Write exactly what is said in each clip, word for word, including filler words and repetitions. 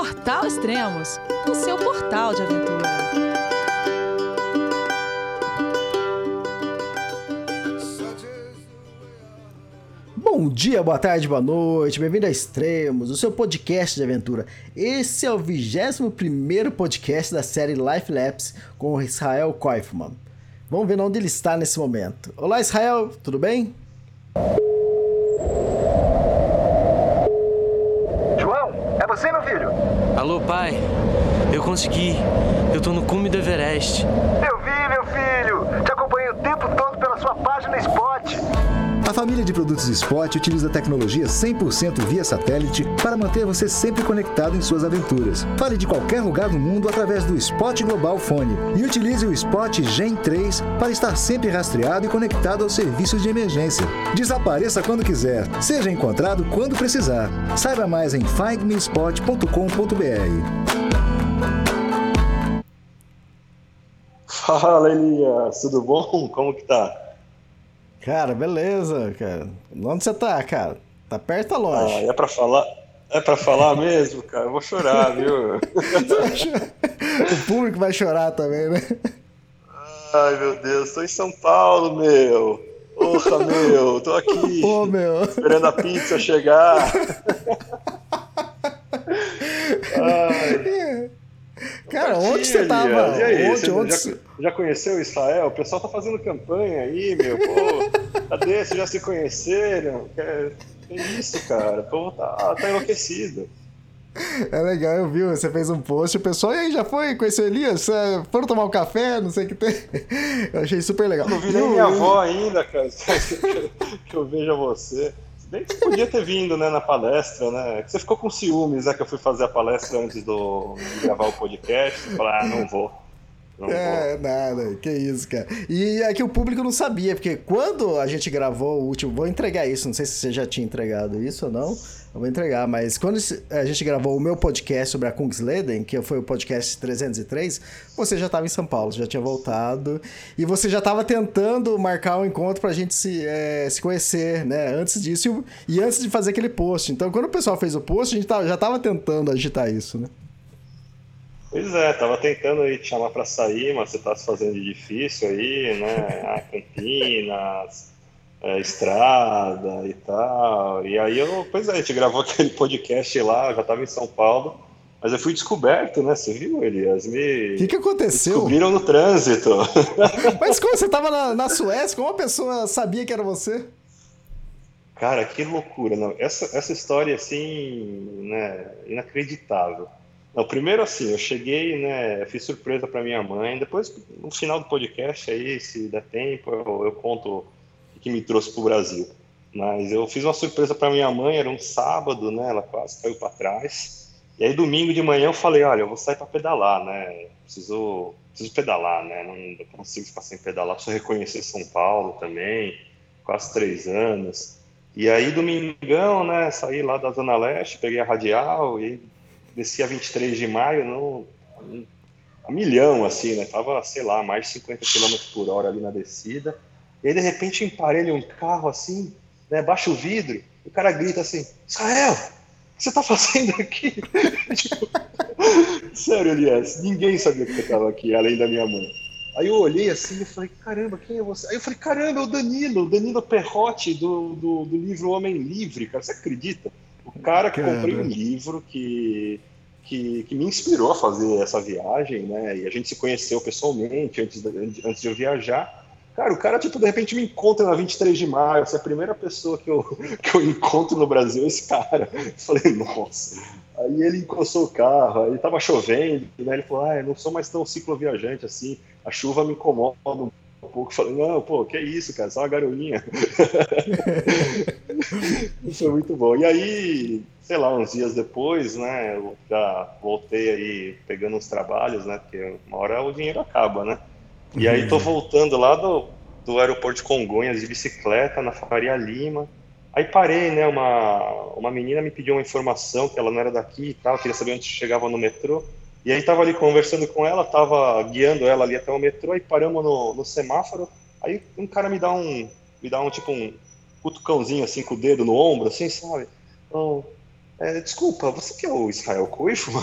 Portal Extremos, o seu portal de aventura. Bom dia, boa tarde, boa noite, bem-vindo a Extremos, o seu podcast de aventura. Esse é o vigésimo primeiro podcast da série Life Lapse com o Israel Koifman. Vamos ver onde ele está nesse momento. Olá, Israel, tudo bem? João, é você, meu filho? Alô, pai. Eu consegui. Eu tô no cume do Everest. Eu vi, meu filho. Te acompanhei o tempo todo pela sua página Spot. A família de produtos Spot utiliza tecnologia cem por cento via satélite para manter você sempre conectado em suas aventuras. Fale de qualquer lugar do mundo através do Spot Global Fone e utilize o Spot Gen três para estar sempre rastreado e conectado aos serviços de emergência. Desapareça quando quiser, seja encontrado quando precisar. Saiba mais em find me spot ponto com ponto b r. Fala, Elias, tudo bom? Como que tá? Cara, beleza, cara. Onde você tá, cara? Tá perto ou longe? Ah, é pra falar? É pra falar mesmo, cara? Eu vou chorar, viu? O público vai chorar também, né? Ai, meu Deus, tô em São Paulo, meu. Porra, meu, tô aqui. Pô, meu. Esperando a pizza chegar. Ai. Cara, onde você tava? E aí, Onde, você onde... Já, já conheceu Israel? O pessoal tá fazendo campanha aí, meu. Pô, cadê? Vocês já se conheceram? Que, que isso, cara? O povo tá, tá enlouquecido. É legal, eu vi, você fez um post, o pessoal, e aí, já foi? Conheceu o Elias? Foram tomar um café? Não sei o que tem. Eu achei super legal. Eu não vi nem minha avó ainda, cara, que eu veja você. Se bem que você podia ter vindo, né, na palestra, né? Você ficou com ciúmes, né, que eu fui fazer a palestra antes do, de gravar o podcast. Você falou, ah, não vou. Não é, vou. nada, que isso, cara. E aqui o público não sabia, porque quando a gente gravou o último, vou entregar isso, não sei se você já tinha entregado isso ou não, eu vou entregar, mas quando a gente gravou o meu podcast sobre a Kungsleden, que foi o podcast trezentos e três, você já estava em São Paulo, já tinha voltado, e você já estava tentando marcar um encontro pra gente se, é, se conhecer, né, antes disso, e antes de fazer aquele post. Então, quando o pessoal fez o post, a gente tava, já estava tentando agitar isso, né? Pois é, tava tentando aí te chamar pra sair, mas você tá se fazendo de difícil aí, né? Ah, Campinas, é, estrada e tal. E aí eu, pois é, a gente gravou aquele podcast lá, eu já tava em São Paulo, mas eu fui descoberto, né? Você viu, Elias? Me, o que, que aconteceu? Me descobriram no trânsito. Mas como você tava na, na Suécia, como a pessoa sabia que era você? Cara, que loucura, não? Essa, essa história, assim, né, inacreditável. Não, primeiro assim, eu cheguei, né, fiz surpresa para minha mãe, depois no final do podcast aí, se der tempo, eu, eu conto o que me trouxe pro Brasil. Mas eu fiz uma surpresa para minha mãe, era um sábado, né, ela quase caiu para trás. E aí domingo de manhã eu falei, olha, eu vou sair para pedalar, né, preciso, preciso pedalar, né, não consigo ficar sem pedalar, preciso reconhecer São Paulo também, quase três anos. E aí domingão, né, saí lá da Zona Leste, peguei a radial e desci a vinte e três de maio, no, a milhão, assim, né? Tava, sei lá, mais de cinquenta quilômetros por hora ali na descida. E aí, de repente, emparelha um carro assim, né? Baixa o vidro, o cara grita assim, Israel, o que você tá fazendo aqui? Tipo, sério, Elias, ninguém sabia que eu tava aqui, além da minha mãe. Aí eu olhei assim e falei, caramba, quem é você? Aí eu falei, caramba, é o Danilo, o Danilo Perrotti, do, do, do livro Homem Livre, cara, você acredita? O cara que comprei um livro que, que, que me inspirou a fazer essa viagem, né? E a gente se conheceu pessoalmente antes de, antes de eu viajar. Cara, o cara, tipo, de repente me encontra na vinte e três de maio. Essa é a primeira pessoa que eu, que eu encontro no Brasil, esse cara. Eu falei, nossa. Aí ele encostou o carro, aí tava chovendo, né? Ele falou, ah, eu não sou mais tão cicloviajante assim, a chuva me incomoda um pouco. Eu falei, não, pô, que isso, cara, só uma garoinha. Isso foi muito bom. E aí, sei lá, uns dias depois, né, eu já voltei aí pegando uns trabalhos, né, porque uma hora o dinheiro acaba, né. E aí tô voltando lá do, do aeroporto de Congonhas de bicicleta na Faria Lima. Aí parei, né, uma, uma menina me pediu uma informação que ela não era daqui e tal, queria saber onde chegava no metrô. E aí tava ali conversando com ela, tava guiando ela ali até o metrô, e paramos no, no semáforo. Aí um cara me dá um, me dá um tipo um cutucãozinho assim com o dedo no ombro, assim, sabe? Então, é, desculpa, você que é o Israel Koifman?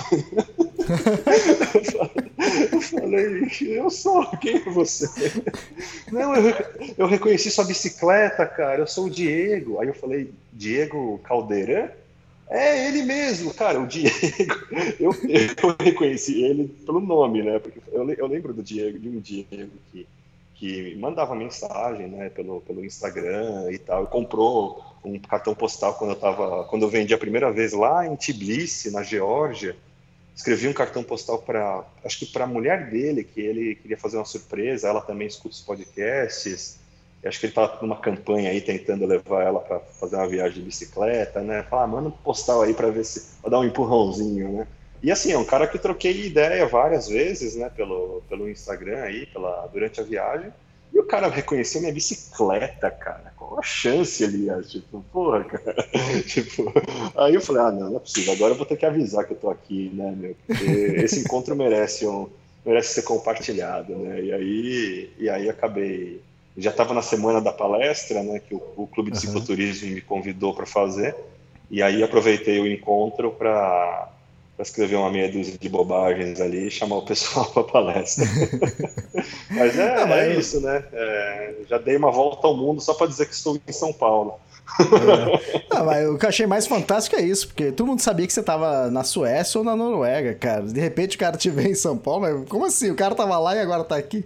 Eu falei, eu sou, quem é você? Não, eu, eu reconheci sua bicicleta, cara, eu sou o Diego. Aí eu falei, Diego Caldeirão? É ele mesmo, cara, o Diego. Eu, eu reconheci ele pelo nome, né? Porque eu, eu lembro do Diego, de um Diego que, que mandava mensagem, né, pelo, pelo Instagram e tal, e comprou um cartão postal quando eu tava, quando eu vendi a primeira vez lá em Tbilisi, na Geórgia. Escrevi um cartão postal para, acho que para a mulher dele, que ele queria fazer uma surpresa. Ela também escuta os podcasts. Eu acho que ele estava numa campanha aí tentando levar ela para fazer uma viagem de bicicleta, né? Falar, ah, manda um postal aí para ver se vai dar um empurrãozinho, né? E assim, é um cara que troquei ideia várias vezes, né? Pelo, pelo Instagram aí, pela, durante a viagem. E o cara reconheceu minha bicicleta, cara. Qual a chance, aliás? Tipo, porra, cara. Tipo, aí eu falei, ah, não, não é possível. Agora eu vou ter que avisar que eu tô aqui, né, meu? Porque esse encontro merece, um, merece ser compartilhado, né? E aí, e aí acabei... Já estava na semana da palestra, né? Que o, o Clube de Cicloturismo me convidou para fazer. E aí aproveitei o encontro para... para escrever uma meia dúzia de bobagens ali e chamar o pessoal para palestra. Mas é, ah, mas é eu... isso, né? É, já dei uma volta ao mundo só para dizer que estou em São Paulo. É. Não, mas o que eu achei mais fantástico é isso, porque todo mundo sabia que você estava na Suécia ou na Noruega, cara. De repente o cara te vê em São Paulo, mas como assim? O cara estava lá e agora está aqui?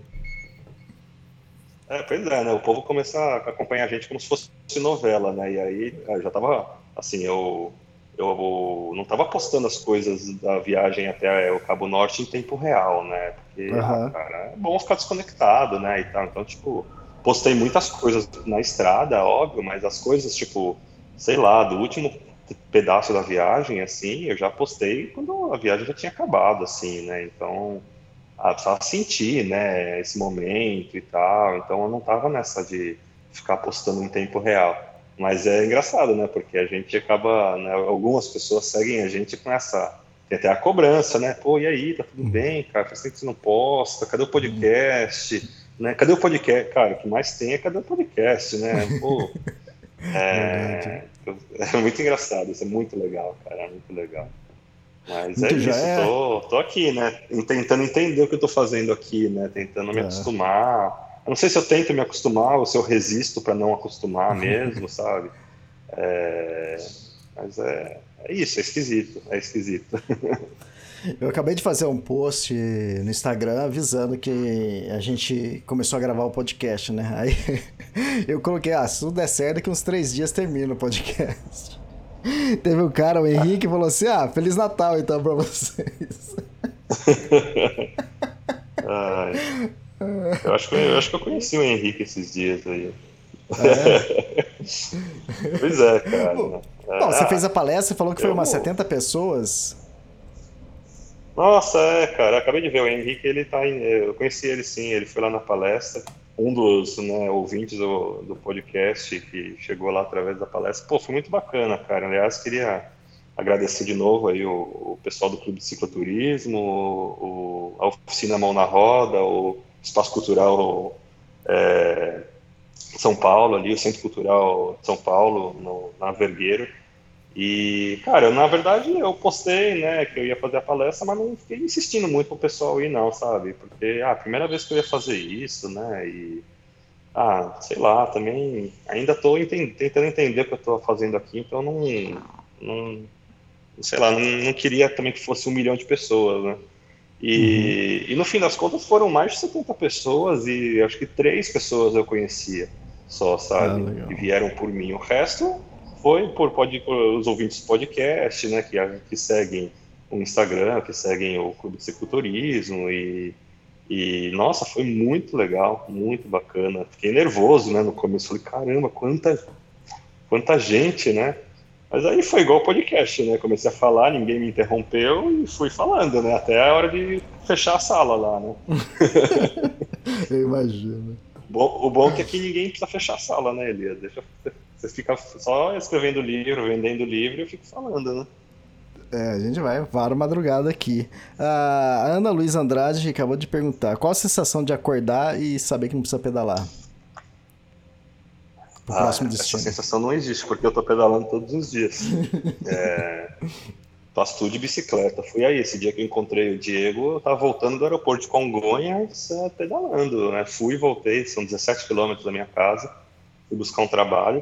É, pois é, né? O povo começa a acompanhar a gente como se fosse novela, né? E aí eu já tava, assim, eu... eu não estava postando as coisas da viagem até o Cabo Norte em tempo real, né? Porque, uhum. ah, cara, é bom ficar desconectado, né? E tal. Então, tipo, postei muitas coisas na estrada, óbvio, mas as coisas, tipo, sei lá, do último pedaço da viagem, assim, eu já postei quando a viagem já tinha acabado, assim, né? Então, ah, precisava sentir, né, esse momento e tal. Então, eu não tava nessa de ficar postando em tempo real. Mas é engraçado, né? Porque a gente acaba, né, algumas pessoas seguem a gente com essa, tem até a cobrança, né? Pô, e aí, tá tudo bem, cara? Faz tempo que você não posta, cadê o podcast? Né? Cadê o podcast? Cara, o que mais tem é cadê o podcast, né? Pô, é, é muito engraçado, isso é muito legal, cara, é muito legal. Mas é isso, é... Tô, tô aqui, né? Tentando entender o que eu tô fazendo aqui, né? Tentando me é. acostumar. Eu não sei se eu tento me acostumar ou se eu resisto para não acostumar mesmo, sabe? É... Mas é... é isso, é esquisito, é esquisito. Eu acabei de fazer um post no Instagram avisando que a gente começou a gravar o podcast, né? Aí eu coloquei, ah, se tudo der certo, daqui uns três dias termina o podcast. Teve um cara, o Henrique, que falou assim, ah, Feliz Natal então pra vocês. Ai... Eu acho, que, eu acho que eu conheci o Henrique esses dias aí. É? Pois é, cara. Bom, é. Bom, você fez a palestra e falou que foi eu... umas setenta pessoas. Nossa, é, cara. Acabei de ver o Henrique, ele tá em... Eu conheci ele sim, ele foi lá na palestra. Um dos, né, ouvintes do, do podcast que chegou lá através da palestra. Pô, foi muito bacana, cara. Aliás, queria agradecer de novo aí o, o pessoal do Clube de Cicloturismo, o, a Oficina Mão na Roda, o Espaço Cultural é, São Paulo, ali, o Centro Cultural São Paulo, no, na Vergueiro. E, cara, eu, na verdade, eu postei, né, que eu ia fazer a palestra, mas não fiquei insistindo muito pro pessoal ir, não, sabe? Porque, ah, a primeira vez que eu ia fazer isso, né, e, ah, sei lá, também ainda tô entend- tentando entender o que eu tô fazendo aqui, então não, não sei lá, não, não queria também que fosse um milhão de pessoas, né? E, uhum. e no fim das contas foram mais de setenta pessoas e acho que três pessoas eu conhecia só, sabe? Ah, que vieram por mim. O resto foi por, por, por os ouvintes do podcast, né? Que, que seguem o Instagram, que seguem o Clube de Cicloturismo e, e, nossa, foi muito legal, muito bacana. Fiquei nervoso, né? No começo, falei, caramba, quanta, quanta gente, né? Mas aí foi igual o podcast, né? Comecei a falar, ninguém me interrompeu e fui falando, né? Até a hora de fechar a sala lá, né? Eu imagino. Bom, o bom é que aqui ninguém precisa fechar a sala, né, Elias? Deixa, você fica só escrevendo livro, vendendo livro e eu fico falando, né? É, a gente vai para a madrugada aqui. A Ana Luísa Andrade acabou de perguntar, qual a sensação de acordar e saber que não precisa pedalar? pro Ah, próximo essa destino. sensação não existe, porque eu tô pedalando todos os dias. É, faço tudo de bicicleta. Fui aí, esse dia que eu encontrei o Diego, eu tava voltando do aeroporto de Congonhas, é, pedalando, né? Fui e voltei, são dezessete quilômetros da minha casa, fui buscar um trabalho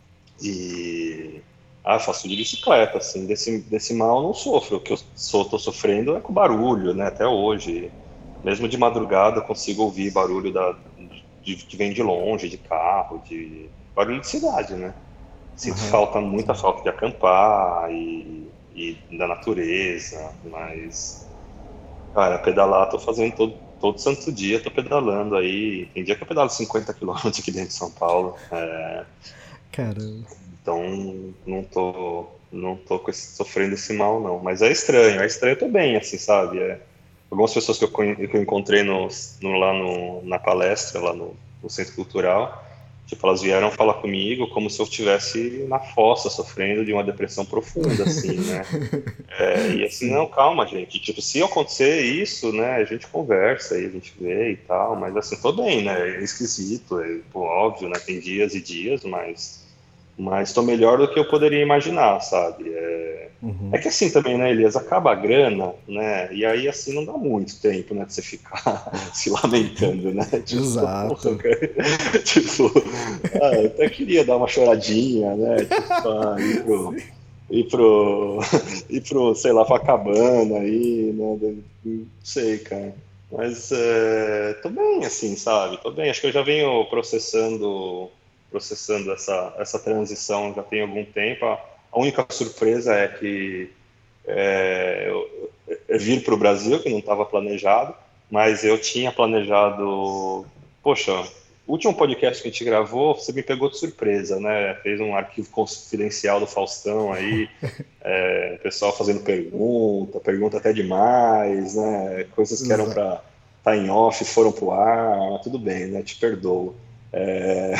e... Ah, eu faço tudo de bicicleta, assim, desse, desse mal eu não sofro. O que eu sou, tô sofrendo é com barulho, né? Até hoje. Mesmo de madrugada eu consigo ouvir barulho da, de, que vem de longe, de carro, de barulho de cidade, né? Sinto Aham. falta, muita falta de acampar e, e da natureza, mas, cara, pedalar, tô fazendo todo, todo santo dia, tô pedalando aí. Tem dia que eu pedalo cinquenta quilômetros aqui dentro de São Paulo, é, Caramba. então não tô, não tô com esse- sofrendo esse mal, não. Mas é estranho, é estranho, eu tô bem, assim, sabe? É, algumas pessoas que eu, conhe- que eu encontrei no, no- lá no, na palestra, lá no, no Centro Cultural, tipo, elas vieram falar comigo como se eu estivesse na fossa, sofrendo de uma depressão profunda, assim, né? É, e assim, Sim. não, calma, gente. Tipo, se acontecer isso, né, a gente conversa e a gente vê e tal, mas assim, tô bem, né? É esquisito, é pô, óbvio, né? Tem dias e dias, mas mas tô melhor do que eu poderia imaginar, sabe? É, é que assim também, né, Elias, acaba a grana, né? E aí assim não dá muito tempo, né, de você ficar se lamentando, né? Tipo, porra, Exato. cara. Tipo, ah, eu até queria dar uma choradinha, né? Tipo, ah, ir pro, ir pro, ir pro, sei lá, pra cabana aí, né? Não sei, cara. Mas é, tô bem, assim, sabe? Tô bem. Acho que eu já venho processando, processando essa, essa transição já tem algum tempo. A, a única surpresa é que é, eu, eu vir para o Brasil, que não estava planejado, mas eu tinha planejado. Poxa, o último podcast que a gente gravou, você me pegou de surpresa, né? Fez um arquivo confidencial do Faustão aí, é, o pessoal fazendo pergunta, pergunta até demais, né? Coisas que eram Exa- para estar em off foram para o ar, mas tudo bem, né? Te perdoo. É...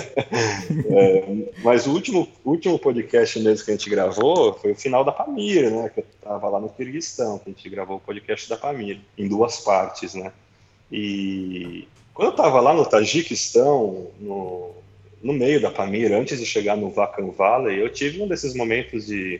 é, mas o último, último podcast mesmo que a gente gravou foi o final da Pamir, né? Que eu estava lá no Quirguistão, que a gente gravou o podcast da Pamir, em duas partes, né? E quando eu estava lá no Tajiquistão, no, no meio da Pamir, antes de chegar no Vakhan Valley, eu tive um desses momentos de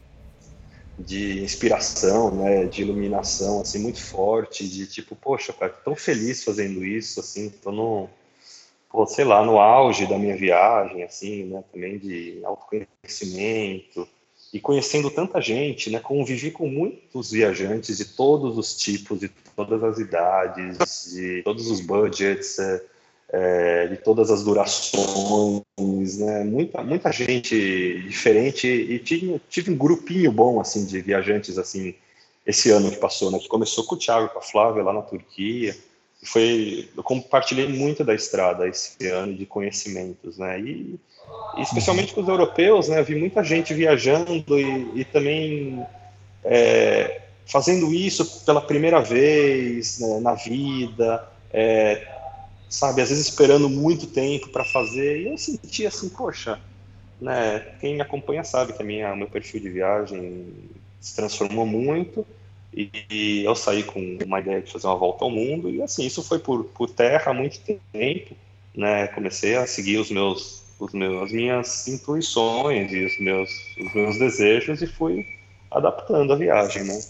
de inspiração, né, de iluminação, assim, muito forte, de tipo, poxa, cara, tô tão feliz fazendo isso, assim, tô no, pô, sei lá, no auge da minha viagem, assim, né, também de autoconhecimento, e conhecendo tanta gente, né, convivi com muitos viajantes de todos os tipos, de todas as idades, de todos os budgets, é, é, de todas as durações, né, muita, muita gente diferente, e tive, tive um grupinho bom, assim, de viajantes, assim, esse ano que passou, né, que começou com o Thiago e com a Flávia lá na Turquia. Foi, eu compartilhei muito da estrada esse ano de conhecimentos, né? E, e especialmente com os europeus, né? Vi muita gente viajando e, e também é, fazendo isso pela primeira vez, né, na vida, é, sabe? Às vezes esperando muito tempo para fazer. E eu senti assim, poxa, né? Quem me acompanha sabe que a minha, meu perfil de viagem se transformou muito e, e eu saí com uma ideia de fazer uma volta ao mundo e assim isso foi por, por terra há muito tempo, né? Comecei a seguir os meus, os meus, as minhas intuições e os meus, os meus desejos e fui adaptando a viagem, né?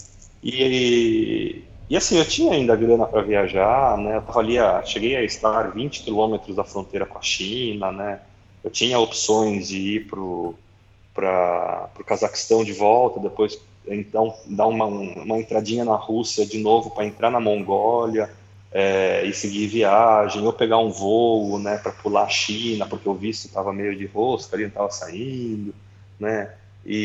E, e assim eu tinha ainda grana para viajar, né? Eu tava ali, a, cheguei a estar vinte quilômetros da fronteira com a China, né? Eu tinha opções de ir para o Cazaquistão de volta, depois então dar uma, uma entradinha na Rússia de novo para entrar na Mongólia é, e seguir viagem, ou pegar um voo, né, para pular a China, porque o visto estava meio de rosca, ali não estava saindo, né?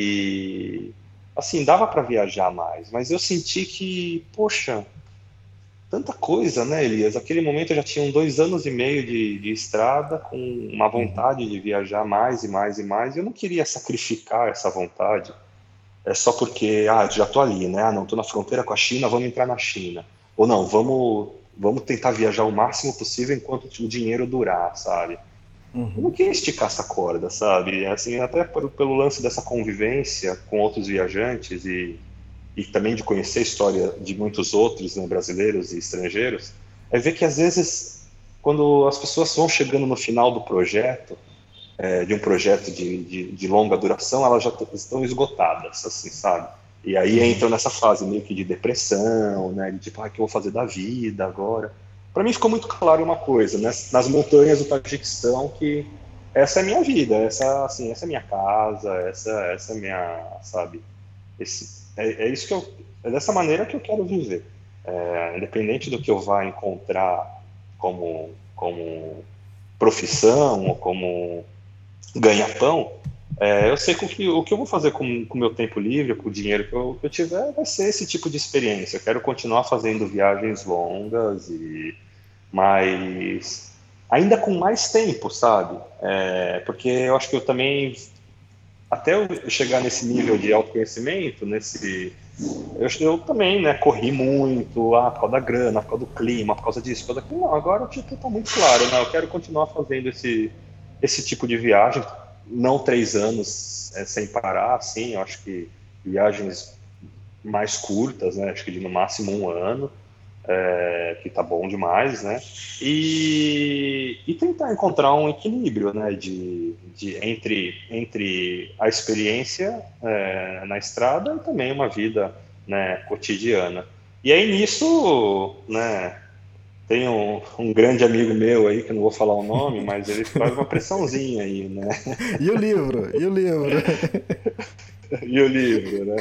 E assim dava para viajar mais, mas eu senti que, poxa, tanta coisa, né, Elias? Aquele momento eu já tinha dois anos e meio de, de estrada, com uma vontade de viajar mais e mais e mais, e eu não queria sacrificar essa vontade, é só porque, ah, já tô ali, né? Ah, não, tô na fronteira com a China, vamos entrar na China. Ou não, vamos, vamos tentar viajar o máximo possível enquanto o dinheiro durar, sabe? Eu não queria esticar essa corda, sabe? Assim, até por, pelo lance dessa convivência com outros viajantes e e também de conhecer a história de muitos outros, né, brasileiros e estrangeiros, é ver que às vezes, quando as pessoas vão chegando no final do projeto, é, de um projeto de, de, de longa duração, elas já estão esgotadas, assim, sabe? E aí entram nessa fase meio que de depressão, né? De tipo, ah, o que eu vou fazer da vida agora? Para mim ficou muito claro uma coisa, né? Nas montanhas do Tajiquistão, que essa é a minha vida, essa, assim, essa é a minha casa, essa, essa é a minha, sabe? Esse, é, é isso que eu, é dessa maneira que eu quero viver. É, independente do que eu vá encontrar como, como profissão ou como ganha-pão, é, eu sei que o, que o que eu vou fazer com o meu tempo livre, com o dinheiro que eu, que eu tiver, vai ser esse tipo de experiência. Eu quero continuar fazendo viagens longas, e mas ainda com mais tempo, sabe? É, porque eu acho que eu também, até eu chegar nesse nível de autoconhecimento, nesse, eu, eu também, né, corri muito, ah, por causa da grana, por causa do clima, por causa disso, por causa daquilo. Não, agora tipo, tá muito claro, né? Eu quero continuar fazendo esse, esse tipo de viagem, não três anos é, sem parar, assim, eu acho que viagens mais curtas, né, acho que de no máximo um ano, é, que tá bom demais, né, e, e tentar encontrar um equilíbrio, né, de, de, entre, entre a experiência é, na estrada e também uma vida, né, cotidiana. E aí nisso, né, tem um, um grande amigo meu aí, que eu não vou falar o nome, mas ele faz uma pressãozinha aí, né? E o livro? E o livro? E o livro, né?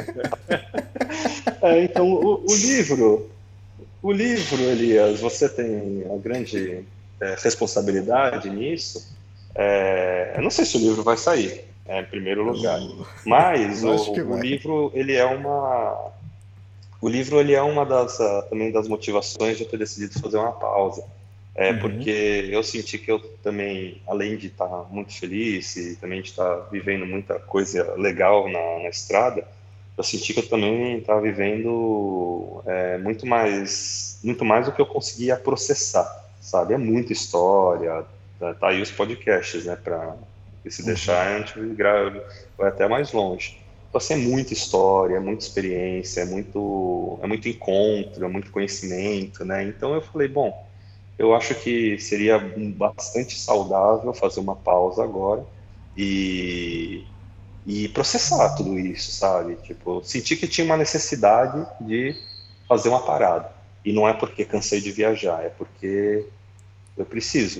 É, então, o, o livro, o livro, Elias, você tem uma grande é, responsabilidade nisso. É, eu não sei se o livro vai sair, é, em primeiro lugar, mas o, o livro, ele é uma... O livro ele é uma das uh, também das motivações de eu ter decidido fazer uma pausa, é, uhum. Porque eu senti que eu também, além de estar muito feliz e também de estar vivendo muita coisa legal na, na estrada, eu senti que eu também estava vivendo é, muito mais muito mais do que eu conseguia processar, sabe? É muita história, tá, tá aí os podcasts, né? Para se deixar a gente grava, vai até mais longe. Então, assim, é muita história, é muita experiência, é muito, é muito encontro, é muito conhecimento, né? Então eu falei, bom, eu acho que seria bastante saudável fazer uma pausa agora e, e processar tudo isso, sabe? Tipo, senti que tinha uma necessidade de fazer uma parada. E não é porque cansei de viajar, é porque eu preciso.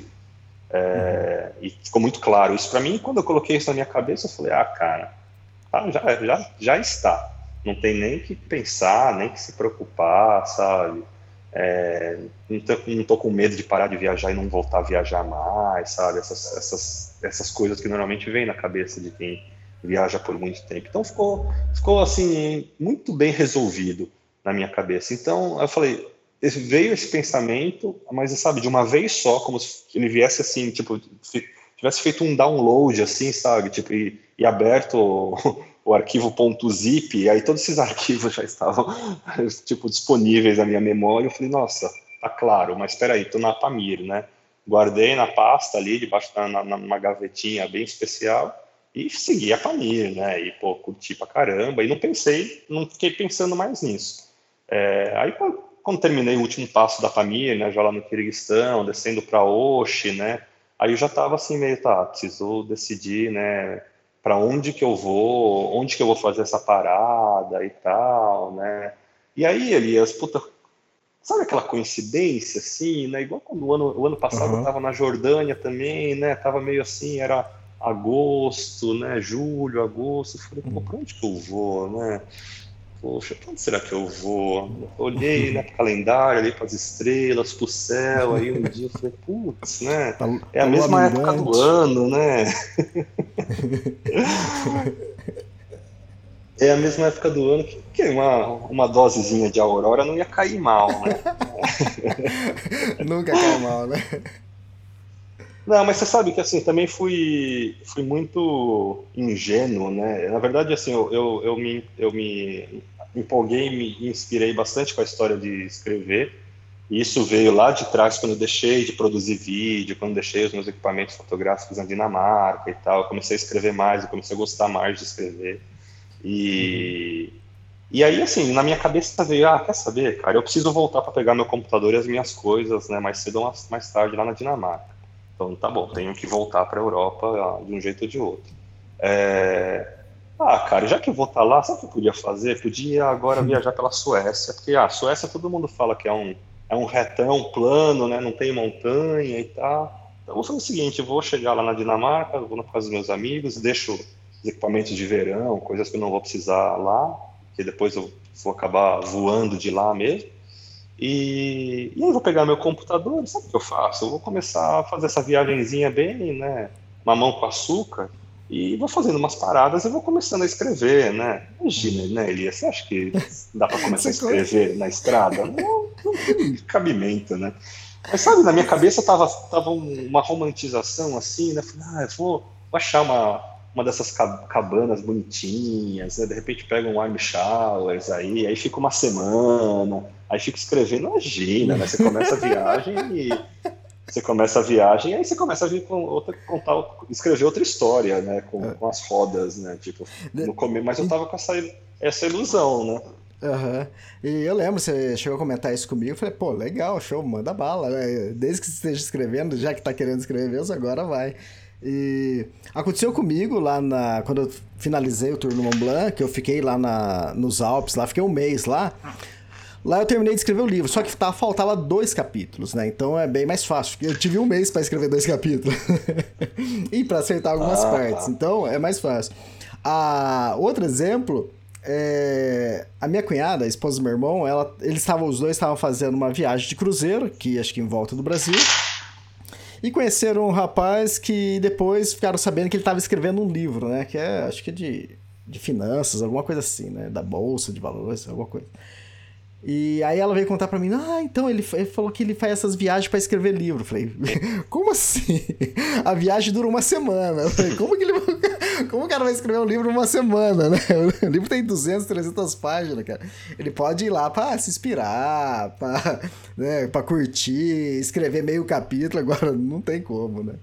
É, e ficou muito claro isso para mim, e quando eu coloquei isso na minha cabeça, eu falei, ah, cara, ah, já, já, já está. Não tem nem que pensar, nem que se preocupar, sabe? É, não, tô, não tô com medo de parar de viajar e não voltar a viajar mais, sabe? Essas, essas, essas coisas que normalmente vêm na cabeça de quem viaja por muito tempo. Então ficou, ficou assim, muito bem resolvido na minha cabeça. Então eu falei, veio esse pensamento, mas sabe, de uma vez só, como se ele viesse assim, tipo, tivesse feito um download, assim, sabe? Tipo, e, e aberto o, o arquivo .zip, e aí todos esses arquivos já estavam, tipo, disponíveis na minha memória. Eu falei, nossa, tá claro, mas espera aí, tô na Pamir, né? Guardei na pasta ali, debaixo da, na, numa gavetinha bem especial, e segui a Pamir, né? E, pô, curti pra caramba, e não pensei, não fiquei pensando mais nisso. É, aí, quando, quando terminei o último passo da Pamir, né, já lá no Quirguistão, descendo para Oxi, né? Aí eu já estava assim meio, tá, preciso decidir, né, para onde que eu vou, onde que eu vou fazer essa parada e tal, né. E aí, Elias, puta, sabe aquela coincidência, assim, né, igual quando o ano, o ano passado uhum. eu tava na Jordânia também, né, tava meio assim, era agosto, né, julho, agosto, eu falei, pô, pra onde que eu vou, né? Poxa, pra onde será que eu vou? Eu olhei, né, pro calendário, olhei pras estrelas, pro céu, aí um dia eu falei, putz, né, é a mesma época do ano, né? É a mesma época do ano que, que uma, uma dosezinha de Aurora não ia cair mal, né? Nunca cai mal, né? Não, mas você sabe que assim, também fui, fui muito ingênuo, né? Na verdade, assim, eu, eu, eu, me, eu me empolguei, me inspirei bastante com a história de escrever. E isso veio lá de trás, quando eu deixei de produzir vídeo, quando eu deixei os meus equipamentos fotográficos na Dinamarca e tal. Eu comecei a escrever mais, eu comecei a gostar mais de escrever. E, e aí, assim, na minha cabeça veio, ah, quer saber, cara, eu preciso voltar para pegar meu computador e as minhas coisas, né, mais cedo ou mais tarde lá na Dinamarca. Então, tá bom, tenho que voltar para a Europa ah, de um jeito ou de outro. É... Ah, cara, já que eu vou estar lá, sabe o que eu podia fazer? Podia agora viajar pela Suécia, porque a ah, Suécia todo mundo fala que é um, é um retão plano, né? Não tem montanha e tal. Então, eu vou fazer o seguinte, eu vou chegar lá na Dinamarca, vou na casa dos meus amigos, deixo os equipamentos de verão, coisas que eu não vou precisar lá, que depois eu vou acabar voando de lá mesmo. E, e aí eu vou pegar meu computador, sabe o que eu faço? Eu vou começar a fazer essa viagenzinha bem, né, mamão com açúcar, e vou fazendo umas paradas e vou começando a escrever, né? Imagina, né, Elias? Você acha que dá para começar a escrever na estrada? Não, não tem cabimento, né? Mas sabe, na minha cabeça tava, tava uma romantização assim, né? Falei, ah, eu vou, vou achar uma, uma dessas cabanas bonitinhas, né? De repente pega um warm showers aí, aí fica uma semana, aí fica escrevendo, imagina, né? Você começa a viagem e você começa a viagem, aí você começa a vir com outra, contar, escrever outra história, né? Com, com as rodas, né? Tipo, no começo, mas eu tava com essa, essa ilusão, né? Aham. Uhum. E eu lembro, você chegou a comentar isso comigo, eu falei, pô, legal, show, manda bala, né? Desde que você esteja escrevendo, já que tá querendo escrever, agora vai. E aconteceu comigo lá na... Quando eu finalizei o Tour do Mont Blanc, que eu fiquei lá na, nos Alpes, lá, fiquei um mês lá. Lá eu terminei de escrever o livro, só que tá, faltava dois capítulos, né? Então é bem mais fácil. Eu tive um mês para escrever dois capítulos. E para acertar algumas ah, partes, então é mais fácil. Ah, outro exemplo... É, a minha cunhada, a esposa do meu irmão, ela, eles estavam, os dois estavam fazendo uma viagem de cruzeiro, que acho que em volta do Brasil, e conheceram um rapaz que depois ficaram sabendo que ele estava escrevendo um livro, né? Que é, acho que é de, de finanças, alguma coisa assim, né? Da bolsa de valores, alguma coisa. E aí ela veio contar pra mim, ah, então ele, ele falou que ele faz essas viagens pra escrever livro. Eu falei, como assim? A viagem dura uma semana. Eu falei, como que ele como o cara vai escrever um livro uma semana, né? O livro tem duzentas, trezentas páginas, cara. Ele pode ir lá pra se inspirar, pra, né, pra curtir, escrever meio capítulo, agora não tem como, né?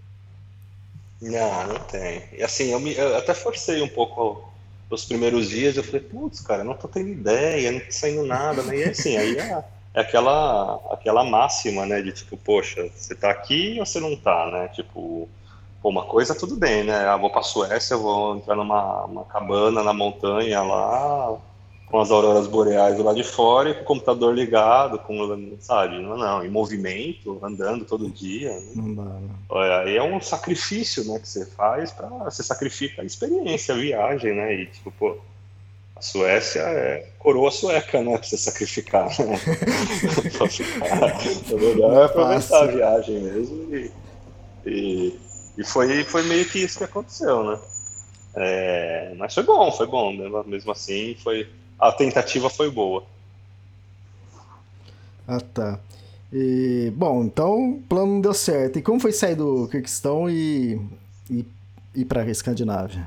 Não, não tem. E assim, eu, me, eu até forcei um pouco os primeiros dias, eu falei, putz, cara, não tô tendo ideia, não tá saindo nada, né? E assim, aí é, é aquela, aquela máxima, né, de tipo, poxa, você tá aqui ou você não tá, né? Tipo, pô, uma coisa tudo bem, né? Ah, vou pra Suécia, eu vou entrar numa uma cabana na montanha lá, com as auroras boreais lá de fora e com o computador ligado, com, sabe, não, não, em movimento, andando todo dia. Né? Não dá, né? Aí é um sacrifício, né, que você faz para você sacrifica a experiência, a viagem, né, e tipo, pô, a Suécia é coroa sueca, né, pra você sacrificar, né? Pra ficar, é melhor é aproveitar a viagem mesmo e, e, e foi, foi meio que isso que aconteceu, né, é, mas foi bom, foi bom, mesmo assim, foi, a tentativa foi boa. Ah, tá. E, bom, então o plano não deu certo. E como foi sair do Kirguistão e, e ir para a Escandinávia?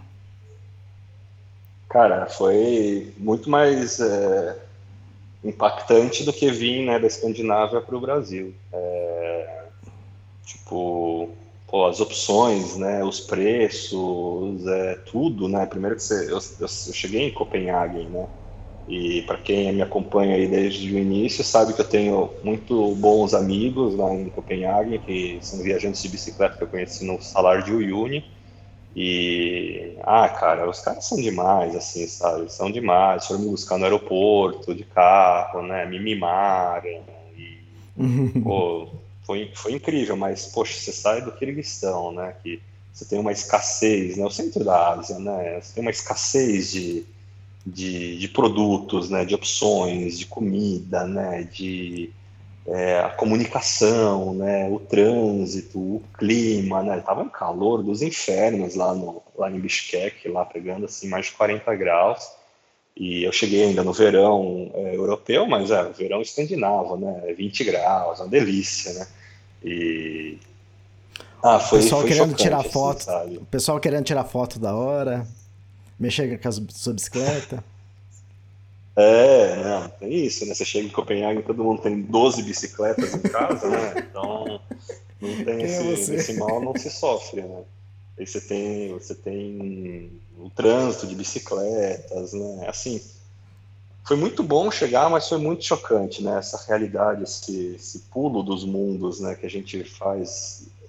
Cara, foi muito mais é, impactante do que vir, né, da Escandinávia para o Brasil. É, tipo, pô, as opções, né, os preços, é, tudo, né? Primeiro que você, eu, eu cheguei em Copenhague, né? E para quem me acompanha aí desde o início, sabe que eu tenho muito bons amigos lá em Copenhague, que são viajantes de bicicleta que eu conheci no Salar de Uyuni. E, ah, cara, os caras são demais, assim, sabe? São demais. Foram me buscar no aeroporto, de carro, né? Me mimaram. E, pô, foi, foi incrível, mas, poxa, você sai do Kirguistão, né? Que você tem uma escassez, né? O centro da Ásia, né? Você tem uma escassez de De, de produtos, né, de opções, de comida, né, de é, a comunicação, né, o trânsito, o clima, né, tava um calor dos infernos lá, no, lá em Bishkek, lá pegando assim mais de quarenta graus, e eu cheguei ainda no verão é, europeu, mas é, verão escandinavo, né, vinte graus, uma delícia, né, e... Ah, foi, o pessoal foi querendo chocante, tirar assim, foto, sabe? o pessoal querendo tirar foto da hora, mexer com a sua bicicleta. É, não, tem isso, né? Você chega em Copenhague, todo mundo tem doze bicicletas em casa, né? Então, não tem esse, esse mal, não se sofre, né? Aí você tem, você tem o trânsito de bicicletas, né? Assim, foi muito bom chegar, mas foi muito chocante, né? Essa realidade, esse, esse pulo dos mundos, né? Que a gente faz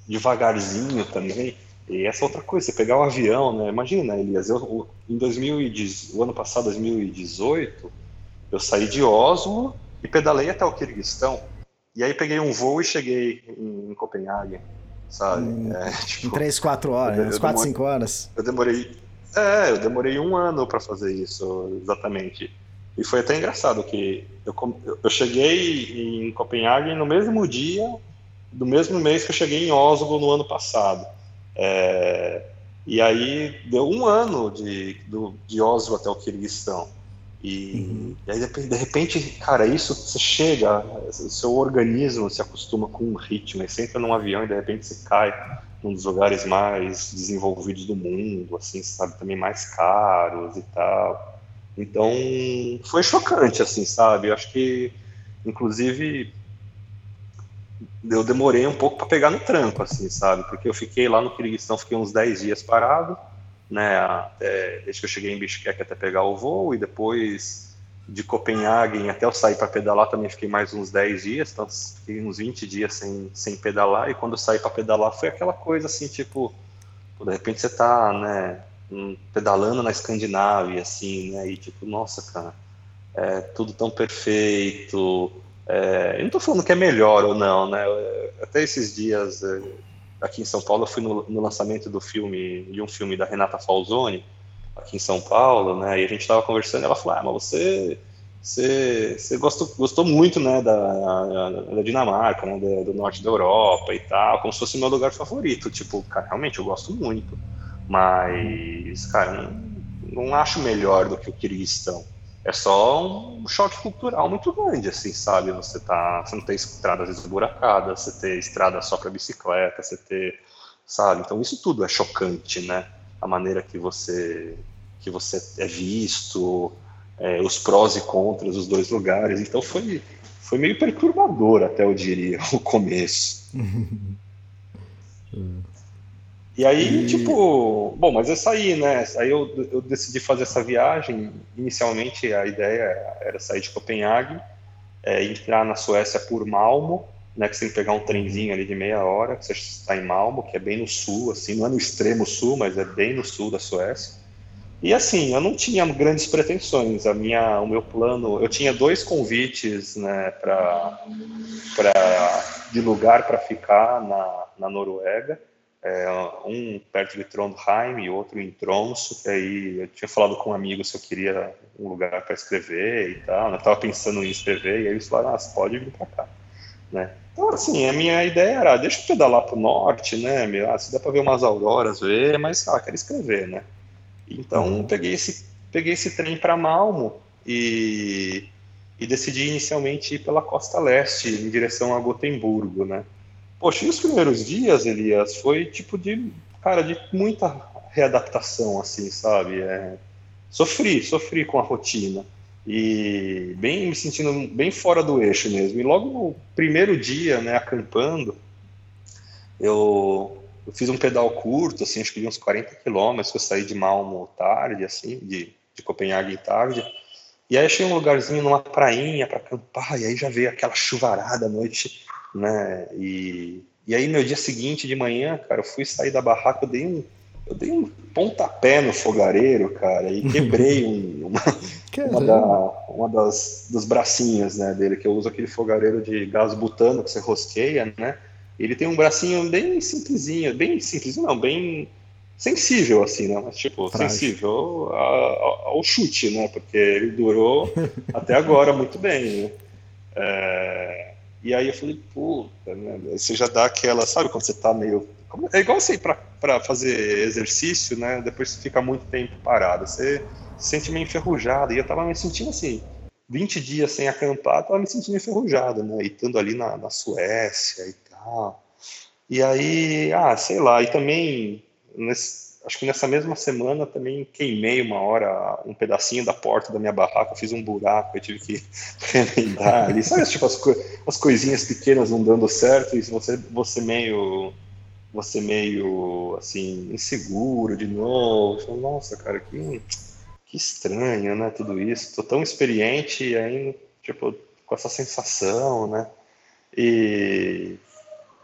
devagarzinho também. E essa outra coisa, você pegar um avião, né? Imagina, Elias, eu, em dois mil e dez, o ano passado, dois mil e dezoito, eu saí de Oslo e pedalei até o Quirguistão. E aí peguei um voo e cheguei em, em Copenhague, sabe? Hum, é, tipo, tipo, em três, quatro horas, eu, uns eu quatro, demorei, cinco horas. eu demorei, é, eu demorei um ano para fazer isso, exatamente. E foi até engraçado que eu, eu cheguei em Copenhague no mesmo dia, do mesmo mês que eu cheguei em Oslo no ano passado. É, e aí deu um ano de, do, de Oslo até o Quirguistão. E, Uhum. e aí de repente, cara, isso você chega, o seu organismo se acostuma com um ritmo, aí você entra num avião e de repente você cai num dos lugares mais desenvolvidos do mundo, assim, sabe, também mais caros e tal. Então, foi chocante, assim, sabe? Eu acho que, inclusive, eu demorei um pouco para pegar no tranco, assim, sabe? Porque eu fiquei lá no Quirguistão, fiquei uns dez dias parado, né? Até, desde que eu cheguei em Bishkek até pegar o voo, e depois de Copenhague até eu sair para pedalar também fiquei mais uns dez dias, então fiquei uns vinte dias sem, sem pedalar, e quando eu saí para pedalar foi aquela coisa assim, tipo, de repente você tá, né, pedalando na Escandinávia, assim, né? E tipo, nossa, cara, é tudo tão perfeito. É, eu não estou falando que é melhor ou não, né? Até esses dias é, aqui em São Paulo eu fui no, no lançamento do filme, de um filme da Renata Falzoni, aqui em São Paulo, né? E a gente estava conversando e ela falou, ah, mas você, você, você gostou, gostou muito, né, da, da Dinamarca, né, do, do norte da Europa e tal, como se fosse o meu lugar favorito. Tipo, cara, realmente eu gosto muito, mas, cara, não, não acho melhor do que o Quirguistão. É só um choque cultural muito grande, assim, sabe? Você tá, você não tem estradas esburacadas, você ter estrada só para bicicleta, você ter, sabe? Então isso tudo é chocante, né? A maneira que você que você é visto, é, os prós e contras dos dois lugares. Então foi foi meio perturbador, até eu diria, o começo. E aí, E tipo, bom, mas eu saí, né? Aí eu, eu decidi fazer essa viagem. Inicialmente a ideia era sair de Copenhague, é, entrar na Suécia por Malmo, né? Que você tem que pegar um trenzinho ali de meia hora, que você está em Malmo, que é bem no sul, assim, não é no extremo sul, mas é bem no sul da Suécia. E assim, eu não tinha grandes pretensões. A minha, o meu plano, eu tinha dois convites, né, para de lugar para ficar na, na Noruega. É, um perto de Trondheim e outro em Tromsø, que aí eu tinha falado com um amigo se eu queria um lugar para escrever e tal, né? Eu estava pensando em escrever, e aí eles falaram, ah, você pode vir para cá, né? Então, assim, a minha ideia era, deixa eu pedalar para o norte, né, meu, ah, se dá para ver umas auroras, ver, mas, ah, quero escrever, né? Então, uhum. peguei esse, peguei esse trem para Malmo e, e decidi inicialmente ir pela costa leste, em direção a Gotemburgo, né? Poxa, e os primeiros dias, Elias, foi tipo de, cara, de muita readaptação, assim, sabe? É, sofri, sofri com a rotina e bem me sentindo bem fora do eixo mesmo. E logo no primeiro dia, né, acampando, eu, eu fiz um pedal curto, assim, acho que de uns quarenta quilômetros, que eu saí de Malmo tarde, assim, de, de Copenhague tarde. E aí achei um lugarzinho numa prainha para acampar, e aí já veio aquela chuvarada à noite, né? E, e aí no dia seguinte de manhã, cara, eu fui sair da barraca, eu dei um, eu dei um pontapé no fogareiro, cara, e quebrei um, uma, uma, da, Caramba. uma das, dos bracinhos, né, dele, que eu uso aquele fogareiro de gás butano que você rosqueia, né? Ele tem um bracinho bem simplesinho, bem simplesinho, não, bem sensível, assim, né? Mas, tipo, Frágil. sensível ao, ao chute, né? Porque ele durou até agora muito bem, né? É, e aí eu falei, puta, né? Aí você já dá aquela, sabe quando você tá meio. É igual você ir pra, pra fazer exercício, né? Depois você fica muito tempo parado, você se sente meio enferrujado. E eu tava me sentindo assim, vinte dias sem acampar, tava me sentindo enferrujado, né? E estando ali na, na Suécia e tal. E aí, ah, sei lá, e também, nesse, acho que nessa mesma semana também queimei uma hora um pedacinho da porta da minha barraca, fiz um buraco, eu tive que remendar ali, sabe, tipo as, co as coisinhas pequenas não dando certo, e você, você meio, você meio, assim, inseguro de novo, falei, nossa, cara, que, que estranho, né, tudo isso, tô tão experiente e aí, tipo, com essa sensação, né, e...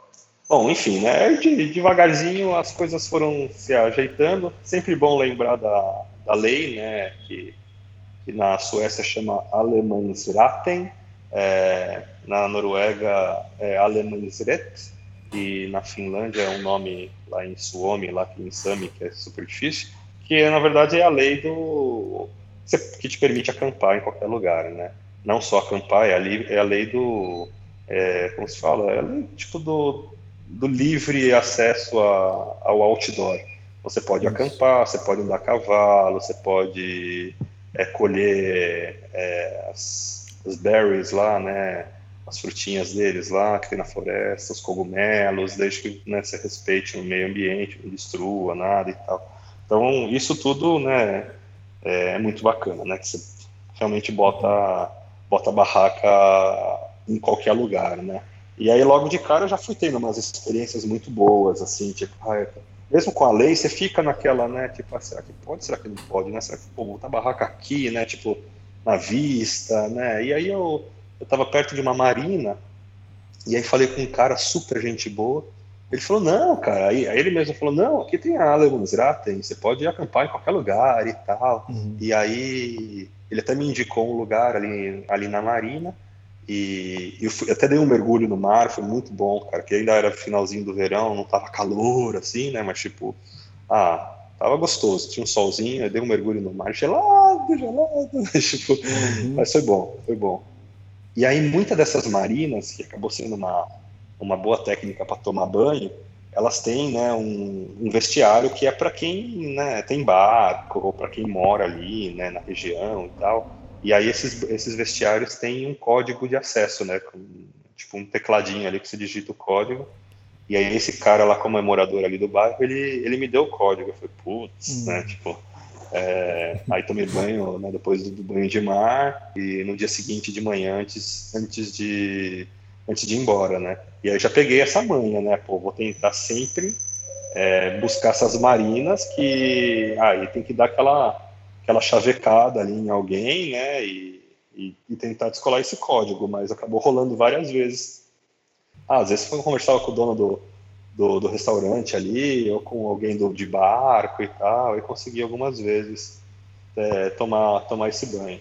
Bom, enfim, né? de- Devagarzinho as coisas foram se ajeitando. Sempre bom lembrar da, da lei, né? Que, que na Suécia chama Allemansratten, é, na Noruega é Allemansrett, e na Finlândia é um nome lá em Suomi, lá em Sami, que é super difícil, que na verdade é a lei do que te permite acampar em qualquer lugar, né? Não só acampar, é a, li- é a lei do, é, como se fala, é a lei tipo do, do livre acesso a- ao outdoor. Você pode acampar, você pode andar a cavalo, você pode é, colher é, as, as berries lá, né? As frutinhas deles lá, que tem na floresta, os cogumelos, desde que, né, você respeite o meio ambiente, não destrua nada e tal. Então, isso tudo, né, é muito bacana, né? Que você realmente bota, bota a barraca em qualquer lugar, né? E aí, logo de cara, eu já fui tendo umas experiências muito boas, assim, tipo, ah, mesmo com a lei, você fica naquela, né, tipo, ah, será que pode, será que não pode, né? Será que, pô, botar a barraca aqui, né, tipo, na vista, né? E aí eu, eu tava perto de uma marina, e aí falei com um cara super gente boa. Ele falou, não, cara. Aí, aí ele mesmo falou, não, aqui tem a Allemansratten, você pode acampar em qualquer lugar e tal. Uhum. E aí ele até me indicou um lugar ali, ali na marina. E eu fui- até dei um mergulho no mar, foi muito bom, cara. Que ainda era finalzinho do verão, não tava calor assim, né? Mas tipo, ah, tava gostoso. Tinha um solzinho, eu dei um mergulho no mar, gelado, gelado. Tipo, Uhum. mas foi bom, foi bom. E aí, muitas dessas marinas, que acabou sendo uma, uma boa técnica para tomar banho, elas têm, né, um, um vestiário que é para quem, né, tem barco ou para quem mora ali, né, na região e tal. E aí esses, esses vestiários têm um código de acesso, né, com, tipo um tecladinho ali que você digita o código. E aí esse cara lá, como é morador ali do bairro, ele, ele me deu o código. Eu falei, putz, né, tipo, é, aí tomei banho, né, depois do, do banho de mar e no dia seguinte de manhã antes, antes de antes de ir embora, né? E aí já peguei essa manha, né? Pô, vou tentar sempre é, buscar essas marinas que aí tem que dar aquela aquela chavecada ali em alguém, né? E, e, e tentar descolar esse código, mas acabou rolando várias vezes. Ah, às vezes foi conversar com o dono do, do, do restaurante ali, ou com alguém do, de barco e tal, e consegui algumas vezes é, tomar, tomar esse banho.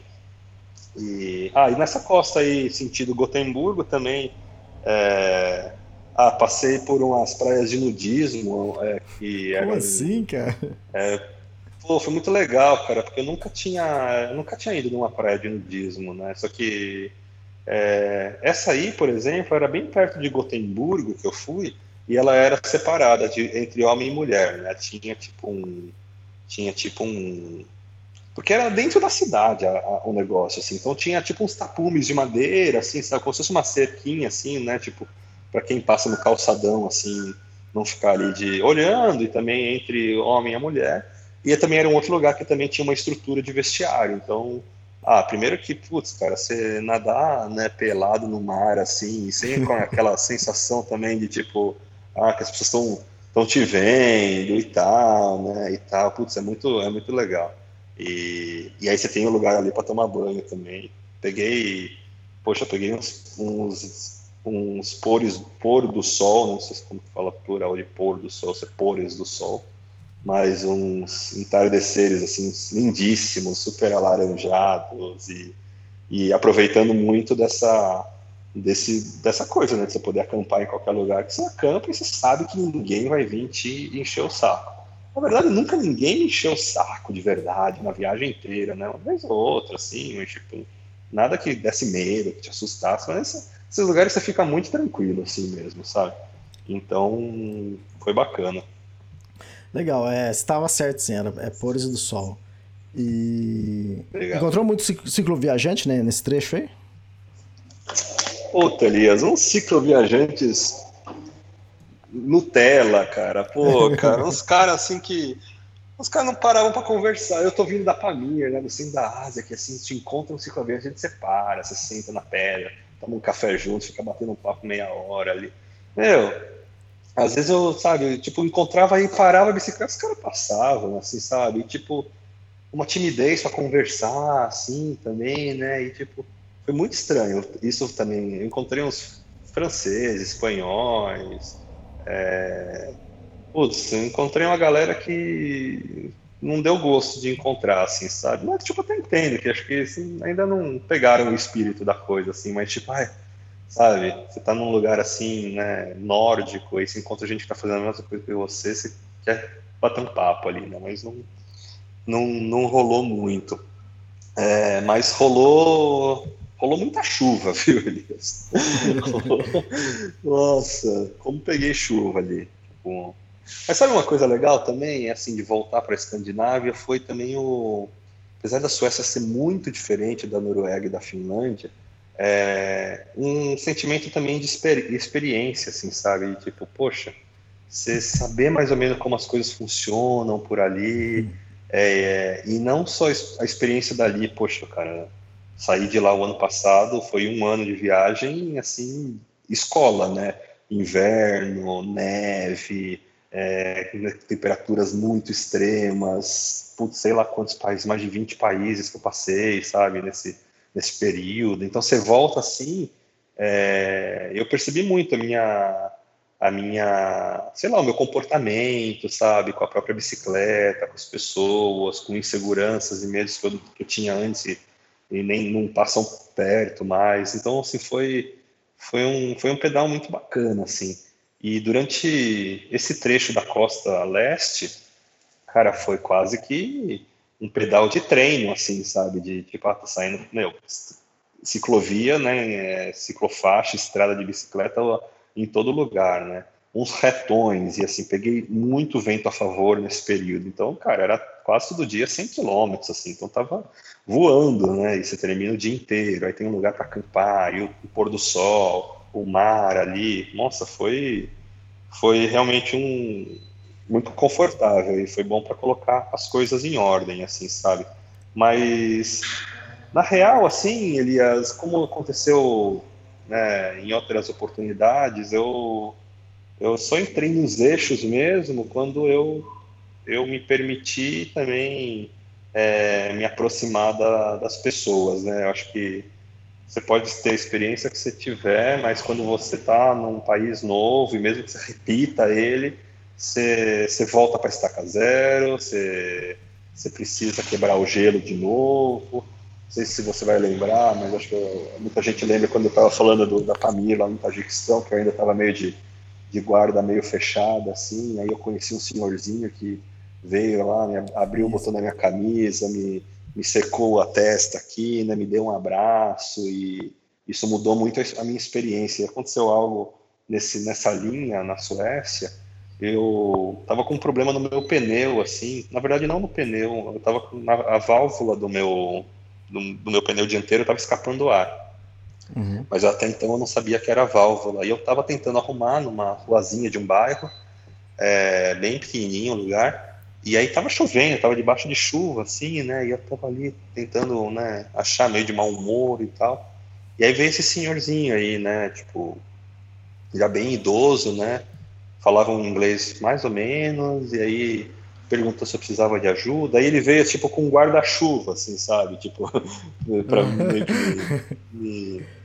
E, ah, e nessa costa aí, sentido Gotemburgo também, é, ah, passei por umas praias de nudismo, é, que Como eram, assim, cara? pô, foi muito legal, cara, porque eu nunca tinha, eu nunca tinha ido numa praia de nudismo, né? Só que é, essa aí, por exemplo, era bem perto de Gotemburgo que eu fui, e ela era separada de, entre homem e mulher, né? Tinha tipo um, tinha tipo um porque era dentro da cidade a- a- o negócio, assim. Então tinha tipo uns tapumes de madeira, assim, sabe? Como se fosse uma cerquinha, assim, né? Tipo, para quem passa no calçadão, assim, não ficar ali de olhando, e também entre o homem e a mulher. E também era um outro lugar que também tinha uma estrutura de vestiário. Então, ah, primeiro que, putz, cara, você nadar, né, pelado no mar, assim, e sem com aquela sensação também de tipo, ah, que as pessoas estão estão te vendo e tal, né, e tal. Putz, é muito, é muito legal. E, e aí você tem um lugar ali para tomar banho também. Peguei, poxa, peguei uns, uns, uns pores, pôr do sol, não sei como que fala plural de pôr do sol, se é pores do sol, mas uns entardeceres assim lindíssimos, super alaranjados e, e aproveitando muito dessa desse, dessa coisa, né, de você poder acampar em qualquer lugar que você acampa e você sabe que ninguém vai vir te encher o saco. Na verdade, nunca ninguém me encheu o saco de verdade na viagem inteira, né? Uma vez ou outra, assim, mas, tipo, nada que desse medo, que te assustasse, mas essa- esses lugares você fica muito tranquilo, assim mesmo, sabe? Então, foi bacana. Legal, é, você estava certo, sim, era, é Pores do Sol. E Legal. encontrou muito cic- cicloviajante, né, nesse trecho aí? Puta, Elias, uns cicloviajantes Nutella, cara. Pô, cara, uns caras assim que. Os caras não paravam pra conversar. Eu tô vindo da Pamir, né, do centro da Ásia, que assim, te encontra um cicloviajante, a gente separa, você senta na pedra, toma um café junto, fica batendo um papo meia hora ali. Meu, às vezes eu, sabe, tipo, encontrava aí, parava a bicicleta, os caras passavam, assim, sabe? E, tipo, uma timidez para conversar, assim, também, né? E, tipo, foi muito estranho. Isso também, eu encontrei uns franceses, espanhóis, É... Putz, eu encontrei uma galera que não deu gosto de encontrar, assim, sabe? Mas, tipo, eu até entendo que acho que assim, ainda não pegaram o espírito da coisa, assim, mas, tipo, ai, sabe? Você tá num lugar, assim, né, nórdico, aí você encontra gente que tá fazendo a mesma coisa que você, você quer bater um papo ali, né? Mas não, não, não rolou muito. É, mas rolou... Rolou muita chuva, viu, Elias? Nossa, como peguei chuva ali. Tipo... Mas sabe uma coisa legal também, assim, de voltar para a Escandinávia, foi também o... Apesar da Suécia ser muito diferente da Noruega e da Finlândia, é... um sentimento também de exper... experiência, assim, sabe? Tipo, poxa, você saber mais ou menos como as coisas funcionam por ali, é... e não só a experiência dali, poxa, cara... Saí de lá o ano passado, foi um ano de viagem, assim, escola, né? Inverno, neve, é, temperaturas muito extremas, putz, sei lá quantos países, mais de vinte países que eu passei, sabe, nesse, nesse período. Então, você volta assim, é, eu percebi muito a minha, a minha, sei lá, o meu comportamento, sabe, com a própria bicicleta, com as pessoas, com inseguranças e medos que eu, que eu tinha antes e, e nem não passam perto mais. Então, assim, foi, foi, um, foi um pedal muito bacana, assim. E durante esse trecho da costa leste, cara, foi quase que um pedal de treino, assim, sabe? De, tipo, ah, tá saindo, meu, ciclovia, né? Ciclofaixa, estrada de bicicleta em todo lugar, né? Uns retões, e assim, peguei muito vento a favor nesse período. Então, cara, era quase todo dia cem quilômetros, assim, então tava voando, né? E você termina o dia inteiro, aí tem um lugar para acampar, e o, o pôr do sol, o mar ali, nossa, foi, foi realmente um muito confortável, e foi bom para colocar as coisas em ordem, assim, sabe? Mas, na real, assim, Elias, como aconteceu, né, em outras oportunidades, eu Eu só entrei nos eixos mesmo quando eu, eu me permiti também é, me aproximar da, das pessoas, né? Eu acho que você pode ter a experiência que você tiver, mas quando você está num país novo, e mesmo que você repita ele, você, você volta para estaca zero, você, você precisa quebrar o gelo de novo. Não sei se você vai lembrar, mas acho que eu, muita gente lembra quando eu estava falando do, da família lá no Tajiquistão, que eu ainda estava meio de de guarda meio fechada, assim, aí eu conheci um senhorzinho que veio lá, me abriu o botão da minha camisa, me, me secou a testa aqui, né, me deu um abraço, e isso mudou muito a minha experiência. Aconteceu algo nesse, nessa linha, na Suécia, eu estava com um problema no meu pneu, assim, na verdade não no pneu, eu estava com a, a válvula do meu, do, do meu pneu dianteiro estava escapando ar. Uhum. Mas até então eu não sabia que era válvula. E eu estava tentando arrumar numa ruazinha de um bairro, é, bem pequenininho o lugar. E aí estava chovendo, estava debaixo de chuva, assim, né? E eu estava ali tentando, né, achar meio de mau humor e tal. E aí veio esse senhorzinho aí, né? Tipo, já bem idoso, né? Falava um inglês mais ou menos. E aí perguntou se eu precisava de ajuda. Aí ele veio, tipo, com um guarda-chuva, assim, sabe? Tipo, para meio que me, me,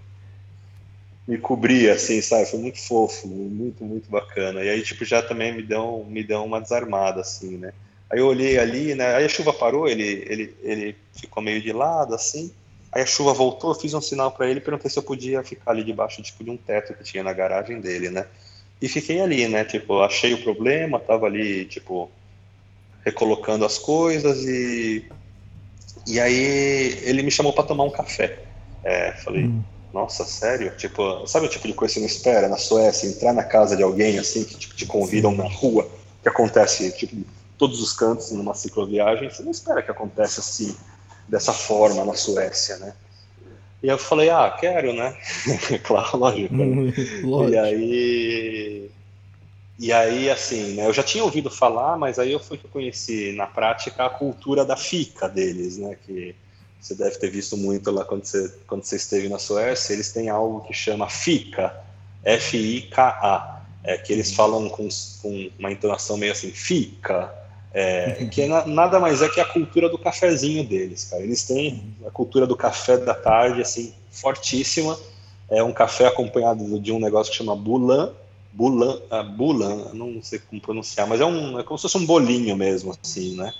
me cobrir, assim, sabe? Foi muito fofo, muito, muito bacana. E aí, tipo, já também me deu, me deu uma desarmada, assim, né? Aí eu olhei ali, né? Aí a chuva parou, ele, ele, ele ficou meio de lado, assim. Aí a chuva voltou, eu fiz um sinal para ele, perguntei se eu podia ficar ali debaixo, tipo, de um teto que tinha na garagem dele, né? E fiquei ali, né? Tipo, achei o problema, tava ali, tipo, recolocando as coisas, e e aí ele me chamou para tomar um café. É, falei, hum. nossa, sério? Tipo, sabe o tipo de coisa que você não espera na Suécia, entrar na casa de alguém assim, que tipo, te convidam na rua, que acontece tipo em todos os cantos numa cicloviagem, você não espera que aconteça assim, dessa forma na Suécia, né? E eu falei, ah, quero, né? Claro, lógico, né? Lógico. E aí E aí, assim, né, eu já tinha ouvido falar, mas aí eu fui que eu conheci na prática a cultura da fika deles, né, que você deve ter visto muito lá quando você, quando você esteve na Suécia. Eles têm algo que chama fika, F I K A, é, que eles falam com, com uma entonação meio assim, fika, é, que na, nada mais é que a cultura do cafezinho deles, cara. Eles têm a cultura do café da tarde, assim, fortíssima. É um café acompanhado de um negócio que chama bulan, bulan, ah, bulan, não sei como pronunciar, mas é, um, é como se fosse um bolinho mesmo, assim, né?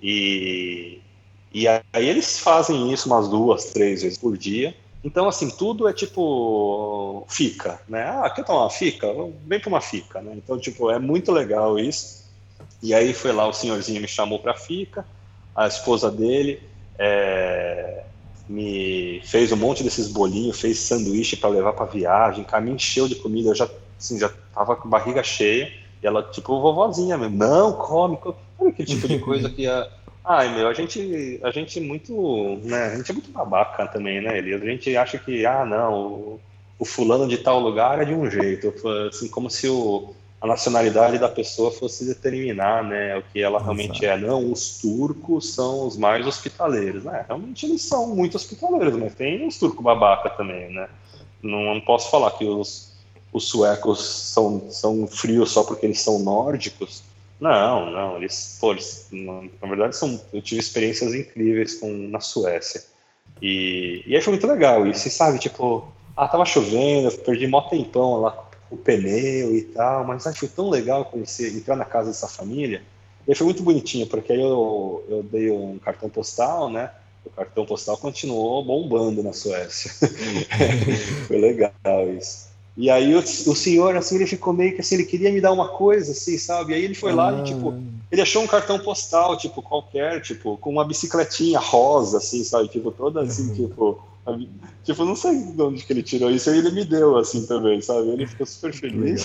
E, e aí eles fazem isso umas duas, três vezes por dia. Então, assim, tudo é tipo fica, né? Ah, quer tomar uma fica? Vem para uma fica, né? Então, tipo, é muito legal isso. E aí foi lá, o senhorzinho me chamou para fica, a esposa dele é, me fez um monte desses bolinhos, fez sanduíche para levar para viagem, caminho encheu de comida, eu já, assim, já tava com a barriga cheia, e ela, tipo, vovozinha mesmo, não, come, come. Olha aquele tipo de coisa que a... Ai, meu, a gente, a gente é muito, né, a gente é muito babaca também, né, Elias? A gente acha que, ah, não, o, o fulano de tal lugar é de um jeito, assim, como se o, a nacionalidade da pessoa fosse determinar, né, o que ela realmente é. Não, os turcos são os mais hospitaleiros, né, realmente eles são muito hospitaleiros, mas tem os turcos babaca também, né, não, não posso falar que os, os suecos são, são frios só porque eles são nórdicos. Não, não, eles, pô, eles, na verdade, são, eu tive experiências incríveis com, na Suécia. E, e aí foi muito legal. E você sabe, tipo, ah, tava chovendo, eu perdi mó tempão lá com o pneu e tal, mas ah, foi tão legal conhecer, entrar na casa dessa família. E aí foi muito bonitinho, porque aí eu, eu dei um cartão postal, né? O cartão postal continuou bombando na Suécia. Foi legal isso. E aí o, o senhor, assim, ele ficou meio que assim, ele queria me dar uma coisa, assim, sabe? E aí ele foi lá e, tipo, ele achou um cartão postal, tipo, qualquer, tipo, com uma bicicletinha rosa, assim, sabe? Tipo, toda assim, tipo... A, tipo, não sei de onde que ele tirou isso, aí ele me deu, assim, também, sabe? Ele ficou super feliz.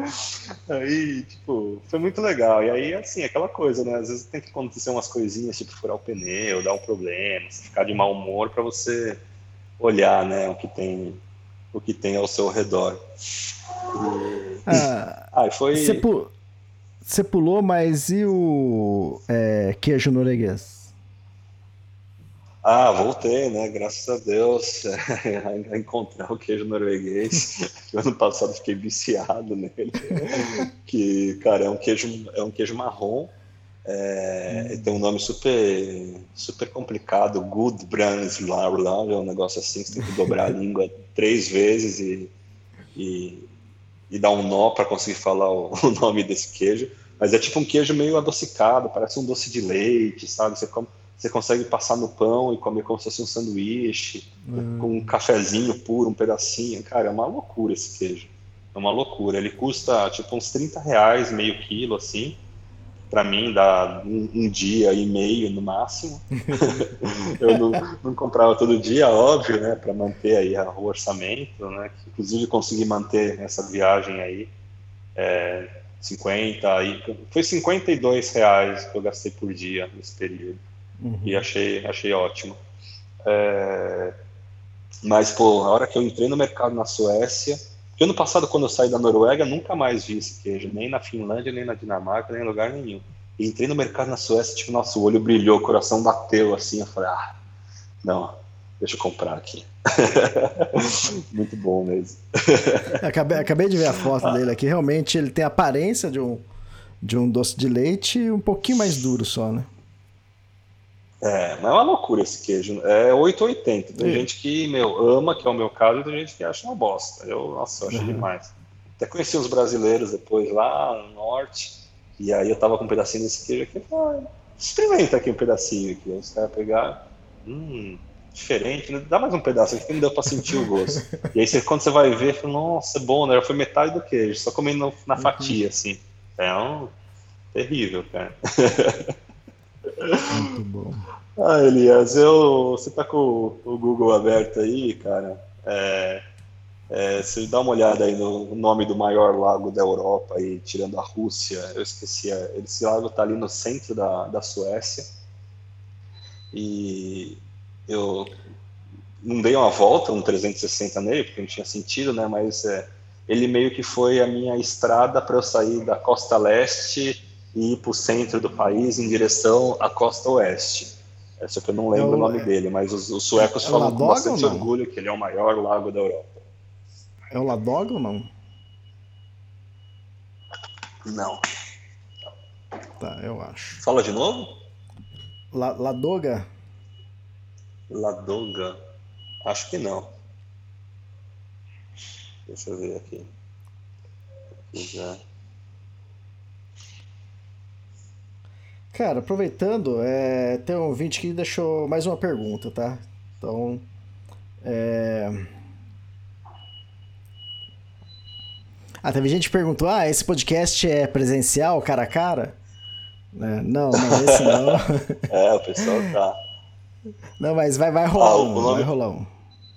Aí, tipo, foi muito legal. E aí, assim, aquela coisa, né? Às vezes tem que acontecer umas coisinhas, tipo, furar o pneu, dar um problema, ficar de mau humor pra você olhar, né, o que tem... o que tem ao seu redor. E... Ah, ah, foi... Você pu... pulou, mas e o é, queijo norueguês? Ah, voltei, né? Graças a Deus a encontrar o queijo norueguês. Ano passado fiquei viciado nele. Que, cara, é um queijo, é um queijo marrom. É, hum. Tem um nome super, super complicado, Gudbrandsdal, é um negócio assim, você tem que dobrar a língua três vezes e, e, e dar um nó para conseguir falar o, o nome desse queijo. Mas é tipo um queijo meio adocicado, parece um doce de leite, sabe? Você, come, você consegue passar no pão e comer como se fosse um sanduíche, hum. com um cafezinho puro, um pedacinho. Cara, é uma loucura esse queijo. É uma loucura. Ele custa tipo uns trinta reais, meio quilo, assim. Para mim dá um, um dia e meio no máximo. Eu não, não comprava todo dia, óbvio, né, para manter aí o orçamento, né, que inclusive consegui manter essa viagem aí, é, cinquenta, e, foi cinquenta e dois reais que eu gastei por dia nesse período, uhum. E achei, achei ótimo. É, mas, pô, a hora que eu entrei no mercado na Suécia, porque ano passado, quando eu saí da Noruega, nunca mais vi esse queijo, nem na Finlândia, nem na Dinamarca, nem em lugar nenhum. E entrei no mercado na Suécia, tipo, nossa, o olho brilhou, o coração bateu, assim, eu falei, ah, não, deixa eu comprar aqui. Muito bom mesmo. Acabei, acabei de ver a foto dele aqui, realmente ele tem a aparência de um, de um doce de leite e um pouquinho mais duro só, né? É, mas é uma loucura esse queijo. É oito ou oitenta. Tem é. gente que, meu, ama, que é o meu caso, e tem gente que acha uma bosta. Eu, nossa, eu acho uhum. demais. Até conheci os brasileiros depois lá no norte, e aí eu tava com um pedacinho desse queijo aqui, eu falei, ah, experimenta aqui um pedacinho aqui. Aí os caras pegaram, hum, diferente, né? Dá mais um pedaço aqui que não deu pra sentir o gosto. E aí você, quando você vai ver, fala, nossa, é bom, né? Já foi metade do queijo, só comendo na fatia, assim. É um terrível, cara. Muito bom. Ah, Elias, eu, você tá com o Google aberto aí, cara, é, é, você dá uma olhada aí no nome do maior lago da Europa, aí, tirando a Rússia, eu esqueci, esse lago tá ali no centro da, da Suécia, e eu não dei uma volta, um trezentos e sessenta nele, porque não tinha sentido, né, mas é, ele meio que foi a minha estrada para eu sair da costa leste e ir para o centro do país em direção à costa oeste. É, só que eu não lembro é o, o nome é, dele, mas os, os suecos é falam com bastante orgulho que ele é o maior lago da Europa. É o Ladoga ou não? Não. Tá, eu acho. Fala de novo? La, Ladoga? Ladoga? Acho que não. Deixa eu ver aqui. Pois é. Cara, aproveitando, é, tem um ouvinte que deixou mais uma pergunta, tá? Então, é... Ah, teve gente que perguntou, ah, esse podcast é presencial, cara a cara? É, não, não, esse não. É, o pessoal tá. Não, mas vai, vai rolar Ah, o um, nome- vai rolar um.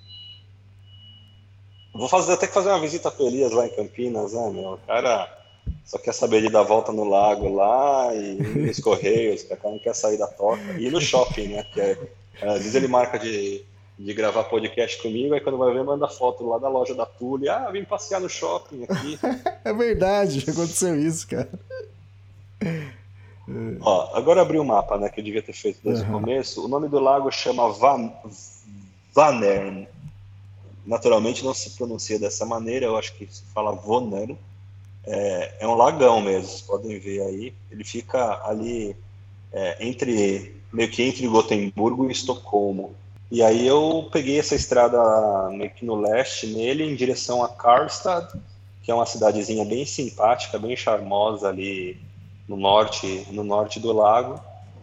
Vou fazer, até que fazer uma visita pro Elias lá em Campinas, né, meu? O cara só quer saber de dar volta no lago lá e nos correios, o cara não quer sair da toca. E no shopping, né? Que é, às vezes ele marca de, de gravar podcast comigo, aí quando vai ver, manda foto lá da loja da Tule. Ah, vim passear no shopping aqui. É verdade, já aconteceu isso, cara. Ó, agora abri o mapa, né, que eu devia ter feito desde Uhum. o começo. O nome do lago chama Van, Vanern. Naturalmente não se pronuncia dessa maneira, eu acho que se fala Vonern. É, é um lagão mesmo, vocês podem ver aí. Ele fica ali é, entre, meio que entre Gotemburgo e Estocolmo. E aí eu peguei essa estrada meio que no leste nele, em direção a Karlstad, que é uma cidadezinha bem simpática, bem charmosa ali no norte, no norte do lago.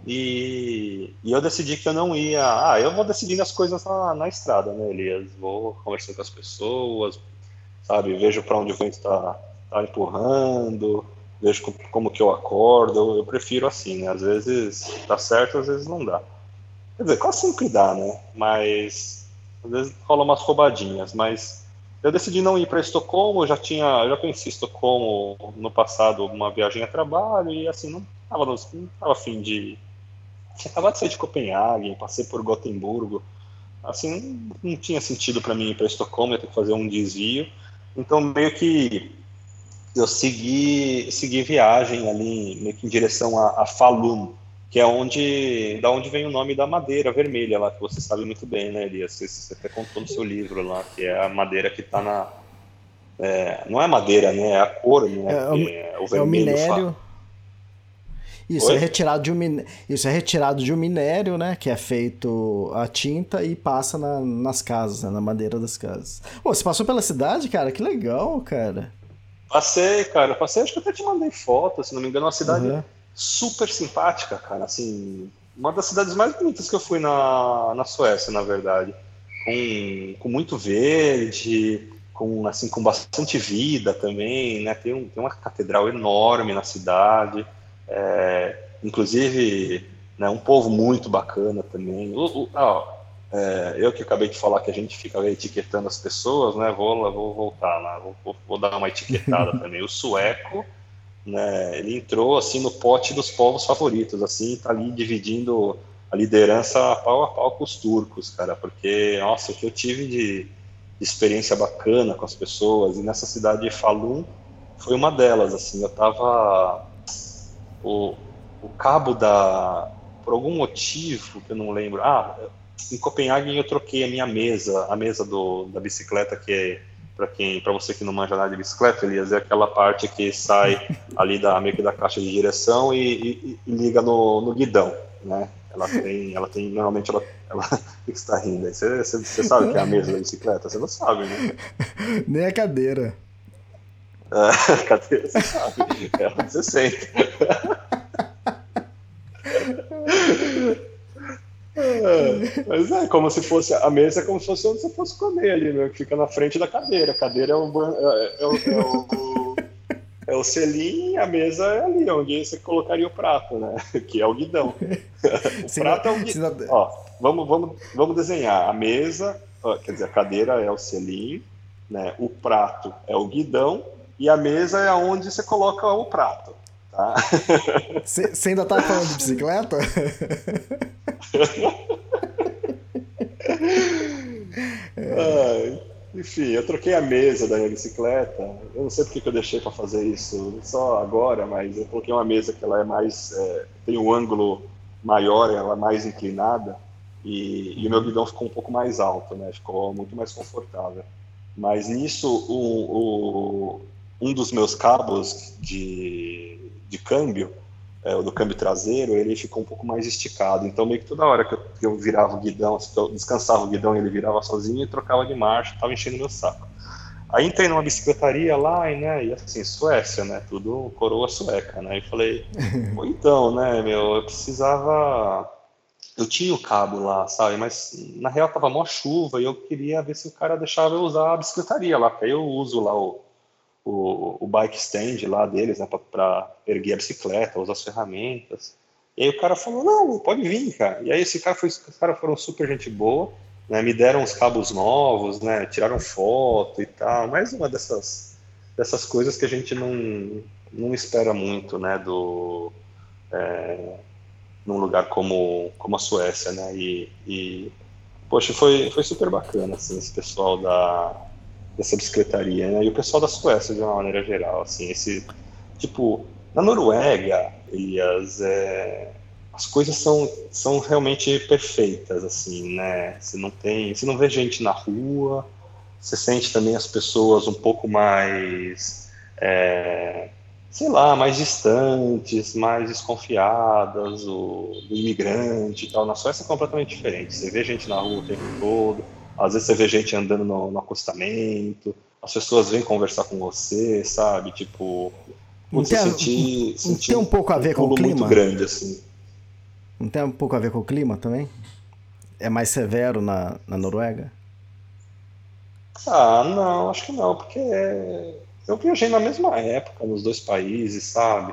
E, e eu decidi que eu não ia. Ah, eu vou decidindo as coisas na, na estrada, né, Elias? Vou conversando com as pessoas, sabe? Vejo para onde o vento está tá empurrando, vejo como, como que eu acordo. Eu, eu prefiro assim, né? Às vezes dá certo, às vezes não dá. Quer dizer, quase sempre dá, né? Mas às vezes rola umas roubadinhas. Mas eu decidi não ir para Estocolmo. Eu já tinha, eu já conheci Estocolmo no passado, uma viagem a trabalho, e assim, não estava não tava afim de. Tinha acabado de sair de Copenhague, passei por Gotemburgo. Assim, não, não tinha sentido para mim ir para Estocolmo, ia ter que fazer um desvio. Então, meio que eu segui, segui viagem ali, meio que em direção a, a Falun, que é onde, da onde vem o nome da madeira vermelha lá, que você sabe muito bem, né, Elias? Você, você até contou no seu livro lá, que é a madeira que está na... É, não é madeira, né? É a cor, né? É, o, é, o é o vermelho minério. fa- Isso Oi? é retirado de um min... Isso é retirado de um minério, né? Que é feito a tinta e passa na- nas casas, né, na madeira das casas. Pô, você passou pela cidade, cara? Que legal, cara. Passei, cara, passei, acho que até te mandei foto, se não me engano, é uma cidade Uhum. super simpática, cara, assim, uma das cidades mais bonitas que eu fui na, na Suécia, na verdade, com, com muito verde, com, assim, com bastante vida também, né, tem, um, tem uma catedral enorme na cidade, é, inclusive, né, um povo muito bacana também. O, o, ah, é, eu que acabei de falar que a gente fica etiquetando as pessoas, né, vou, vou voltar lá, vou, vou, vou dar uma etiquetada também. O sueco, né, ele entrou assim no pote dos povos favoritos, assim, tá ali dividindo a liderança pau a pau com os turcos, cara, porque, nossa, o que eu tive de experiência bacana com as pessoas, e nessa cidade de Falun foi uma delas, assim, eu tava, o, o cabo da, por algum motivo que eu não lembro, ah, em Copenhague eu troquei a minha mesa, a mesa do, da bicicleta, que é, para quem, para você que não manja nada de bicicleta, Elias, é aquela parte que sai ali da, meio que da caixa de direção e, e, e liga no, no guidão, né? Ela tem, ela tem, normalmente ela, ela o que você tá rindo aí? Você, você, você sabe o que é a mesa da bicicleta? Você não sabe, né? Nem a cadeira. É, cadê? Você sabe? É onde você senta. É, mas é como se fosse, a mesa é como se fosse onde você fosse comer ali, né? Que fica na frente da cadeira. A cadeira é o, ban- é, é o, é o, é o selim, a mesa é ali, onde você colocaria o prato, né? Que é o guidão. O Se prato não- é o se guidão. não- Ó, vamos, vamos, vamos desenhar. A mesa, ó, quer dizer, a cadeira é o selim, né? O prato é o guidão e a mesa é onde você coloca o prato, tá? Você você ainda tá falando de bicicleta? Ah, enfim, eu troquei a mesa da minha bicicleta. Eu não sei porque que eu deixei para fazer isso só agora, mas eu coloquei uma mesa que ela é mais, é, tem um ângulo maior, ela é mais inclinada e, e o meu guidão ficou um pouco mais alto, né? Ficou muito mais confortável. Mas nisso, o, o- um dos meus cabos de, de câmbio, é, o do câmbio traseiro, ele ficou um pouco mais esticado. Então, meio que toda hora que eu, que eu virava o guidão, se eu descansava o guidão, ele virava sozinho e trocava de marcha, estava enchendo meu saco. Aí entrei numa bicicletaria lá, e, né, e assim, Suécia, né, tudo coroa sueca, né, e falei, pô, então, né, meu, eu precisava, eu tinha o cabo lá, sabe, mas na real tava mó chuva e eu queria ver se o cara deixava eu usar a bicicletaria lá, porque aí eu uso lá o, o, o bike stand lá deles, né, pra, pra erguer a bicicleta, usar as ferramentas. E aí o cara falou, não, pode vir, cara. E aí esse cara foi, os caras foram super gente boa, né, me deram os cabos novos, né, tiraram foto e tal, mais uma dessas, dessas coisas que a gente não, não espera muito, né, do, é, num lugar como, como a Suécia, né, e, e poxa, foi, foi super bacana, assim, esse pessoal da, dessa bicicletaria, né, e o pessoal da Suécia, de uma maneira geral, assim, esse, tipo, na Noruega, Elias, é, as coisas são, são realmente perfeitas, assim, né? Você não tem, você não vê gente na rua, você sente também as pessoas um pouco mais, é, sei lá, mais distantes, mais desconfiadas do, do imigrante e tal. Na Suécia é completamente diferente. Você vê gente na rua o tempo todo, às vezes você vê gente andando no, no acostamento, as pessoas vêm conversar com você, sabe? Tipo, Não putz, eu tem, senti, não senti tem um pouco a ver com o pulo clima? muito grande, assim. Não tem um pouco a ver com o clima também? É mais severo na, na Noruega? Ah, não, acho que não, porque eu viajei na mesma época nos dois países, sabe?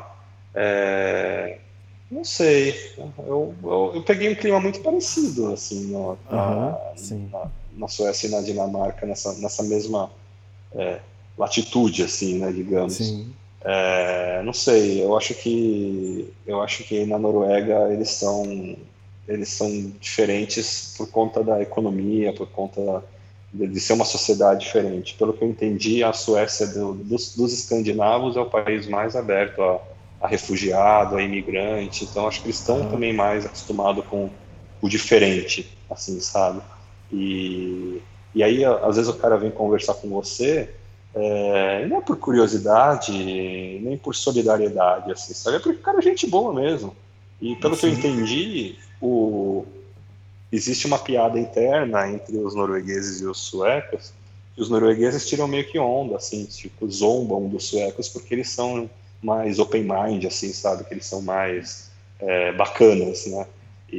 É, não sei, eu, eu, eu peguei um clima muito parecido, assim, no- Aham, na, sim. na, na Suécia e na Dinamarca, nessa, nessa mesma é, latitude, assim, né, digamos. Sim. É, não sei, eu acho que eu acho que na Noruega eles são eles são diferentes por conta da economia, por conta de, de ser uma sociedade diferente. Pelo que eu entendi, a Suécia do, dos, dos escandinavos é o país mais aberto a, a refugiado, a imigrante. Então acho que eles estão Aham. também mais acostumados com o diferente, assim, sabe? E, e aí às vezes o cara vem conversar com você. É, não é por curiosidade, nem por solidariedade, assim, sabe? É porque o cara é gente boa mesmo. E pelo que eu Sim. entendi, o... existe uma piada interna entre os noruegueses e os suecos, que os noruegueses tiram meio que onda, assim, tipo, zombam dos suecos porque eles são mais open mind, assim, sabe? Que eles são mais é, bacanas, né?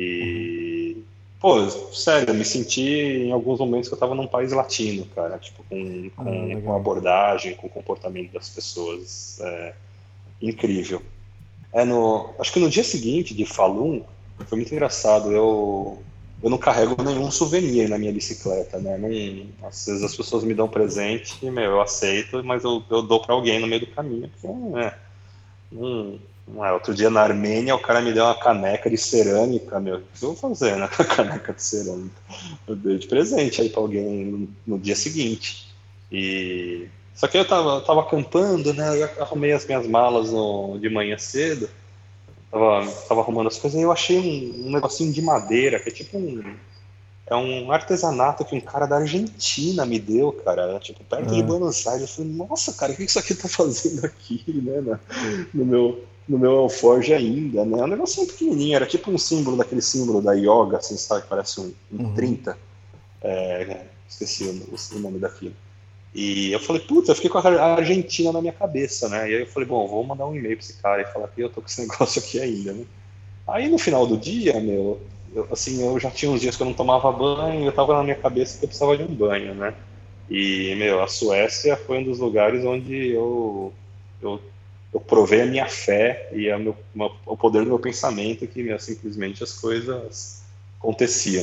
E pô, sério, eu me senti em alguns momentos que eu tava num país latino, cara, tipo, com, Ah, com, com legal. abordagem, com comportamento das pessoas. É, incrível. É no, acho que no dia seguinte de Falun, foi muito engraçado. Eu, eu não carrego nenhum souvenir na minha bicicleta, né? Não, às vezes as pessoas me dão presente, e, meu, eu aceito, mas eu, eu dou para alguém no meio do caminho. Porque, é, não, não é. Outro dia na Armênia, o cara me deu uma caneca de cerâmica, meu. O que eu vou fazer, né, com a caneca de cerâmica? Eu dei de presente aí para alguém no, no dia seguinte. E só que eu tava, eu tava acampando, né? Eu arrumei as minhas malas no, de manhã cedo, tava, tava arrumando as coisas e eu achei um, um negocinho de madeira, que é tipo um. É um artesanato que um cara da Argentina me deu, cara, tipo, perto de Ah, Buenos Aires. Eu falei, nossa, cara, o que isso aqui tá fazendo aqui, né, na- no meu, no meu alforje ainda, né? É um negocinho pequenininho, era tipo um símbolo, daquele símbolo da yoga, assim, sabe, que parece um, um uhum. trinta, é, esqueci o, o nome daquilo. E eu falei, puta, eu fiquei com a Argentina na minha cabeça, né? E aí eu falei, bom, vou mandar um e-mail pra esse cara e falar que eu tô com esse negócio aqui ainda, né? Aí no final do dia, meu, eu, assim, eu já tinha uns dias que eu não tomava banho, eu tava na minha cabeça que eu precisava de um banho, né? E, meu, a Suécia foi um dos lugares onde eu, eu, eu provei a minha fé e a meu, o poder do meu pensamento, que, meu, simplesmente as coisas aconteciam.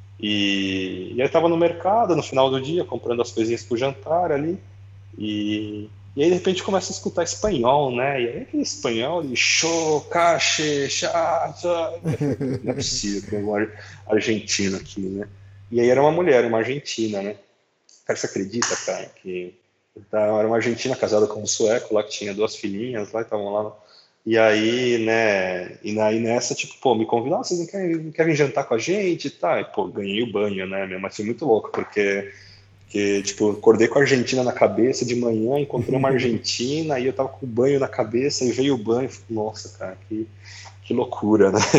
E, e aí eu tava no mercado no final do dia, comprando as coisinhas pro jantar ali, e, e aí de repente começa a escutar espanhol, né? E aí aquele espanhol de show, cache, chá, chá. Eu falei, "Pô, não é possível que tem um ar- argentino aqui, né?" E aí era uma mulher, uma argentina, né? Cara, você acredita, cara, que tá- era uma argentina casada com um sueco lá, que tinha duas filhinhas lá, e estavam lá. E aí, né, e aí nessa, tipo, pô, me convidaram, ah, vocês não querem, não querem jantar com a gente e tal? E, pô, ganhei o banho, né, meu, mas foi muito louco, porque, porque, tipo, acordei com a Argentina na cabeça de manhã, encontrei uma Argentina, e eu tava com o banho na cabeça, e veio o banho, e falei, nossa, cara, que, que loucura, né?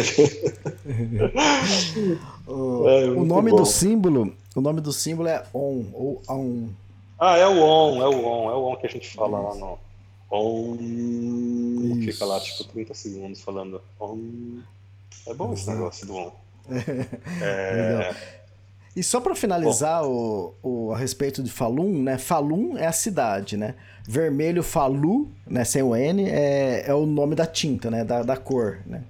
O, É o muito nome do bom. símbolo, o nome do símbolo é On ou On. Ah, é o on, é o on, é o on que a gente fala lá no on, Isso. fica lá tipo trinta segundos falando on. É bom esse negócio do on. Legal. E só para finalizar o, o, a respeito de Falun, né? Falun é a cidade, né? Vermelho Falu, né? Sem o N, é, é o nome da tinta, né? Da, da cor, né?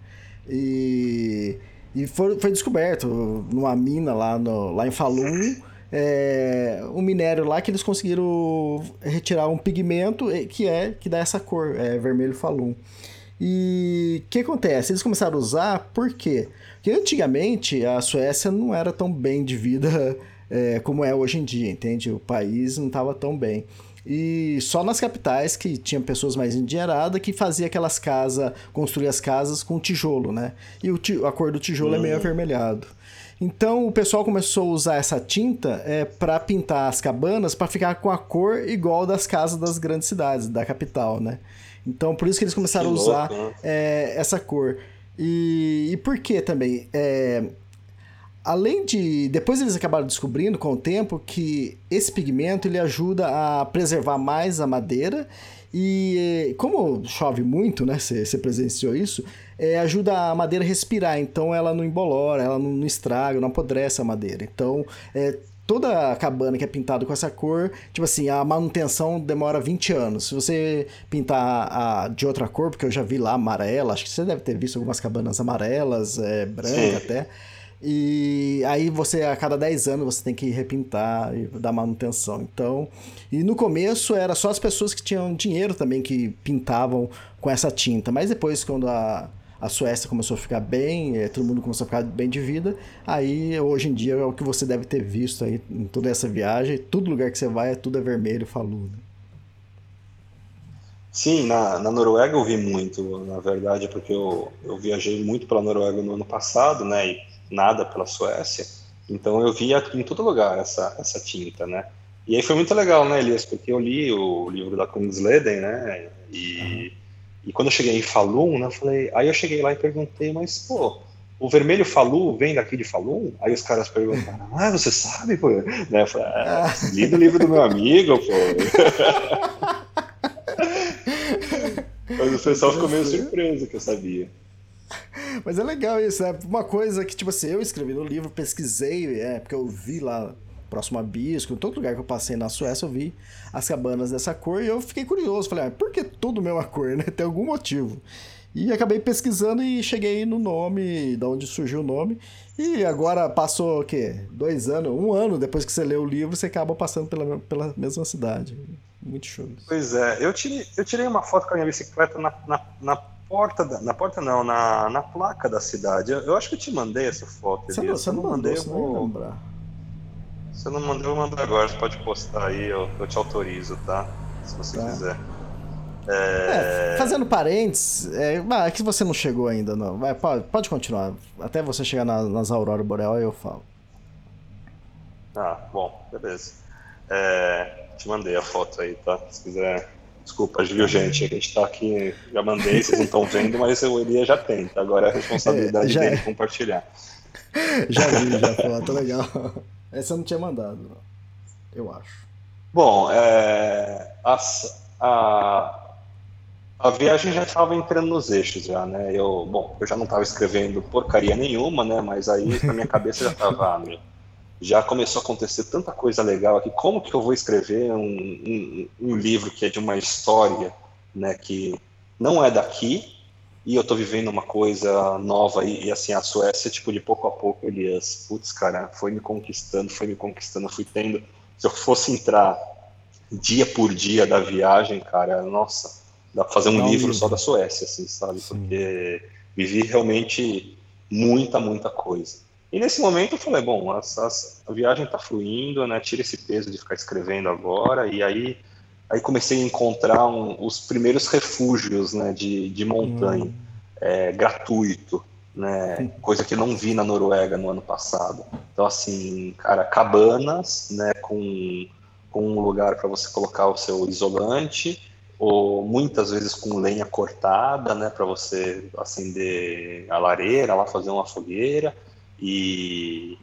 E, e foi, foi descoberto numa mina lá, no, lá em Falun, é, um minério lá que eles conseguiram retirar um pigmento que é que dá essa cor, é vermelho Falun. E o que acontece? Eles começaram a usar por quê? Porque antigamente a Suécia não era tão bem de vida é, como é hoje em dia, entende? O país não estava tão bem. E só nas capitais que tinham pessoas mais endinheiradas que fazia aquelas casas, construía as casas com tijolo, né? E o, a cor do tijolo é meio avermelhado. Então o pessoal começou a usar essa tinta é, para pintar as cabanas para ficar com a cor igual das casas das grandes cidades, da capital, né? Então, por isso que eles começaram que a usar louco, né? é, essa cor. E, e por que também? É, além de... Depois eles acabaram descobrindo, com o tempo, que esse pigmento ele ajuda a preservar mais a madeira. E como chove muito, né? Você presenciou isso, é, ajuda a madeira a respirar. Então, ela não embolora, ela não, não estraga, não apodrece a madeira. Então, é... toda a cabana que é pintada com essa cor, tipo assim, a manutenção demora vinte anos. Se você pintar a, de outra cor, porque eu já vi lá amarela, acho que você deve ter visto algumas cabanas amarelas, é, branca até. E aí você, a cada dez anos, você tem que repintar e dar manutenção. Então, e no começo era só as pessoas que tinham dinheiro também que pintavam com essa tinta. Mas depois, quando a... a Suécia começou a ficar bem, todo mundo começou a ficar bem de vida, aí hoje em dia é o que você deve ter visto aí em toda essa viagem, todo lugar que você vai, tudo é vermelho, Falun. Sim, na, na Noruega eu vi muito, na verdade, porque eu, eu viajei muito pela Noruega no ano passado, né, e nada pela Suécia, então eu via em todo lugar essa, essa tinta, né, e aí foi muito legal, né, Elias, porque eu li o livro da Kungsleden, né, e... Uhum. E quando eu cheguei em Falun, né, eu falei, aí eu cheguei lá e perguntei, mas, pô, o vermelho Falu vem daqui de Falun? Aí os caras perguntaram, ah, você sabe, pô? Né, eu falei, ah, li do livro do meu amigo, pô. Mas o pessoal ficou meio surpreso que eu sabia. Mas é legal isso, é uma coisa que, tipo assim, eu escrevi no livro, pesquisei, é, porque eu vi lá próximo a Bisco, em todo lugar que eu passei na Suécia, eu vi as cabanas dessa cor e eu fiquei curioso. Falei, ah, por que tudo mesma cor, né? Tem algum motivo. E acabei pesquisando e cheguei no nome, de onde surgiu o nome. E agora passou, o quê? Dois anos, um ano depois que você lê o livro, você acaba passando pela, pela mesma cidade. Muito show. Pois é, eu tirei, eu tirei uma foto com a minha bicicleta na, na, na porta, da, na porta não, na, na placa da cidade. Eu, eu acho que eu te mandei essa foto. Você não, você não mandei, eu vou lembrar. Se eu não mandei, eu mando agora. Você pode postar aí, eu, eu te autorizo, tá? Se você tá. quiser. É... É, fazendo parênteses, é, é que você não chegou ainda, não. Vai, pode, pode continuar. Até você chegar na, nas auroras boreal, eu falo. Ah, bom, beleza. É, te mandei a foto aí, tá? Se quiser. Desculpa, viu, gente? A gente tá aqui, já mandei, vocês não estão vendo, mas o Elia já tem, tá? Agora é a responsabilidade é, já dele é. compartilhar. Já vi, já foto, legal. Essa eu não tinha mandado, não. Eu acho. Bom, é, a, a, a viagem já estava entrando nos eixos já, né? Eu, bom, eu já não estava escrevendo porcaria nenhuma, né? Mas aí na minha cabeça já estava, ah, meu, já começou a acontecer tanta coisa legal aqui. Como que eu vou escrever um, um, um livro que é de uma história, né? Que não é daqui e eu tô vivendo uma coisa nova e, e assim, a Suécia, tipo, de pouco a pouco, Elias, putz, cara, foi me conquistando, foi me conquistando, fui tendo, se eu fosse entrar dia por dia da viagem, cara, nossa, dá pra fazer um não, livro não. só da Suécia, assim, sabe, Sim. porque vivi realmente muita, muita coisa. E nesse momento eu falei, bom, as, as, a viagem tá fluindo, né, tira esse peso de ficar escrevendo agora, e aí Aí comecei a encontrar um, os primeiros refúgios, né, de, de montanha, hum. é, gratuito, né, coisa que não vi na Noruega no ano passado. Então, assim, cara, cabanas, né, com, com um lugar para você colocar o seu isolante, ou muitas vezes com lenha cortada, né, para você acender a lareira, lá fazer uma fogueira, e,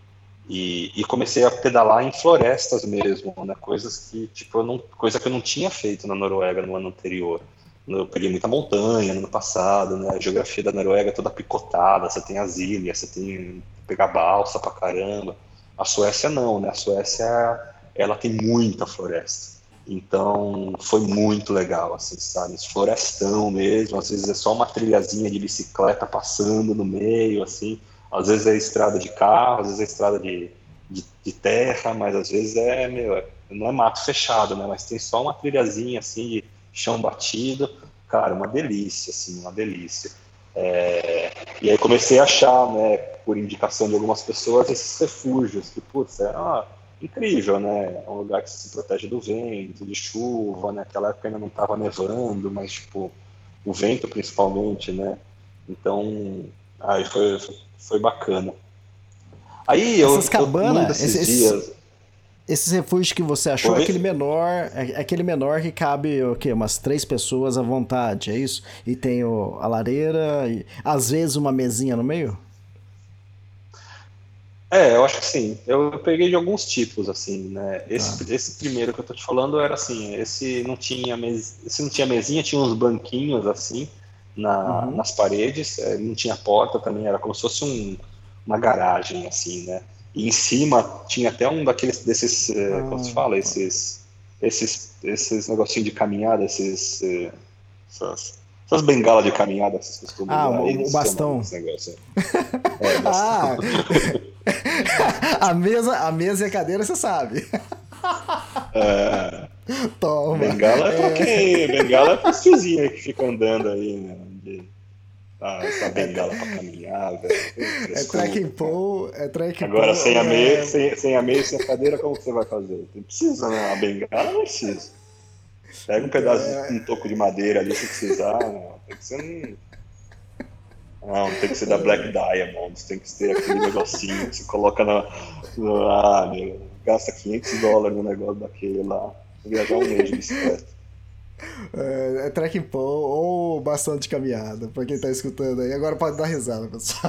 E, e comecei a pedalar em florestas mesmo, né? Coisas que, tipo, eu não, coisa que eu não tinha feito na Noruega no ano anterior. Eu peguei muita montanha no ano passado, né? A geografia da Noruega é toda picotada, você tem as ilhas, você tem que pegar balsa pra caramba. A Suécia não, né? A Suécia, ela tem muita floresta. Então, foi muito legal, assim, sabe? Florestão mesmo, às vezes é só uma trilhazinha de bicicleta passando no meio, assim. Às vezes é estrada de carro, às vezes é estrada de, de, de terra, mas às vezes é, meu, não é mato fechado, né? Mas tem só uma trilhazinha, assim, de chão batido. Cara, uma delícia, assim, uma delícia. É... E aí comecei a achar, né, por indicação de algumas pessoas, esses refúgios, que, putz, é ah, incrível, né? É um lugar que se protege do vento, de chuva, né? Naquela época ainda não estava nevando, mas, tipo, o vento principalmente, né? Então, aí foi, foi bacana. Aí eu, Essas eu num cabanas, desses esses, dias... esses refúgios que você achou Oi? é aquele menor, é aquele menor que cabe o quê? Umas três pessoas à vontade, é isso? E tem o, a lareira e às vezes uma mesinha no meio? É, eu acho que sim. Eu, eu peguei de alguns tipos, assim, né? Esse, esse primeiro que eu tô te falando era assim, esse não tinha mes, esse não tinha mesinha, tinha uns banquinhos assim na, Uhum. nas paredes, é, não tinha porta também, era como se fosse um, uma garagem, assim, né? E em cima tinha até um daqueles desses, é, como se Ah, fala, esses, esses, esses negocinhos de caminhada, esses, é, essas, essas bengalas de caminhada que vocês costumam ah usar aí, o, o eles chamam bastão. esse negócio. É, bastão. Ah, a mesa, a mesa e a cadeira você sabe. É, Toma. Bengala é pra É, quem? Bengala é pros tiozinhos aí que ficam andando aí, né? De, ah, essa bengala pra caminhar, velho. Que é track and frescura, cara. pull, é track and Agora, sem a pull, meia, é, sem, sem a meia e sem a cadeira, como que você vai fazer? Não precisa, né? A bengala não precisa. Pega um então, pedaço de um é, toco de madeira ali se precisar. Não, tem que ser um. Não, tem que ser da Black Diamond, tem que ter aquele negocinho que você coloca na. no- Ah, meu, gasta quinhentos dólares no negócio daquele lá. Vou viajar um mês de bicicleta. é, é track and pull ou bastão de caminhada, pra quem tá escutando aí. Agora pode dar risada, pessoal.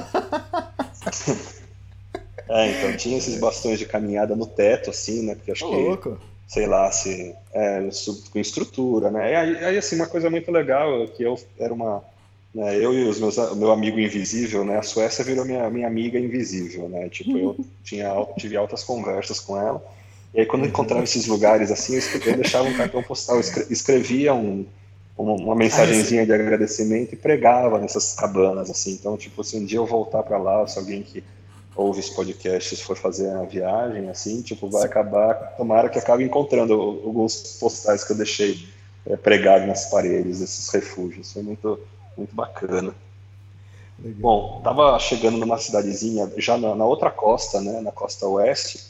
É, então tinha esses bastões de caminhada no teto, assim, né? Porque acho Ô, que, louco. sei lá, se é, su- com estrutura, né? E aí, aí, assim, uma coisa muito legal é que eu era uma, né, eu e os meus, o meu amigo invisível, né? A Suécia virou minha, minha amiga invisível, né? Tipo, eu tinha, al- tive altas conversas com ela. E aí, quando eu encontrava esses lugares, assim, eu, escre- eu deixava um cartão postal, eu escre- escrevia um, uma, uma A rece... mensagenzinha de agradecimento e pregava nessas cabanas, assim. Então, tipo, se um dia eu voltar para lá, se alguém que ouve esse podcast, se for fazer a viagem, assim, tipo, vai acabar, tomara que acabe encontrando alguns postais que eu deixei é, pregados nas paredes, esses refúgios. Foi muito, muito bacana. Legal. Bom, tava chegando numa cidadezinha, já na, na outra costa, né, na costa oeste.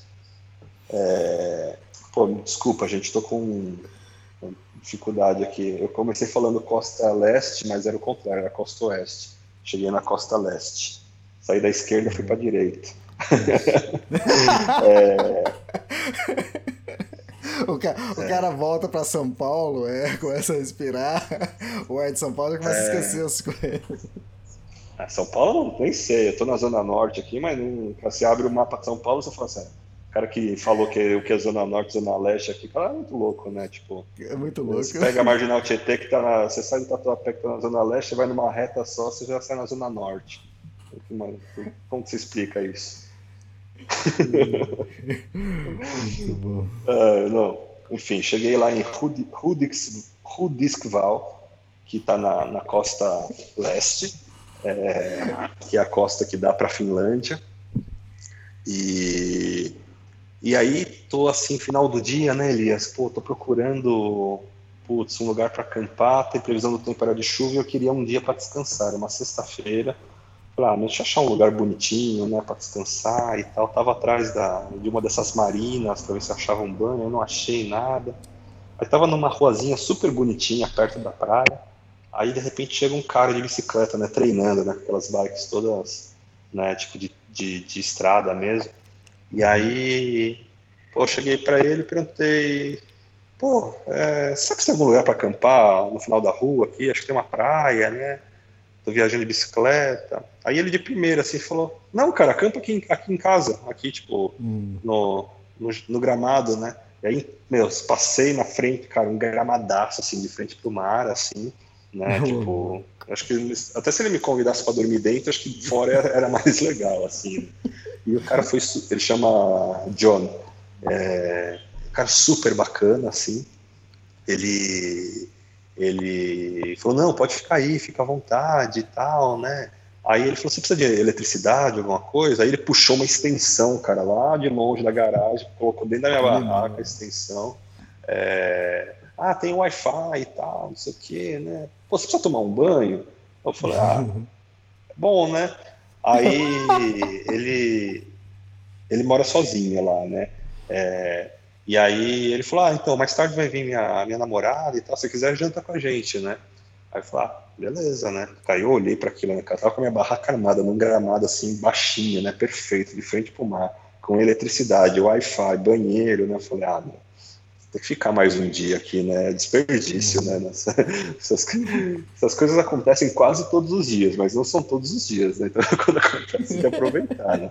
Pô, desculpa, gente, tô com dificuldade aqui. Eu comecei falando costa leste, mas era o contrário, era costa oeste. Cheguei na costa leste. Saí da esquerda e fui para a direita. O, ca... o cara volta pra São Paulo, é, começa a respirar. O ar de São Paulo já começa a esquecer as coisas. Ah, São Paulo, nem sei, eu tô na Zona Norte aqui, mas não, você abre o mapa de São Paulo e você fala assim, o cara que falou que o que é Zona Norte, Zona Leste aqui, cara, é muito louco, né? Tipo, É muito louco. você pega a Marginal Tietê, que tá na, você sai do Tatuapé que tá na Zona Leste, vai numa reta só, você já sai na Zona Norte. Como que você explica isso? Muito bom. Uh, não. Enfim, cheguei lá em Hudiksvall, que está na, na costa leste, é, que é a costa que dá para a Finlândia. E, e aí tô assim, final do dia, né, Elias? Pô, tô procurando putz, um lugar para acampar, tem previsão do tempo era de chuva e eu queria um dia para descansar, uma sexta-feira. Falei, ah, deixa eu achar um lugar bonitinho, né, para descansar e tal. Tava atrás da, de uma dessas marinas para ver se eu achava um banho, eu não achei nada. Aí tava numa ruazinha super bonitinha, perto da praia. Aí de repente chega um cara de bicicleta, né, treinando, né, aquelas bikes todas, né, tipo de, de, de estrada mesmo. E aí, pô, eu cheguei para ele e perguntei, pô, é, sabe se tem algum lugar para acampar no final da rua aqui? Acho que tem uma praia, né? tô viajando de bicicleta. Aí ele de primeira, assim, falou, não, cara, acampa aqui, aqui em casa, aqui, tipo, hum. no, no, no gramado, né? E aí, meu, passei na frente, cara, um gramadaço, assim, de frente pro mar, assim, né? Tipo, acho que ele, até se ele me convidasse para dormir dentro, acho que fora era, era mais legal, assim, né? E o cara foi, ele chama John, é, um cara super bacana, assim, ele, ele falou, não, pode ficar aí, fica à vontade e tal, né? Aí ele falou, você precisa de eletricidade, alguma coisa? Aí ele puxou uma extensão, cara, lá de longe da garagem, colocou dentro da minha barraca a extensão, é, ah, tem Wi-Fi e tal, não sei o quê, né? Pô, você precisa tomar um banho? Eu falei, ah, bom, né? Aí ele, ele mora sozinho lá, né? É, e aí ele falou, ah, então, mais tarde vai vir minha, minha namorada e tal, se quiser janta com a gente, né? Aí eu falei, ah, beleza, né? Aí eu olhei para aquilo, né? Eu tava com a minha barraca armada num gramado assim, baixinho, né? Perfeito, de frente pro mar, com eletricidade, Wi-Fi, banheiro, né? Eu falei, ah, meu, tem que ficar mais um dia aqui, né? Desperdício, né? Nessa, essas, essas coisas acontecem quase todos os dias, mas não são todos os dias, né? Então, quando acontece, tem que aproveitar, né?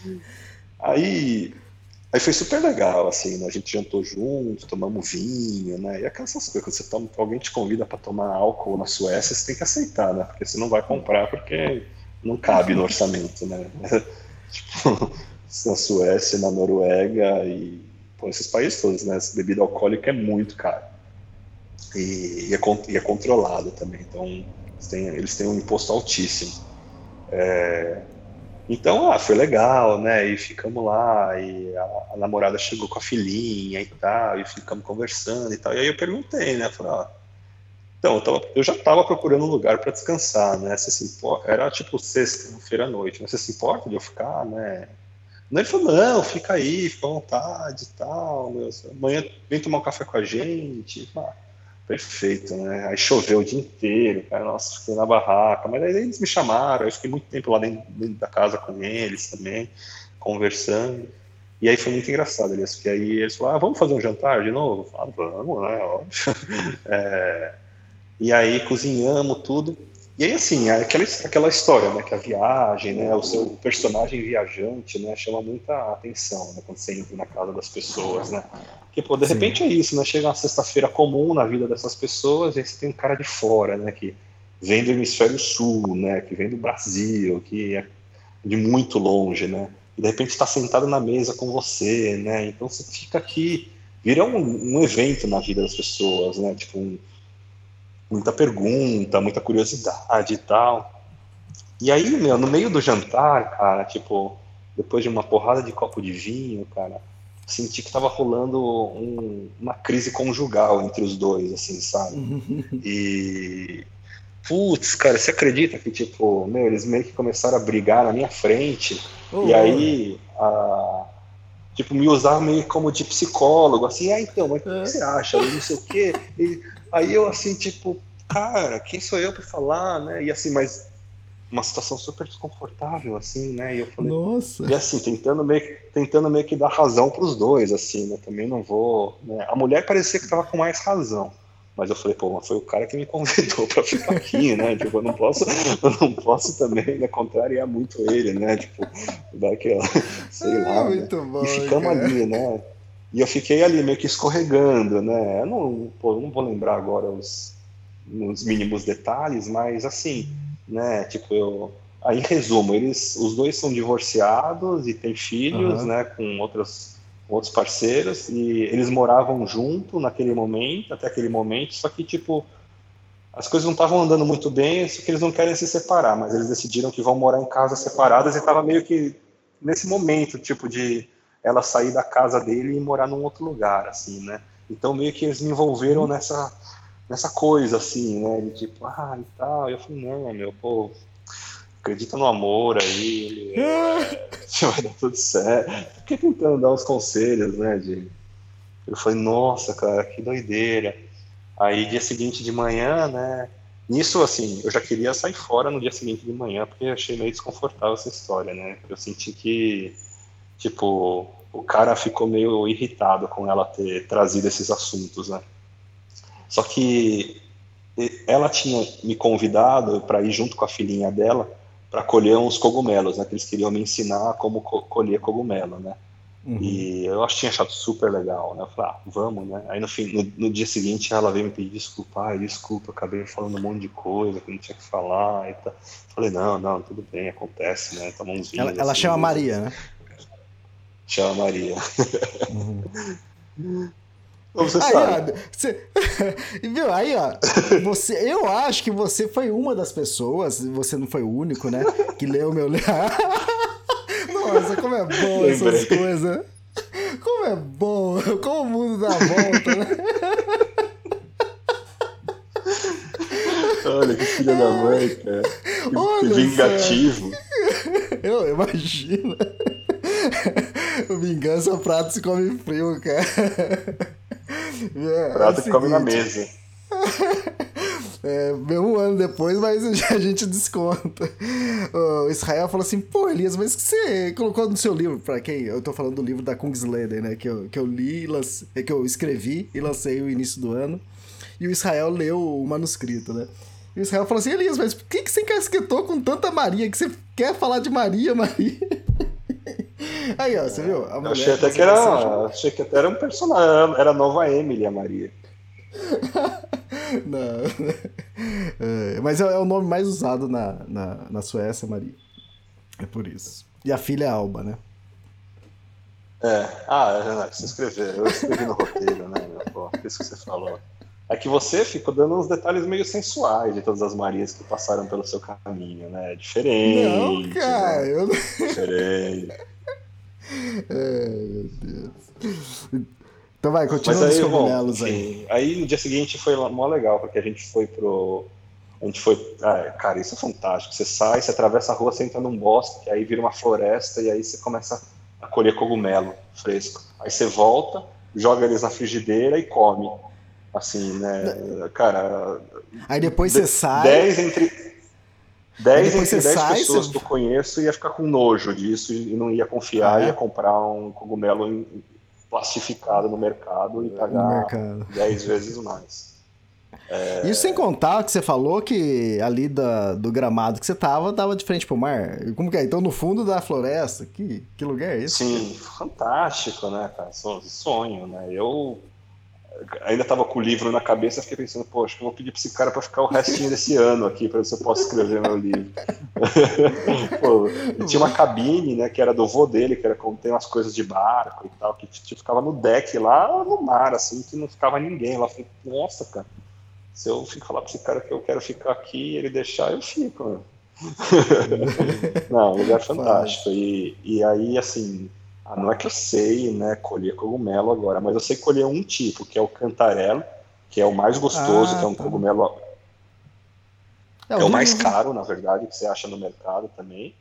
Aí, aí foi super legal, assim, né? A gente jantou junto, tomamos vinho, né? E aquelas coisas, quando você toma, alguém te convida para tomar álcool na Suécia, você tem que aceitar, né? Porque você não vai comprar porque não cabe no orçamento, né? Tipo, na Suécia, na Noruega e Pô, esses países todos, né? Essa bebida alcoólica é muito cara. E, e, é, e é controlado também. Então, eles têm, eles têm um imposto altíssimo. É, então, ah, foi legal, né? E ficamos lá, e a, a namorada chegou com a filhinha e tal, e ficamos conversando e tal. E aí eu perguntei, né? Falei, ah, então, eu, tava, eu já estava procurando um lugar para descansar, né? Você se importa? Era tipo sexta-feira à noite, né? Você se importa de eu ficar, né? Ele falou, não, fica aí, fica à vontade e tal, meu, amanhã vem tomar um café com a gente. Ah, perfeito, né? Aí choveu o dia inteiro, cara, nossa, fiquei na barraca, mas aí eles me chamaram, eu fiquei muito tempo lá dentro, dentro da casa com eles também, conversando, e aí foi muito engraçado, eles, porque aí eles falaram, ah, vamos fazer um jantar de novo? Eu falei, ah, vamos, né, óbvio. É, e aí cozinhamos tudo. E aí, assim, aquela, aquela história, né, que a viagem, né, o seu personagem viajante, né, chama muita atenção, né, quando você entra na casa das pessoas, né, porque, pô, de Sim. repente é isso, né, chega uma sexta-feira comum na vida dessas pessoas, e aí você tem um cara de fora, né, que vem do hemisfério sul, né, que vem do Brasil, que é de muito longe, né, e de repente está sentado na mesa com você, né, então você fica aqui, vira um, um evento na vida das pessoas, né, tipo um muita pergunta, muita curiosidade e tal. E aí, meu, no meio do jantar, cara, tipo, depois de uma porrada de copo de vinho, cara, senti que tava rolando um, uma crise conjugal entre os dois, assim, sabe? E, putz, cara, você acredita que, tipo, meu, eles meio que começaram a brigar na minha frente, oh, e aí, a, tipo, me usar meio como de psicólogo, assim, ah, então, mas o que você acha? E não sei o quê. E aí eu, assim, tipo, cara, quem sou eu pra falar, né? E assim, mas uma situação super desconfortável, assim, né? E eu falei, nossa. E assim, tentando meio, que, tentando meio que dar razão pros dois, assim, né? Também não vou, né? A mulher parecia que tava com mais razão. Mas eu falei, pô, mas foi o cara que me convidou pra ficar aqui, né? Tipo, eu não posso, eu não posso também, né, contrariar muito ele, né? Tipo, daquela, sei lá, é, né? Bom, e ficamos cara. ali, né? E eu fiquei ali meio que escorregando, né? Eu não, pô, eu não vou lembrar agora os, os mínimos detalhes, mas assim, né? Tipo, eu... Aí, em resumo, eles, os dois são divorciados e têm filhos, uhum. né? Com outros, outros parceiros, e eles moravam junto naquele momento, até aquele momento, só que, tipo, as coisas não estavam andando muito bem, só que eles não querem se separar, mas eles decidiram que vão morar em casas separadas e estava meio que nesse momento, tipo, de ela sair da casa dele e morar num outro lugar, assim, né? Então, meio que eles me envolveram nessa, nessa coisa, assim, né? De tipo, ah, e tal. E eu falei, não, meu, pô, acredita no amor aí, é, vai dar tudo certo. Fiquei tentando dar uns conselhos, né? De... Eu falei, nossa, cara, que doideira. Aí, dia seguinte de manhã, né? Nisso, assim, eu já queria sair fora no dia seguinte de manhã, porque eu achei meio desconfortável essa história, né? Eu senti que, tipo, o cara ficou meio irritado com ela ter trazido esses assuntos, né? Só que ela tinha me convidado para ir junto com a filhinha dela para colher uns cogumelos, né? Que eles queriam me ensinar como co- colher cogumelo, né? Uhum. E eu acho, tinha achado super legal, né? Eu falei, ah, vamos, né? Aí no, fim, no, no dia seguinte ela veio me pedir desculpa, ai, desculpa, eu acabei falando um monte de coisa que não tinha que falar e tal. Falei, não, não, tudo bem, acontece, né? Toma uns vinhos. Ela, ela assim, chama né? Maria, né? Chama Maria. Uhum. Como você Aí, sabe? ó, você... Viu? Aí, ó, você... eu acho que você foi uma das pessoas, você não foi o único, né? Que leu meu livro. Nossa, como é bom essas Lembrei. coisas. Como é bom, como o mundo dá a volta, né? Olha que filha da mãe, cara. Que, Olha que vingativo. Eu imagino. O vingança é um prato se come frio, cara. É, Prato é que come na seguinte, mesa. É, mesmo um ano depois, mas a gente desconta. O Israel falou assim, pô, Elias, mas que você colocou no seu livro? Pra quem? Eu tô falando do livro da Kungsleden, né? Que eu, que eu li, e lance, que eu escrevi e lancei no início do ano. E o Israel leu o manuscrito, né? E o Israel falou assim, Elias, mas por que, que você encasquetou com tanta Maria? Que você quer falar de Maria, Maria? Aí, ó, você viu? A Eu mulher achei até você que era, seja- achei que até era um personagem, era a nova Emily, a Maria. Não. É, mas é, é o nome mais usado na, na, na Suécia, Maria. É por isso. E a filha é Alba, né? É, ah, é, você escreveu, eu escrevi no roteiro, né? Pô, isso que você falou. É que você ficou dando uns detalhes meio sensuais de todas as Marias que passaram pelo seu caminho, né? Diferente. Não, cara, né? eu não. Diferente. Ai, meu Deus. Então vai, Mas continua nos aí, bom, cogumelos aí. enfim, aí no dia seguinte foi lá- mó legal, porque a gente foi pro. A gente foi. Ah, cara, isso é fantástico. Você sai, você atravessa a rua, você entra num bosque, aí vira uma floresta, e aí você começa a colher cogumelo fresco. Aí você volta, joga eles na frigideira e come. Assim, né? Cara. Aí depois de- você sai. dez entre. Aí dez depois entre você dez sai, pessoas você- que eu conheço ia ficar com nojo disso e não ia confiar, Ah, é? ia comprar um cogumelo em- plastificado no mercado e No pagar mercado. dez vezes mais. Isso sem contar que você falou que ali da, do gramado que você tava, tava de frente pro mar. Como que é? Então no fundo da floresta. Que, que lugar é esse? Sim, fantástico, né, cara? Son- Sonho, né? Eu ainda tava com o livro na cabeça, fiquei pensando, poxa, eu vou pedir pra esse cara pra ficar o restinho desse ano aqui, pra ver se eu posso escrever meu livro. Pô, e tinha uma cabine, né, que era do vô dele, que era como tem umas coisas de barco e tal, que tipo, ficava no deck lá no mar, assim, que não ficava ninguém lá. Eu falei, nossa, cara, se eu fico falar pra esse cara que eu quero ficar aqui e ele deixar, eu fico, né? Não, um lugar fantástico. E, e aí, assim, ah, não é que eu sei, né, colher cogumelo agora, mas eu sei colher um tipo, que é o cantarelo, que é o mais gostoso, Ah, que é um tá. cogumelo. É, É o o mais livro- caro, na verdade, que você acha no mercado também.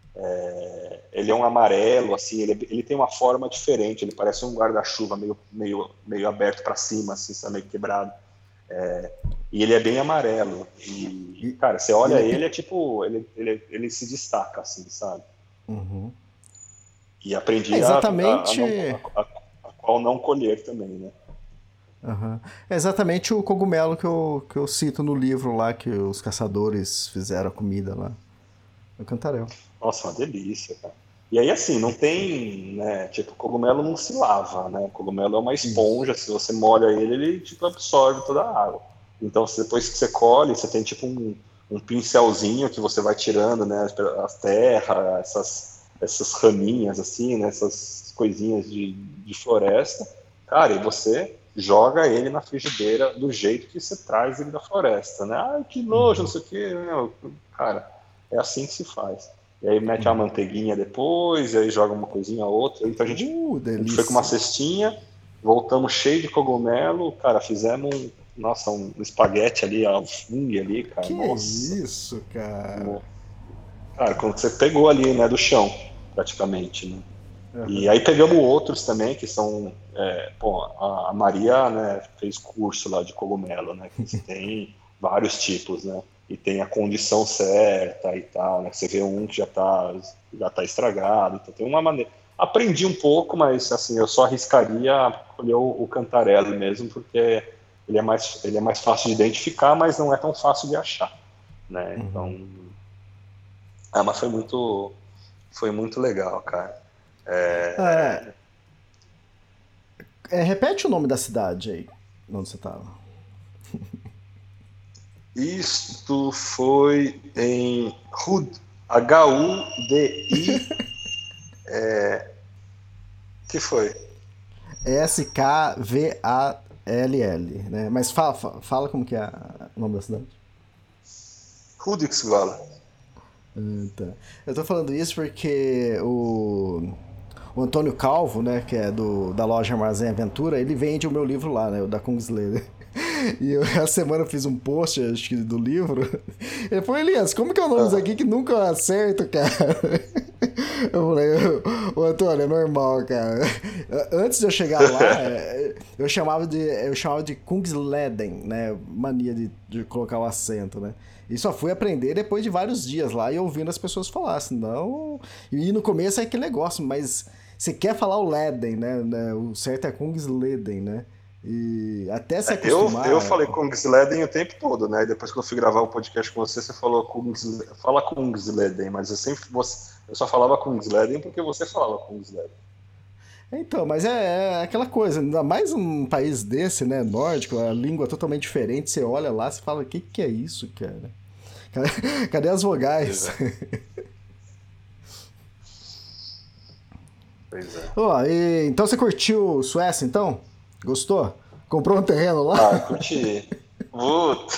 É, ele é um amarelo, assim, ele, ele tem uma forma diferente, ele parece um guarda-chuva meio, meio, meio aberto para cima, assim, sabe, meio quebrado. É, e ele é bem amarelo. E, cara, você olha ele é ele, é tipo, ele, ele, ele se destaca, assim, sabe? Uhum. E aprendi É a- exatamente- a, a, não- a- a- a qual não colher também, né? Aham. É exatamente o cogumelo que eu, que eu cito no livro lá, que os caçadores fizeram a comida lá. O cantarel. Nossa, uma delícia, cara. E aí, assim, não tem, né, tipo, cogumelo não se lava, né? O cogumelo é uma esponja, se você molha ele, ele, tipo, absorve toda a água. Então, se depois que você colhe, você tem, tipo, um, um pincelzinho que você vai tirando, né, as terras, essas, essas raminhas, assim, né, essas coisinhas de, de floresta. Cara, e você joga ele na frigideira do jeito que você traz ele da floresta, né? Ai, que nojo, não sei o quê. Meu, cara, é assim que se faz. E aí mete uma manteiguinha depois, e aí joga uma coisinha ou outra. Então a gente, Uh, a gente delícia. foi com uma cestinha, voltamos cheio de cogumelo, cara, fizemos um, nossa, um espaguete ali, um fungo ali, cara. Que nossa. isso, cara. Cara, quando você pegou ali, né, do chão, praticamente, né? E aí pegamos outros também, que são, é, pô, a, a Maria, né, fez curso lá de cogumelo, né, que tem vários tipos, né, e tem a condição certa e tal, né, você vê um que já tá, já tá estragado, então tem uma maneira. Aprendi um pouco, mas assim, eu só arriscaria colher o, o cantarelo mesmo, porque ele é mais, ele é mais fácil de identificar, mas não é tão fácil de achar, né? Uhum. Então, ah, mas foi muito, foi muito legal, cara. É, É, repete o nome da cidade aí, onde você tava. Isto foi em Hud, H U D I, é, que foi? S K V A L L, né? Mas fala, fa- fala como que é a- o nome da cidade. Hudiksvall. Ah, tá. Eu tô falando isso porque o, o Antônio Calvo, né, que é do, da loja Armazém Aventura, ele vende o meu livro lá, né, o da Kungsleder. E eu, essa semana eu fiz um post, acho que do livro. Ele falou, Elias, como que é o nome disso aqui que nunca eu acerto, cara? Eu falei, ô Antônio, é normal, cara. Antes de eu chegar lá, é, eu chamava de, eu chamava de Kungsleden, né? Mania de, de colocar o acento, né? E só fui aprender depois de vários dias lá e ouvindo as pessoas falar, senão... E no começo é aquele negócio, mas você quer falar o Leden, né? O certo é Kungsleden, né? E até se Eu, acostumar... eu falei Kungsleden o tempo todo, né? E depois que eu fui gravar o podcast com você, você falou Kungs, fala Kungsleden, mas eu sempre você, eu só falava Kungsleden porque você falava Kungsleden. Então, mas é, é aquela coisa, ainda mais um país desse, né, nórdico, a língua é totalmente diferente, você olha lá, você fala, o que que é isso, cara? Cadê, cadê as vogais? Pois é. Ó, e- então você curtiu Suécia, então? Gostou? Comprou um terreno lá? Ah, curti. Puta.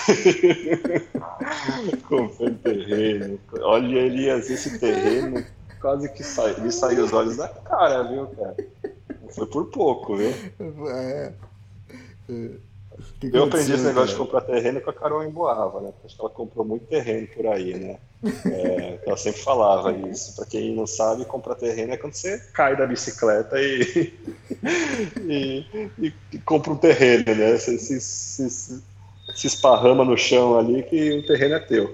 Comprei um terreno. Olha, Elias, esse terreno quase que sai, me saiu os olhos da cara, viu, cara? Não foi por pouco, viu? É. Que que Eu aprendi esse aconteceu, negócio de cara? comprar terreno com a Carol Emboava, né? Acho que ela comprou muito terreno por aí, né? É, ela sempre falava isso. Pra quem não sabe, comprar terreno é quando você cai da bicicleta e, e, e- e compra um terreno, né? Você se, se, se, se esparrama no chão ali que o terreno é teu.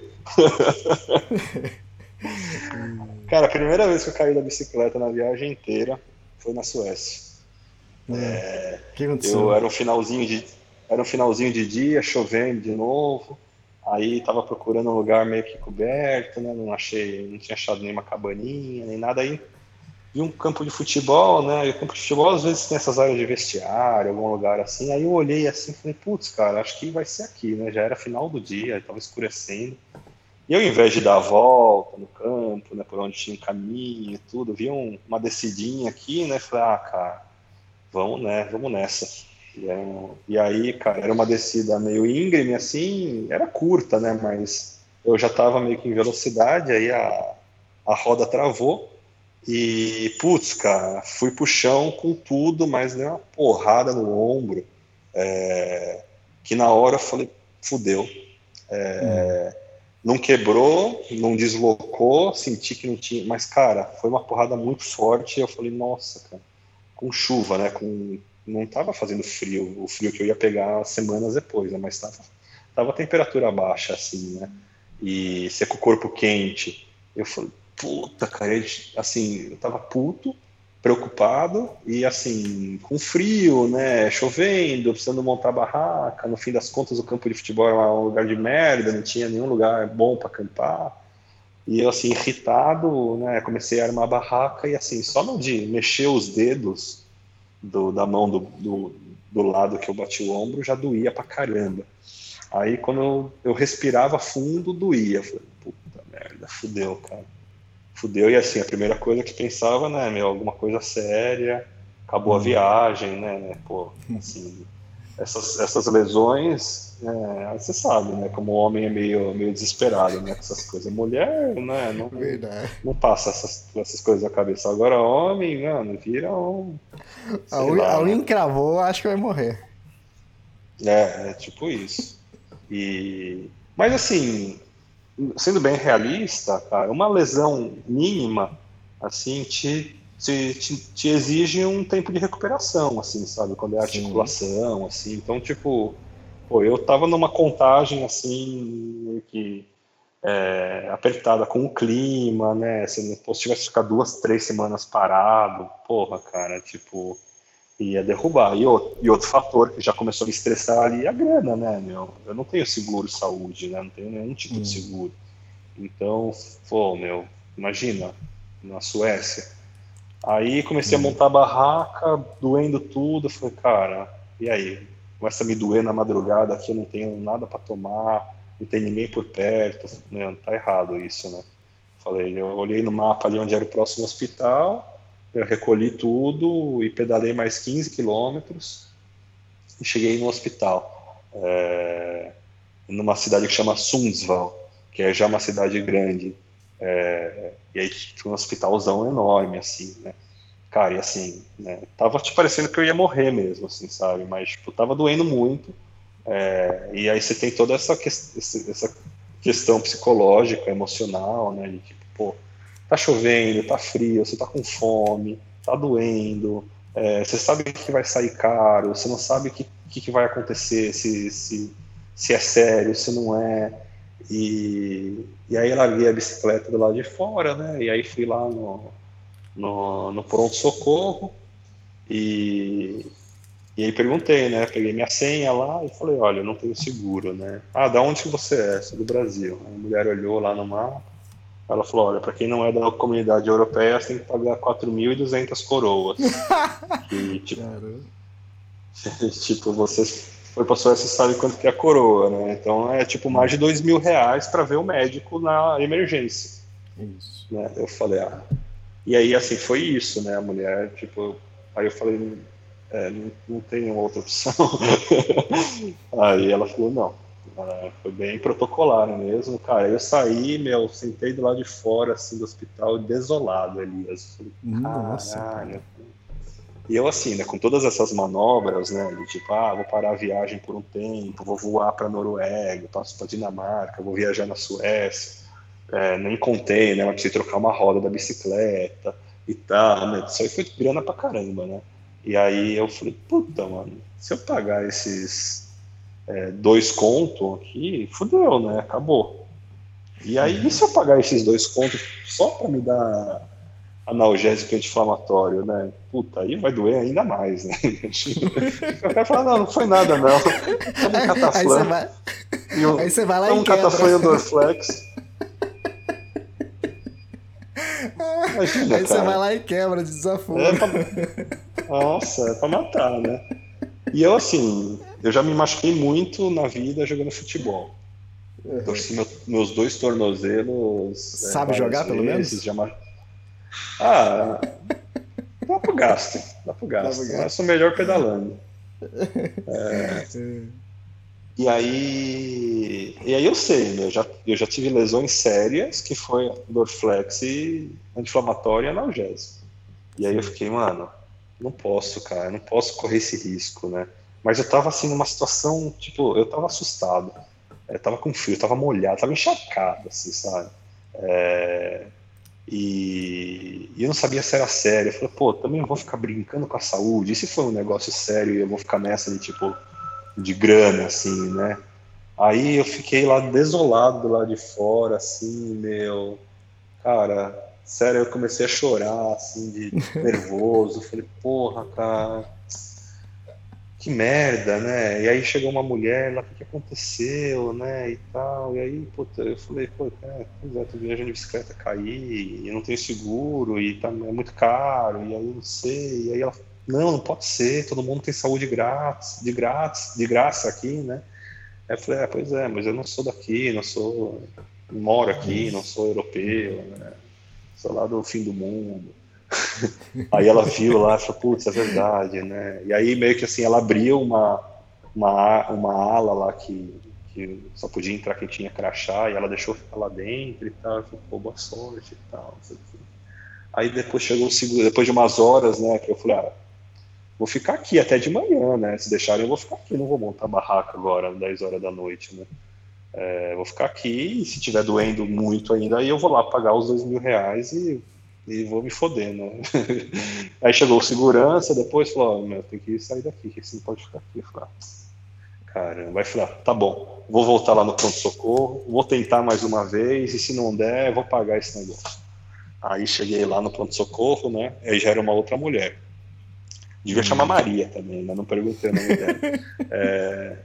Cara, a primeira vez que eu caí da bicicleta na viagem inteira foi na Suécia. É. O que Eu aconteceu? era um finalzinho de era um finalzinho de dia, chovendo de novo. Aí tava procurando um lugar meio que coberto, né? Não achei, não tinha achado nenhuma cabaninha, nem nada aí. Vi um campo de futebol, né? E o campo de futebol às vezes tem essas áreas de vestiário, algum lugar assim. Aí eu olhei assim e falei, putz, cara, acho que vai ser aqui, né? Já era final do dia, tava escurecendo. E eu, ao invés de dar a volta no campo, né, por onde tinha um caminho e tudo, vi um- uma descidinha aqui, né? Falei, ah, cara, vamos, né? Vamos nessa. E, era um- e aí, cara, era uma descida meio íngreme, assim, era curta, né? Mas eu já estava meio que em velocidade, aí a, a roda travou e, putz, cara, fui pro chão com tudo, mas deu uma porrada no ombro, é, que na hora eu falei, fudeu. Não quebrou, não deslocou, senti que não tinha, mas, cara, foi uma porrada muito forte e eu falei, nossa, cara, com chuva, né? Com, não estava fazendo frio, o frio que eu ia pegar semanas depois, né? Mas estava tava a temperatura baixa, assim, né? E você com o corpo quente. Eu falei, puta, cara, eu, assim, eu tava puto, preocupado e, assim, com frio, né? Chovendo, precisando montar barraca. No fim das contas, o campo de futebol era um lugar de merda, não tinha nenhum lugar bom para acampar. E eu, assim, irritado, né, comecei a armar a barraca e, assim, só no de mexer os dedos do, da mão do, do, do lado que eu bati o ombro, já doía pra caramba. Aí, quando eu, eu respirava fundo, doía. Eu falei, puta merda, fudeu, cara. Fudeu. E, assim, a primeira coisa que pensava, né, meu, alguma coisa séria, acabou a viagem, né, pô, assim, essas, essas lesões, é, você sabe, né? Como o homem é meio, meio desesperado, né? Com essas coisas. Mulher, né? Não, Verdade. não passa essas, essas coisas na cabeça. Agora, homem, mano, vira um. A Sei unha, lá, a unha né? encravou, acho que vai morrer. É, é tipo isso. E, mas assim, sendo bem realista, cara, uma lesão mínima, assim, te, te, te, te exige um tempo de recuperação, assim, sabe? Quando é Sim. articulação, assim. Então, tipo, pô, eu tava numa contagem, assim, meio que é, apertada com o clima, né? Se eu tivesse que ficar duas, três semanas parado, porra, cara, tipo, ia derrubar. E outro, e outro fator que já começou a me estressar ali é a grana, né, meu? Eu não tenho seguro saúde, né? Não tenho nenhum tipo hum. de seguro. Então, pô, meu, imagina, na Suécia. Aí comecei hum. a montar a barraca, doendo tudo. Falei, cara, e aí? Começa a me doer na madrugada, aqui eu não tenho nada para tomar, não tem ninguém por perto. Não, tá errado isso, né? Falei, eu olhei no mapa ali onde era o próximo hospital, eu recolhi tudo e pedalei mais quinze quilômetros e cheguei no hospital, é, numa cidade que chama Sundsvall, que é já uma cidade grande, é, e aí tinha um hospitalzão enorme, assim, né? Cara, e assim, né, tava te parecendo que eu ia morrer mesmo, assim, sabe? Mas, tipo, tava doendo muito. É, e aí você tem toda essa, que, essa questão psicológica, emocional, né? De tipo, pô, tá chovendo, tá frio, você tá com fome, tá doendo, é, você sabe que vai sair caro, você não sabe o que, que, que vai acontecer, se, se, se é sério, se não é. E, e aí larguei a bicicleta do lado de fora, né? E aí fui lá no... no, no pronto-socorro e, e aí perguntei, né, peguei minha senha lá e falei, olha, eu não tenho seguro, né, ah, da onde que você é? Sou do Brasil. A mulher olhou lá no mapa, ela falou, olha, para quem não é da comunidade europeia, você tem que pagar quatro mil e duzentas coroas, que tipo, tipo, você foi para a Suécia, sabe quanto que é a coroa, né, então é tipo mais de dois mil reais para ver o médico na emergência. Isso. Né? Eu falei, ah, e aí, assim, foi isso, né, a mulher, tipo, aí eu falei, é, não, não tem outra opção. Aí ela falou, não, ela foi bem protocolar mesmo, cara, eu saí, meu, sentei do lado de fora, assim, do hospital, desolado, Elias, eu falei, nossa, caralho. E eu, assim, né, com todas essas manobras, né, de tipo, ah, vou parar a viagem por um tempo, vou voar para Noruega, passo para Dinamarca, vou viajar na Suécia. É, nem contei, né? Mas precisei trocar uma roda da bicicleta e tal, né? Isso aí foi grana pra caramba, né? E aí eu falei, puta, mano, se eu pagar esses é, dois contos aqui, fudeu, né? Acabou. E aí, e se eu pagar esses dois contos só pra me dar analgésico anti-inflamatório, né? Puta, aí vai doer ainda mais, né? Eu quero falar, não, não foi nada, não. Um cataflã. Aí você vai, um, aí você vai lá um e quebra. Um cataflã e um Dorflex. Imagina, aí cara. você vai lá e quebra de desaforo. É pra... Nossa, é pra matar, né? E eu, assim, eu já me machuquei muito na vida jogando futebol. Uhum. Torci meu, meus dois tornozelos. Sabe é, jogar, pelo menos? Já... Ah, dá pro gasto. Dá pro gasto. Dá pro gasto. Eu sou melhor pedalando. É... E aí, e aí eu sei, né? eu, já, eu já tive lesões sérias, que foi Dorflex e anti-inflamatório e analgésico. E aí eu fiquei, mano, não posso, cara, não posso correr esse risco, né? Mas eu tava assim numa situação, tipo, eu tava assustado, eu tava com frio, eu tava molhado, tava encharcado, assim, sabe? É... E... e eu não sabia se era sério. Eu falei, pô, também vou ficar brincando com a saúde, e se for um negócio sério e eu vou ficar nessa de tipo... de grana, assim, né? Aí eu fiquei lá desolado do lado de fora, assim, meu... Cara, sério, eu comecei a chorar, assim, de nervoso. Falei, porra, cara, que merda, né? E aí chegou uma mulher lá, o que, que aconteceu, né? E tal. E aí, puta, eu falei, pô, cara, pois é, tô viajando de bicicleta, caí, e não tenho seguro, e tá, é muito caro, e aí eu não sei. E aí ela não, não pode ser, todo mundo tem saúde grátis, de grátis, de graça aqui, né? Aí eu falei, ah, pois é, mas eu não sou daqui, não sou, não moro aqui, não sou europeu, né? Sou lá do fim do mundo. Aí ela viu lá e falou, putz, é verdade, né? E aí meio que assim, ela abriu uma, uma, uma ala lá que, que só podia entrar quem tinha crachá, e ela deixou ficar lá dentro e tal, eu falei, pô, boa sorte e tal, não sei o que. Aí depois chegou o seguro, depois de umas horas, né, que eu falei, ah, vou ficar aqui até de manhã, né? Se deixarem, eu vou ficar aqui, não vou montar barraca agora, dez horas da noite, né? É, vou ficar aqui, e se tiver doendo muito ainda, aí eu vou lá pagar os dois mil reais e, e vou me foder, né? Aí chegou o segurança, depois falou, oh, meu, tem que sair daqui, que você não pode ficar aqui. Eu falei, ah, caramba, aí falei, ah, tá bom, vou voltar lá no pronto-socorro, vou tentar mais uma vez, e se não der, eu vou pagar esse negócio. Aí cheguei lá no pronto-socorro, né? Aí já era uma outra mulher. Devia chamar Maria também, né? Não perguntei o nome dela. É,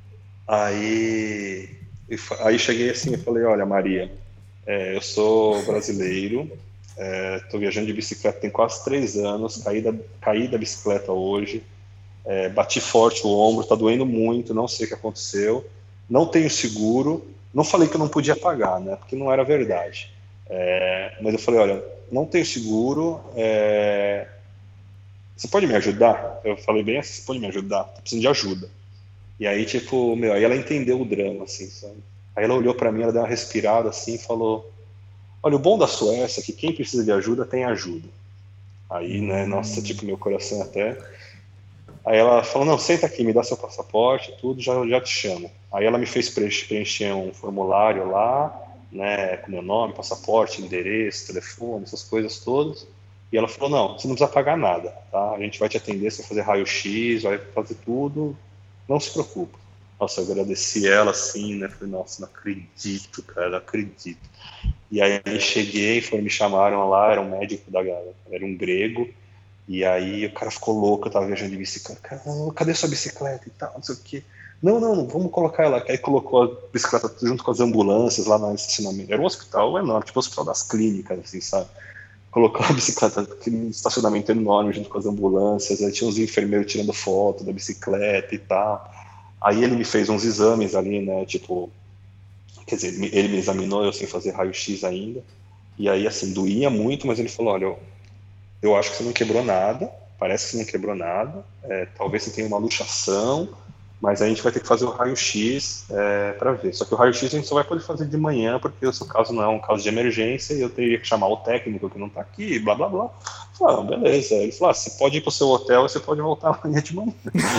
aí, aí cheguei assim e falei, olha, Maria, é, eu sou brasileiro, estou é, viajando de bicicleta tem quase três anos, caí da, caí da bicicleta hoje, é, bati forte o ombro, está doendo muito, não sei o que aconteceu, não tenho seguro, não falei que eu não podia pagar, né? Porque não era verdade. É, mas eu falei, olha, não tenho seguro, é, você pode me ajudar? Eu falei bem assim, você pode me ajudar? Tô precisando de ajuda. E aí, tipo, meu, aí ela entendeu o drama, assim, sabe? Aí ela olhou pra mim, ela deu uma respirada assim e falou, olha, o bom da Suécia é que quem precisa de ajuda tem ajuda. Aí, né, nossa, tipo, meu coração até... Aí ela falou, não, senta aqui, me dá seu passaporte, tudo, já, já te chamo. Aí ela me fez preencher um formulário lá, né, com meu nome, passaporte, endereço, telefone, essas coisas todas. E ela falou, não, você não precisa pagar nada, tá? A gente vai te atender, você vai fazer raio-x, vai fazer tudo, não se preocupe. Nossa, eu agradeci ela assim, né? Falei, nossa, não acredito, cara, não acredito. E aí cheguei, foram, me chamaram lá, era um médico da galera, era um grego. E aí o cara ficou louco, eu tava viajando de bicicleta. Cara, cadê sua bicicleta e tal, não sei o quê. Não, não, não, vamos colocar ela. Aí colocou a bicicleta junto com as ambulâncias lá no estacionamento. Era um hospital enorme, tipo o hospital das clínicas, assim, sabe? Colocou a bicicleta num estacionamento enorme junto com as ambulâncias. Aí tinha uns enfermeiros tirando foto da bicicleta e tal. Aí ele me fez uns exames ali, né, tipo... Quer dizer, ele me examinou, eu sem fazer raio-x ainda. E aí, assim, doía muito, mas ele falou, olha, eu, eu acho que você não quebrou nada, parece que você não quebrou nada, é, talvez você tenha uma luxação, mas a gente vai ter que fazer o raio-x é, para ver. Só que o raio-x a gente só vai poder fazer de manhã, porque o seu caso não é um caso de emergência, e eu teria que chamar o técnico que não está aqui, blá, blá, blá. Eu falei, ah, beleza. Ele falou, ah, você pode ir para o seu hotel e você pode voltar amanhã de manhã.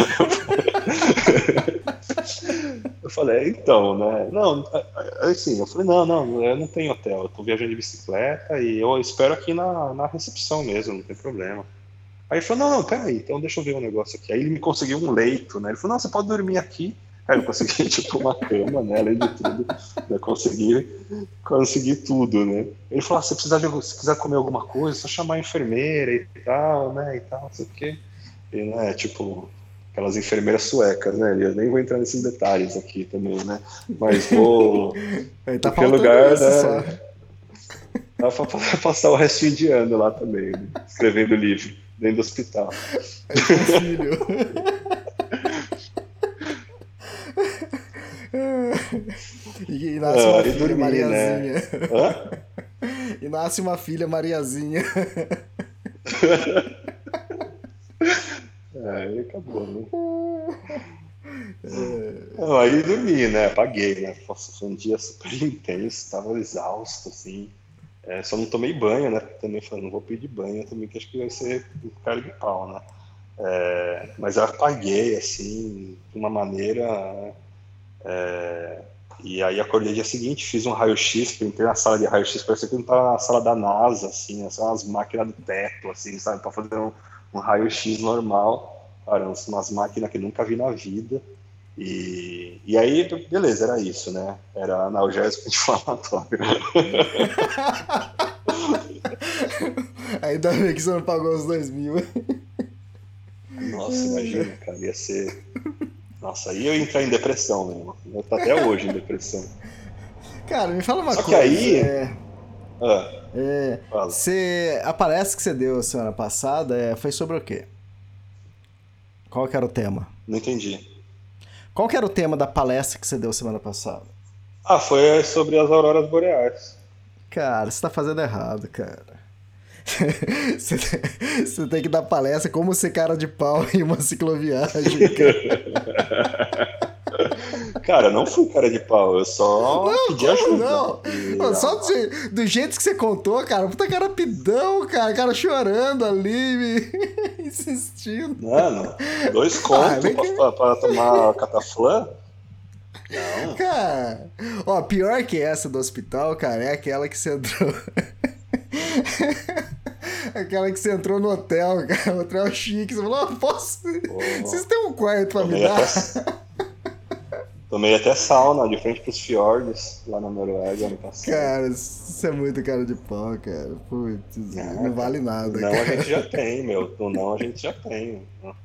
Eu falei, então, né? Não, assim, eu falei, não, não, eu não tenho hotel, eu tô viajando de bicicleta e eu espero aqui na, na recepção mesmo, não tem problema. Aí ele falou, não, não, peraí, então deixa eu ver um negócio aqui. Aí ele me conseguiu um leito, né? Ele falou, não, você pode dormir aqui. Aí eu consegui, tipo, uma cama, né? Além de tudo, eu consegui, consegui tudo, né? Ele falou, ah, se precisar de, se quiser comer alguma coisa, é só chamar a enfermeira e tal, né? E tal, não sei o quê. E, né, tipo... aquelas enfermeiras suecas, né? Eu nem vou entrar nesses detalhes aqui também, né? Mas vou... Aí tá qualquer lugar, isso, né? Dá pra passar o restinho de ano lá também, né? Escrevendo livro, dentro do hospital. Aí tem filho. E nasce ah, uma e filha dormir, Mariazinha. Né? Hã? E nasce uma filha Mariazinha. Aí acabou, né? Não, aí dormi, né? Apaguei, né? Nossa, foi um dia super intenso, tava exausto, assim. É, só não tomei banho, né? Também falei, não vou pedir banho também, que acho que vai ser cara de pau, né? É, mas eu apaguei, assim, de uma maneira... É, e aí acordei no dia seguinte, fiz um raio-x, entrei na sala de raio-x, parecia que eu não tava na sala da NASA, assim, são umas máquinas do teto, assim, sabe? Pra fazer um, um raio-x normal. Cara, umas máquinas que eu nunca vi na vida. E, e aí, beleza, era isso, né? Era analgésico anti-inflamatório. Ainda bem que você não pagou os dois mil. Nossa, imagina, cara, ia ser... Nossa, aí eu ia entrar em depressão mesmo. Eu tô até hoje em depressão. Cara, me fala uma Só coisa. que aí... É... Ah, É, você, a palestra que você deu semana passada é, foi sobre o quê? Qual que era o tema? não entendi. Qual que era o tema da palestra que você deu semana passada? Ah, foi sobre as auroras boreais. Cara, você tá fazendo errado, cara. Você, você tem que dar palestra como ser cara de pau em uma cicloviagem, cara. Cara, não fui cara de pau, eu só Não, pedi como ajuda. não? E- Pô, só do, je- do jeito que você contou, cara, puta cara pidão, cara, cara chorando ali, me... insistindo. Mano, dois Ah, contos vem pra, cá. pra, pra tomar cataflã? Não. Cara, ó, pior que essa do hospital, cara, é aquela que você entrou. Aquela que você entrou no hotel, cara, hotel chique. Você falou, oh, posso. Vocês têm um quarto pra me Tomei dar? até, Tomei até sauna de frente pros fiordes lá na Noruega ano passado. Cara, isso é muito cara de pau, cara. Putz, É, não vale nada, Não, cara. a gente já tem, meu. O não a gente já tem.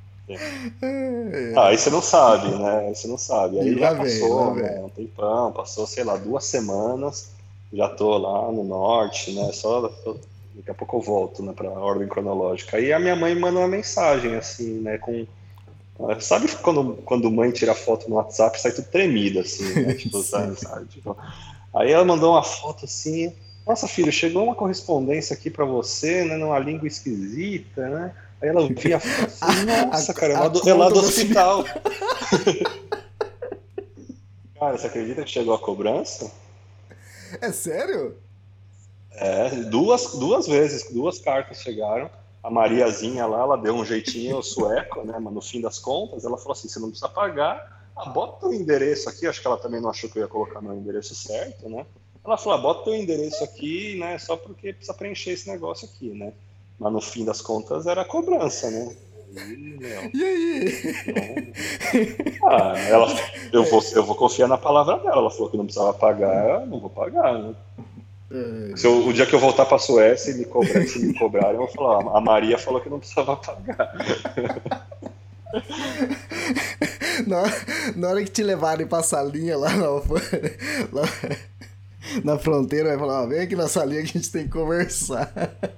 É, Ah, aí você não sabe, né? Aí você não sabe. Aí E já lá vem, passou, lá né? vem. Um tempão, passou, sei lá, duas semanas. Já tô lá no norte, né? Só daqui a pouco eu volto, né, pra ordem cronológica. Aí a minha mãe me mandou uma mensagem, assim, né? Com. Sabe quando, quando mãe tira foto no WhatsApp, sai tudo tremido, assim, né? Tipo, sabe, sabe? Tipo, aí ela mandou uma foto assim. Nossa, filho, chegou uma correspondência aqui pra você, né? Numa língua esquisita, né? Aí ela via a foto assim, nossa, A- cara, é a lá do, é lá conta do do hospital. Cara, você acredita que chegou a cobrança? É sério? É, duas, duas vezes, duas cartas chegaram. A Mariazinha lá, ela deu um jeitinho sueco, né? Mas no fim das contas, ela falou assim: você não precisa pagar, ah, bota o endereço aqui. Acho que ela também não achou que eu ia colocar meu endereço certo, né? Ela falou: ah, bota o endereço aqui, né? Só porque precisa preencher esse negócio aqui, né? Mas no fim das contas era a cobrança, né? E, meu, E aí? não... Ah, ela, eu, vou, eu vou confiar na palavra dela. Ela falou que não precisava pagar, eu não vou pagar, né? Se eu, o dia que eu voltar para a Suécia e me cobrar, se me cobrarem, eu vou falar: a Maria falou que não precisava pagar. Na, na hora que te levarem pra salinha lá na, lá na fronteira, vai falar: ó, vem aqui na salinha que a gente tem que conversar.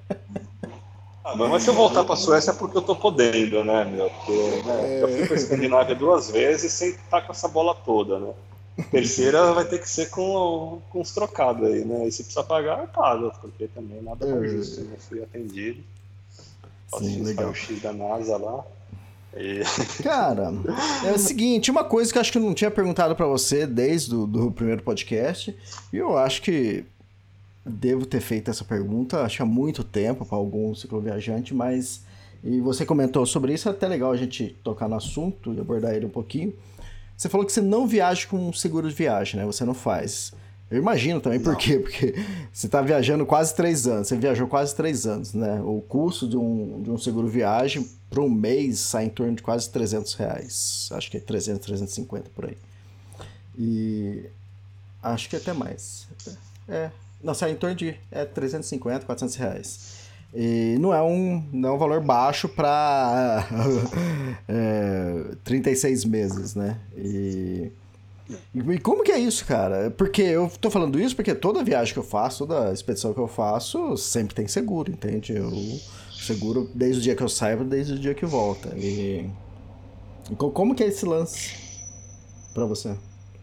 Ah, mas se eu voltar para a Suécia é porque eu tô podendo, né, meu? Porque, né, eu fui para a Escandinávia duas vezes sem estar com essa bola toda, né? Terceira vai ter que ser com, com os trocados aí, né? E se precisa pagar, eu pago, porque também nada mais justo. Eu fui atendido. Sim, legal. O X da NASA lá. E... Cara, é o seguinte, uma coisa que eu acho que eu não tinha perguntado pra você desde o do primeiro podcast, e eu acho que devo ter feito essa pergunta, acho que há muito tempo para algum cicloviajante, mas e você comentou sobre isso, é até legal a gente tocar no assunto e abordar ele um pouquinho. Você falou que você não viaja com seguro de viagem, né? Você não faz. Eu imagino também por quê, porque você está viajando quase três anos, você viajou quase três anos, né? O custo de um, de um seguro viagem para um mês sai em torno de quase trezentos reais. Acho que é trezentos, trezentos e cinquenta por aí. E acho que até mais. É, não, sai em torno de é, trezentos e cinquenta, quatrocentos reais. E não é um, não é um valor baixo para é, trinta e seis meses, né? E... E como que é isso, cara? Porque eu tô falando isso porque toda viagem que eu faço, toda expedição que eu faço, sempre tem seguro, entende? Eu seguro desde o dia que eu saio, desde o dia que volta. E, e como que é esse lance pra você?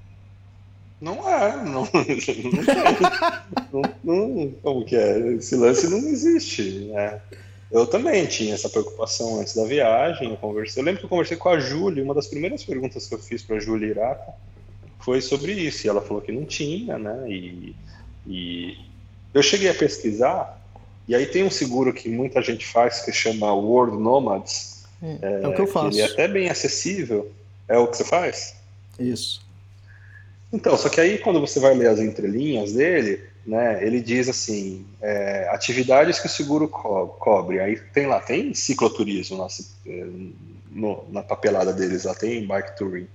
Não é, não, não tem. não, não, como que é? Esse lance não existe, né? Eu também tinha essa preocupação antes da viagem. Eu, conversei, eu lembro que eu conversei com a Júlia, uma das primeiras perguntas que eu fiz pra Júlia Iraca foi sobre isso, e ela falou que não tinha, né, e, e eu cheguei a pesquisar, e aí tem um seguro que muita gente faz, que chama World Nomads, é, é, é o que eu faço. Que ele é até bem acessível. É o que você faz? Isso. Então, só que aí quando você vai ler as entrelinhas dele, né, ele diz assim, é, atividades que o seguro co cobre, aí tem lá, tem cicloturismo na, no, na papelada deles, lá tem bike touring.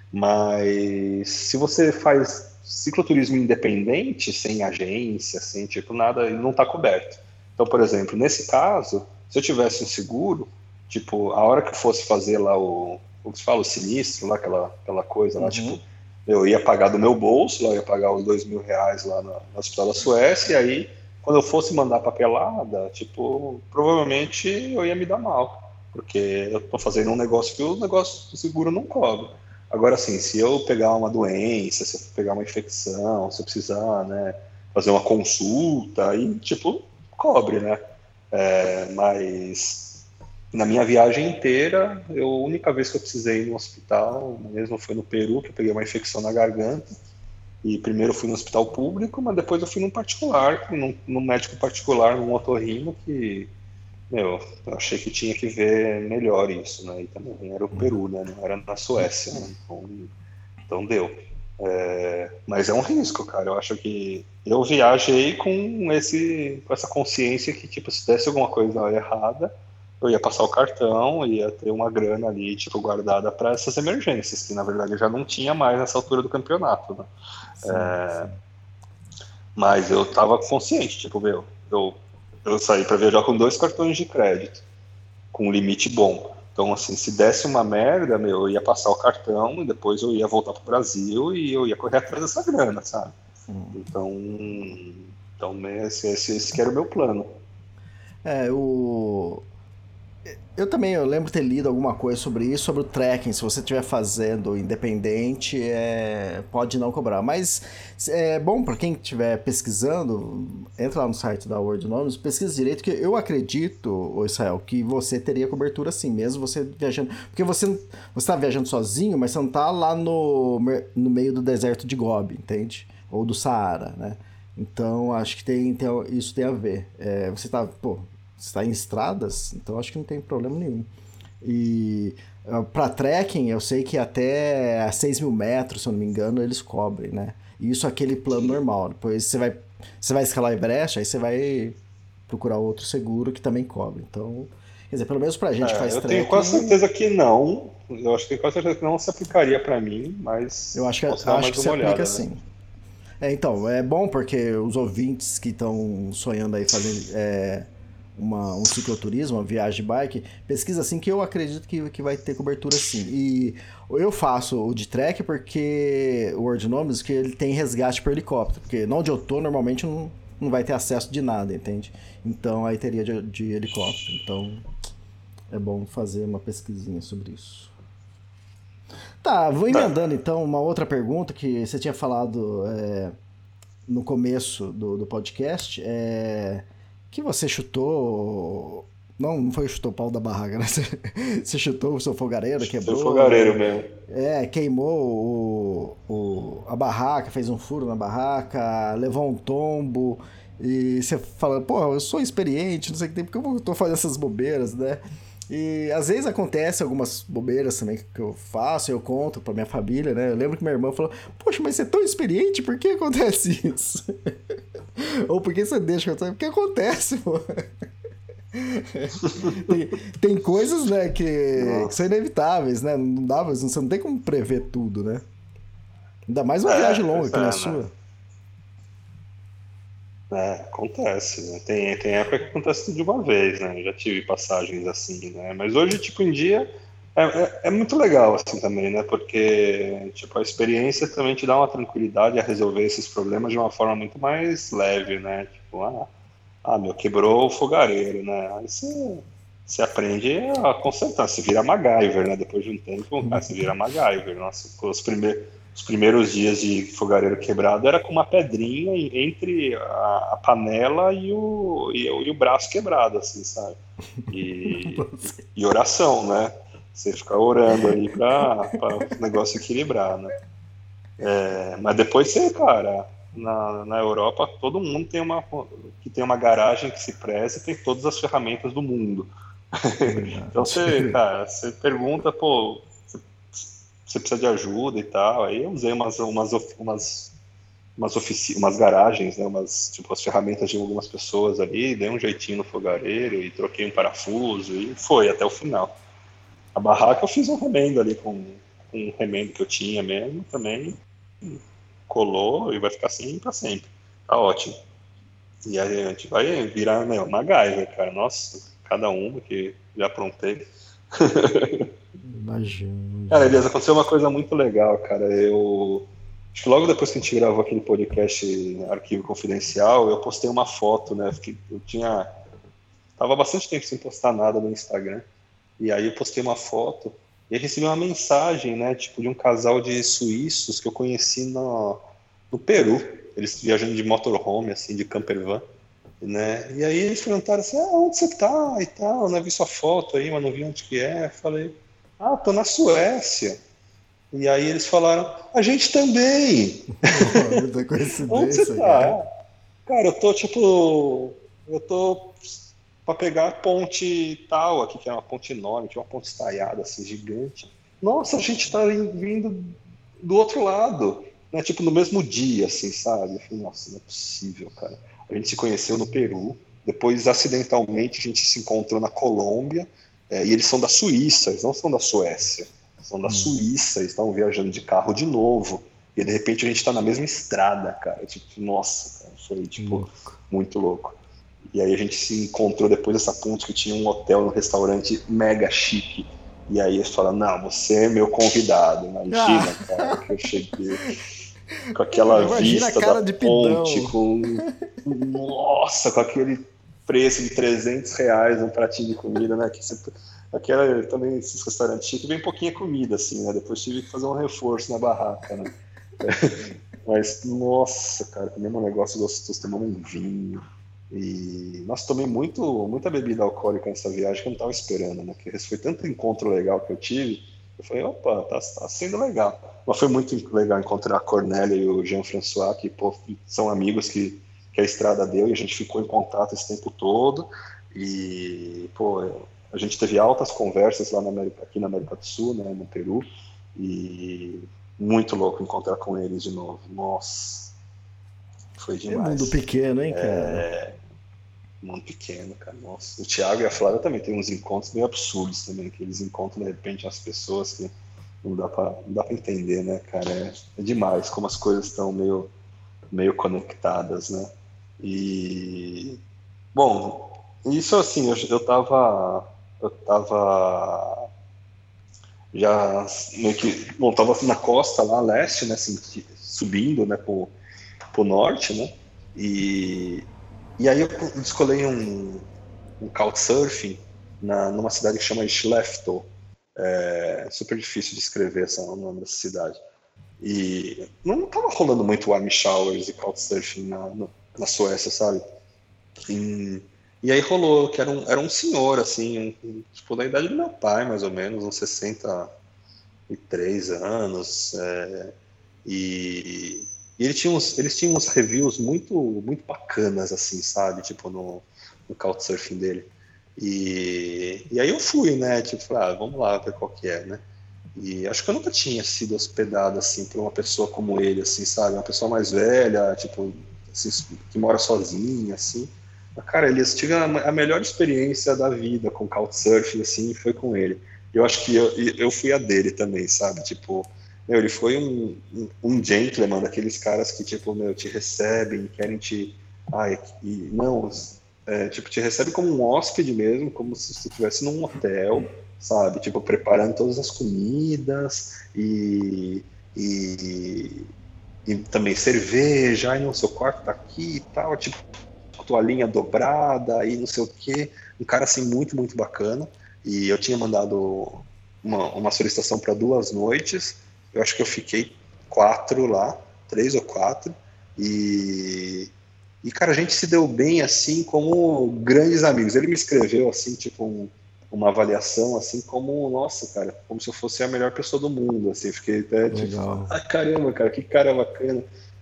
Mas se você faz cicloturismo independente, sem agência, sem tipo nada, ele não está coberto. Então, por exemplo, nesse caso, se eu tivesse um seguro, tipo, a hora que eu fosse fazer lá o, o que se fala, o sinistro, lá, aquela, aquela coisa lá, uhum. Tipo, eu ia pagar do meu bolso, lá, eu ia pagar os dois mil reais lá no, no Hospital da Suécia, e aí, quando eu fosse mandar papelada, tipo, provavelmente eu ia me dar mal, porque eu estou fazendo um negócio que o negócio do seguro não cobre. Agora, assim, se eu pegar uma doença, se eu pegar uma infecção, se eu precisar, né, fazer uma consulta, aí, tipo, cobre, né? É, mas na minha viagem inteira, eu, a única vez que eu precisei ir no hospital, mesmo foi no Peru, que eu peguei uma infecção na garganta, e primeiro eu fui no hospital público, mas depois eu fui num particular, num, num médico particular, num otorrino, que... Meu, eu achei que tinha que ver melhor isso, né? E também era o Peru, né? Não era na Suécia, né? Então, então deu. É, mas é um risco, cara. Eu acho que eu viajei com, esse, com essa consciência que, tipo, se desse alguma coisa errada, eu ia passar o cartão, ia ter uma grana ali, tipo, guardada para essas emergências, que na verdade eu já não tinha mais nessa altura do campeonato, né? Sim, É, sim. mas eu tava consciente, tipo, meu, eu, eu saí para viajar com dois cartões de crédito, com um limite bom. Então, assim, se desse uma merda, meu, eu ia passar o cartão e depois eu ia voltar pro Brasil e eu ia correr atrás dessa grana, sabe? Então, então esse, esse, esse que era o meu plano. É, o... Eu também, eu lembro ter lido alguma coisa sobre isso, sobre o tracking. Se você estiver fazendo independente, é, pode não cobrar. Mas é bom para quem estiver pesquisando, entra lá no site da World Nomes, pesquisa direito, que eu acredito, ô Israel, que você teria cobertura sim, mesmo você viajando. Porque você você está viajando sozinho, mas você não está lá no, no meio do deserto de Gobi, entende? Ou do Saara, né? Então, acho que tem, tem, isso tem a ver. É, você está, pô, você está em estradas, então acho que não tem problema nenhum. E para trekking, eu sei que até a seis mil metros, se eu não me engano, eles cobrem, né? E isso é aquele plano normal. Depois você vai, você vai escalar o Everest, aí você vai procurar outro seguro que também cobre. Então, quer dizer, pelo menos pra gente que É, faz eu trekking... tenho quase certeza que não. Eu acho que tenho quase certeza que não se aplicaria para mim, mas Eu acho que, posso dar acho mais que se uma aplica olhada, sim. né? É, então, é bom porque os ouvintes que estão sonhando aí fazer é, uma, um cicloturismo, uma viagem de bike, pesquisa assim que eu acredito que, que vai ter cobertura sim. E eu faço o de trek porque o World Nomes que ele tem resgate por helicóptero, porque onde eu tô normalmente não, não vai ter acesso de nada, entende? Então aí teria de, de helicóptero. Então é bom fazer uma pesquisinha sobre isso. Tá, vou emendando então uma outra pergunta que você tinha falado é, no começo do, do podcast, é, que você chutou, não, não foi chutou o pau da barraca, né? Você, você chutou o seu fogareiro, quebrou... Seu fogareiro mesmo. É, queimou o, o, a barraca, fez um furo na barraca, levou um tombo, e você fala, pô, eu sou experiente, não sei o que tem, porque eu tô fazendo essas bobeiras, né? E às vezes acontece algumas bobeiras também que eu faço, eu conto pra minha família, né? Eu lembro que minha irmã falou, poxa, mas você é tão experiente, por que acontece isso? Ou por que você deixa acontecer? Porque acontece, pô. tem, tem coisas, né, que, que são inevitáveis, né? Não dá, você não tem como prever tudo, né? Ainda mais uma É, viagem longa que é, na né? sua. É, acontece, né? Tem, tem época que acontece tudo de uma vez, né? Eu já tive passagens assim, né? Mas hoje, tipo, em dia, é, é, é muito legal, assim, também, né? Porque, tipo, a experiência também te dá uma tranquilidade a resolver esses problemas de uma forma muito mais leve, né? Tipo, ah, ah meu, quebrou o fogareiro, né? Aí você, você aprende a consertar, você vira MacGyver, né? Depois de um tempo, ah, você vira MacGyver. Nossa, os primeiros... Os primeiros dias de fogareiro quebrado era com uma pedrinha entre a, a panela e o, e, o, e o braço quebrado, assim, sabe? E, e oração, né? Você ficar orando aí para o negócio equilibrar, né? É, mas depois você, cara, na, na Europa todo mundo tem uma, que tem uma garagem que se preze e tem todas as ferramentas do mundo. Então você, cara, você pergunta, pô, você precisa de ajuda e tal. Aí eu usei umas umas umas umas, ofici umas garagens, né, umas tipo as ferramentas de algumas pessoas ali, dei um jeitinho no fogareiro e troquei um parafuso e foi até o final. A barraca eu fiz um remendo ali com, com um remendo que eu tinha mesmo, também colou e vai ficar assim para sempre. Tá ótimo. E aí a gente vai virar, meu, MacGyver, cara. Nossa, cada uma que já aprontei. Imagina. Cara, Elias, aconteceu uma coisa muito legal, cara. Eu acho que logo depois que a gente gravou aquele podcast Arquivo Confidencial, eu postei uma foto, né? Eu tinha tava bastante tempo sem postar nada no Instagram. E aí eu postei uma foto e eu recebi uma mensagem, né? Tipo, de um casal de suíços que eu conheci no, no Peru. Eles viajando de motorhome, assim, de campervan. Né? E aí eles perguntaram assim, ah, onde você tá e tal, não vi sua foto aí, mas não vi onde que é. Eu falei, ah, tô na Suécia. E aí eles falaram, a gente também. Muita coincidência. Onde você tá? Cara? cara, eu tô tipo, eu tô pra pegar a ponte tal aqui, que é uma ponte enorme, tinha uma ponte estaiada assim, gigante. Nossa, a gente tá vindo do outro lado, né? Tipo, no mesmo dia, assim, sabe? Eu falei, nossa, não é possível, cara. A gente se conheceu no Peru, Depois, acidentalmente, a gente se encontrou na Colômbia, é, e eles são da Suíça, eles não são da Suécia, são da hum. Suíça, eles estavam viajando de carro de novo, e de repente a gente está na mesma estrada, cara, tipo, nossa, cara, foi tipo, louco. Muito louco. E aí a gente se encontrou depois dessa ponte que tinha um hotel, um restaurante mega chique, e aí eles falaram, não, você é meu convidado, imagina, ah. cara, que eu cheguei com aquela imagina vista a cara da de ponte, pidão. com, nossa, com aquele preço de trezentos reais um pratinho de comida, né, que você, aquela, também esses restaurantes chiques, bem pouquinha comida, assim, né, depois tive que fazer um reforço na barraca, né, mas, nossa, cara, comemos um negócio gostoso, tomamos um vinho, e, nossa, tomei muito, muita bebida alcoólica nessa viagem que eu não estava esperando, né, porque foi tanto encontro legal que eu tive, eu falei, opa, tá, tá sendo legal. Mas foi muito legal encontrar a Cornélia e o Jean-François, que pô, são amigos que, que a estrada deu, e a gente ficou em contato esse tempo todo, e pô, a gente teve altas conversas lá na América, aqui na América do Sul, né, no Peru, e muito louco encontrar com eles de novo. Nossa, foi demais. É mundo pequeno, hein, cara? É... Mundo pequeno, cara. Nossa. O Thiago e a Flávia também tem uns encontros meio absurdos também, que eles encontram de repente as pessoas que não dá pra, não dá pra entender, né, cara? É, é demais como as coisas estão meio, meio conectadas, né? E... Bom, isso assim, eu, eu tava... Eu tava... Já meio que... Bom, tava na costa lá, leste, né, assim, subindo, né, pro, pro norte, né? E... E aí eu descolei um, um couchsurfing na, numa cidade que chama Skellefteå. É super difícil de escrever essa, o nome dessa cidade. E não estava rolando muito warm showers e couchsurfing na, na, na Suécia, sabe? E, e aí rolou, que era um, era um senhor, assim, um, tipo, da idade do meu pai, mais ou menos, uns sessenta e três anos. É, e... E ele tinha uns, eles tinham uns reviews muito, muito bacanas, assim, sabe? Tipo, no, no Couchsurfing dele. E, e aí eu fui, né? Tipo, falei, ah, vamos lá ver qual que é, né? E acho que eu nunca tinha sido hospedado, assim, por uma pessoa como ele, assim, sabe? Uma pessoa mais velha, tipo, assim, que mora sozinha, assim. Mas, cara, Elias, tive a, a melhor experiência da vida com Couchsurfing, assim, foi com ele. Eu acho que eu, eu fui a dele também, sabe? Tipo... Meu, ele foi um, um, um gentleman, daqueles caras que, tipo, meu, te recebem, querem te... Ai, e, não, é, tipo, te recebe como um hóspede mesmo, como se você estivesse num hotel, sabe? Tipo, preparando todas as comidas e, e, e também cerveja, aí no seu quarto tá aqui e tal, tipo, toalhinha dobrada e não sei o quê. Um cara, assim, muito, muito bacana. E eu tinha mandado uma, uma solicitação para duas noites. Eu acho que eu fiquei quatro lá, três ou quatro, e, e cara, a gente se deu bem, assim, como grandes amigos. Ele me escreveu, assim, tipo, um, uma avaliação, assim, como, nossa, cara, como se eu fosse a melhor pessoa do mundo, assim, fiquei até, tipo, legal. Ah, caramba, cara, que cara bacana.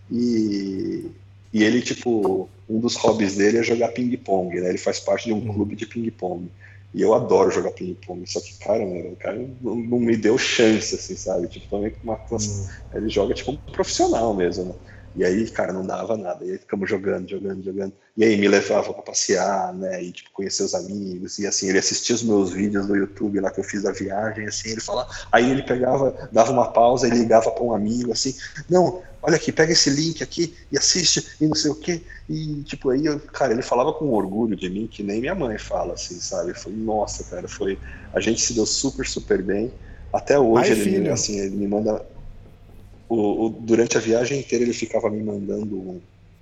E, e ele, tipo, um dos hobbies dele é jogar ping-pong, né, ele faz parte de um clube de ping-pong. E eu adoro jogar ping-pong, só que, cara, meu, o cara não, não me deu chance, assim, sabe? Tipo, também com uma hum. Ele joga tipo um profissional mesmo, né? E aí, cara, não dava nada. E aí ficamos jogando, jogando, jogando. E aí me levava pra passear, né? E, tipo, conhecer os amigos. E, assim, ele assistia os meus vídeos no YouTube lá que eu fiz da viagem, assim, ele falava... Aí ele pegava, dava uma pausa e ligava pra um amigo, assim... Não, olha aqui, pega esse link aqui e assiste e não sei o quê. E, tipo, aí, eu, cara, ele falava com orgulho de mim, que nem minha mãe fala, assim, sabe? Foi, nossa, cara, foi... A gente se deu super, super bem. Até hoje, Ai, ele, filho. assim, ele me manda... O, o, durante a viagem inteira ele ficava me mandando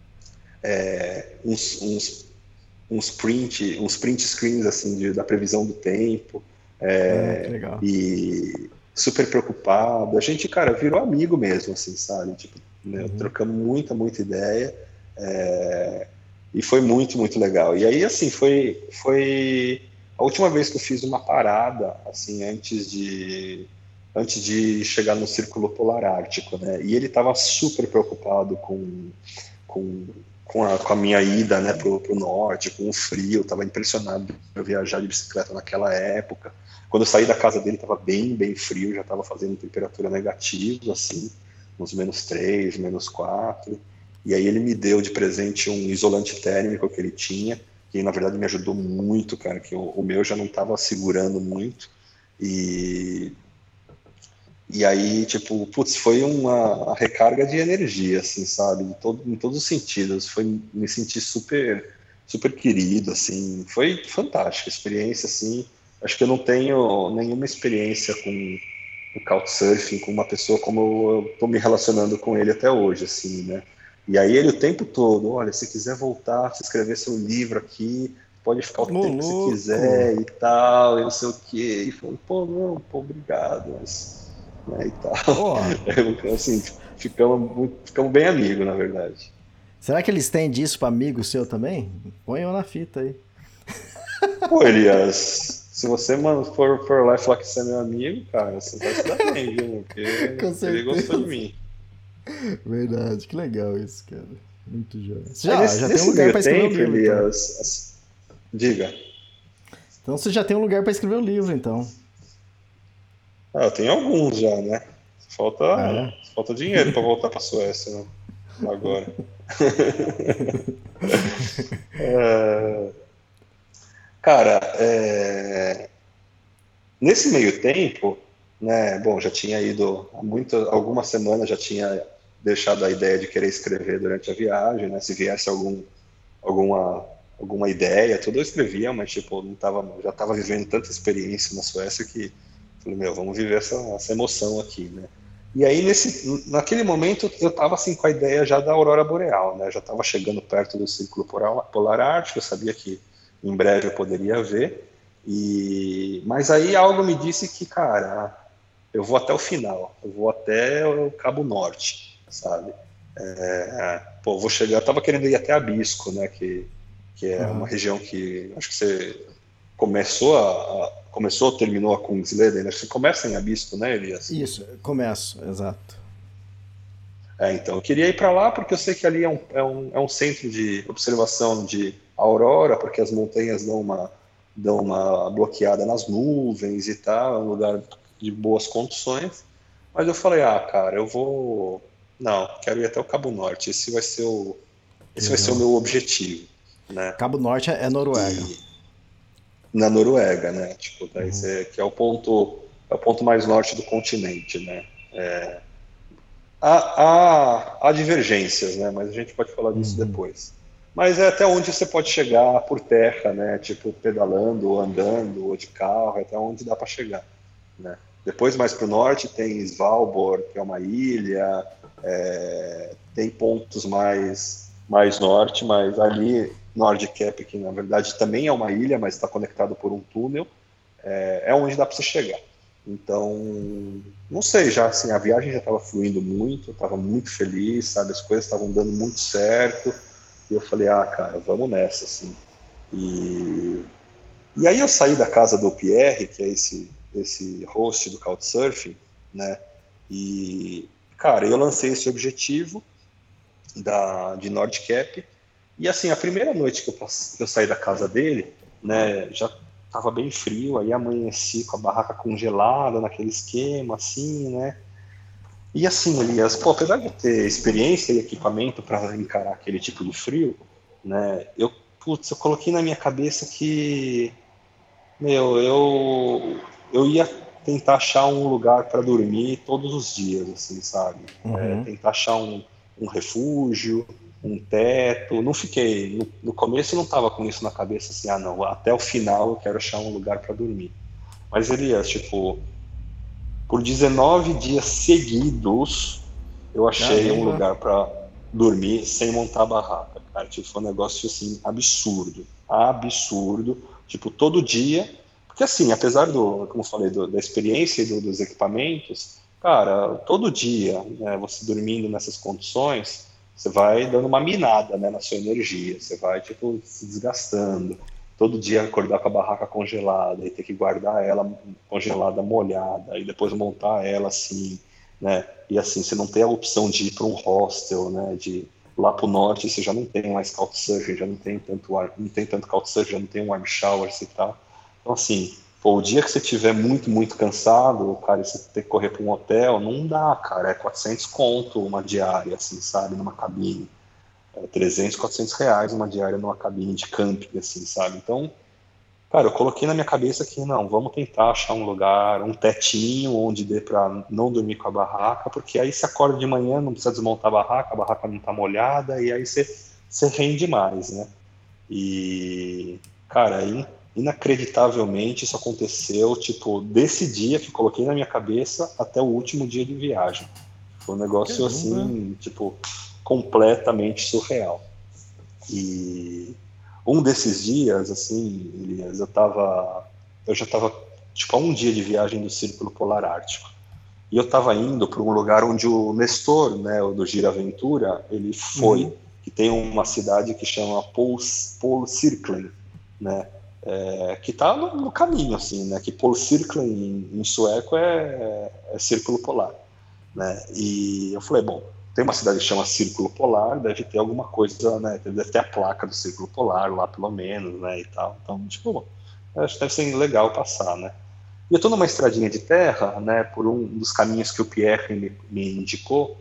é, uns, uns, uns, print, uns print screens assim, de, da previsão do tempo, é, ah, legal. E super preocupado. A gente, cara, virou amigo mesmo, assim, sabe? Tipo, né, uhum. Trocamos muita, muita ideia, é, e foi muito, muito legal. E aí, assim, foi, foi a última vez que eu fiz uma parada, assim, antes de... antes de chegar no Círculo Polar Ártico, né? E ele estava super preocupado com, com, com, a, com a minha ida, né, pro, pro norte, com o frio, estava impressionado de eu viajar de bicicleta naquela época. Quando eu saí da casa dele estava bem, bem frio, já estava fazendo temperatura negativa, assim, uns menos três, menos quatro. E aí ele me deu de presente um isolante térmico que ele tinha, que na verdade me ajudou muito, cara, que o, o meu já não estava segurando muito, e, e aí, tipo, putz, foi uma, uma recarga de energia, assim, sabe, de todo, em todos os sentidos, foi me sentir super, super querido, assim, foi fantástica a experiência, assim, acho que eu não tenho nenhuma experiência com o Couchsurfing, com uma pessoa como eu estou me relacionando com ele até hoje, assim, né? E aí ele o tempo todo, olha, se quiser voltar, se escrever seu livro aqui, pode ficar o Ô, tempo que você louco. quiser e tal, e não sei o quê. E falou, pô, não, pô, obrigado, mas, né, e tal. Ó, Eu, assim, ficamos, muito- ficamos bem amigos, na verdade. será que eles têm disso pra amigo seu também? Põe eu na fita aí. Pô, Elias, se você, mano, for, for lá e falar que você é meu amigo, cara, você vai se dar bem, viu? Porque Com ele gostou de certeza. mim. Verdade, que legal isso, cara. Muito jóia. Aí Já, nesse, já tem um nesse lugar meio pra escrever o tempo, livro, então. Elias, as- diga. Então você já tem um lugar pra escrever o livro, então. Ah, eu tenho alguns já, né? Falta, Ah, é? falta dinheiro para voltar para a Suécia, né? Agora. É, cara, é, nesse meio tempo, né? Bom, já tinha ido há muito, algumas semanas já tinha deixado a ideia de querer escrever durante a viagem, né? Se viesse algum, alguma, alguma ideia, tudo eu escrevia, mas tipo, não tava, já estava vivendo tanta experiência na Suécia que falei, meu, vamos viver essa, essa emoção aqui, né? E aí, nesse, naquele momento, eu estava assim, com a ideia já da aurora boreal, né? Já estava chegando perto do Círculo Polar, Polar Ártico, eu sabia que em breve eu poderia ver, e... mas aí algo me disse que, cara, eu vou até o final, eu vou até o Cabo Norte, sabe? É, pô, vou chegar, eu estava querendo ir até Abisko, né? Que, que é uma Aham. região que acho que você começou a, a começou ou terminou a Kungsleden, acho que você começa em Abisko, né, Elias? Isso, começo, exato. É, então, eu queria ir para lá porque eu sei que ali é um, é, um, é um centro de observação de aurora, porque as montanhas dão uma, dão uma bloqueada nas nuvens e tal, é um lugar de boas condições. Mas eu falei, ah, cara, eu vou... Não, quero ir até o Cabo Norte, esse vai ser o, esse vai ser o Legal. meu objetivo, né? Cabo Norte é é Noruega. E na Noruega, né? Tipo, daí você, que é o ponto, é o ponto mais norte do continente, né? É, há, há, há divergências, né? Mas a gente pode falar disso Uhum. depois. Mas é até onde você pode chegar por terra, né? Tipo, pedalando, ou andando, ou de carro, é até onde dá para chegar, né? Depois, mais para o norte, tem Svalbard, que é uma ilha, é, tem pontos mais, mais norte, mas ali, Nordkap, que na verdade também é uma ilha, mas está conectado por um túnel, é, é onde dá para você chegar. Então, não sei, já assim, a viagem já estava fluindo muito, eu estava muito feliz, sabe, as coisas estavam dando muito certo, e eu falei, ah, cara, vamos nessa, assim. E, e aí eu saí da casa do Pierre, que é esse, esse host do Couchsurfing, né, e, cara, eu lancei esse objetivo da, de Nordkap, e assim, a primeira noite que eu, que eu saí da casa dele, né, já estava bem frio, aí amanheci com a barraca congelada, naquele esquema, assim, né? E assim, Elias, pô, apesar de eu ter experiência e equipamento para encarar aquele tipo de frio, né, eu, putz, eu coloquei na minha cabeça que, meu, eu, eu ia tentar achar um lugar para dormir todos os dias, assim, sabe? É, Uhum. tentar achar um, um refúgio, um teto. Não fiquei, no, no começo eu não estava com isso na cabeça, assim, ah, não, até o final eu quero achar um lugar para dormir. Mas, Elias, tipo, por dezenove dias seguidos, eu achei um Caramba. lugar para dormir sem montar a barraca, cara. Tipo, foi um negócio, assim, absurdo. Absurdo. Tipo, todo dia. Porque, assim, apesar do, como eu falei, do, da experiência e do, dos equipamentos, cara, todo dia, né, você dormindo nessas condições, você vai dando uma minada, né, na sua energia. Você vai, tipo, se desgastando. Todo dia acordar com a barraca congelada e ter que guardar ela congelada, molhada, e depois montar ela assim, né? E assim, você não tem a opção de ir para um hostel, né? De lá para o norte, você já não tem mais couchsurfing, já não tem tanto ar, não tem tanto couchsurfing, já não tem um warm shower e tal. Então assim, pô, o dia que você estiver muito, muito cansado, cara, e você ter que correr para um hotel, não dá, cara, é quatrocentos conto uma diária, assim, sabe, numa cabine. é, trezentos, quatrocentos reais uma diária numa cabine de camping, assim, sabe? Então, cara, eu coloquei na minha cabeça que, não, vamos tentar achar um lugar, um tetinho onde dê para não dormir com a barraca, porque aí você acorda de manhã, não precisa desmontar a barraca, a barraca não tá molhada, e aí você, você rende mais, né? E, cara, in, inacreditavelmente isso aconteceu, tipo, desse dia que coloquei na minha cabeça até o último dia de viagem. Foi um negócio, assim, tipo, completamente surreal. E um desses dias, assim, Elias, eu tava, eu já tava, tipo, a um dia de viagem do Círculo Polar Ártico. E eu tava indo para um lugar onde o Nestor, né, o do Gira Aventura, ele foi, uhum. que tem uma cidade que chama Polcirklen, né, é, que tá no, no caminho, assim, né, que Polcirklen em, em sueco é, é Círculo Polar, né, e eu falei, bom, tem uma cidade que chama Círculo Polar, deve ter alguma coisa, né? Deve ter a placa do Círculo Polar lá, pelo menos, né? E tal. Então, tipo, bom, acho que deve ser legal passar, né? E eu tô numa estradinha de terra, né? Por um dos caminhos que o Pierre me, me indicou.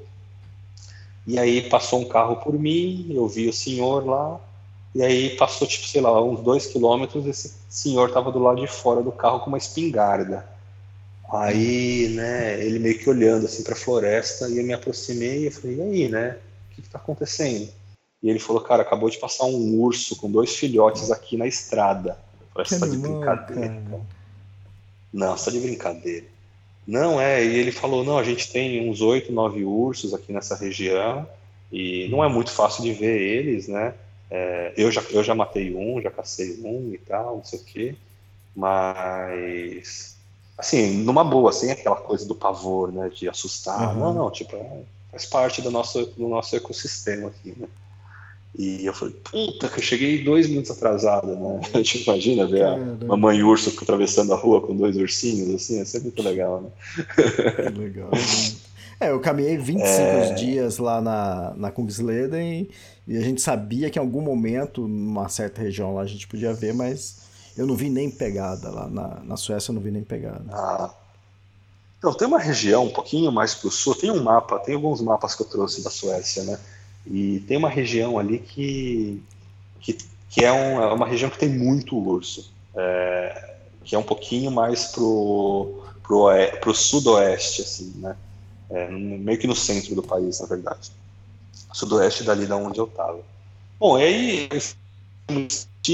E aí passou um carro por mim, eu vi o senhor lá. E aí passou, tipo, sei lá, uns dois quilômetros, esse senhor tava do lado de fora do carro com uma espingarda. Aí, né, ele meio que olhando assim para a floresta, e eu me aproximei e eu falei, e aí, né, o que está acontecendo? E ele falou, cara, acabou de passar um urso com dois filhotes aqui na estrada. Eu falei, você tá de brincadeira, cara. Não, você tá de brincadeira. Não, é, e ele falou, não, a gente tem uns oito, nove ursos aqui nessa região, e não é muito fácil de ver eles, né, é, eu, já, eu já matei um, já cacei um e tal, não sei o quê, mas... assim, numa boa, sem assim, aquela coisa do pavor, né, de assustar, uhum. não, não, tipo, é, faz parte do nosso, do nosso ecossistema aqui, né, e eu falei, puta, que eu cheguei dois minutos atrasado, né, a gente imagina ver a mamãe urso atravessando a rua com dois ursinhos, assim, é sempre muito legal, né. Que legal, né? É, eu caminhei vinte e cinco é... dias lá na, na Kungsleden e, e a gente sabia que em algum momento, numa certa região lá, a gente podia ver, mas... eu não vi nem pegada lá na, na Suécia, eu não vi nem pegada. Ah. Então, tem uma região um pouquinho mais para o sul, tem um mapa, tem alguns mapas que eu trouxe da Suécia, né? E tem uma região ali que, que, que é, um, é uma região que tem muito urso, é, que é um pouquinho mais pro, pro, pro sudoeste, assim, né? É, meio que no centro do país, na verdade. Sudoeste dali da onde eu estava. Bom, e aí eu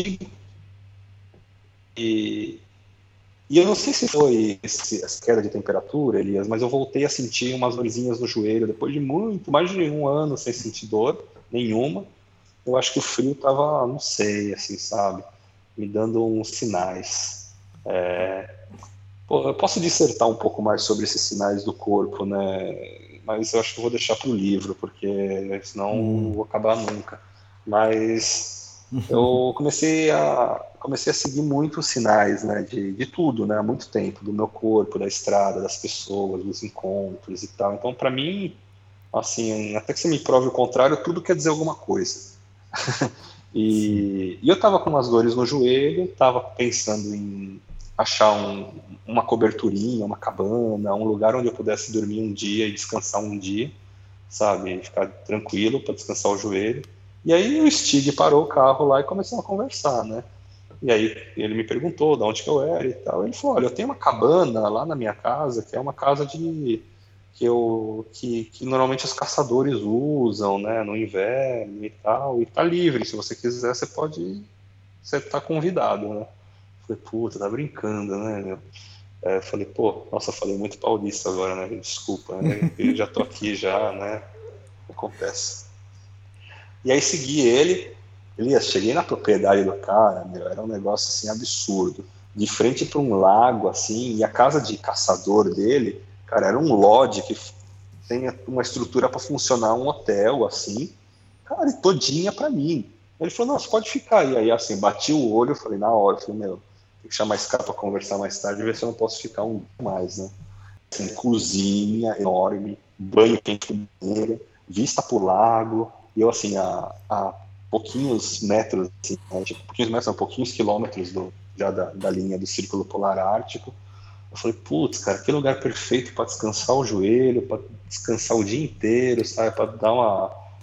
E, e eu não sei se foi esse, essa queda de temperatura, Elias, mas eu voltei a sentir umas dorzinhas no joelho depois de muito, mais de um ano sem sentir dor nenhuma. Eu acho que o frio tava, não sei, assim, sabe, me dando uns sinais. É, pô, eu posso dissertar um pouco mais sobre esses sinais do corpo, né? Mas eu acho que eu vou deixar para o livro, porque senão hum. não vou acabar nunca. Mas eu comecei a comecei a seguir muitos sinais, né, de, de tudo, né, há muito tempo, do meu corpo, da estrada, das pessoas, dos encontros e tal. Então, para mim, assim, até que você me prove o contrário, tudo quer dizer alguma coisa. e, e eu estava com umas dores no joelho, estava pensando em achar um, uma coberturinha, uma cabana, um lugar onde eu pudesse dormir um dia e descansar um dia, sabe, ficar tranquilo para descansar o joelho. E aí o Stig parou o carro lá e começou a conversar, né? E aí ele me perguntou de onde que eu era e tal. Ele falou, olha, eu tenho uma cabana lá na minha casa, que é uma casa de que eu que, que normalmente os caçadores usam, né, no inverno e tal, e tá livre, se você quiser, você pode, você tá convidado, né? Eu falei, puta, tá brincando, né, meu? É, eu falei, pô, nossa, eu falei muito paulista agora, né? Desculpa, né? Eu já tô aqui já, né? Acontece. E aí segui ele. Elias, cheguei na propriedade do cara, meu, era um negócio assim absurdo, de frente para um lago assim, e a casa de caçador dele, cara, era um lodge que tem uma estrutura para funcionar um hotel assim, cara, e todinha para mim. Ele falou, não, você pode ficar aí. Aí assim, bati o olho, eu falei, na hora, eu falei, meu, tem que chamar esse cara para conversar mais tarde e ver se eu não posso ficar um dia mais, né? Assim, cozinha enorme, banho quente de banheiro, vista pro lago, e eu assim, a, a pouquinhos metros, assim, né, tipo, pouquinhos metros, não, pouquinhos quilômetros do, já da, da linha do Círculo Polar Ártico. Eu falei, putz, cara, que lugar perfeito para descansar o joelho, para descansar o dia inteiro, sabe, para dar uma,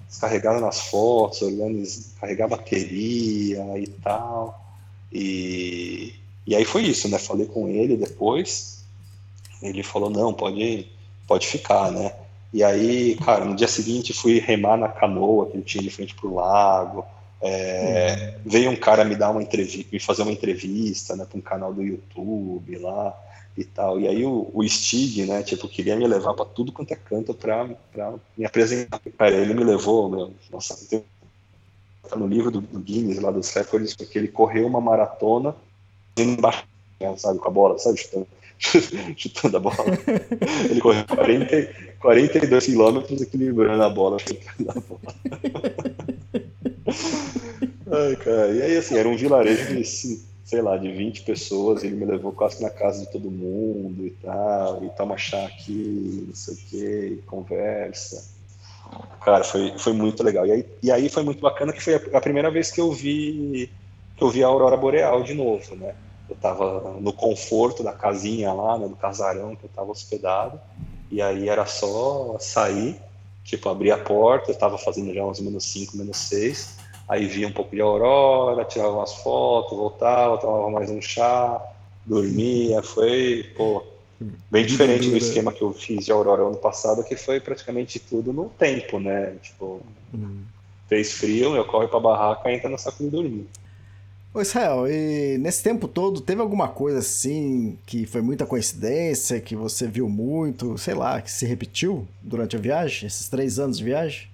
descarregaram nas fotos, carregar bateria e tal. E, e aí foi isso, né? Falei com ele depois, ele falou, não, pode, pode ficar, né? E aí, cara, no dia seguinte fui remar na canoa que ele tinha de frente pro lago. É, uhum. Veio um cara me dar uma entrevista, me fazer uma entrevista, né, para um canal do YouTube lá e tal. E aí o, o Stig, né, tipo, queria me levar para tudo quanto é canto para me apresentar. Cara, ele me levou, meu, nossa, tá no livro do, do Guinness lá dos recordes, porque ele correu uma maratona embaixo, sabe, com a bola, sabe, chutando, chutando a bola. Ele correu quarenta, quarenta e dois quilômetros equilibrando a bola, chutando a bola. Ai, cara, e aí assim, era um vilarejo de, sei lá, de vinte pessoas, ele me levou quase na casa de todo mundo e tal, e toma chá aqui, não sei o que, conversa. Cara, foi, foi muito legal. E aí, e aí foi muito bacana que foi a, a primeira vez que eu vi que eu vi a aurora boreal de novo, né? Eu tava no conforto da casinha lá, né, do casarão que eu tava hospedado, e aí era só sair, tipo, abrir a porta, eu tava fazendo já uns menos cinco, menos seis, aí via um pouco de aurora, tirava umas fotos, voltava, tomava mais um chá, dormia, foi, pô, bem diferente do esquema que eu fiz de aurora ano passado, que foi praticamente tudo no tempo, né, tipo, hum. fez frio, eu corro pra barraca e entra no saco de dormir. Ô Israel, e nesse tempo todo, teve alguma coisa assim que foi muita coincidência, que você viu muito, sei lá, que se repetiu durante a viagem, esses três anos de viagem?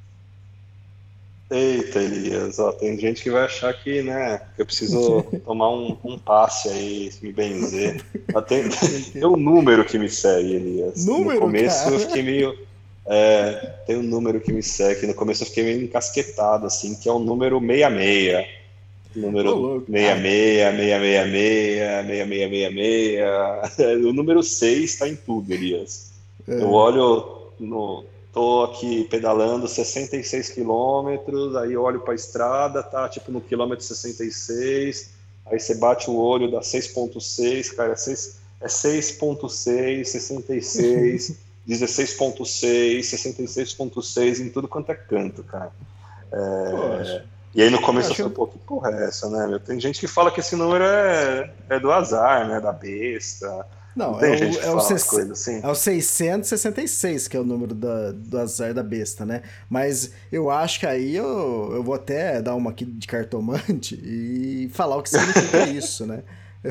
Eita, Elias, ó, tem gente que vai achar que, né, que eu preciso tomar um, um passe aí, me benzer. Tem, tem um número que me segue, Elias. Número, no começo cara? eu fiquei meio... É, tem um número que me segue, no começo eu fiquei meio encasquetado, assim, que é o número sessenta e seis. Número sessenta e seis, seiscentos e sessenta e seis, seis seis seis seis. O número seis está em tudo, Elias. É. Eu olho, no, tô aqui pedalando sessenta e seis quilômetros, aí olho para a estrada, tá tipo no quilômetro sessenta e seis, aí você bate o olho, dá seis ponto seis, cara, é seis ponto seis, sessenta e seis, dezesseis ponto seis, sessenta e seis ponto seis, em tudo quanto é canto, cara. É... E aí no começo eu, eu falei, pô, que porra é essa, né, meu? Tem gente que fala que esse número é, é do azar, né, da besta. Não, não tem é, gente o, que é, fala o seis, coisa assim. É o seiscentos e sessenta e seis, que é o número da, do azar da besta, né? Mas eu acho que aí eu, eu vou até dar uma aqui de cartomante e falar o que significa isso, né?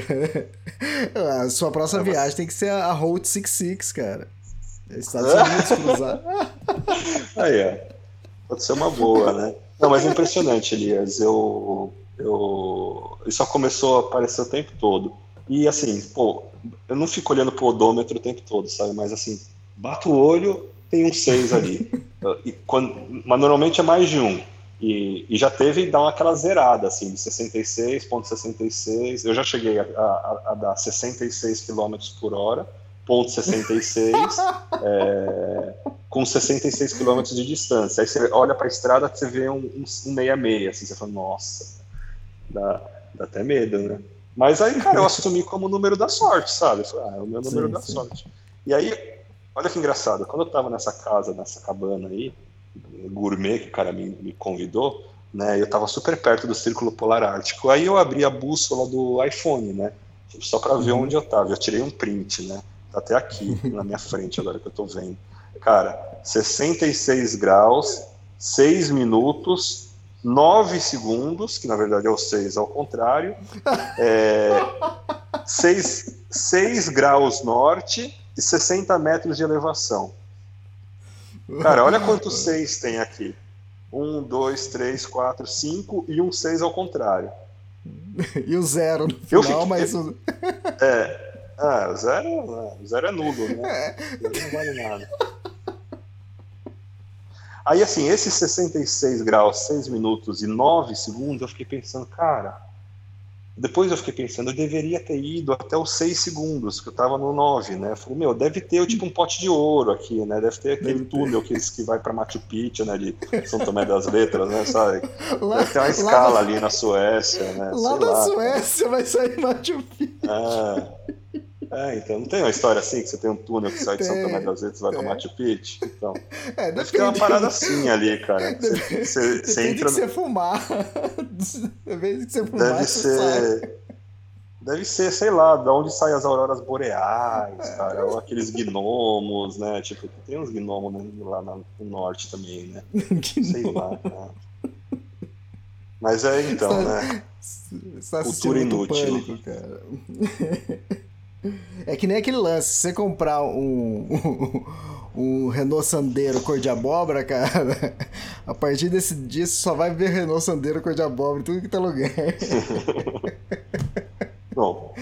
A sua próxima é, viagem mas... tem que ser a Route sessenta e seis, cara. Estados Unidos cruzar. Aí, ó. Pode ser uma boa, né? Não, mas é impressionante, Elias. Eu, eu... Isso só começou a aparecer o tempo todo. E assim, pô, eu não fico olhando pro odômetro o tempo todo, sabe? Mas assim, bato o olho, tem um seis ali. E quando... Mas normalmente é mais de um. E, e já teve dar aquela zerada, assim, de sessenta e seis ponto sessenta e seis. Eu já cheguei a, a, a dar sessenta e seis quilômetros por hora, ponto sessenta e seis, é, com sessenta e seis quilômetros de distância. Aí você olha para a estrada, você vê um, um, um sessenta e seis, assim, você fala, nossa, dá, dá até medo, né? Mas aí, cara, eu assumi como o número da sorte, sabe? Eu falei, ah, é o meu número sim, da sim. sorte. E aí, olha que engraçado, quando eu tava nessa casa, nessa cabana aí, gourmet, que o cara me, me convidou, né, eu tava super perto do Círculo Polar Ártico. Aí eu abri a bússola do iPhone, né, só para ver uhum. onde eu tava. Eu tirei um print, né, tá até aqui na minha frente agora que eu tô vendo. Cara, sessenta e seis graus, seis minutos, nove segundos, que na verdade é o seis ao contrário, é, seis, seis graus norte e sessenta metros de elevação. Cara, olha quantos seis tem aqui. Um, dois, três, quatro, cinco e um seis ao contrário. E o zero no final, fiquei, mas... O... É, ah, o zero, o zero é nulo, né? O zero não vale nada. Aí, assim, esses sessenta e seis graus, seis minutos e nove segundos, eu fiquei pensando, cara... Depois eu fiquei pensando, eu deveria ter ido até os seis segundos, que eu tava no nove, né? Eu falei, meu, deve ter tipo um pote de ouro aqui, né? Deve ter aquele deve túnel ter. Que, que vai pra Machu Picchu, né? De São Tomé das Letras, né? Sabe? Lá, deve ter uma escala da... ali na Suécia, né? Lá Sei da lá, Suécia cara. Vai sair Machu Picchu. É. É, então, não tem uma história assim, que você tem um túnel que sai de São Tomé das Letras e vai pra Machu Picchu? Então, É, deve ter uma parada assim ali, cara. Você, você, você Depende entra que você no... fumar. Depende que você fumar, Deve você sai. ser... Deve ser, sei lá, de onde saem as auroras boreais, cara, ou aqueles gnomos, né? Tipo, tem uns gnomos né, lá no norte também, né? Sei lá, cara. Mas é então, Você tá- né? Você tá assistindo Cultura muito inútil. Pânico, cara. É que nem aquele lance, se você comprar um, um, um Renault Sandero cor de abóbora, cara, a partir desse dia você só vai ver Renault Sandero cor de abóbora em tudo que tá lugar. Bom,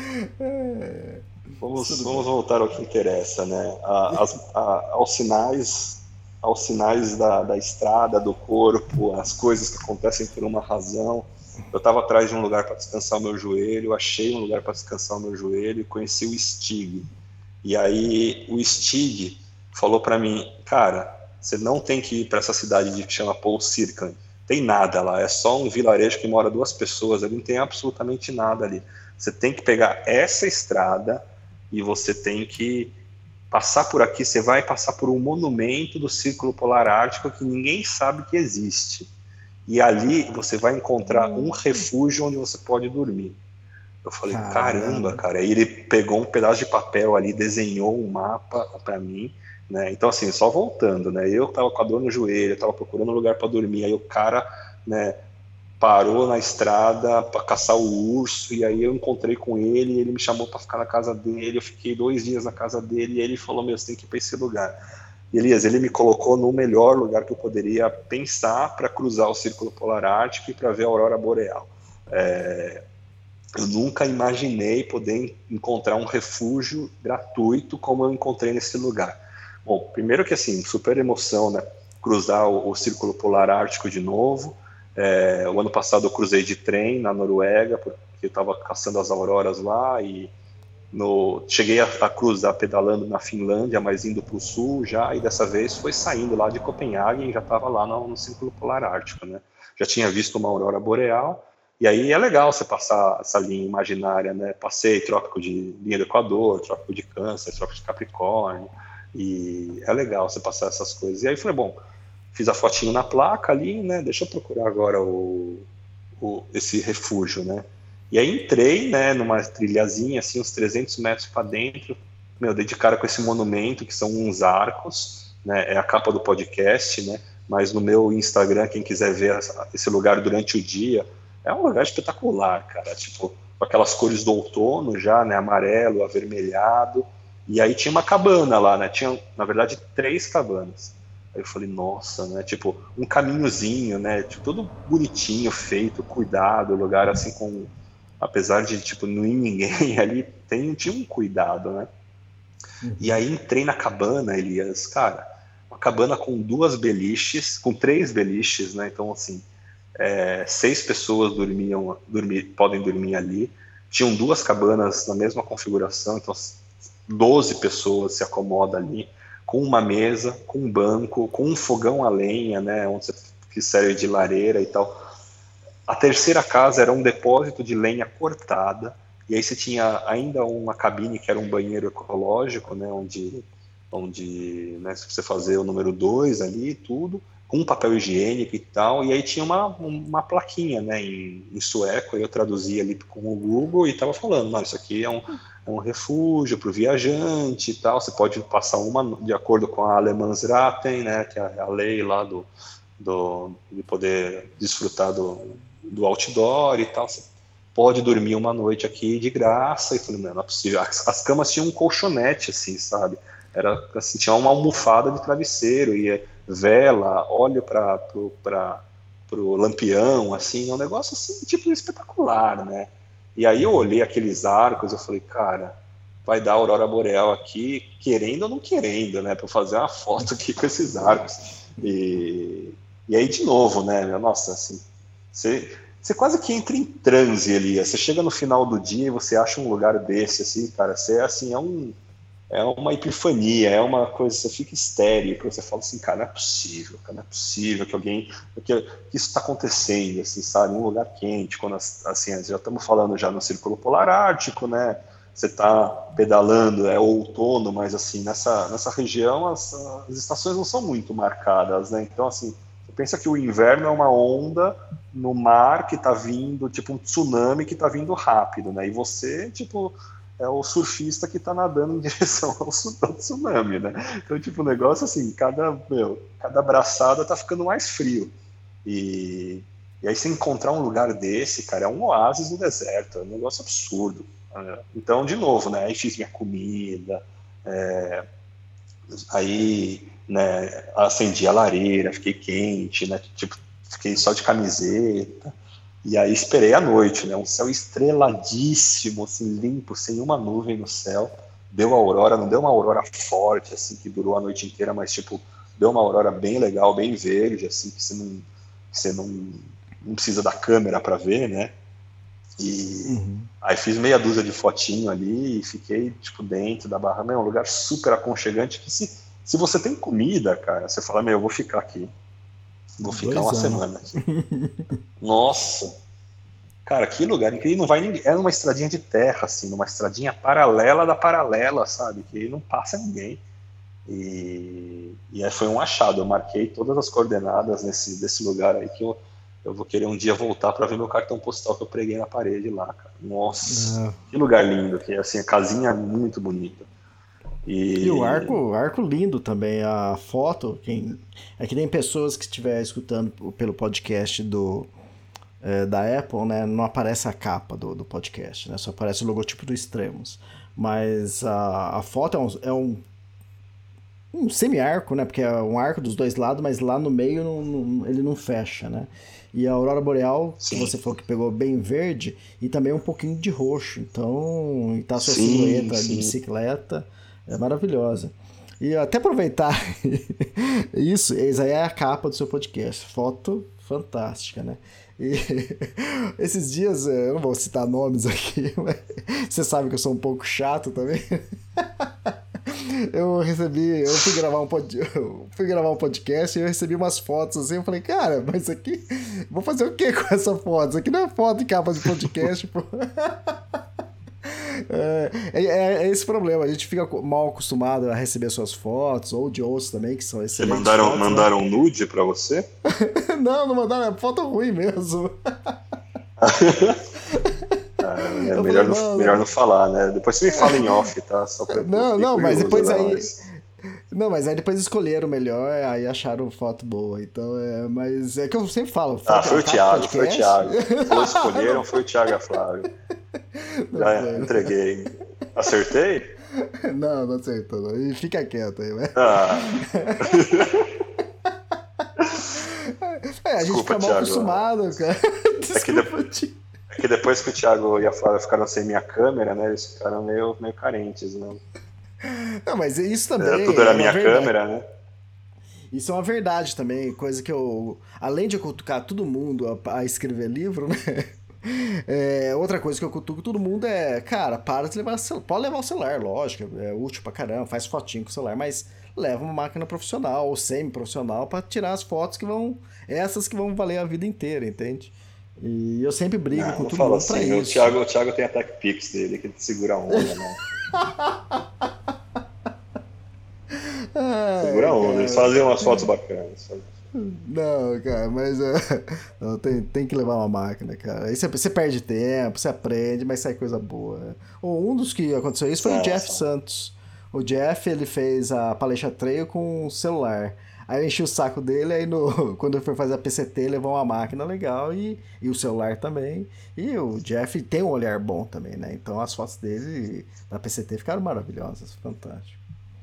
vamos, vamos voltar ao que interessa, né? A, as- a- aos sinais, aos sinais da, da estrada, do corpo, as coisas que acontecem por uma razão. Eu estava atrás de um lugar para descansar o meu joelho, achei um lugar para descansar o meu joelho e conheci o Stig. E aí o Stig falou para mim, cara, você não tem que ir para essa cidade de, que chama Paul Circan. Tem nada lá, é só um vilarejo que mora duas pessoas, ali não tem absolutamente nada ali. Você tem que pegar essa estrada e você tem que passar por aqui, você vai passar por um monumento do Círculo Polar Ártico que ninguém sabe que existe. E ali você vai encontrar um refúgio onde você pode dormir. Eu falei, Caramba. caramba, cara. Aí ele pegou um pedaço de papel ali, desenhou um mapa para mim, né? Então, assim, só voltando, né? Eu tava com a dor no joelho, eu tava procurando um lugar para dormir. Aí o cara, né, parou na estrada para caçar o urso. E aí eu encontrei com ele, e ele me chamou para ficar na casa dele. Eu fiquei dois dias na casa dele e ele falou, meu, você tem que ir para esse lugar. E, Elias, ele me colocou no melhor lugar que eu poderia pensar para cruzar o Círculo Polar Ártico e para ver a aurora boreal. É... Eu nunca imaginei poder encontrar um refúgio gratuito como eu encontrei nesse lugar. Bom, primeiro que assim, super emoção, né? Cruzar o, o Círculo Polar Ártico de novo. É, o ano passado eu cruzei de trem na Noruega, porque eu estava caçando as auroras lá e no, cheguei a, a cruzar pedalando na Finlândia, mas indo para o sul já, e dessa vez foi saindo lá de Copenhague e já estava lá no, no Círculo Polar Ártico, né? Já tinha visto uma aurora boreal. E aí é legal você passar essa linha imaginária, né? Passei trópico de linha do Equador, trópico de Câncer, trópico de Capricórnio, e é legal você passar essas coisas. E aí falei, bom, fiz a fotinho na placa ali, né? Deixa eu procurar agora o, o, esse refúgio, né? E aí entrei, né, numa trilhazinha, assim, uns trezentos metros para dentro, meu, dei de cara com esse monumento, que são uns arcos, né? É a capa do podcast, né? Mas no meu Instagram, quem quiser ver esse lugar durante o dia, é um lugar espetacular, cara, tipo, com aquelas cores do outono já, né, amarelo, avermelhado, e aí tinha uma cabana lá, né, tinha, na verdade, três cabanas. Aí eu falei, nossa, né, tipo, um caminhozinho, né, tipo, todo bonitinho, feito, cuidado, lugar assim com, apesar de, tipo, não ir ninguém ali, tem, tinha um cuidado, né. Uhum. E aí entrei na cabana, Elias, cara, uma cabana com duas beliches, com três beliches, né, então, assim, É, seis pessoas dormiam, dormir, podem dormir ali. Tinham duas cabanas na mesma configuração, então doze pessoas se acomodam ali, com uma mesa, com um banco, com um fogão a lenha, né, onde você, que serve de lareira e tal. A terceira casa era um depósito de lenha cortada, e aí você tinha ainda uma cabine que era um banheiro ecológico, né, onde, onde né, você fazer o número dois ali e tudo, com papel higiênico e tal, e aí tinha uma, uma plaquinha, né, em, em sueco, eu traduzia ali com o Google e estava falando, não, isso aqui é um, é um refúgio para o viajante e tal, você pode passar uma de acordo com a Allemansraten, né, que é a lei lá do, do, de poder desfrutar do, do outdoor e tal, você pode dormir uma noite aqui de graça, e falei, não, não é possível, as, as camas tinham um colchonete, assim, sabe, era, assim, tinha uma almofada de travesseiro, e vela, óleo para o lampião, assim, é um negócio assim, tipo espetacular, né? E aí eu olhei aqueles arcos, eu falei, cara, vai dar aurora boreal aqui, querendo ou não querendo, né? Para fazer uma foto aqui com esses arcos. E, e aí, de novo, né? Nossa, assim, você, você quase que entra em transe ali. Você chega no final do dia e você acha um lugar desse, assim, cara, você, assim, é um... é uma epifania, é uma coisa, você fica estéril, porque você fala assim, cara, não é possível, cara, não é possível que alguém, que, que isso está acontecendo, assim, sabe, em um lugar quente, quando, assim, já estamos falando já no Círculo Polar Ártico, né, você tá pedalando, é outono, mas assim, nessa, nessa região as, as estações não são muito marcadas, né? Então, assim, você pensa que o inverno é uma onda no mar que tá vindo, tipo um tsunami que tá vindo rápido, né? E você, tipo, é o surfista que tá nadando em direção ao tsunami, né? Então, tipo, o negócio assim, cada, meu, cada braçada tá ficando mais frio. E, e aí você encontrar um lugar desse, cara, é um oásis no deserto, é um negócio absurdo. Então, de novo, né, aí fiz minha comida, é, aí, né, acendi a lareira, fiquei quente, né, tipo, fiquei só de camiseta, e aí esperei a noite, né, um céu estreladíssimo, assim, limpo, sem uma nuvem no céu, deu aurora, não deu uma aurora forte, assim, que durou a noite inteira, mas, tipo, deu uma aurora bem legal, bem verde, assim, que você não, que você não, não precisa da câmera para ver, né. E uhum. aí fiz meia dúzia de fotinho ali e fiquei, tipo, dentro da barra. É um lugar super aconchegante que se, se você tem comida, cara, você fala, meu, eu vou ficar aqui. Vou ficar Dois uma anos. semana aqui. Nossa! Cara, que lugar incrível. Não vai ninguém. É numa estradinha de terra, assim, numa estradinha paralela da paralela, sabe? Que não passa ninguém. E, e aí foi um achado. Eu marquei todas as coordenadas nesse, desse lugar aí que eu Eu vou querer um dia voltar para ver meu cartão postal que eu preguei na parede lá, cara. Nossa, é. Que lugar lindo, que assim, a casinha é muito bonita. E, e o arco, arco lindo também, a foto, quem, é que nem pessoas que estiver escutando pelo podcast do, é, da Apple, né, não aparece a capa do, do podcast, né, só aparece o logotipo do Extremos. Mas a, a foto é um, é um um semi-arco, né? Porque é um arco dos dois lados, mas lá no meio não, não, ele não fecha, né? E a aurora boreal, sim, que você falou que pegou bem verde, e também um pouquinho de roxo. Então, tá a sua sim, silhueta sim. de bicicleta, é maravilhosa. E até aproveitar isso, isso aí é a capa do seu podcast. Foto fantástica, né? E esses dias, eu não vou citar nomes aqui, mas você sabe que eu sou um pouco chato também. Eu recebi, eu fui gravar um pod, eu fui gravar um podcast e eu recebi umas fotos assim, eu falei, cara, mas isso aqui, vou fazer o que com essa foto? Isso aqui não é foto de capa de podcast, pô. É, é, é esse problema, a gente fica mal acostumado a receber suas fotos, ou de outros também, que são excelentes. Você mandaram, fotos, mandaram né? nude pra você? Não, não mandaram, é foto ruim mesmo. Ah, é melhor, falei, não, não, melhor não falar, né? Depois você me fala em off, tá? Só pra não, não, mas depois aí... Mas... Não, mas aí depois escolheram melhor, aí acharam foto boa, então é... Mas é que eu sempre falo... Ah, foi o Thiago, foi o Thiago. Falou escolheram, foi o Thiago e a Flávia. Já foi. Entreguei. Acertei? Não, não acertou, não. E fica quieto aí, né? Ah... É, a gente Desculpa, fica mal Thiago. acostumado, cara. É que, de... é que depois que o Thiago e a Flávia ficaram sem minha câmera, né? Eles ficaram meio, meio carentes, né? Não, mas isso também. Era, tudo era é minha verdade. câmera, né? Isso é uma verdade também, coisa que eu. Além de eu cutucar todo mundo a, a escrever livro, né? É, outra coisa que eu cutuco todo mundo é, cara, para de levar celular. Pode levar o celular, lógico, é útil pra caramba, faz fotinho com o celular, mas leva uma máquina profissional ou semi-profissional pra tirar as fotos que vão. Essas que vão valer a vida inteira, entende? E eu sempre brigo não, com todo mundo assim, pra o isso. Thiago, o Thiago tem a TechPix dele, que segura a onda, né? Ai, segura a onda, cara. Eles fazem umas fotos bacanas. Não, cara, mas uh, não, tem, tem que levar uma máquina, cara. Aí você, você perde tempo, você aprende, mas sai coisa boa. Um dos que aconteceu isso foi Nossa. o Jeff Santos. O Jeff, ele fez a palestra trail com um celular. Aí eu enchi o saco dele, aí no, quando ele foi fazer a P C T, levou uma máquina legal e, e o celular também. E o Jeff tem um olhar bom também, né? Então as fotos dele da P C T ficaram maravilhosas, fantástico.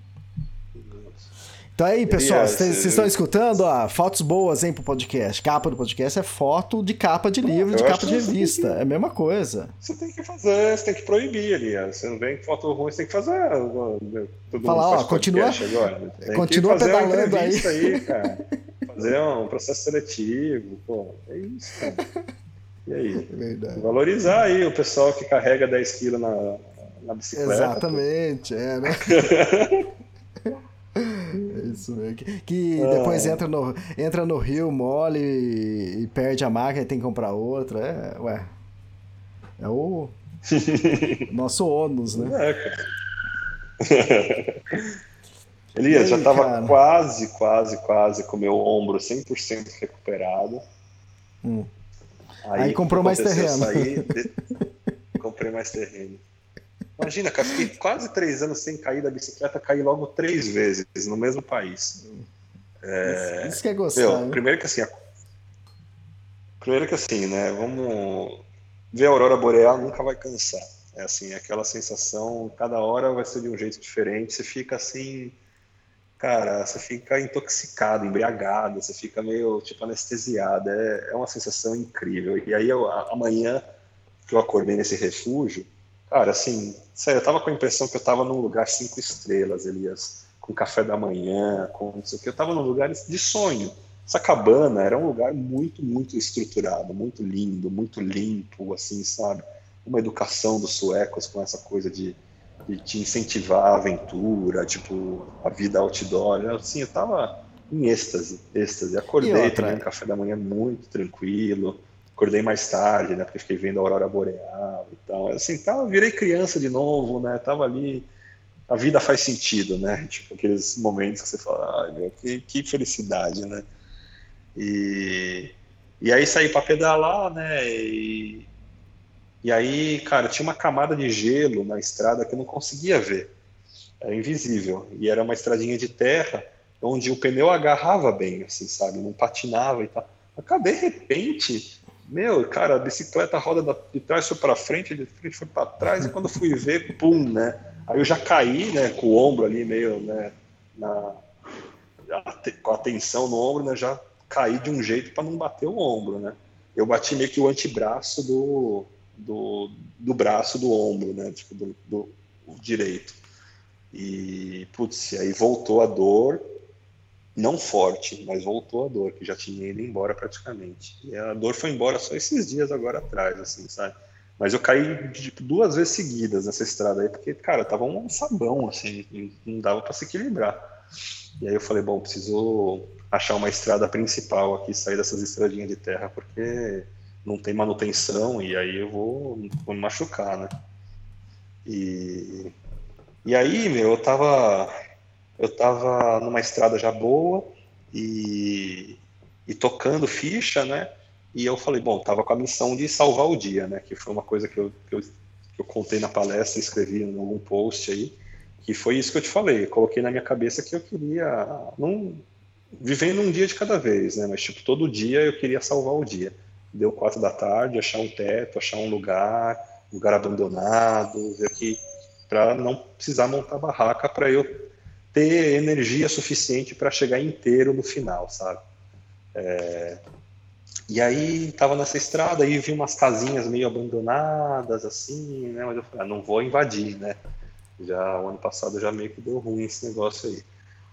Então aí, pessoal, vocês estão escutando? Ó, fotos boas, hein, pro podcast. Capa do podcast é foto de capa de livro, Pô, de capa de revista. Que... É a mesma coisa. Você tem que fazer, você tem que proibir ali. Você não vem com foto ruim, você tem que fazer. Todo Falar, ó, continua, agora. Tem continua que fazer pedalando uma aí. aí, cara. Fazer um processo seletivo. Pô, é isso, cara. E aí? É verdade. Valorizar aí o pessoal que carrega dez quilos na, na bicicleta. Exatamente, pô. é, né? É isso mesmo. Que, que ah. depois entra no, entra no rio mole e, e perde a máquina e tem que comprar outra. É, ué. É o, Nosso ônus, né? É, cara. Elias, já tava cara? quase, quase, quase com o meu ombro cem por cento recuperado. Hum. Aí, Aí comprou mais terreno. Eu saí, de... comprei mais terreno. Imagina, cara, fiquei quase três anos sem cair da bicicleta, caí logo três vezes no mesmo país. É... Isso, isso que é gostar. Meu, né? primeiro que assim, a... primeiro que assim, né? Vamos ver a aurora boreal, nunca vai cansar. É assim, aquela sensação, cada hora vai ser de um jeito diferente. Você fica assim, cara, você fica intoxicado, embriagado, você fica meio tipo anestesiado. É, é uma sensação incrível. E aí eu, amanhã que eu acordei nesse refúgio, cara, assim, sério, eu tava com a impressão que eu tava num lugar cinco estrelas, Elias, com café da manhã, com não sei o que, eu tava num lugar de sonho. Essa cabana era um lugar muito, muito estruturado, muito lindo, muito limpo, assim, sabe? Uma educação dos suecos com essa coisa de, de te incentivar a aventura, tipo, a vida outdoor. Assim, eu tava em êxtase, êxtase. Acordei, tomei um café da manhã muito tranquilo. Acordei mais tarde, né, porque fiquei vendo a aurora boreal e tal. Assim, tava, virei criança de novo, né, tava ali, a vida faz sentido, né, tipo, aqueles momentos que você fala, ai, meu, que, que felicidade, né. E, e aí saí para pedalar, né, e, e aí, cara, tinha uma camada de gelo na estrada que eu não conseguia ver, era invisível, e era uma estradinha de terra, onde o pneu agarrava bem, assim, sabe, não patinava e tal. Acabei, de repente... Meu, cara, a bicicleta roda de trás foi para frente, de frente foi para trás, e quando fui ver, pum, né? Aí eu já caí, né, com o ombro ali meio, né, na, com a tensão no ombro, né, já caí de um jeito para não bater o ombro, né? Eu bati meio que o antebraço do, do, do braço do ombro, né, tipo, do, do direito. E, putz, aí voltou a dor. Não forte, mas voltou a dor, que já tinha ido embora praticamente. E a dor foi embora só esses dias agora atrás, assim, sabe? Mas eu caí tipo, duas vezes seguidas nessa estrada aí, porque, cara, tava um sabão, assim, não dava para se equilibrar. E aí eu falei, bom, preciso achar uma estrada principal aqui, sair dessas estradinhas de terra, porque não tem manutenção, e aí eu vou, vou me machucar, né? E, e aí, meu, eu tava... Eu estava numa estrada já boa e, e tocando ficha, né? E eu falei, bom, estava com a missão de salvar o dia, né? Que foi uma coisa que eu, que eu, que eu contei na palestra, escrevi em algum post aí, que foi isso que eu te falei. Eu coloquei na minha cabeça que eu queria não, vivendo um dia de cada vez, né? Mas tipo todo dia eu queria salvar o dia. Deu quatro da tarde, achar um teto, achar um lugar, lugar abandonado, ver que para não precisar montar barraca para eu ter energia suficiente para chegar inteiro no final, sabe? É... E aí tava nessa estrada, aí vi umas casinhas meio abandonadas, assim, né? Mas eu falei, ah, não vou invadir, né? Já o ano passado já meio que deu ruim esse negócio aí.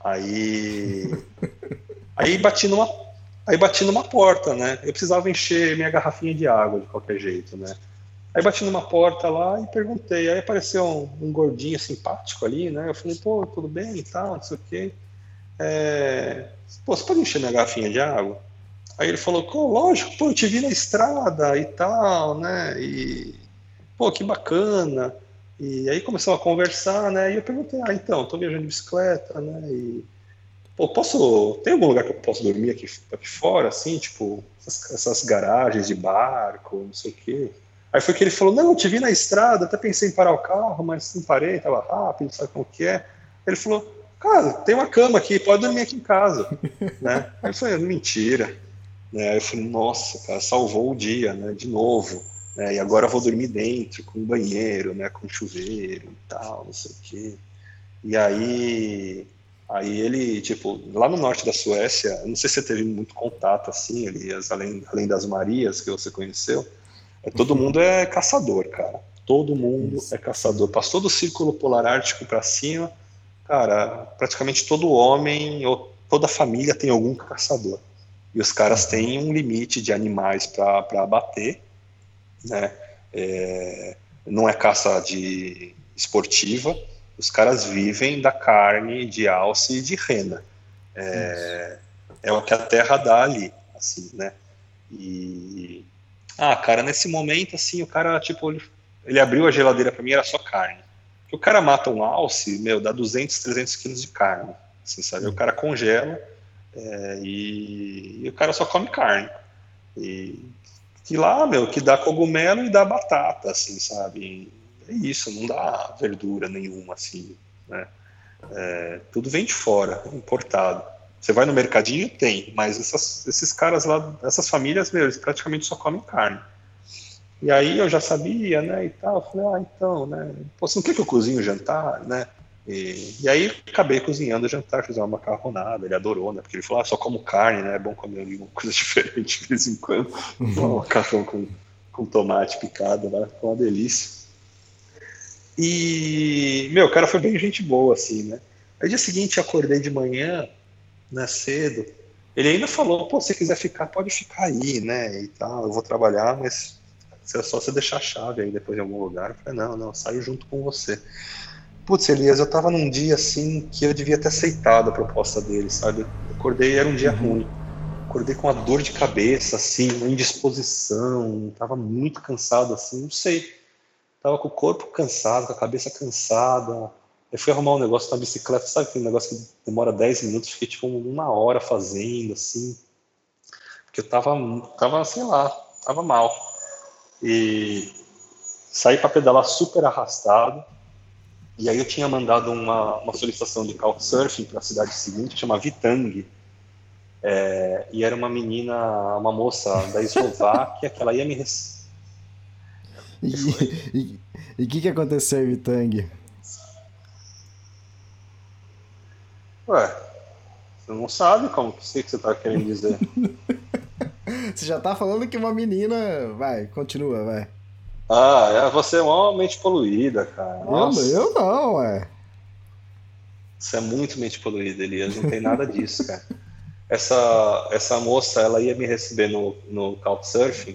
Aí, aí bati numa, aí bati numa porta, né? Eu precisava encher minha garrafinha de água de qualquer jeito, né? Aí bati numa porta lá e perguntei. Aí apareceu um, um gordinho simpático ali, né? Eu falei, pô, tudo bem e tal, não sei o quê. É... Pô, você pode encher minha garrafinha de água? Aí ele falou, pô, lógico, pô, eu te vi na estrada e tal, né? E, pô, que bacana. E aí começou a conversar, né? E eu perguntei, ah, então, tô viajando de bicicleta, né? E, pô, posso... Tem algum lugar que eu posso dormir aqui, aqui fora, assim? Tipo, essas, essas garagens de barco, não sei o quê. Aí foi que ele falou, não, eu te vi na estrada, até pensei em parar o carro, mas não parei, tava rápido, sabe como que é? Ele falou, cara, tem uma cama aqui, pode dormir aqui em casa, né? Aí eu falei, mentira, né? Aí eu falei, nossa, cara, salvou o dia, né, de novo, né? E agora eu vou dormir dentro, com um banheiro, né, com chuveiro e tal, não sei o quê. E aí, aí ele, tipo, lá no norte da Suécia, não sei se você teve muito contato, assim, Elias, além, além das Marias que você conheceu, É, todo mundo é caçador, cara. Todo mundo Isso. é caçador. Passou do círculo polar ártico para cima, cara, praticamente todo homem ou toda família tem algum caçador. E os caras têm um limite de animais para abater, né? É, não é caça de esportiva. Os caras vivem da carne de alce e de rena. É, é o que a terra dá ali, assim, né? E Ah, cara, nesse momento, assim, o cara, tipo, ele ele abriu a geladeira para mim, era só carne. Porque o cara mata um alce, meu, dá duzentos, trezentos quilos de carne, assim, sabe? O cara congela é, e, e o cara só come carne. E, e lá, meu, que dá cogumelo e dá batata, assim, sabe? É isso, não dá verdura nenhuma, assim, né? É, tudo vem de fora, importado. Você vai no mercadinho, tem, mas essas, esses caras lá, essas famílias, meu, eles praticamente só comem carne. E aí eu já sabia, né, e tal, eu falei, ah, então, né, pô, você não quer que eu cozinhe o jantar, né? E, e aí acabei cozinhando o jantar, fiz uma macarronada, ele adorou, né, porque ele falou, ah, só como carne, né, é bom comer alguma coisa diferente de vez em quando. Um macarrão com, com tomate picado, né, foi uma delícia. E, meu, o cara foi bem gente boa, assim, né. Aí dia seguinte eu acordei de manhã, né, cedo, ele ainda falou, pô, se você quiser ficar, pode ficar aí, né, e tal, eu vou trabalhar, mas é só você deixar a chave aí depois em algum lugar. Eu falei, não, não, eu saio junto com você. Putz, Elias, eu tava num dia assim que eu devia ter aceitado a proposta dele, sabe? Eu acordei, era um dia uhum. ruim. Acordei com uma dor de cabeça, assim, uma indisposição, tava muito cansado, assim, não sei. Tava com o corpo cansado, com a cabeça cansada. Eu fui arrumar um negócio na bicicleta, sabe aquele negócio que demora dez minutos, fiquei tipo uma hora fazendo, assim. Porque eu tava, tava sei lá, tava mal. E saí para pedalar super arrastado. E aí eu tinha mandado uma, uma solicitação de Couchsurfing para a cidade seguinte, que chama Vitang. É, e era uma menina, uma moça da Eslováquia, que ela ia me receber. E o que, que aconteceu em Vitang? Ué, você não sabe como que sei que você tá querendo dizer. Você já tá falando que uma menina... Vai, continua, vai. Ah, você é uma mente poluída, cara. Nossa. Eu, eu não, ué. Você é muito mente poluída, Elias. Não tem nada disso, cara. Essa, essa moça, ela ia me receber no, no Couchsurfing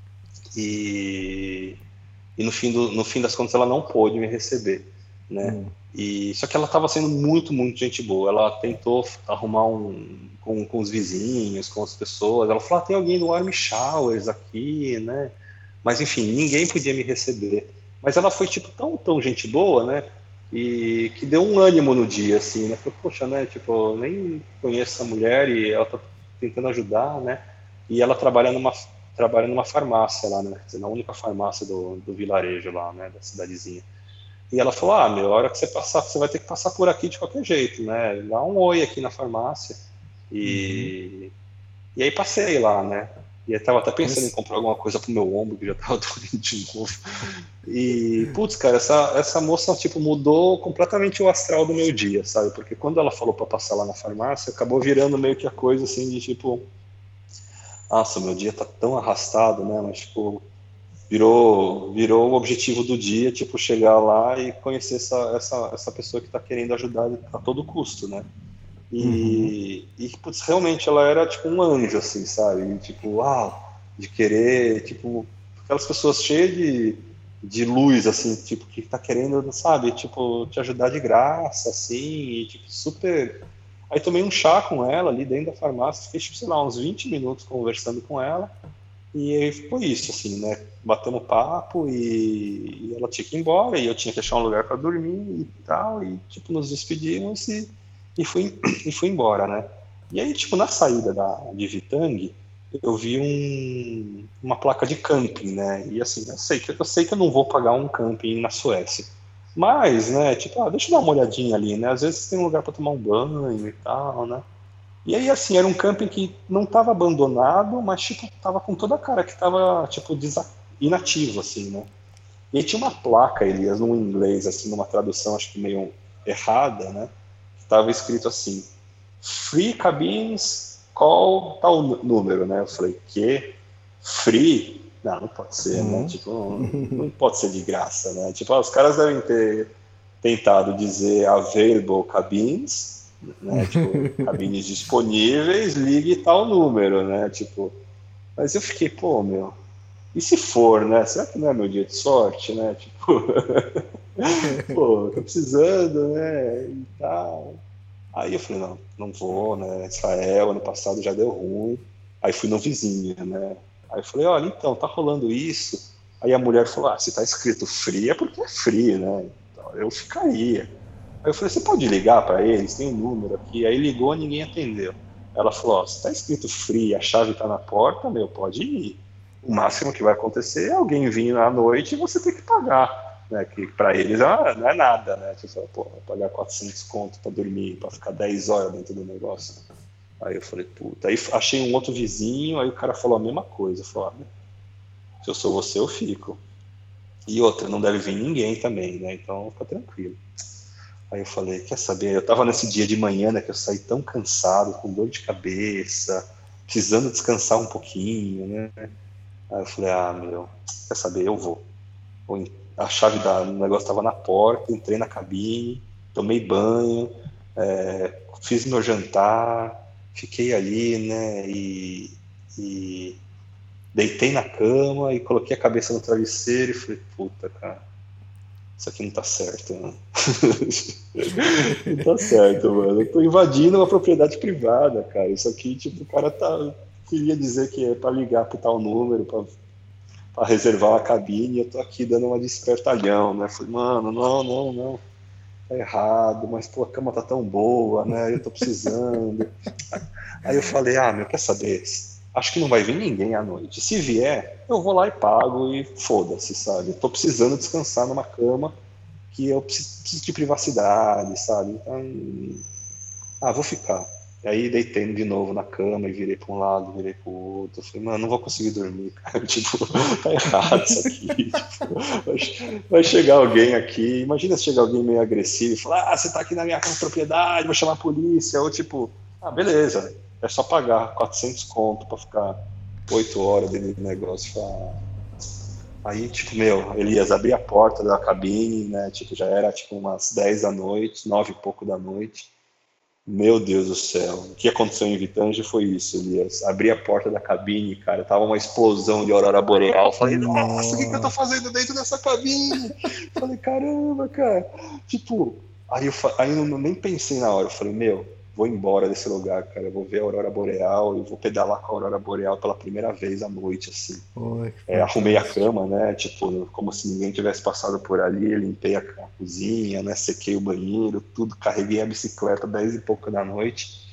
e, e no, fim do, no fim das contas ela não pôde me receber, né? Hum. E, só que ela estava sendo muito, muito gente boa. Ela tentou arrumar um... Com, com os vizinhos, com as pessoas. Ela falou, ah, tem alguém no Warm Showers aqui, né? Mas, enfim, ninguém podia me receber. Mas ela foi, tipo, tão, tão gente boa, né? E que deu um ânimo no dia, assim, né? Falei, poxa, né? Tipo, eu nem conheço essa mulher e ela tá tentando ajudar, né? E ela trabalha numa, trabalha numa farmácia lá, né? Quer dizer, na única farmácia do, do vilarejo lá, né? Da cidadezinha. E ela falou, ah, meu, a hora que você passar, você vai ter que passar por aqui de qualquer jeito, né? Dá um oi aqui na farmácia. E, uhum. e aí passei lá, né? E eu tava até pensando em comprar alguma coisa pro meu ombro, que já tava doendo de novo. E, putz, cara, essa, essa moça, tipo, mudou completamente o astral do meu dia, sabe? Porque quando ela falou pra passar lá na farmácia, acabou virando meio que a coisa, assim, de tipo... Nossa, meu dia tá tão arrastado, né? Mas, tipo, virou, virou o objetivo do dia, tipo, chegar lá e conhecer essa, essa, essa pessoa que tá querendo ajudar a todo custo, né? E, uhum. e, putz, realmente ela era tipo um anjo, assim, sabe? Tipo, uau, de querer, tipo, aquelas pessoas cheias de, de luz, assim, tipo, que tá querendo, sabe, tipo, te ajudar de graça, assim, e, tipo, super... Aí tomei um chá com ela ali dentro da farmácia, fiquei, tipo, sei lá, uns vinte minutos conversando com ela, e aí foi isso, assim, né? Batemos papo e, e ela tinha que ir embora, e eu tinha que achar um lugar para dormir e tal, e, tipo, nos despedimos e E fui, e fui embora, né? E aí, tipo, na saída da, de Vitang, eu vi um, uma placa de camping, né? E assim, eu sei, que, eu sei que eu não vou pagar um camping na Suécia. Mas, né, tipo, ah, deixa eu dar uma olhadinha ali, né? Às vezes tem um lugar para tomar um banho e tal, né? E aí, assim, era um camping que não estava abandonado, mas, tipo, tava com toda a cara que tava, tipo, inativo, assim, né? E aí tinha uma placa, Elias, num inglês, assim, numa tradução, acho que meio errada, né? Estava escrito assim, free cabins, call tal número, né? Eu falei, que? Free? Não, não pode ser, uhum. né? Tipo, não, não pode ser de graça, né? Tipo, os caras devem ter tentado dizer available cabins, né? Tipo, cabines disponíveis, ligue tal número, né? Tipo, mas eu fiquei, pô, meu, e se for, né? Será que não é meu dia de sorte, né? Tipo... Pô, tô precisando, né, e tal. Aí eu falei, não, não vou, né, Israel, ano passado já deu ruim. Aí fui no vizinho, né, aí eu falei, olha, então, tá rolando isso, Aí a mulher falou, ah, se tá escrito free é porque é free, né? Então, eu ficaria. Aí eu falei, você pode ligar para eles? Tem um número aqui. Aí ligou, ninguém atendeu. Ela falou, ó, se tá escrito free, a chave tá na porta, meu, pode ir. O máximo que vai acontecer é alguém vir à noite e você ter que pagar, né? Que para eles ah, não é nada, né? Você fala, pô, vai pagar quatrocentos conto para dormir, para ficar dez horas dentro do negócio. Aí eu falei, puta. Aí achei um outro vizinho, aí o cara falou a mesma coisa. Falou, ah, se eu sou você, eu fico. E outra, não deve vir ninguém também, né? Então fica tranquilo. Aí eu falei, quer saber? Eu tava nesse dia de manhã, né? Que eu saí tão cansado, com dor de cabeça, precisando descansar um pouquinho, né? Aí eu falei, ah, meu, quer saber? Eu vou. A chave do negócio tava na porta, entrei na cabine, tomei banho, é, fiz meu jantar, fiquei ali, né? E, e deitei na cama e coloquei a cabeça no travesseiro e falei, puta, cara, isso aqui não tá certo, né? Não tá certo, mano. Eu tô invadindo uma propriedade privada, cara. Isso aqui, tipo, o cara tá... queria dizer que é pra ligar pro tal número, pra, pra reservar uma cabine, e eu tô aqui dando uma de espertalhão, né? Falei, mano, não, não, não. Tá errado, mas, pô, a cama tá tão boa, né? Eu tô precisando. Aí eu falei, ah, meu, quer saber? Acho que não vai vir ninguém à noite. Se vier, eu vou lá e pago e foda-se, sabe? Eu tô precisando descansar numa cama que eu preciso de privacidade, sabe? Então, ah, vou ficar. E aí deitei de novo na cama e virei para um lado, virei para o outro. Eu falei, mano, não vou conseguir dormir, cara. Tipo, tá errado isso aqui. Tipo, vai, vai chegar alguém aqui. Imagina se chegar alguém meio agressivo e falar, ah, você tá aqui na minha propriedade, vou chamar a polícia. Ou tipo, ah, beleza. É só pagar quatrocentos conto para ficar oito horas dentro do negócio. Aí, tipo, meu, Elias, abri a porta da cabine, né? Tipo, já era tipo umas dez da noite, nove e pouco da noite. Meu Deus do céu. O que aconteceu em Vitange foi isso, Elias. Abri a porta da cabine, cara, tava uma explosão de aurora boreal. Falei, nossa, o que, que eu tô fazendo dentro dessa cabine? Falei, caramba, cara. Tipo, aí eu aí eu nem pensei na hora. Eu falei, meu, vou embora desse lugar, cara. Eu vou ver a aurora boreal, eu vou pedalar com a aurora boreal pela primeira vez à noite, assim. Oi, é, arrumei a cama, né? Tipo, como se ninguém tivesse passado por ali. Limpei a, a cozinha, né? Sequei o banheiro, tudo. Carreguei a bicicleta dez e pouco da noite.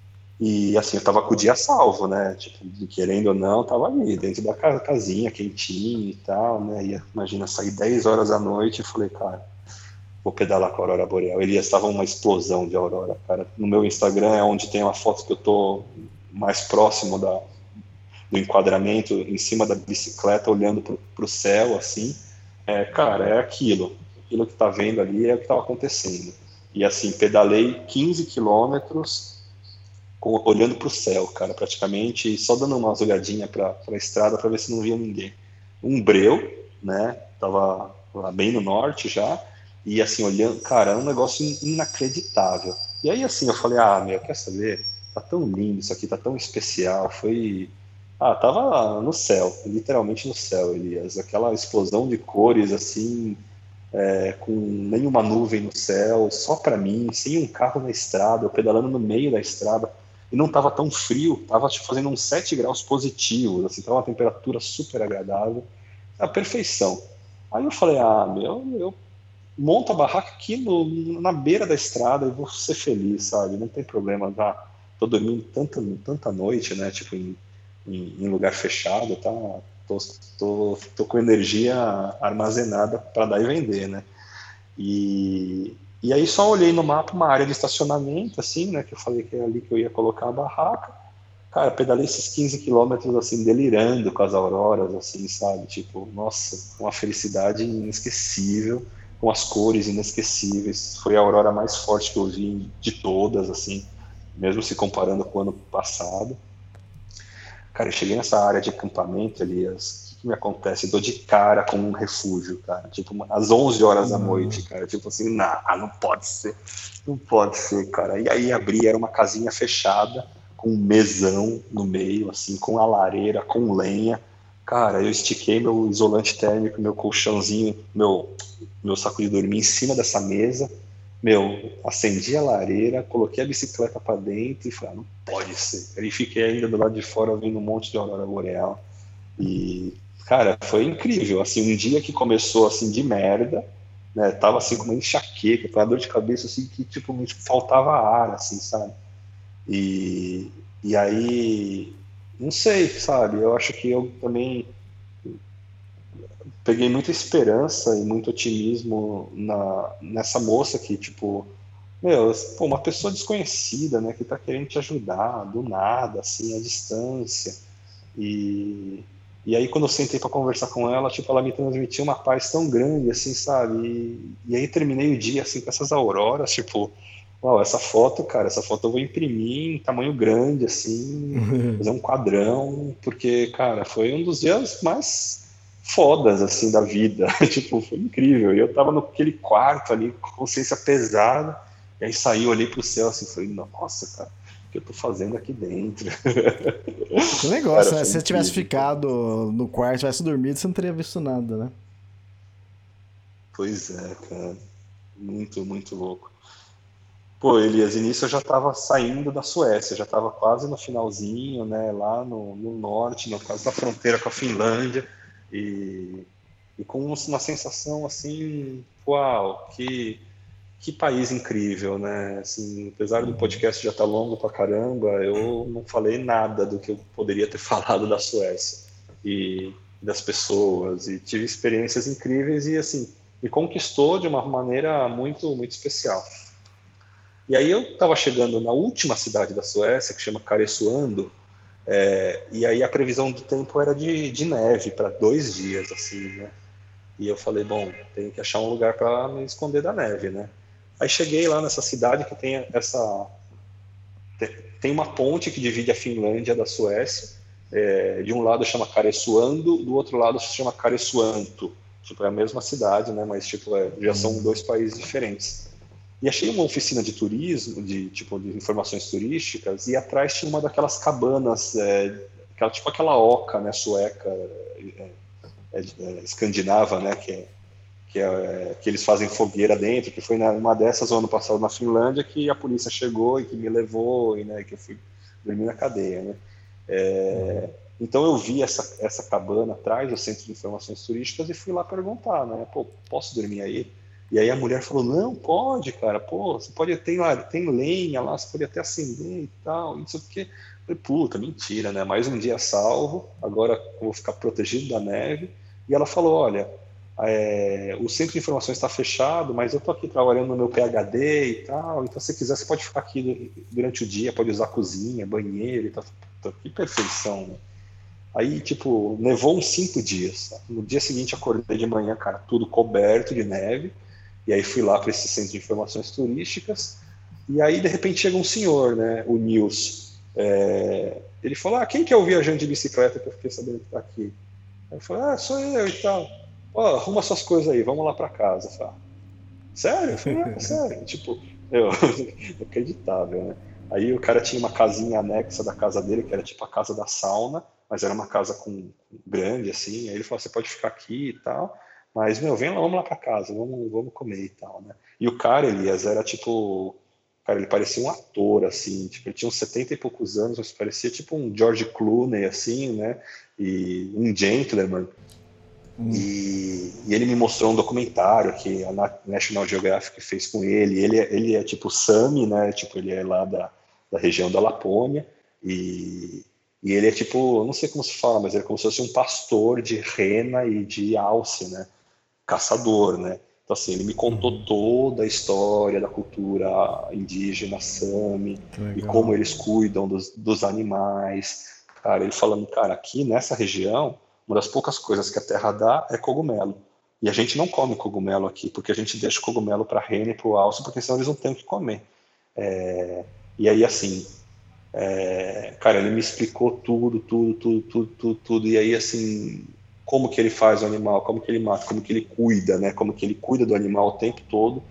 E, assim, eu tava com o dia salvo, né? Tipo, querendo ou não, tava ali, dentro da casinha, quentinho e tal, né? E, imagina, sair dez horas da noite e falei, cara, vou pedalar com a aurora boreal. Ele estava uma explosão de aurora, cara. No meu Instagram é onde tem uma foto que eu tô mais próximo da, do enquadramento, em cima da bicicleta, olhando pro, pro céu, assim. É, cara, é aquilo. Aquilo que tá vendo ali é o que estava acontecendo. E, assim, pedalei quinze quilômetros olhando pro céu, cara, praticamente, só dando umas olhadinhas pra, pra estrada para ver se não via ninguém. Um breu, né? Tava lá bem no norte já. E assim, olhando, cara, é um negócio inacreditável. E aí assim, eu falei, ah, meu, quer saber? Tá tão lindo isso aqui, tá tão especial. Foi... Ah, tava no céu, literalmente no céu, Elias. Aquela explosão de cores, assim, é, com nenhuma nuvem no céu, só pra mim, sem um carro na estrada, eu pedalando no meio da estrada. E não tava tão frio, tava tipo, fazendo uns sete graus positivos, assim, tava uma temperatura super agradável. A perfeição. Aí eu falei, ah, meu, eu monto a barraca aqui no, na beira da estrada e vou ser feliz, sabe? Não tem problema, tá? Tô dormindo tanta, tanta noite, né? Tipo, em, em, em lugar fechado, tá? Tô, tô, tô com energia armazenada para dar e vender, né? E, e aí só olhei no mapa uma área de estacionamento, assim, né? Que eu falei que é ali que eu ia colocar a barraca. Cara, pedalei esses quinze quilômetros, assim, delirando com as auroras, assim, sabe? Tipo, nossa, uma felicidade inesquecível, com as cores inesquecíveis. Foi a aurora mais forte que eu vi de todas, assim, mesmo se comparando com o ano passado. Cara, eu cheguei nessa área de acampamento, Elias, o que, que me acontece? Eu dou de cara com um refúgio, cara, tipo, às onze horas da noite, cara, tipo assim, não, não pode ser, não pode ser, cara. E aí abri, era uma casinha fechada, com um mesão no meio, assim, com a lareira, com lenha. Cara, eu estiquei meu isolante térmico, meu colchãozinho, meu, meu saco de dormir em cima dessa mesa. Meu, acendi a lareira, coloquei a bicicleta para dentro e falei, ah, não pode ser. Aí fiquei ainda do lado de fora vendo um monte de aurora boreal. E, cara, foi incrível, assim, um dia que começou, assim, de merda, né, tava, assim, com uma enxaqueca, com uma dor de cabeça, assim, que, tipo, me faltava ar, assim, sabe? E, e aí, não sei, sabe, eu acho que eu também peguei muita esperança e muito otimismo na, nessa moça que, tipo, meu, pô, uma pessoa desconhecida, né, que tá querendo te ajudar, do nada, assim, à distância. E, e aí, quando eu sentei para conversar com ela, tipo, ela me transmitiu uma paz tão grande, assim, sabe? E, e aí terminei o dia, assim, com essas auroras, tipo, uau, essa foto, cara, essa foto eu vou imprimir em tamanho grande, assim, fazer um quadrão, porque, cara, foi um dos dias mais fodas, assim, da vida. Tipo, foi incrível. E eu tava naquele quarto ali, com consciência pesada, e aí saí, olhei pro céu, assim, falei, nossa, cara, o que eu tô fazendo aqui dentro? Que negócio, Cara, né? foi Se você tivesse incrível. ficado no quarto, tivesse dormido, você não teria visto nada, né? Pois é, cara. Muito, muito louco. Pô, Elias, início eu já estava saindo da Suécia, já estava quase no finalzinho, né, lá no, no norte, no caso da fronteira com a Finlândia, e, e com uma sensação assim, uau, que, que país incrível, né? Assim, apesar do podcast já estar longo pra caramba, eu não falei nada do que eu poderia ter falado da Suécia e das pessoas, e tive experiências incríveis e assim, me conquistou de uma maneira muito, muito especial. E aí eu estava chegando na última cidade da Suécia, que chama Karesuando, é, e aí a previsão do tempo era de, de neve para dois dias, assim, né? E eu falei, bom, tenho que achar um lugar para me esconder da neve, né? Aí cheguei lá nessa cidade que tem essa tem uma ponte que divide a Finlândia da Suécia. É, de um lado chama Karesuando, do outro lado se chama Karesuanto. Tipo, é a mesma cidade, né? Mas tipo, é, já são dois países diferentes. E achei uma oficina de turismo, de tipo de informações turísticas, e atrás tinha uma daquelas cabanas, é, aquela, tipo aquela oca, né, sueca, é, é, é, escandinava, né, que, é, que, é, que eles fazem fogueira dentro, que foi numa dessas o ano passado na Finlândia que a polícia chegou e que me levou e, né, que eu fui dormir na cadeia, né. É, então eu vi essa, essa cabana atrás do Centro de Informações Turísticas e fui lá perguntar, né, pô, posso dormir aí? E aí a mulher falou, não, pode, cara, pô, você pode ter, tem lenha lá, você pode até acender e tal, não sei o quê. Eu falei, puta, mentira, né? Mais um dia salvo, agora eu vou ficar protegido da neve. E ela falou, olha, é, o centro de informações está fechado, mas eu tô aqui trabalhando no meu P H D e tal, então se quiser você pode ficar aqui durante o dia, pode usar cozinha, banheiro e tal. Puta, que perfeição, né? Aí, tipo, nevou uns cinco dias. Tá? No dia seguinte acordei de manhã, cara, tudo coberto de neve. E aí fui lá para esse centro de informações turísticas, e aí de repente chega um senhor, né, o Nils, é, ele falou, ah, quem que é o viajante de bicicleta que eu fiquei sabendo que está aqui? Aí eu falei, ah, sou eu e tal. Ó, oh, arruma suas coisas aí, vamos lá para casa. Eu falei, sério? Eu falei, ah, sério. Tipo, eu, inacreditável, né? Aí o cara tinha uma casinha anexa da casa dele, que era tipo a casa da sauna, mas era uma casa com grande, assim, aí ele falou, você pode ficar aqui e tal, mas, meu, vem lá, vamos lá pra casa, vamos, vamos comer e tal, né? E o cara, Elias, era tipo... Cara, ele parecia um ator, assim, tipo, ele tinha uns setenta e poucos anos, mas parecia tipo um George Clooney, assim, né? E um gentleman. Hum. E, e ele me mostrou um documentário que a National Geographic fez com ele. Ele, ele é tipo Sami, né? Tipo, ele é lá da, da região da Lapônia. E, e ele é tipo, não sei como se fala, mas ele é como se fosse um pastor de rena e de alce, né? Caçador, né? Então, assim, ele me contou uhum. toda a história da cultura indígena Sami e como eles cuidam dos, dos animais. Cara, ele falando, cara, aqui nessa região, uma das poucas coisas que a terra dá é cogumelo. E a gente não come cogumelo aqui, porque a gente deixa o cogumelo para a rena e para o alce, porque senão eles não têm o que comer. É... E aí, assim, é... cara, ele me explicou tudo, tudo, tudo, tudo, tudo, tudo. E aí, assim... como que ele faz o animal, como que ele mata, como que ele cuida, né? Como que ele cuida do animal o tempo todo.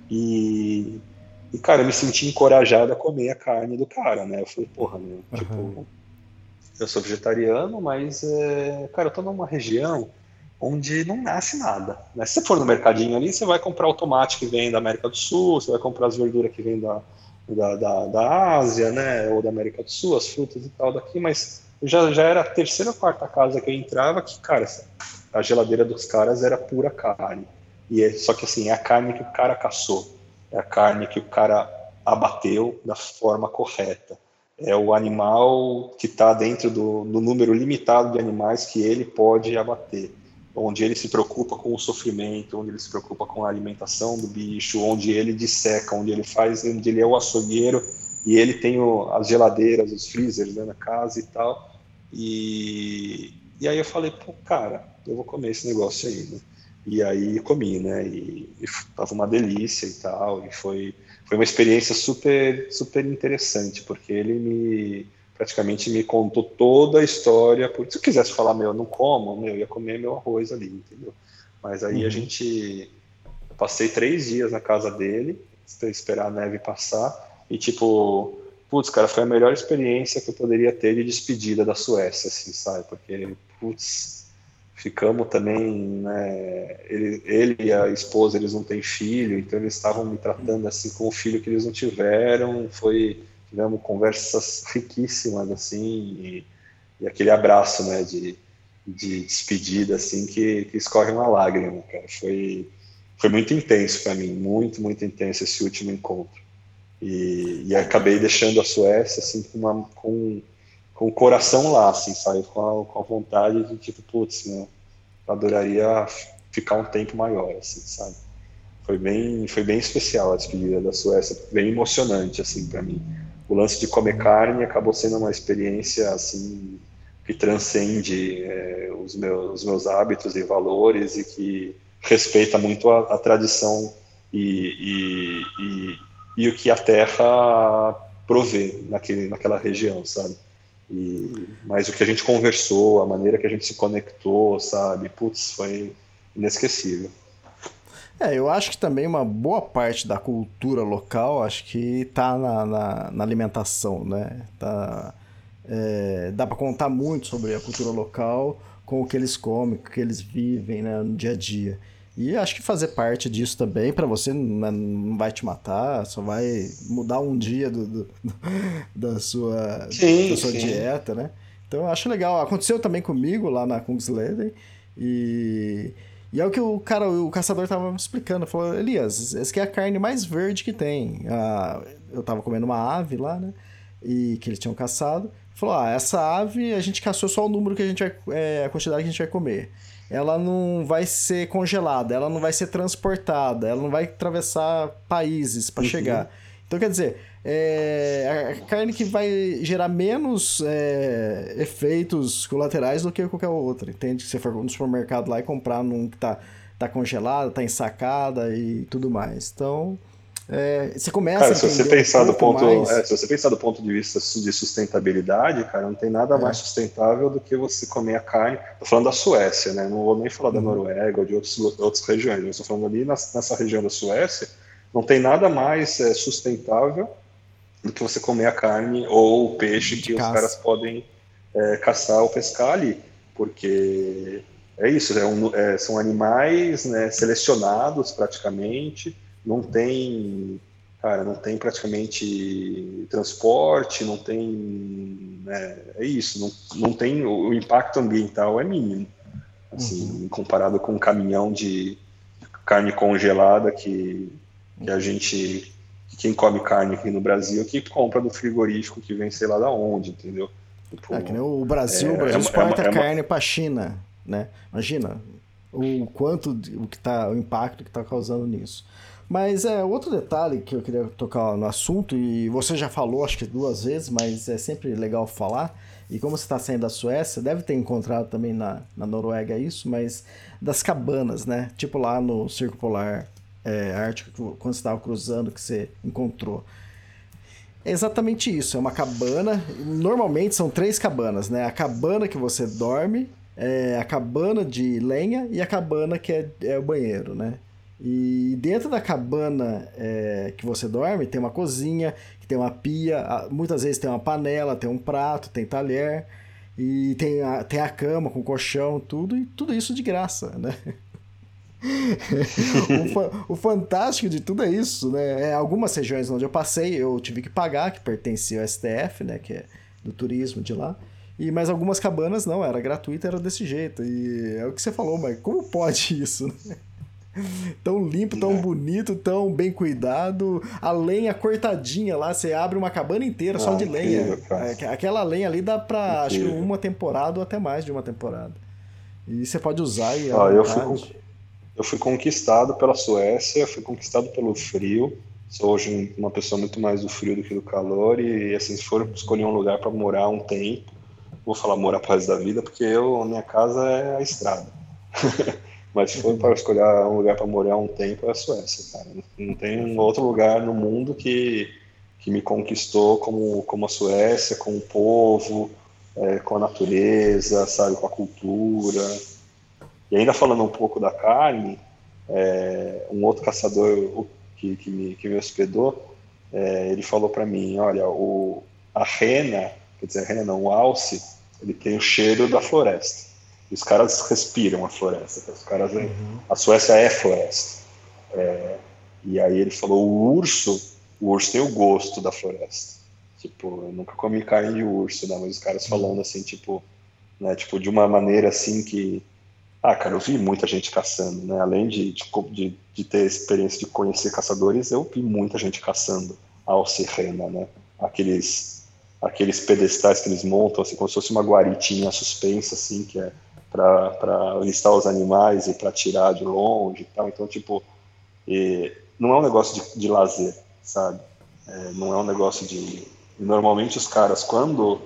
E, e cara, eu me senti encorajado a comer a carne do cara, né? Eu falei, porra, meu, uhum. tipo, eu sou vegetariano, mas, é, cara, eu tô numa região onde não nasce nada, né? Se você for no mercadinho ali, você vai comprar o tomate que vem da América do Sul, você vai comprar as verduras que vêm da, da, da, da Ásia, né? Ou da América do Sul, as frutas e tal daqui, mas já, já era a terceira ou quarta casa que eu entrava que, cara, a geladeira dos caras era pura carne. E é, só que assim, é a carne que o cara caçou, é a carne que o cara abateu da forma correta. É o animal que está dentro do, do número limitado de animais que ele pode abater, onde ele se preocupa com o sofrimento, onde ele se preocupa com a alimentação do bicho, onde ele disseca, onde ele faz, onde ele é o açougueiro e ele tem o, as geladeiras, os freezers, né, na casa e tal. E, e aí eu falei, pô, cara, eu vou comer esse negócio aí, né? E aí comi, né? E, e tava uma delícia e tal, e foi Foi uma experiência super, super interessante, porque ele me praticamente me contou toda a história. Porque se eu quisesse falar, meu, eu não como, meu, eu ia comer meu arroz ali, entendeu? Mas aí uhum. a gente... Eu passei três dias na casa dele, esperar a neve passar, e tipo... Putz, cara, foi a melhor experiência que eu poderia ter de despedida da Suécia, assim, sabe? Porque, putz... Ficamos também, né, ele, ele e a esposa, eles não têm filho, então eles estavam me tratando assim com o filho que eles não tiveram, foi, tivemos conversas riquíssimas, assim, e, e aquele abraço, né, de, de despedida, assim, que, que escorre uma lágrima, cara, foi, foi muito intenso para mim, muito, muito intenso esse último encontro, e, e acabei deixando a Suécia, assim, com uma... Com, com o coração lá, assim, sabe? Com a, com a vontade de, tipo, putz, né? Eu adoraria ficar um tempo maior, assim, sabe? Foi bem, foi bem especial a despedida da Suécia, bem emocionante, assim, para mim. O lance de comer carne acabou sendo uma experiência, assim, que transcende é, os, meus, os meus hábitos e valores e que respeita muito a, a tradição e, e, e, e o que a terra provê naquele, naquela região, sabe? E, mas o que a gente conversou, a maneira que a gente se conectou, sabe? Putz, foi inesquecível. É, eu acho que também uma boa parte da cultura local, acho que tá na, na, na alimentação, né? Tá, é, dá para contar muito sobre a cultura local com o que eles comem, com o que eles vivem, né, no dia a dia. E acho que fazer parte disso também, para você, não, não vai te matar, só vai mudar um dia do, do, da sua, sim, da sua dieta, né? Então eu acho legal. Aconteceu também comigo lá na Kungsleden, e, e é o que o cara, o caçador tava me explicando. Falou, Elias, essa aqui é a carne mais verde que tem. Ah, eu tava comendo uma ave lá, né? E que eles tinham caçado. Falou, ah, essa ave a gente caçou só o número que a gente vai, é, a quantidade que a gente vai comer. Ela não vai ser congelada, ela não vai ser transportada, ela não vai atravessar países para uhum. chegar. Então, quer dizer, é a carne que vai gerar menos é, efeitos colaterais do que qualquer outra, entende? Se você for no supermercado lá e comprar num que tá, tá congelada, tá ensacada e tudo mais. Então, é, você começa cara, a se você pensar um do ponto, é, se você pensar do ponto de vista de sustentabilidade, cara, não tem nada é. mais sustentável do que você comer a carne. Tô falando da Suécia, né? Não vou nem falar da Noruega ou de outros, outras regiões. Eu estou falando ali nessa, nessa região da Suécia, não tem nada mais é, sustentável do que você comer a carne ou o peixe que os caras podem é, caçar ou pescar ali, porque é isso, é um, é, são animais, né, selecionados praticamente. Não tem, cara, não tem praticamente transporte, não tem, né, é isso, não, não tem, o impacto ambiental é mínimo, assim, uhum. comparado com um caminhão de carne congelada que, que a gente, quem come carne aqui no Brasil, que compra do frigorífico que vem sei lá da onde, entendeu? Tipo, é que nem o Brasil, é, o Brasil é, exporta é uma, é uma, carne para a China, né? Imagina o quanto, o que tá, o impacto que está causando nisso. Mas é outro detalhe que eu queria tocar no assunto, e você já falou acho que duas vezes, mas é sempre legal falar, e como você está saindo da Suécia, deve ter encontrado também na, na Noruega isso, mas das cabanas, né? Tipo lá no Círculo Polar é, Ártico, quando você estava cruzando, que você encontrou. É exatamente isso, é uma cabana, normalmente são três cabanas, né? A cabana que você dorme, é a cabana de lenha e a cabana que é, é o banheiro, né? E dentro da cabana é, que você dorme, tem uma cozinha, que tem uma pia, muitas vezes tem uma panela, tem um prato, tem talher, e tem a, tem a cama com colchão, tudo, e tudo isso de graça, né? o, fa- o fantástico de tudo é isso, né? É, algumas regiões onde eu passei, eu tive que pagar, que pertencia ao S T F, né? Que é do turismo de lá. E, mas algumas cabanas não, era gratuita, era desse jeito. E é o que você falou, mas como pode isso? Tão limpo, tão bonito, tão bem cuidado. A lenha cortadinha lá, você abre uma cabana inteira só Ah, de lenha. incrível, cara. Aquela lenha ali dá pra, acho que Incrível. uma temporada ou até mais de uma temporada. E você pode usar e à Ah, eu fui, vontade. con- eu fui conquistado pela Suécia, fui conquistado pelo frio. Sou hoje uma pessoa muito mais do frio do que do calor. E assim, se for escolher um lugar para morar um tempo, vou falar morar pro resto da vida, porque eu, a minha casa é a estrada. Mas se for para escolher um lugar para morar um tempo, é a Suécia, cara. Não tem um outro lugar no mundo que, que me conquistou como, como a Suécia, com o povo, é, com a natureza, sabe, com a cultura. E ainda falando um pouco da carne, é, um outro caçador que, que, me, que me hospedou, é, ele falou para mim, olha, o, a rena, quer dizer, a rena não, o alce, ele tem o cheiro da floresta. Os caras respiram a floresta. Os caras, uhum. A Suécia é floresta. É, e aí ele falou, o urso, o urso tem o gosto da floresta. Tipo, eu nunca comi carne de urso, né? Mas os caras falando assim, tipo, né? Tipo, de uma maneira assim que, ah, cara, eu vi muita gente caçando, né? Além de, de, de ter experiência de conhecer caçadores, eu vi muita gente caçando alce e rena, né? Aqueles, aqueles pedestais que eles montam, assim, como se fosse uma guaritinha suspensa, assim, que é para listar os animais e para tirar de longe e tal. Então, tipo, e não é um negócio de, de lazer, sabe? É, não é um negócio de... Normalmente os caras, quando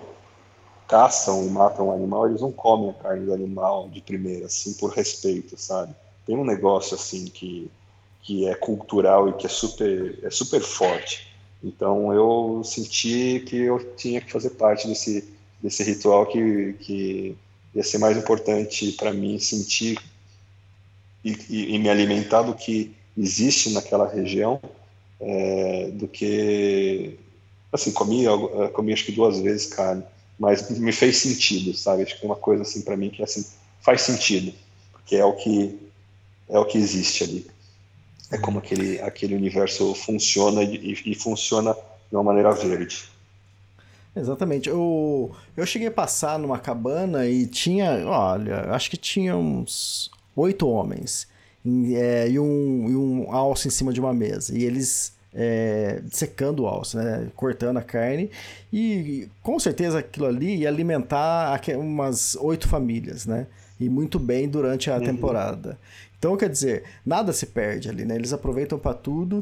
caçam e matam um animal, eles não comem a carne do animal de primeira, assim, por respeito, sabe? Tem um negócio, assim, que, que é cultural e que é super, é super forte. Então, eu senti que eu tinha que fazer parte desse, desse ritual que... que ia ser mais importante para mim sentir e, e, e me alimentar do que existe naquela região, é, do que, assim, comi, comi acho que duas vezes carne, mas me fez sentido, sabe? Acho que é uma coisa assim para mim que assim faz sentido, porque é o que é o que existe ali, é como aquele aquele universo funciona e, e funciona de uma maneira verde. Exatamente. Eu, eu cheguei a passar numa cabana e tinha, olha, acho que tinha uns oito homens e, é, e, um, e um alce em cima de uma mesa. E eles é, secando o alce, né? Cortando a carne. E com certeza aquilo ali ia alimentar umas oito famílias, né? E muito bem durante a uhum. temporada. Então, quer dizer, nada se perde ali, né? Eles aproveitam para tudo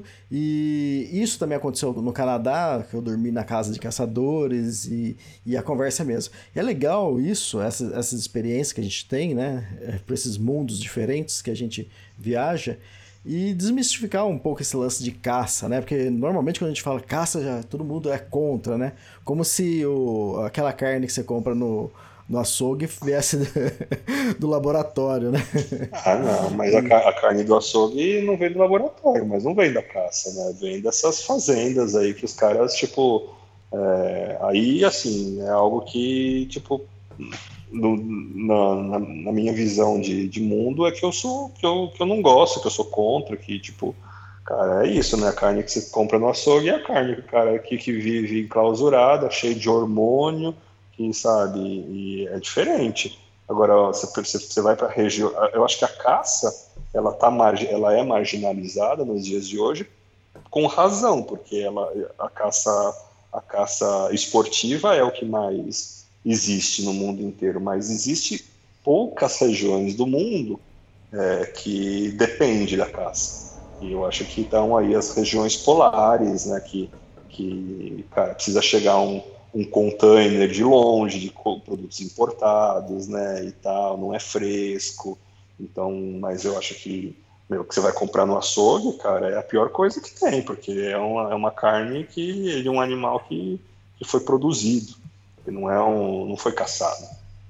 e isso também aconteceu no Canadá, que eu dormi na casa de caçadores e, e a conversa é mesmo. E é legal isso, essas, essas experiências que a gente tem, né? Para esses mundos diferentes que a gente viaja e desmistificar um pouco esse lance de caça, né? Porque normalmente quando a gente fala caça, já todo mundo é contra, né? Como se o, aquela carne que você compra no... no açougue viesse do laboratório, né? Ah, não, mas a, a carne do açougue não vem do laboratório, mas não vem da caça, né? Vem dessas fazendas aí que os caras, tipo... É, aí, assim, é algo que, tipo... No, na, na minha visão de, de mundo é que eu sou... Que eu, que eu não gosto, que eu sou contra, que, tipo... Cara, é isso, né? A carne que você compra no açougue é a carne que o cara aqui que vive enclausurada, cheio de hormônio... que sabe, e é diferente. Agora, você, você vai para a região, eu acho que a caça, ela, tá, ela é marginalizada nos dias de hoje, com razão, porque ela, a, caça, a caça esportiva é o que mais existe no mundo inteiro, mas existe poucas regiões do mundo é, que depende da caça. E eu acho que estão aí as regiões polares, né, que, que cara, precisa chegar um um container de longe, de produtos importados, né, e tal, não é fresco, então, mas eu acho que, meu, que você vai comprar no açougue, cara, é a pior coisa que tem, porque é uma, é uma carne que, de um animal que, que foi produzido, que não é um, não foi caçado,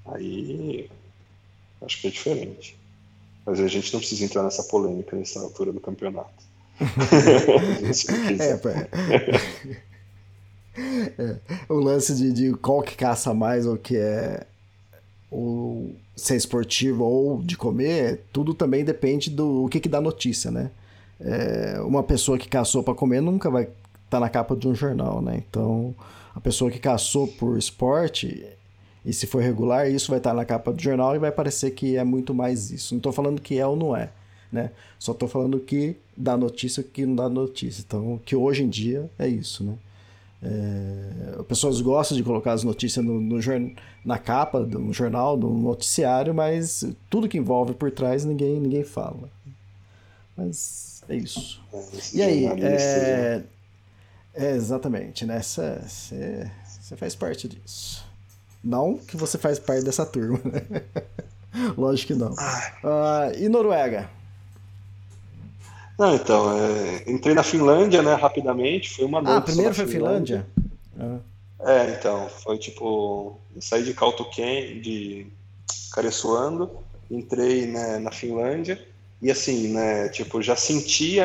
aí, acho que é diferente, mas a gente não precisa entrar nessa polêmica nessa altura do campeonato. Se não quiser. É, É, o lance de, de qual que caça mais ou que é ou ser esportivo ou de comer, tudo também depende do o que, que dá notícia, né? É, uma pessoa que caçou para comer nunca vai estar tá na capa de um jornal, né? Então, a pessoa que caçou por esporte, E se for regular, isso vai estar na capa do jornal e vai parecer que é muito mais isso. Não estou falando que é ou não é, né? Só estou falando que dá notícia que não dá notícia. Então, que hoje em dia é isso, né? É, as pessoas gostam de colocar as notícias no, no jorn... na capa do jornal, do noticiário, mas tudo que envolve por trás ninguém, ninguém fala. Mas é isso. Esse E aí? jornalista, É... É, exatamente, né? Você faz parte disso. Não que você faz parte dessa turma, né? Lógico que não. Uh, e Noruega? Não, então, é, entrei na Finlândia, né, rapidamente, foi uma noite. Ah, primeiro só na foi Finlândia? Ah. É, então, foi tipo, eu saí de Kautokeino, de Karesuando, entrei, né, na Finlândia, e assim, né, tipo, já sentia,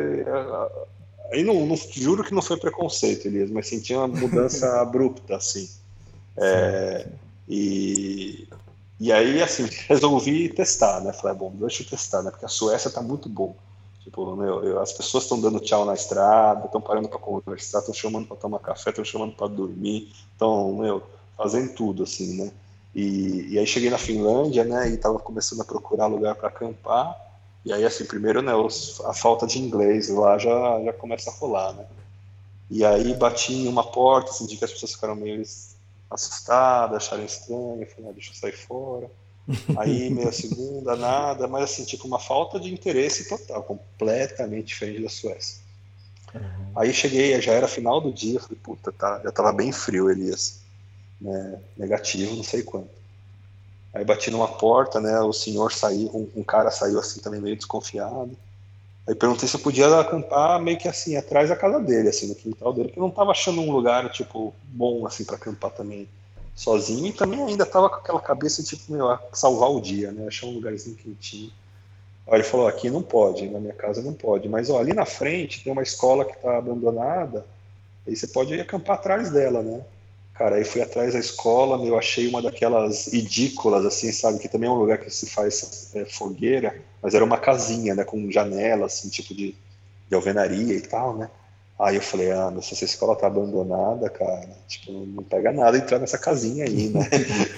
aí não, não juro que não foi preconceito, Elias, mas sentia uma mudança abrupta, assim. É, e, e aí, assim, resolvi testar, né, falei, bom, deixa eu testar, né, porque a Suécia tá muito bom. Tipo, meu, eu, as pessoas estão dando tchau na estrada, estão parando para conversar, estão chamando para tomar café, estão chamando para dormir, estão, meu, fazendo tudo, assim, né? E, e aí cheguei na Finlândia, né, e estava começando a procurar lugar para acampar, e aí, assim, primeiro, né, os, a falta de inglês lá já, já começa a rolar, né? E aí bati em uma porta, senti que as pessoas ficaram meio assustadas, acharam estranho, falei, ah, deixa eu sair fora. Aí meia segunda, nada, mas assim, tipo, uma falta de interesse total, completamente diferente da Suécia. Uhum. Aí cheguei, já era final do dia, falei, puta, tá, já tava bem frio, Elias, né, negativo, não sei quanto. Aí bati numa porta, né, o senhor saiu, um, um cara saiu assim também meio desconfiado. Aí perguntei se eu podia acampar meio que assim, atrás da casa dele, assim, no quintal dele, porque eu não tava achando um lugar, tipo, bom, assim, pra acampar também sozinho, e também ainda tava com aquela cabeça, tipo, meu, salvar o dia, né, achar um lugarzinho quentinho. Aí ele falou, aqui não pode, na minha casa não pode, mas ó, ali na frente tem uma escola que tá abandonada, aí você pode ir acampar atrás dela, né. Cara, aí fui atrás da escola, meu, achei uma daquelas edículas, assim, sabe, que também é um lugar que se faz é, fogueira, mas era uma casinha, né, com janela, assim, tipo de, de alvenaria e tal, né. Aí eu falei, ah, mas se essa escola tá abandonada, cara, tipo, não pega nada entrar nessa casinha aí, né?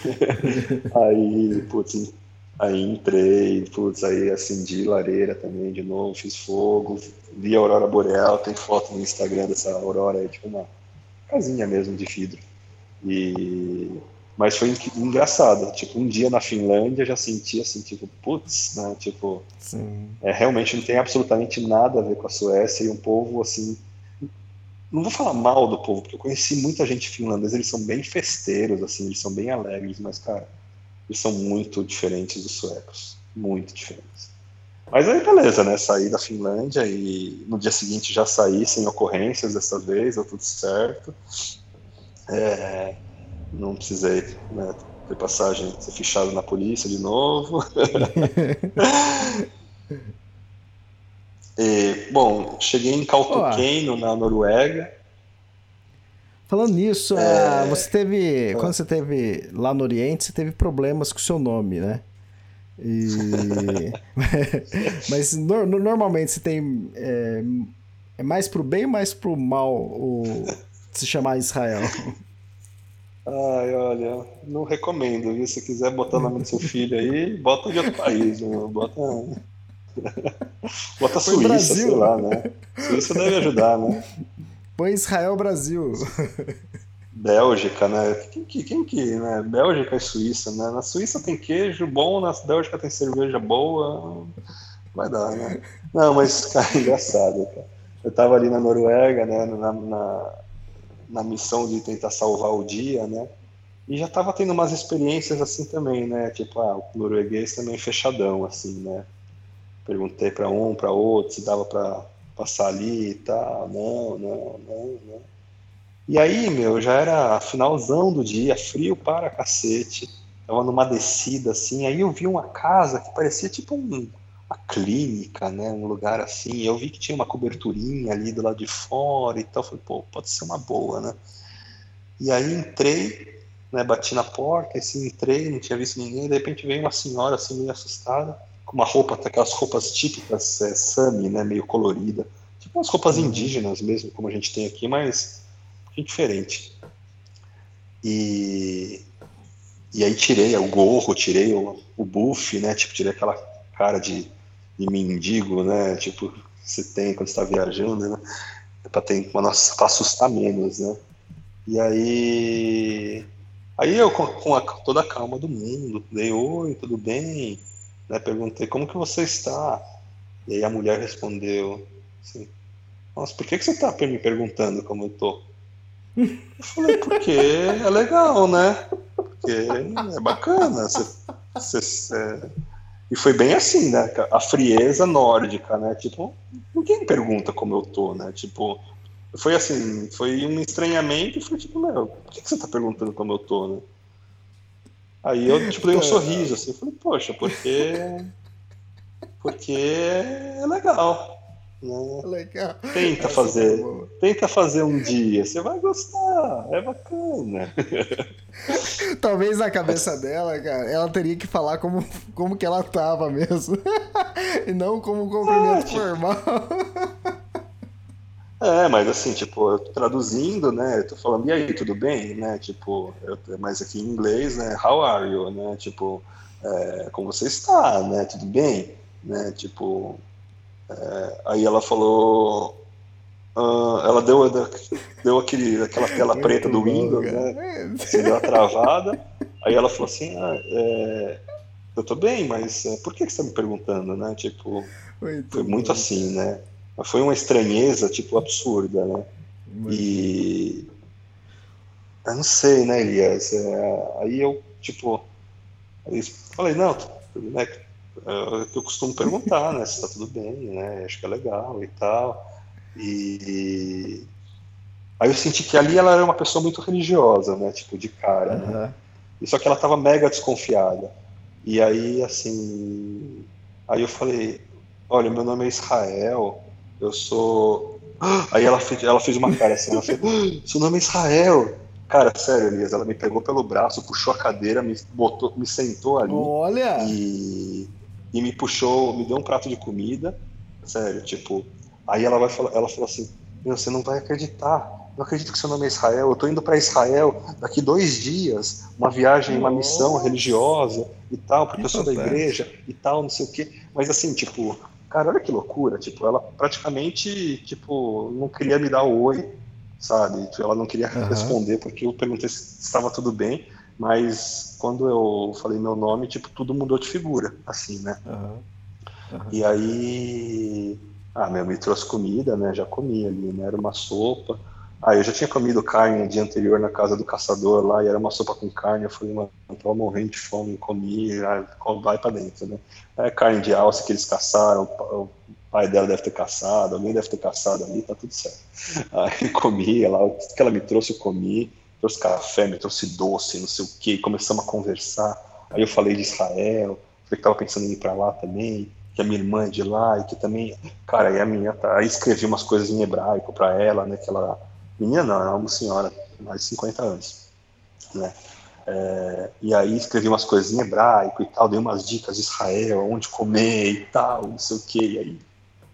Aí, putz, aí entrei, putz, aí acendi lareira também de novo, fiz fogo, vi a aurora boreal, tem foto no Instagram dessa aurora aí, tipo uma casinha mesmo de vidro. E... Mas foi engraçado, tipo, um dia na Finlândia já senti assim, tipo, putz, né, tipo, é, realmente não tem absolutamente nada a ver com a Suécia, e um povo, assim, não vou falar mal do povo, porque eu conheci muita gente finlandesa, eles são bem festeiros, assim, eles são bem alegres, mas, cara, eles são muito diferentes dos suecos, muito diferentes. Mas aí, beleza, né, saí da Finlândia e no dia seguinte já saí sem ocorrências dessa vez, deu tudo certo. É, não precisei, né, ter passagem, ser fichado na polícia de novo. E, bom, cheguei em Kautokeino, na Noruega. Falando nisso, É... você teve, quando você teve lá no Oriente, você teve problemas com o seu nome, né? E... Mas no, no, normalmente você tem é, é mais pro bem ou mais pro mal o se chamar Israel? Ai, olha, não recomendo, viu? Se quiser botar o nome do seu filho aí, bota de outro país, viu? Bota, bota Suíça, Brasil. sei lá, né? Suíça deve ajudar, né? Põe Israel Brasil. Bélgica, né? Quem que, quem que, né? Bélgica e Suíça, né? Na Suíça tem queijo bom, na Bélgica tem cerveja boa, vai dar, né? Não, mas, cara, engraçado, cara. Eu tava ali na Noruega, né? Na, na, na missão de tentar salvar o dia, né? E já tava tendo umas experiências assim também, né? Tipo, ah, o norueguês também fechadão, assim, né? Perguntei para um, para outro, se dava para passar ali e tal. Não, não, não, não. E aí, meu, já era finalzão do dia, frio para cacete. Tava numa descida, assim. Aí eu vi uma casa que parecia tipo um, uma clínica, né? Um lugar assim. Eu vi que tinha uma coberturinha ali do lado de fora e tal. Falei, pô, pode ser uma boa, né? E aí entrei, né? Bati na porta, assim, entrei, não tinha visto ninguém. De repente veio uma senhora, assim, meio assustada, com uma roupa, aquelas roupas típicas é, Sami, né, meio colorida, tipo umas roupas indígenas mesmo, como a gente tem aqui, mas diferente. E, E aí tirei o gorro, tirei o, o buff, né? Tipo, tirei aquela cara de, de mendigo, né? Tipo, que você tem quando você tá viajando, né? Pra, ter, pra, nossa, pra assustar menos, né? E aí... Aí eu, com, com a, toda a calma do mundo, dei oi, tudo bem? Né? Perguntei, como que você está? E aí a mulher respondeu assim, nossa, por que, que você tá me perguntando como eu tô? Eu falei, porque é legal, né? Porque é bacana. Você, você, é... E foi bem assim, né? A frieza nórdica, né? Tipo, ninguém pergunta como eu tô, né? Tipo, foi assim, foi um estranhamento e foi tipo, meu, por que, que você tá perguntando como eu tô, né? Aí eu, tipo, dei um sorriso, assim, eu falei, poxa, porque... Porque é legal, né? Legal. Tenta Essa fazer, foi boa. tenta fazer um dia, você vai gostar, é bacana. Talvez na cabeça dela, cara, ela teria que falar como, como que ela tava mesmo. E não como um cumprimento É, tipo, formal. é, mas assim, tipo, eu tô traduzindo, né? Eu tô falando, e aí, tudo bem, né? Tipo, eu, mas aqui em inglês, né? How are you, né? Tipo, é, como você está, né? Tudo bem, né? Tipo, é, aí ela falou, ah, ela deu, deu aquele, aquela tela preta Muito do bom, Windows, né? cara. Assim, deu uma travada. Aí ela falou assim, ah, é, eu tô bem, mas é, por que que você tá me perguntando, né? Tipo, foi Muito muito bom, assim, cara. né? Mas foi uma estranheza, tipo, absurda, né? Imagino. E eu não sei, né, Elias? É, aí eu, tipo, aí falei, não, né, é, eu costumo perguntar, né, se tá tudo bem, né? Acho que é legal e tal. E aí eu senti que ali ela era uma pessoa muito religiosa, né? Tipo, de cara, né? Aham. E só que ela tava mega desconfiada. E aí, assim, aí eu falei, olha, meu nome é Israel, eu sou... Aí ela fez, ela fez uma cara assim, ela fez, "Ah, seu nome é Israel. Cara, sério, Elias, ela me pegou pelo braço, puxou a cadeira, me botou, me sentou ali Olha! e, e me puxou, me deu um prato de comida, sério, tipo, aí ela vai falar, ela falou assim, meu, você não vai acreditar. Eu acredito que seu nome é Israel. Eu tô indo para Israel daqui dois dias, uma viagem, uma missão Nossa! religiosa e tal, porque Que eu sou da fantástico. igreja e tal, não sei o quê. Mas assim, tipo, cara, olha que loucura. Tipo, ela praticamente, tipo, não queria me dar o oi, sabe? Tipo, ela não queria Aham. responder porque eu perguntei se estava tudo bem. Mas quando eu falei meu nome, tipo, tudo mudou de figura, assim, né? Aham. Aham. E aí, ah, meu, me trouxe comida, né? Já comi ali, né? Era uma sopa. Ah, eu já tinha comido carne no dia anterior na casa do caçador lá, e era uma sopa com carne. Eu falei, mano, eu tava morrendo de fome, comi, ah, vai pra dentro, né? É carne de alce que eles caçaram, o pai dela deve ter caçado, alguém deve ter caçado ali, tá tudo certo. Aí comi, ela, o que ela me trouxe, eu comi, trouxe café, me trouxe doce, não sei o quê, começamos a conversar. Aí eu falei de Israel, falei que tava pensando em ir pra lá também, que a minha irmã é de lá e que também, cara, aí a minha tá, aí escrevi umas coisas em hebraico para ela, né, que ela, menina não, ela é uma senhora, mais de cinquenta anos, né, é, e aí escrevi umas coisas em hebraico e tal, dei umas dicas de Israel, onde comer e tal, não sei o que, e aí,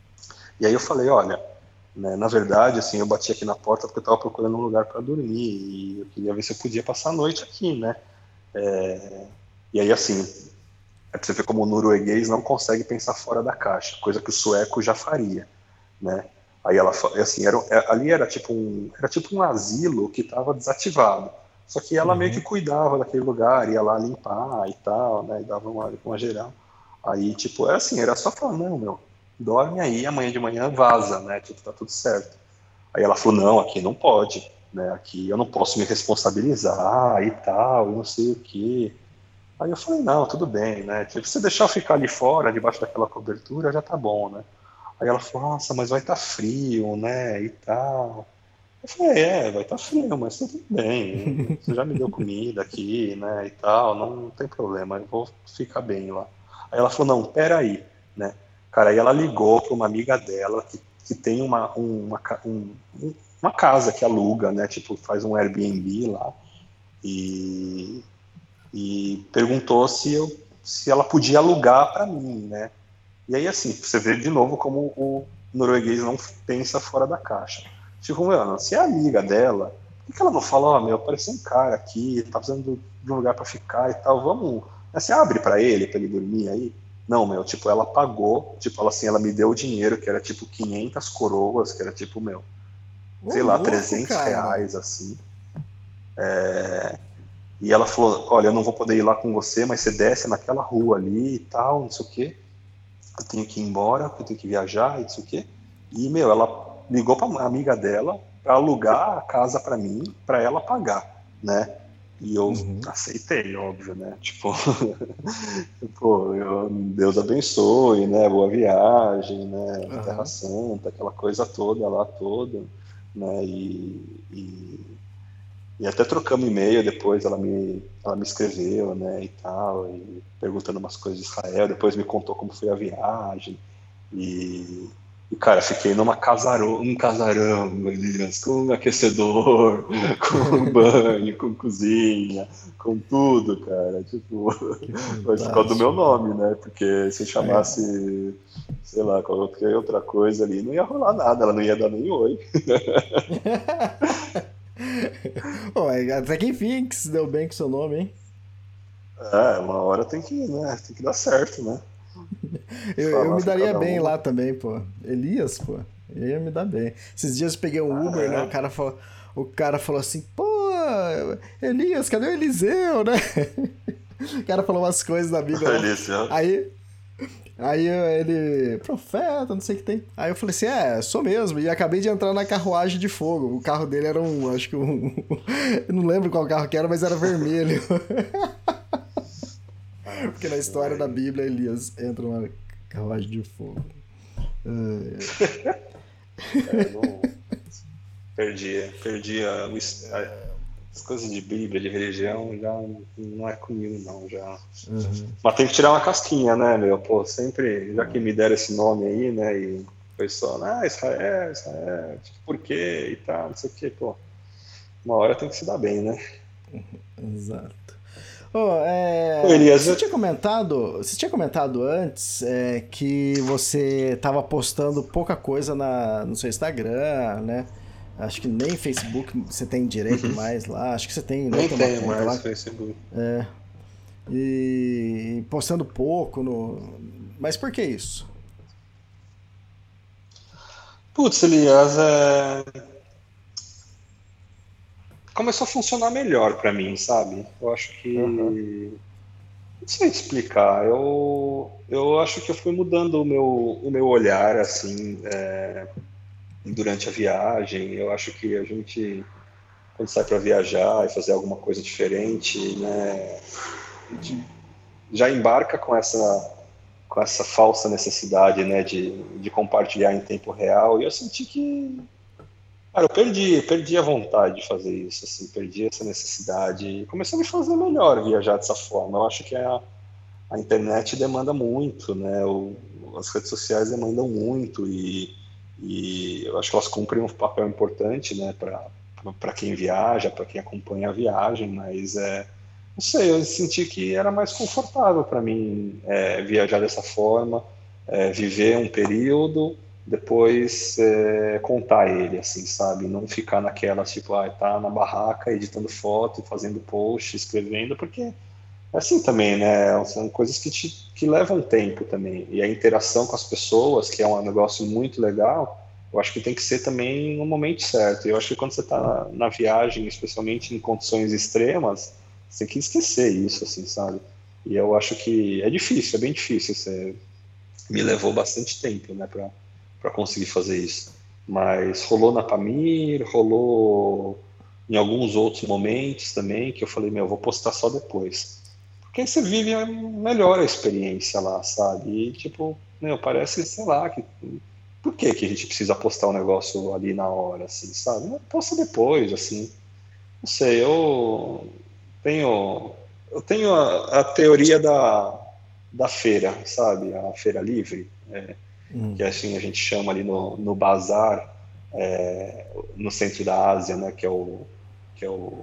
e aí eu falei, olha, né, na verdade, assim, eu bati aqui na porta porque eu estava procurando um lugar para dormir e eu queria ver se eu podia passar a noite aqui, né, é, e aí, assim, é pra você ver como o norueguês não consegue pensar fora da caixa, coisa que o sueco já faria, né? Aí ela, assim, era, ali era tipo um, era tipo um asilo que estava desativado. Só que ela meio que Uhum. cuidava daquele lugar, ia lá limpar e tal, né? E dava uma, uma geral. Aí, tipo, era assim, era só falar, não, meu, dorme aí, amanhã de manhã vaza, né? Tipo, tá tudo certo. Aí ela falou, não, aqui não pode, né? Aqui eu não posso me responsabilizar e tal, e não sei o quê. Aí eu falei, não, tudo bem, né? Tipo, se você deixar eu ficar ali fora, debaixo daquela cobertura, já tá bom, né? Aí ela falou, nossa, mas vai estar tá frio, né? E tal. Eu falei, é, vai estar tá frio, mas tá tudo bem. Você já me deu comida aqui, né? E tal, não, não tem problema, eu vou ficar bem lá. Aí ela falou, não, peraí, né? Cara, aí ela ligou para uma amiga dela que, que tem uma, uma, um, uma casa que aluga, né? Tipo, faz um Airbnb lá. E e perguntou se, eu, se ela podia alugar para mim, né? E aí, assim, você vê de novo como o norueguês não pensa fora da caixa. Tipo, mano, se é amiga dela, por que ela não fala, ó, oh, meu, apareceu um cara aqui, tá precisando de um lugar pra ficar e tal, vamos, você abre pra ele, pra ele dormir aí? Não, meu, tipo, ela pagou, tipo, ela assim, ela me deu o dinheiro, que era tipo quinhentas coroas, que era tipo, meu, Ô, sei lá, louco, trezentos cara. reais, assim. É... E ela falou, olha, eu não vou poder ir lá com você, mas você desce naquela rua ali e tal, não sei o quê. Eu tenho que ir embora, eu tenho que viajar e não sei o quê. E, meu, ela ligou pra amiga dela pra alugar a casa pra mim, pra ela pagar, né? E eu Uhum. aceitei, óbvio, né? Tipo, pô, eu, Deus abençoe, né? Boa viagem, né? Aham. Terra Santa, aquela coisa toda lá toda, né? E, e, e até trocamos e-mail depois, ela me, ela me escreveu, né? E tal, e perguntando umas coisas de Israel, depois me contou como foi a viagem. E, e cara, fiquei numa casarão, um casarão, Elias, com um aquecedor, com banho, com cozinha, com tudo, cara. Tipo, mas por causa do meu nome, né? Porque se eu chamasse, sei lá, qualquer outra coisa ali, não ia rolar nada, ela não ia dar nem oi. Pô, até que enfim que se deu bem com seu nome, hein? É, uma hora tem que, né? Tem que dar certo, né? Eu, eu Falar me com daria cada bem uma. lá também, pô. Elias, pô. Eu ia me dar bem. Esses dias eu peguei um Ah, Uber, né? é? O cara falou, o cara falou assim, pô, Elias, cadê o Eliseu, né? O cara falou umas coisas da Bíblia lá. Delícia. Aí, aí ele, profeta, não sei o que tem. Aí eu falei assim, é, sou mesmo. E acabei de entrar na carruagem de fogo. O carro dele era um, acho que um... Eu não lembro qual carro que era, mas era vermelho. Porque na história da Bíblia, Elias entra numa carruagem de fogo. É, É, não... Perdi, perdi a, a- as coisas de Bíblia, de religião, já não é comigo, não. Já... uhum. Mas tem que tirar uma casquinha, né, meu? Pô, sempre, já que me deram esse nome aí, né, e foi só, ah, Israel, Israel, tipo, por quê e tal, não sei o quê, pô. Uma hora tem que se dar bem, né? Exato. Ô, Ô, é, Elias, você eu- tinha comentado, você tinha comentado antes é, que você estava postando pouca coisa na, no seu Instagram, né? Acho que nem Facebook você tem direito mais lá. Acho que você tem, né? nem Tem uma tenho conta mais lá. Facebook. E postando pouco no. Mas por que isso? Putz, Elias, é... começou a funcionar melhor pra mim, sabe? Eu acho Aham. que não sei te explicar. Eu, eu acho que eu fui mudando o meu, o meu olhar, assim, é, durante a viagem. Eu acho que a gente, quando sai para viajar e fazer alguma coisa diferente, né, a gente já embarca com essa, com essa falsa necessidade, né, de, de compartilhar em tempo real. E eu senti que, cara, eu perdi, perdi a vontade de fazer isso, assim, perdi essa necessidade. E comecei a me fazer melhor viajar dessa forma. Eu acho que é a a internet demanda muito, né? O, as redes sociais demandam muito e, e eu acho que elas cumprem um papel importante, né? Para para quem viaja, para quem acompanha a viagem, mas é, não sei, eu senti que era mais confortável para mim é, viajar dessa forma, é, viver um período, depois é, contar ele, assim, sabe? Não ficar naquela, tipo, ah, tá na barraca editando foto, fazendo post, escrevendo, porque é assim também, né? São coisas que, te, que levam tempo também. E a interação com as pessoas, que é um negócio muito legal, eu acho que tem que ser também no momento certo. E eu acho que quando você está na, na viagem, especialmente em condições extremas, você tem que esquecer isso, assim, sabe? E eu acho que é difícil, é bem difícil. Você me levou bastante tempo, né, para para conseguir fazer isso. Mas rolou na Pamir, rolou em alguns outros momentos também, que eu falei, meu, eu vou postar só depois. Porque aí você vive melhor a experiência lá, sabe? E, tipo, meu, parece, sei lá, que por que que a gente precisa postar um negócio ali na hora, assim, sabe? Não, posta depois, assim. Não sei, eu tenho, eu tenho a, a teoria da, da feira, sabe? A feira livre, é, que Hum. assim a gente chama ali no, no bazar, é, no centro da Ásia, né? Que é o, que é o,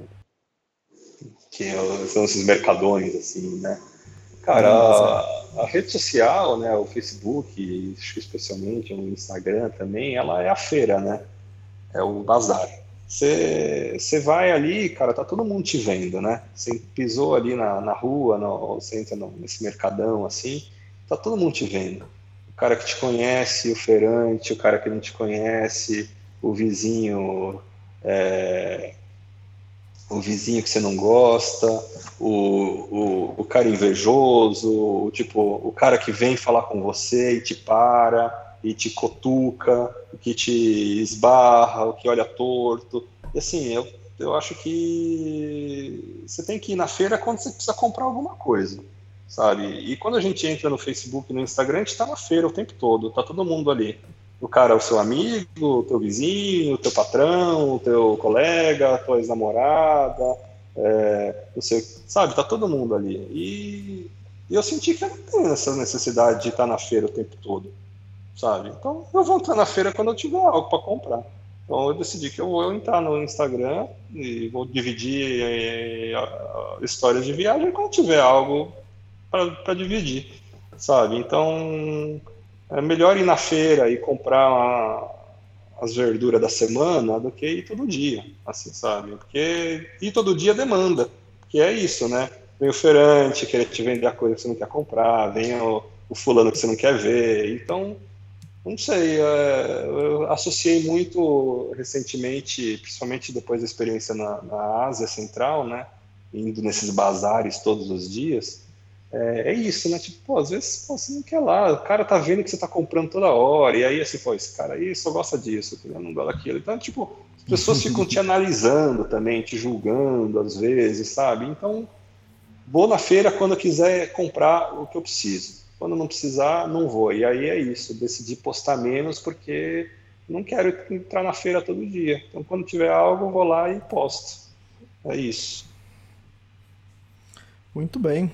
que é o- são esses mercadões, assim, né? Cara, Não, bazar. a, a rede social, né, o Facebook, acho que especialmente o Instagram também, ela é a feira, né? É o bazar. Você, você vai ali, cara, tá todo mundo te vendo, né? Você pisou ali na, na rua, no, você entra no, nesse mercadão, assim, tá todo mundo te vendo. O cara que te conhece, o feirante, o cara que não te conhece, o vizinho, é, o vizinho que você não gosta, o, o, o cara invejoso, o, tipo, o cara que vem falar com você e te para, e te cutuca, o que te esbarra, o que olha torto. E assim, eu, eu acho que você tem que ir na feira quando você precisa comprar alguma coisa, sabe? E quando a gente entra no Facebook e no Instagram, a gente tá na feira o tempo todo, tá todo mundo ali. O cara é o seu amigo, o teu vizinho, o teu patrão, o teu colega, a tua ex-namorada, é, o seu, sabe? Tá todo mundo ali. E, e eu senti que eu não tenho essa necessidade de estar na feira o tempo todo, sabe? Então eu vou entrar na feira quando eu tiver algo para comprar. Então eu decidi que eu vou entrar no Instagram e vou dividir é, histórias de viagem quando tiver algo para dividir, sabe? Então é melhor ir na feira e comprar uma, as verduras da semana do que ir todo dia, assim, sabe? Porque ir todo dia demanda, que é isso, né? Vem o feirante querer te vender a coisa que você não quer comprar, vem o, o fulano que você não quer ver, então não sei, eu associei muito recentemente, principalmente depois da experiência na, na Ásia Central, né, indo nesses bazares todos os dias, é, é isso, né, tipo, pô, às vezes pô, você não quer lá, o cara tá vendo que você tá comprando toda hora, e aí assim, pô, esse cara aí só gosta disso, eu não gosto daquilo, então, tipo, as pessoas ficam te analisando também, te julgando às vezes, sabe, então, vou na feira quando eu quiser comprar o que eu preciso. Quando não precisar, não vou. E aí é isso, decidi postar menos porque não quero entrar na feira todo dia. Então, quando tiver algo, eu vou lá e posto. É isso. Muito bem.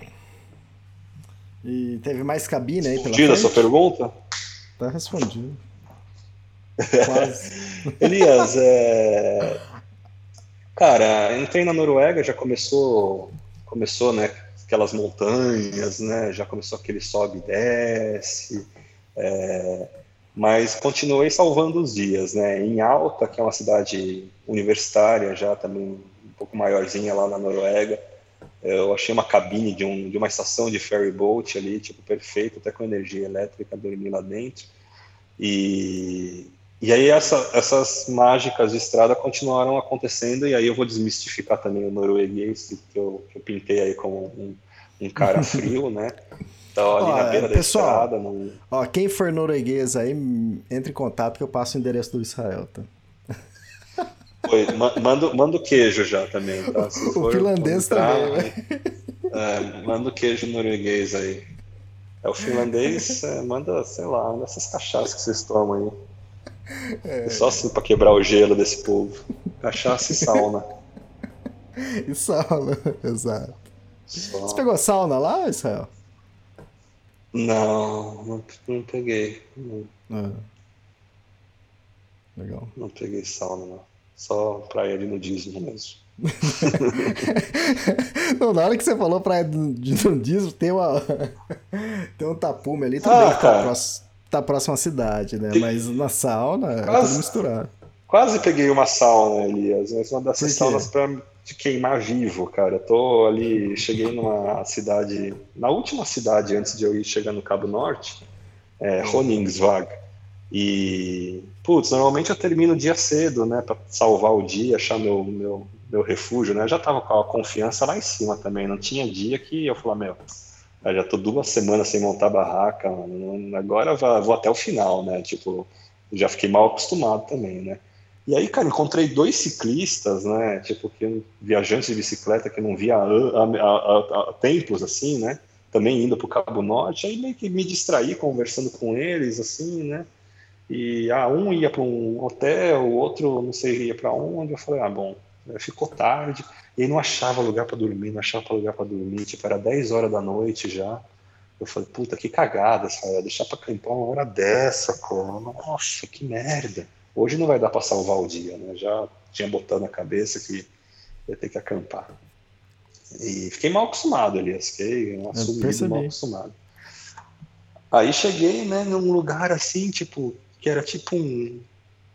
E teve mais cabine aí pela Respondida a frente? sua pergunta? Tá respondido. Quase. Elias, é... cara, entrei na Noruega, já começou, começou, né, aquelas montanhas, né, já começou aquele sobe e desce, é... mas continuei salvando os dias, né, em Alta, que é uma cidade universitária, já também um pouco maiorzinha lá na Noruega, eu achei uma cabine de, um, de uma estação de ferry boat ali, tipo, perfeito, até com energia elétrica, dormi lá dentro, e... E aí essa, essas mágicas de estrada continuaram acontecendo, e aí eu vou desmistificar também o norueguês, que eu, que eu pintei aí como um, um cara frio, né? Então ali ó, na beira pessoal, da estrada... Não... Ó, quem for norueguês aí, entre em contato que eu passo o endereço do Israel, tá? Foi, manda, manda o queijo já também, tá? Se o for, finlandês entrar, também, né? É, manda o queijo norueguês aí. É, o finlandês é, manda, sei lá, manda essas cachaças que vocês tomam aí. É só assim pra quebrar o gelo desse povo. Cachaça e sauna. E sauna, exato. Só... Você pegou sauna lá, Israel? Não, não, não peguei. Não. Ah. Legal. Não peguei sauna, não. Só praia de nudismo mesmo. Não, na hora que você falou praia de nudismo, tem uma. Tem um tapume ali, tudo ah, bem que tá próximo. Tá próximo à cidade, né? Mas na sauna quase, é tudo misturado. Quase peguei uma sauna, Elias, mas uma dessas saunas pra te queimar vivo, cara. Eu tô ali, cheguei numa cidade, na última cidade antes de eu ir chegar no Cabo Norte, é, Honningsvåg. E, putz, normalmente eu termino o dia cedo, né, pra salvar o dia, achar meu, meu, meu refúgio, né? Eu já tava com a confiança lá em cima também, não tinha dia que eu falava, meu... Eu já tô duas semanas sem montar barraca, mano. Agora vou até o final, né? Tipo, já fiquei mal acostumado também, né? E aí, cara, encontrei dois ciclistas, né? Tipo, que, viajantes de bicicleta que eu não via há, há, há tempos, assim, né? Também indo pro Cabo Norte. Aí meio que me distraí conversando com eles, assim, né? E ah, um ia para um hotel, o outro não sei ia para onde. Eu falei, ah, bom, ficou tarde. E aí não achava lugar para dormir, não achava lugar para dormir, tipo, era dez horas da noite já. Eu falei, puta, que cagada, sabe? Deixar para acampar uma hora dessa, cara. Nossa, que merda. Hoje não vai dar para salvar o dia, né? Já tinha botado na cabeça que ia ter que acampar. E fiquei mal acostumado, aliás, fiquei assumido, mal acostumado. Aí cheguei, né, num lugar assim, tipo, que era tipo um,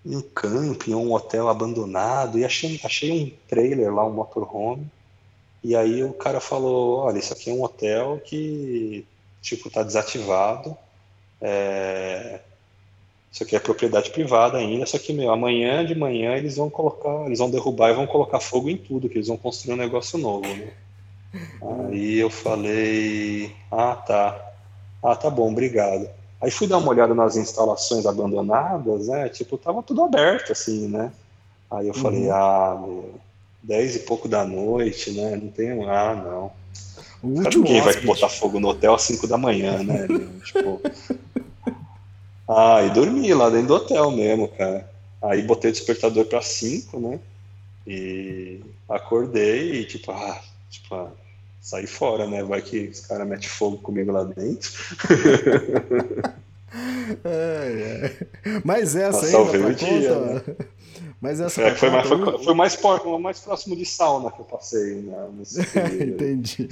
um camping, um hotel abandonado, e achei, achei um trailer lá, um motorhome, e aí o cara falou, olha, isso aqui é um hotel que, tipo, tá desativado, é... isso aqui é propriedade privada ainda, só que, meu, amanhã de manhã eles vão colocar, eles vão derrubar e vão colocar fogo em tudo, que eles vão construir um negócio novo, né? Aí eu falei, ah, tá, ah, tá bom, obrigado. Aí fui dar uma olhada nas instalações abandonadas, né? Tipo, tava tudo aberto, assim, né? Aí eu falei, Uhum. ah, meu, dez e pouco da noite, né? Não tem, ah, não. O Cara, último ninguém vai hóspede. botar fogo no hotel às cinco da manhã, né? Meu? Tipo, ah, e dormi lá dentro do hotel mesmo, cara. Aí botei o despertador pra cinco, né? E acordei e, tipo, ah, tipo, ah, saí fora, né? Vai que os caras metem fogo comigo lá dentro. Ai, ai. Mas Mas essa ainda salvei pra o dia, né? conta. Mas essa É, pra foi, mais, conta. foi, o- foi mais, por- mais próximo de sauna que eu passei, né, nesse período aí. Entendi.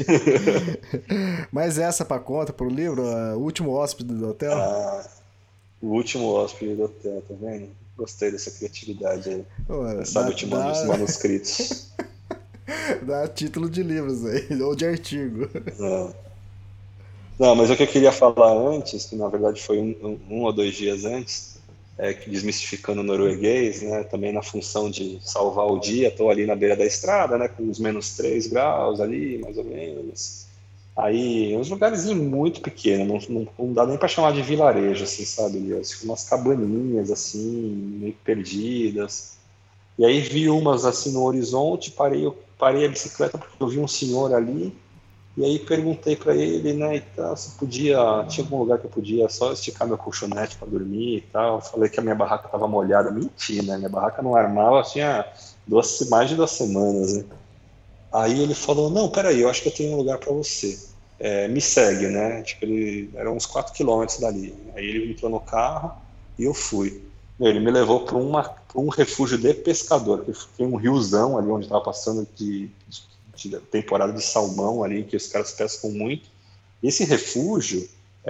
Mas essa pra conta pro livro, ah, o último hóspede do hotel. Ah, o último hóspede do hotel, tá vendo? Gostei dessa criatividade aí. Pô, Quem dá, sabe eu te mando os dá, manuscritos. dá título de livros aí, ou de artigo. Não. Não, mas o que eu queria falar antes, que na verdade foi um, um- um ou dois dias antes, é que desmistificando o norueguês, né, também na função de salvar o dia, estou ali na beira da estrada, né, com uns menos três graus ali, mais ou menos. Aí, uns lugares muito pequenos, não, não, não dá nem para chamar de vilarejo, assim, sabe, Elias? Tipo, umas cabaninhas, assim, meio perdidas. E aí vi umas, assim, no horizonte, parei, eu parei a bicicleta porque eu vi um senhor ali, e aí perguntei para ele, né, e tal, se podia, tinha algum lugar que eu podia só esticar meu colchonete para dormir e tal. Falei que a minha barraca estava molhada, mentira, né? Minha barraca não armava, tinha duas, mais de duas semanas, né? Aí ele falou, não, peraí, eu acho que eu tenho um lugar para você. É, me segue, né? Tipo, ele era uns quatro quilômetros dali. Aí ele entrou no carro e eu fui. Ele me levou para um refúgio de pescador, que tem um riozão ali onde estava passando de, de, de temporada de salmão ali, que os caras pescam muito. Esse refúgio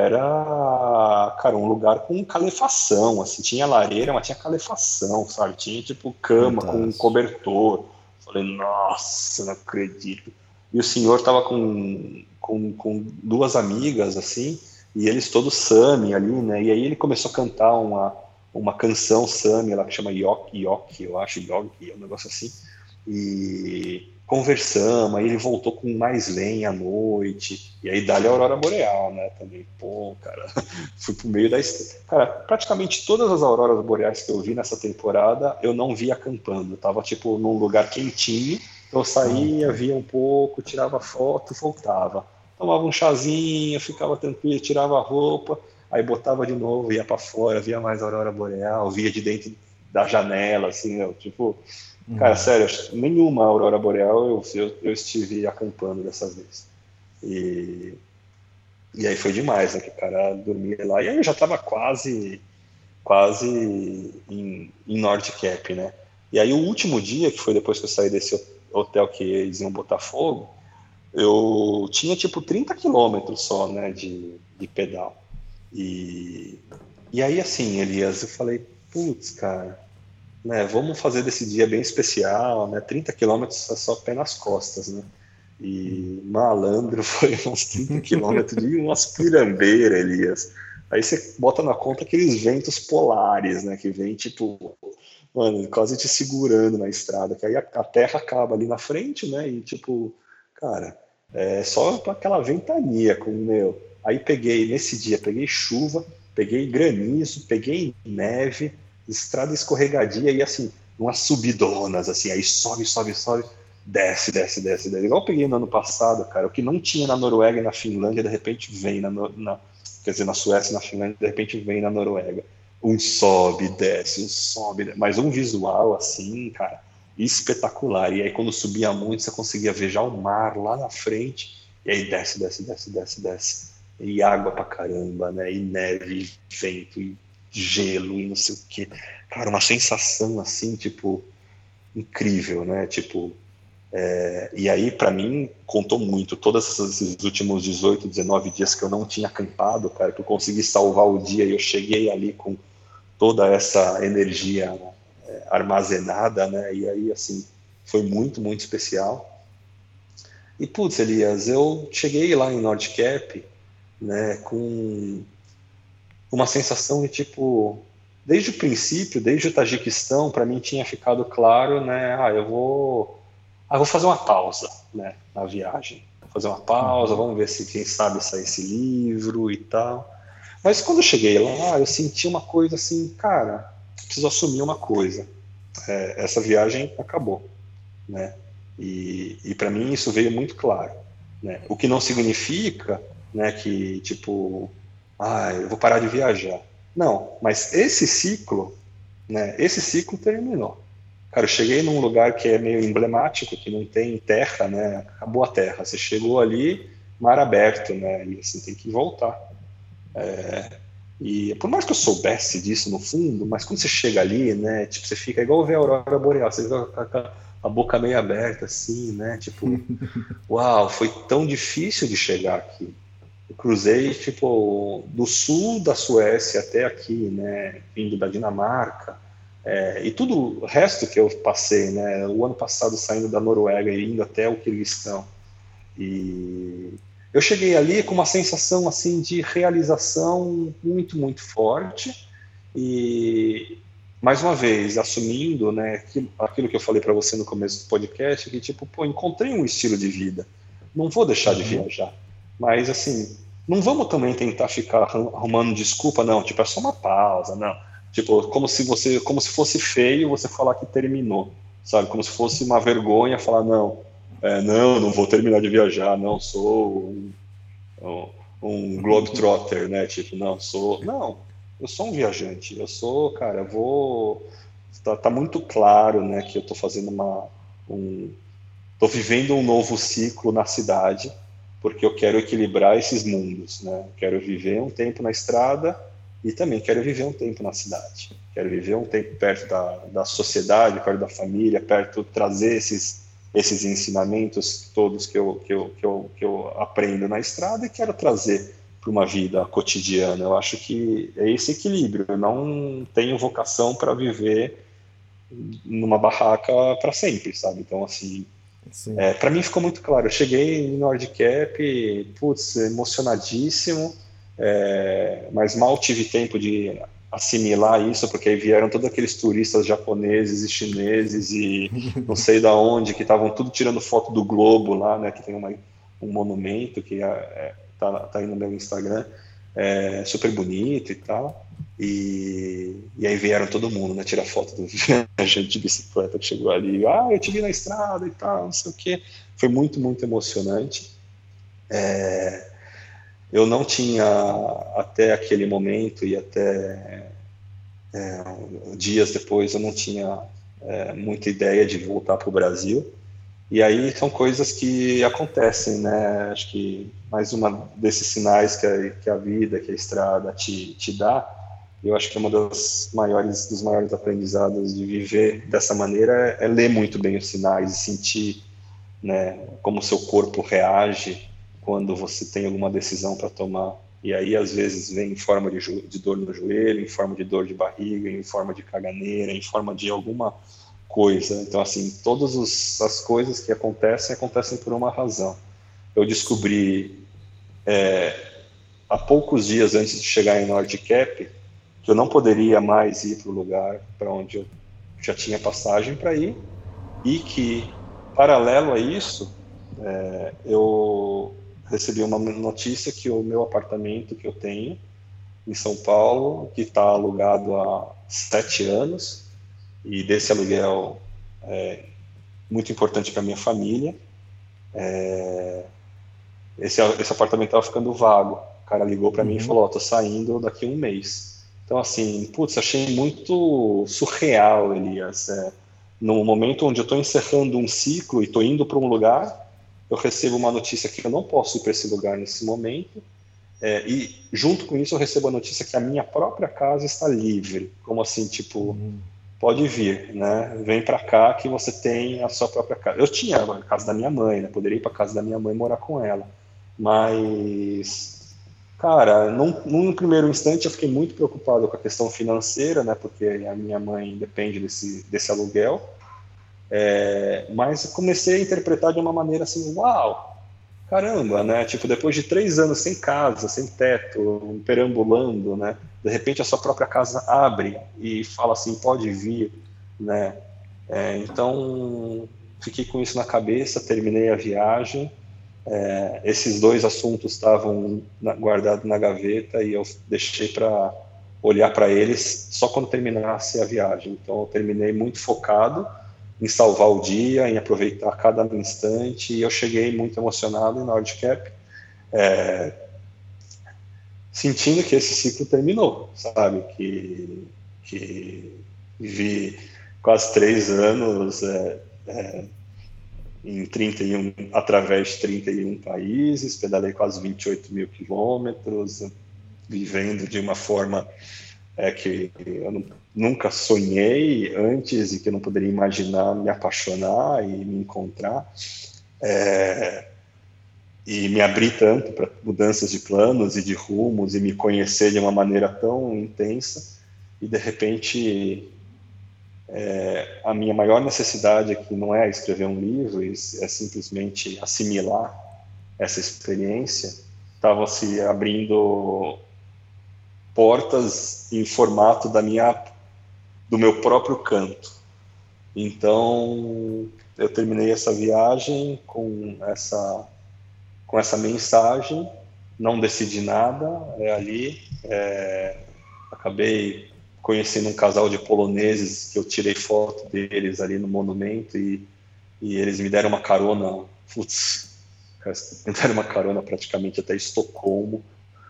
era, cara, um lugar com calefação, assim, tinha lareira, mas tinha calefação, sabe? Tinha, tipo, cama com Fantástico. cobertor. Falei, nossa, não acredito. E o senhor tava com, com, com duas amigas, assim, e eles todos Sami ali, né? E aí ele começou a cantar uma, uma canção Sami lá que chama Yok Yok, eu acho, Yok, um negócio assim. E conversamos, aí ele voltou com mais lenha à noite, e aí dá-lhe a aurora boreal, né, também, pô, cara, fui pro meio da estrada. Cara, praticamente todas as auroras boreais que eu vi nessa temporada, eu não vi acampando, eu tava, tipo, num lugar quentinho, eu saía, via um pouco, tirava foto, voltava, tomava um chazinho, ficava tranquilo, tirava a roupa, aí botava de novo, ia para fora, via mais aurora boreal, via de dentro da janela, assim, eu, tipo... Cara, sério, nenhuma aurora boreal eu, eu, eu estive acampando dessa vez. E, e aí foi demais, né? Que o cara dormia lá. E aí eu já tava quase, quase em, em Nordcap, né? E aí o último dia, que foi depois que eu saí desse hotel que eles iam botar fogo, eu tinha tipo trinta quilômetros só, né? De, de pedal. E, e aí assim, Elias, eu falei, putz, cara... Né, vamos fazer desse dia bem especial, né? trinta quilômetros é só pé nas costas, né? E malandro foi uns trinta quilômetros de umas pirambeiras, Elias. Aí você bota na conta aqueles ventos polares, né? Que vem tipo, mano, quase te segurando na estrada. Que aí a, a terra acaba ali na frente, né? E tipo, cara, é só aquela ventania com meu. Aí peguei nesse dia, peguei chuva, peguei granizo, peguei neve. Estrada escorregadia e assim, umas subidonas, assim, aí sobe, sobe, sobe, desce, desce, desce, desce. Igual eu peguei no ano passado, cara, o que não tinha na Noruega e na Finlândia, de repente vem na, na quer dizer, na Suécia e na Finlândia, de repente vem na Noruega. Um sobe, desce, um sobe, mas um visual assim, cara, espetacular. E aí quando subia muito, você conseguia ver já o mar lá na frente, e aí desce, desce, desce, desce, desce. E água pra caramba, né, e neve, e vento, e gelo e não sei o que, cara, uma sensação assim, tipo, incrível, né, tipo, é... e aí pra mim contou muito, todos esses últimos dezoito, dezenove dias que eu não tinha acampado, cara, que eu consegui salvar o dia e eu cheguei ali com toda essa energia armazenada, né? E aí, assim, foi muito, muito especial. E, putz, Elias, eu cheguei lá em Nordcap, né, com uma sensação de, tipo, desde o princípio, desde o Tajiquistão, para mim tinha ficado claro, né, ah, eu vou, ah, vou fazer uma pausa, né, na viagem. Vou fazer uma pausa, vamos ver se, quem sabe, sai esse livro e tal. Mas quando eu cheguei lá, eu senti uma coisa assim, cara, preciso assumir uma coisa. É, essa viagem acabou, né? E, e para mim isso veio muito claro, né? O que não significa, né, que tipo, ah, eu vou parar de viajar. Não, mas esse ciclo, né? Esse ciclo terminou. Cara, eu cheguei num lugar que é meio emblemático, que não tem terra, né? Acabou a terra. Você chegou ali, mar aberto, né? E assim tem que voltar. É, e por mais que eu soubesse disso no fundo, mas quando você chega ali, né? Tipo, você fica igual ver a aurora boreal, você fica a boca meio aberta, assim, né? Tipo, uau, foi tão difícil de chegar aqui. Eu cruzei, tipo, do sul da Suécia até aqui, né? Vindo da Dinamarca. É, e tudo o resto que eu passei, né? O ano passado saindo da Noruega e indo até o Quirguistão. E eu cheguei ali com uma sensação, assim, de realização muito, muito forte. E... mais uma vez, assumindo, né, aquilo que eu falei para você no começo do podcast, que tipo, pô, encontrei um estilo de vida, não vou deixar de viajar, mas assim, não vamos também tentar ficar arrumando desculpa, não, tipo, é só uma pausa, não, tipo, como se você, como se fosse feio você falar que terminou, sabe, como se fosse uma vergonha falar, não, é, não, não vou terminar de viajar, não, sou um, um, um globetrotter, né, tipo, não, sou, não, eu sou um viajante, eu sou, cara, eu vou... Tá, tá muito claro, né, que eu tô fazendo uma... Um, tô vivendo um novo ciclo na cidade, porque eu quero equilibrar esses mundos, né? Quero viver um tempo na estrada e também quero viver um tempo na cidade. Quero viver um tempo perto da, da sociedade, perto da família, perto, trazer esses, esses ensinamentos todos que eu, que, eu, que, eu, que eu aprendo na estrada e quero trazer para uma vida cotidiana. Eu acho que é esse equilíbrio. Eu não tenho vocação para viver numa barraca para sempre, sabe? Então, assim, é, para mim ficou muito claro. Eu cheguei em Nordcap, putz, emocionadíssimo, é, mas mal tive tempo de assimilar isso, porque aí vieram todos aqueles turistas japoneses e chineses e não sei da onde, que estavam tudo tirando foto do globo lá, né? Que tem uma, um monumento que é, é Tá, tá aí no meu Instagram, é super bonito e tal, e, e aí vieram todo mundo, né, tirar foto do viajante de bicicleta que chegou ali, ah, eu te vi na estrada e tal, não sei o que, foi muito, muito emocionante. É, eu não tinha, até aquele momento e até é, dias depois, eu não tinha é, muita ideia de voltar para o Brasil. E aí são coisas que acontecem, né? Acho que mais uma desses sinais que a, que a vida, que a estrada te, te dá, eu acho que é uma das maiores, dos maiores aprendizados de viver dessa maneira é, é ler muito bem os sinais e sentir, né, como o seu corpo reage quando você tem alguma decisão para tomar. E aí, às vezes, vem em forma de, de dor no joelho, em forma de dor de barriga, em forma de caganeira, em forma de alguma coisa. Então, assim, todas os, as coisas que acontecem, acontecem por uma razão. Eu descobri, é, há poucos dias antes de chegar em Nordcap, que eu não poderia mais ir para o lugar para onde eu já tinha passagem para ir, e que, paralelo a isso, é, eu recebi uma notícia que o meu apartamento que eu tenho em São Paulo, que está alugado há sete anos, e desse aluguel é muito importante para minha família. É, esse, esse apartamento estava ficando vago. O cara ligou para uhum. mim e falou: ó, tô saindo daqui a um mês. Então, assim, putz, achei muito surreal, Elias. É, no momento onde eu estou encerrando um ciclo e estou indo para um lugar, eu recebo uma notícia que eu não posso ir para esse lugar nesse momento. É, e junto com isso eu recebo a notícia que a minha própria casa está livre. Como assim, tipo, uhum. pode vir, né? Vem para cá que você tem a sua própria casa. Eu tinha a casa da minha mãe, né? Poderia ir para casa da minha mãe e morar com ela. Mas, Cara, num, num primeiro instante eu fiquei muito preocupado com a questão financeira, né, porque a minha mãe depende desse, desse aluguel, é, mas comecei a interpretar de uma maneira assim, uau, caramba, né, tipo, depois de três anos sem casa, sem teto, perambulando, né, de repente a sua própria casa abre e fala assim, pode vir, né, é, então fiquei com isso na cabeça, terminei a viagem. É, esses dois assuntos estavam na, guardados na gaveta e eu deixei para olhar para eles só quando terminasse a viagem. Então eu terminei muito focado em salvar o dia, em aproveitar cada instante, e eu cheguei muito emocionado em Nordcap, é, sentindo que esse ciclo terminou, sabe? Que, que vivi quase três anos é, é, em trinta e um, através de trinta e um países, pedalei quase vinte e oito mil quilômetros, vivendo de uma forma é, que eu não, nunca sonhei antes e que eu não poderia imaginar me apaixonar e me encontrar, é, e me abrir tanto para mudanças de planos e de rumos e me conhecer de uma maneira tão intensa, e de repente... É, a minha maior necessidade aqui não é escrever um livro, é simplesmente assimilar essa experiência. Estava se abrindo portas em formato da minha, do meu próprio canto. Então, eu terminei essa viagem com essa, com essa mensagem, não decidi nada, é ali, é, acabei conhecendo um casal de poloneses que eu tirei foto deles ali no monumento e, e eles me deram uma carona, putz, me deram uma carona praticamente até Estocolmo,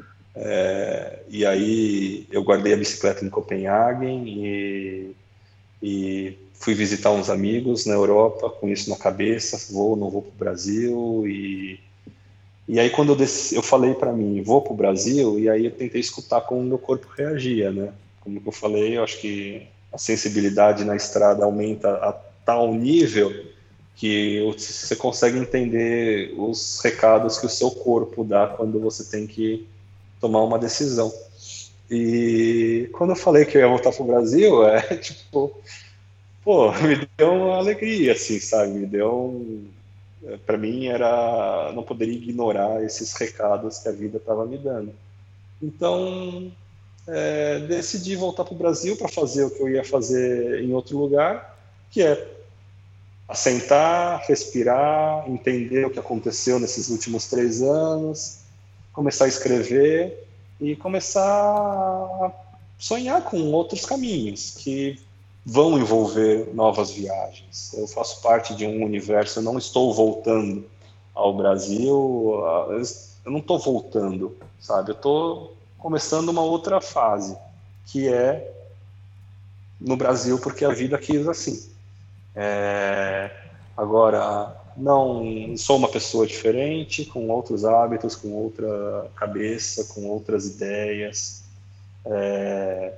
é, e aí eu guardei a bicicleta em Copenhague e, e fui visitar uns amigos na Europa com isso na cabeça, vou, não vou para o Brasil, e, e aí quando eu, desci, eu falei para mim, vou para o Brasil, e aí eu tentei escutar como o meu corpo reagia, né? Como eu falei, eu acho que a sensibilidade na estrada aumenta a tal nível que você consegue entender os recados que o seu corpo dá quando você tem que tomar uma decisão. E quando eu falei que eu ia voltar para o Brasil, é tipo, pô, me deu uma alegria, assim, sabe? Me deu um... Para mim era... não poderia ignorar esses recados que a vida estava me dando. Então... É, decidi voltar para o Brasil para fazer o que eu ia fazer em outro lugar, que é assentar, respirar, entender o que aconteceu nesses últimos três anos, começar a escrever e começar a sonhar com outros caminhos que vão envolver novas viagens. Eu faço parte de um universo, eu não estou voltando ao Brasil, eu não estou voltando, sabe? Eu estou começando uma outra fase, que é no Brasil, porque a vida quis assim. É, agora, não sou uma pessoa diferente, com outros hábitos, com outra cabeça, com outras ideias. É,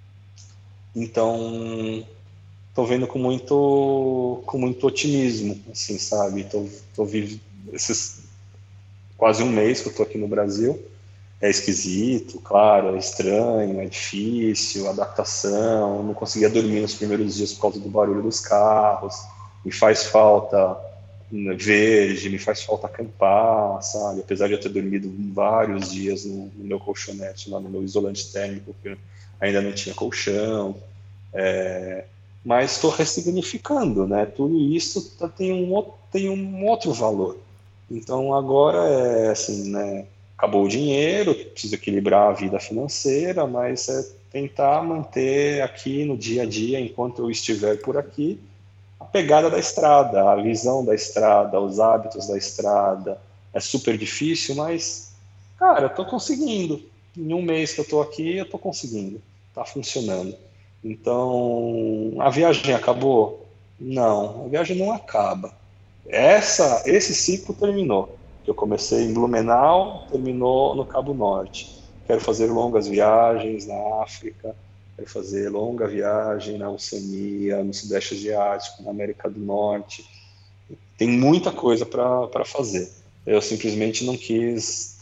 então, estou vendo com muito, com muito otimismo, assim, sabe? Tô, tô vivendo esses quase um mês que eu estou aqui no Brasil. É esquisito, claro, é estranho, é difícil, adaptação, não conseguia dormir nos primeiros dias por causa do barulho dos carros, me faz falta verde, me faz falta acampar, sabe? Apesar de eu ter dormido vários dias no, no meu colchonete, lá no meu isolante térmico, porque ainda não tinha colchão, é... mas estou ressignificando, né? Tudo isso tá, tem, um, tem um outro valor. Então agora é assim, né? Acabou o dinheiro, preciso equilibrar a vida financeira, mas é tentar manter aqui no dia a dia, enquanto eu estiver por aqui, a pegada da estrada, a visão da estrada, os hábitos da estrada. É super difícil, mas, cara, eu estou conseguindo. Em um mês que eu estou aqui, eu estou conseguindo. Está funcionando. Então, a viagem acabou? Não, a viagem não acaba. Essa, esse ciclo terminou. Eu comecei em Blumenau, terminou no Cabo Norte. Quero fazer longas viagens na África, quero fazer longa viagem na Oceania, no Sudeste Asiático, na América do Norte. Tem muita coisa para fazer. Eu simplesmente não quis ter,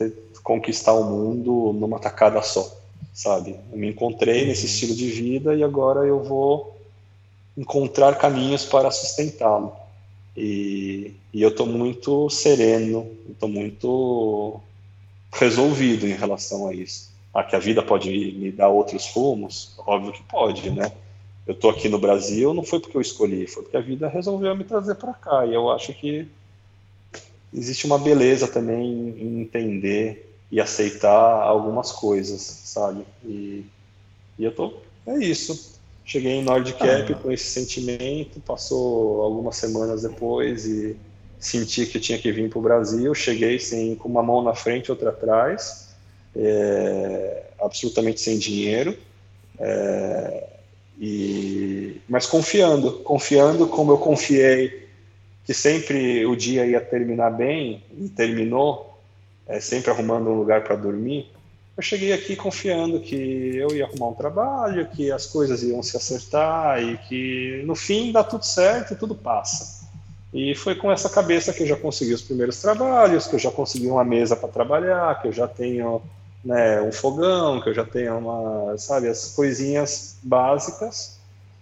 conquistar o mundo numa tacada só, sabe? Eu me encontrei nesse estilo de vida e agora eu vou encontrar caminhos para sustentá-lo. E, e eu estou muito sereno, estou muito resolvido em relação a isso. Ah, que a vida pode me dar outros rumos? Óbvio que pode, né? Eu estou aqui no Brasil, não foi porque eu escolhi, foi porque a vida resolveu me trazer para cá. E eu acho que existe uma beleza também em entender e aceitar algumas coisas, sabe? E, e eu tô, é isso. Cheguei em Nordcap ah. com esse sentimento, passou algumas semanas depois e senti que eu tinha que vir para o Brasil. Cheguei sem, com uma mão na frente e outra atrás, é, absolutamente sem dinheiro, é, e, mas confiando, confiando como eu confiei que sempre o dia ia terminar bem, e terminou, é, sempre arrumando um lugar para dormir. Eu cheguei aqui confiando que eu ia arrumar um trabalho, que as coisas iam se acertar e que no fim dá tudo certo e tudo passa. E foi com essa cabeça que eu já consegui os primeiros trabalhos, que eu já consegui uma mesa para trabalhar, que eu já tenho, né, um fogão, que eu já tenho uma, sabe, as coisinhas básicas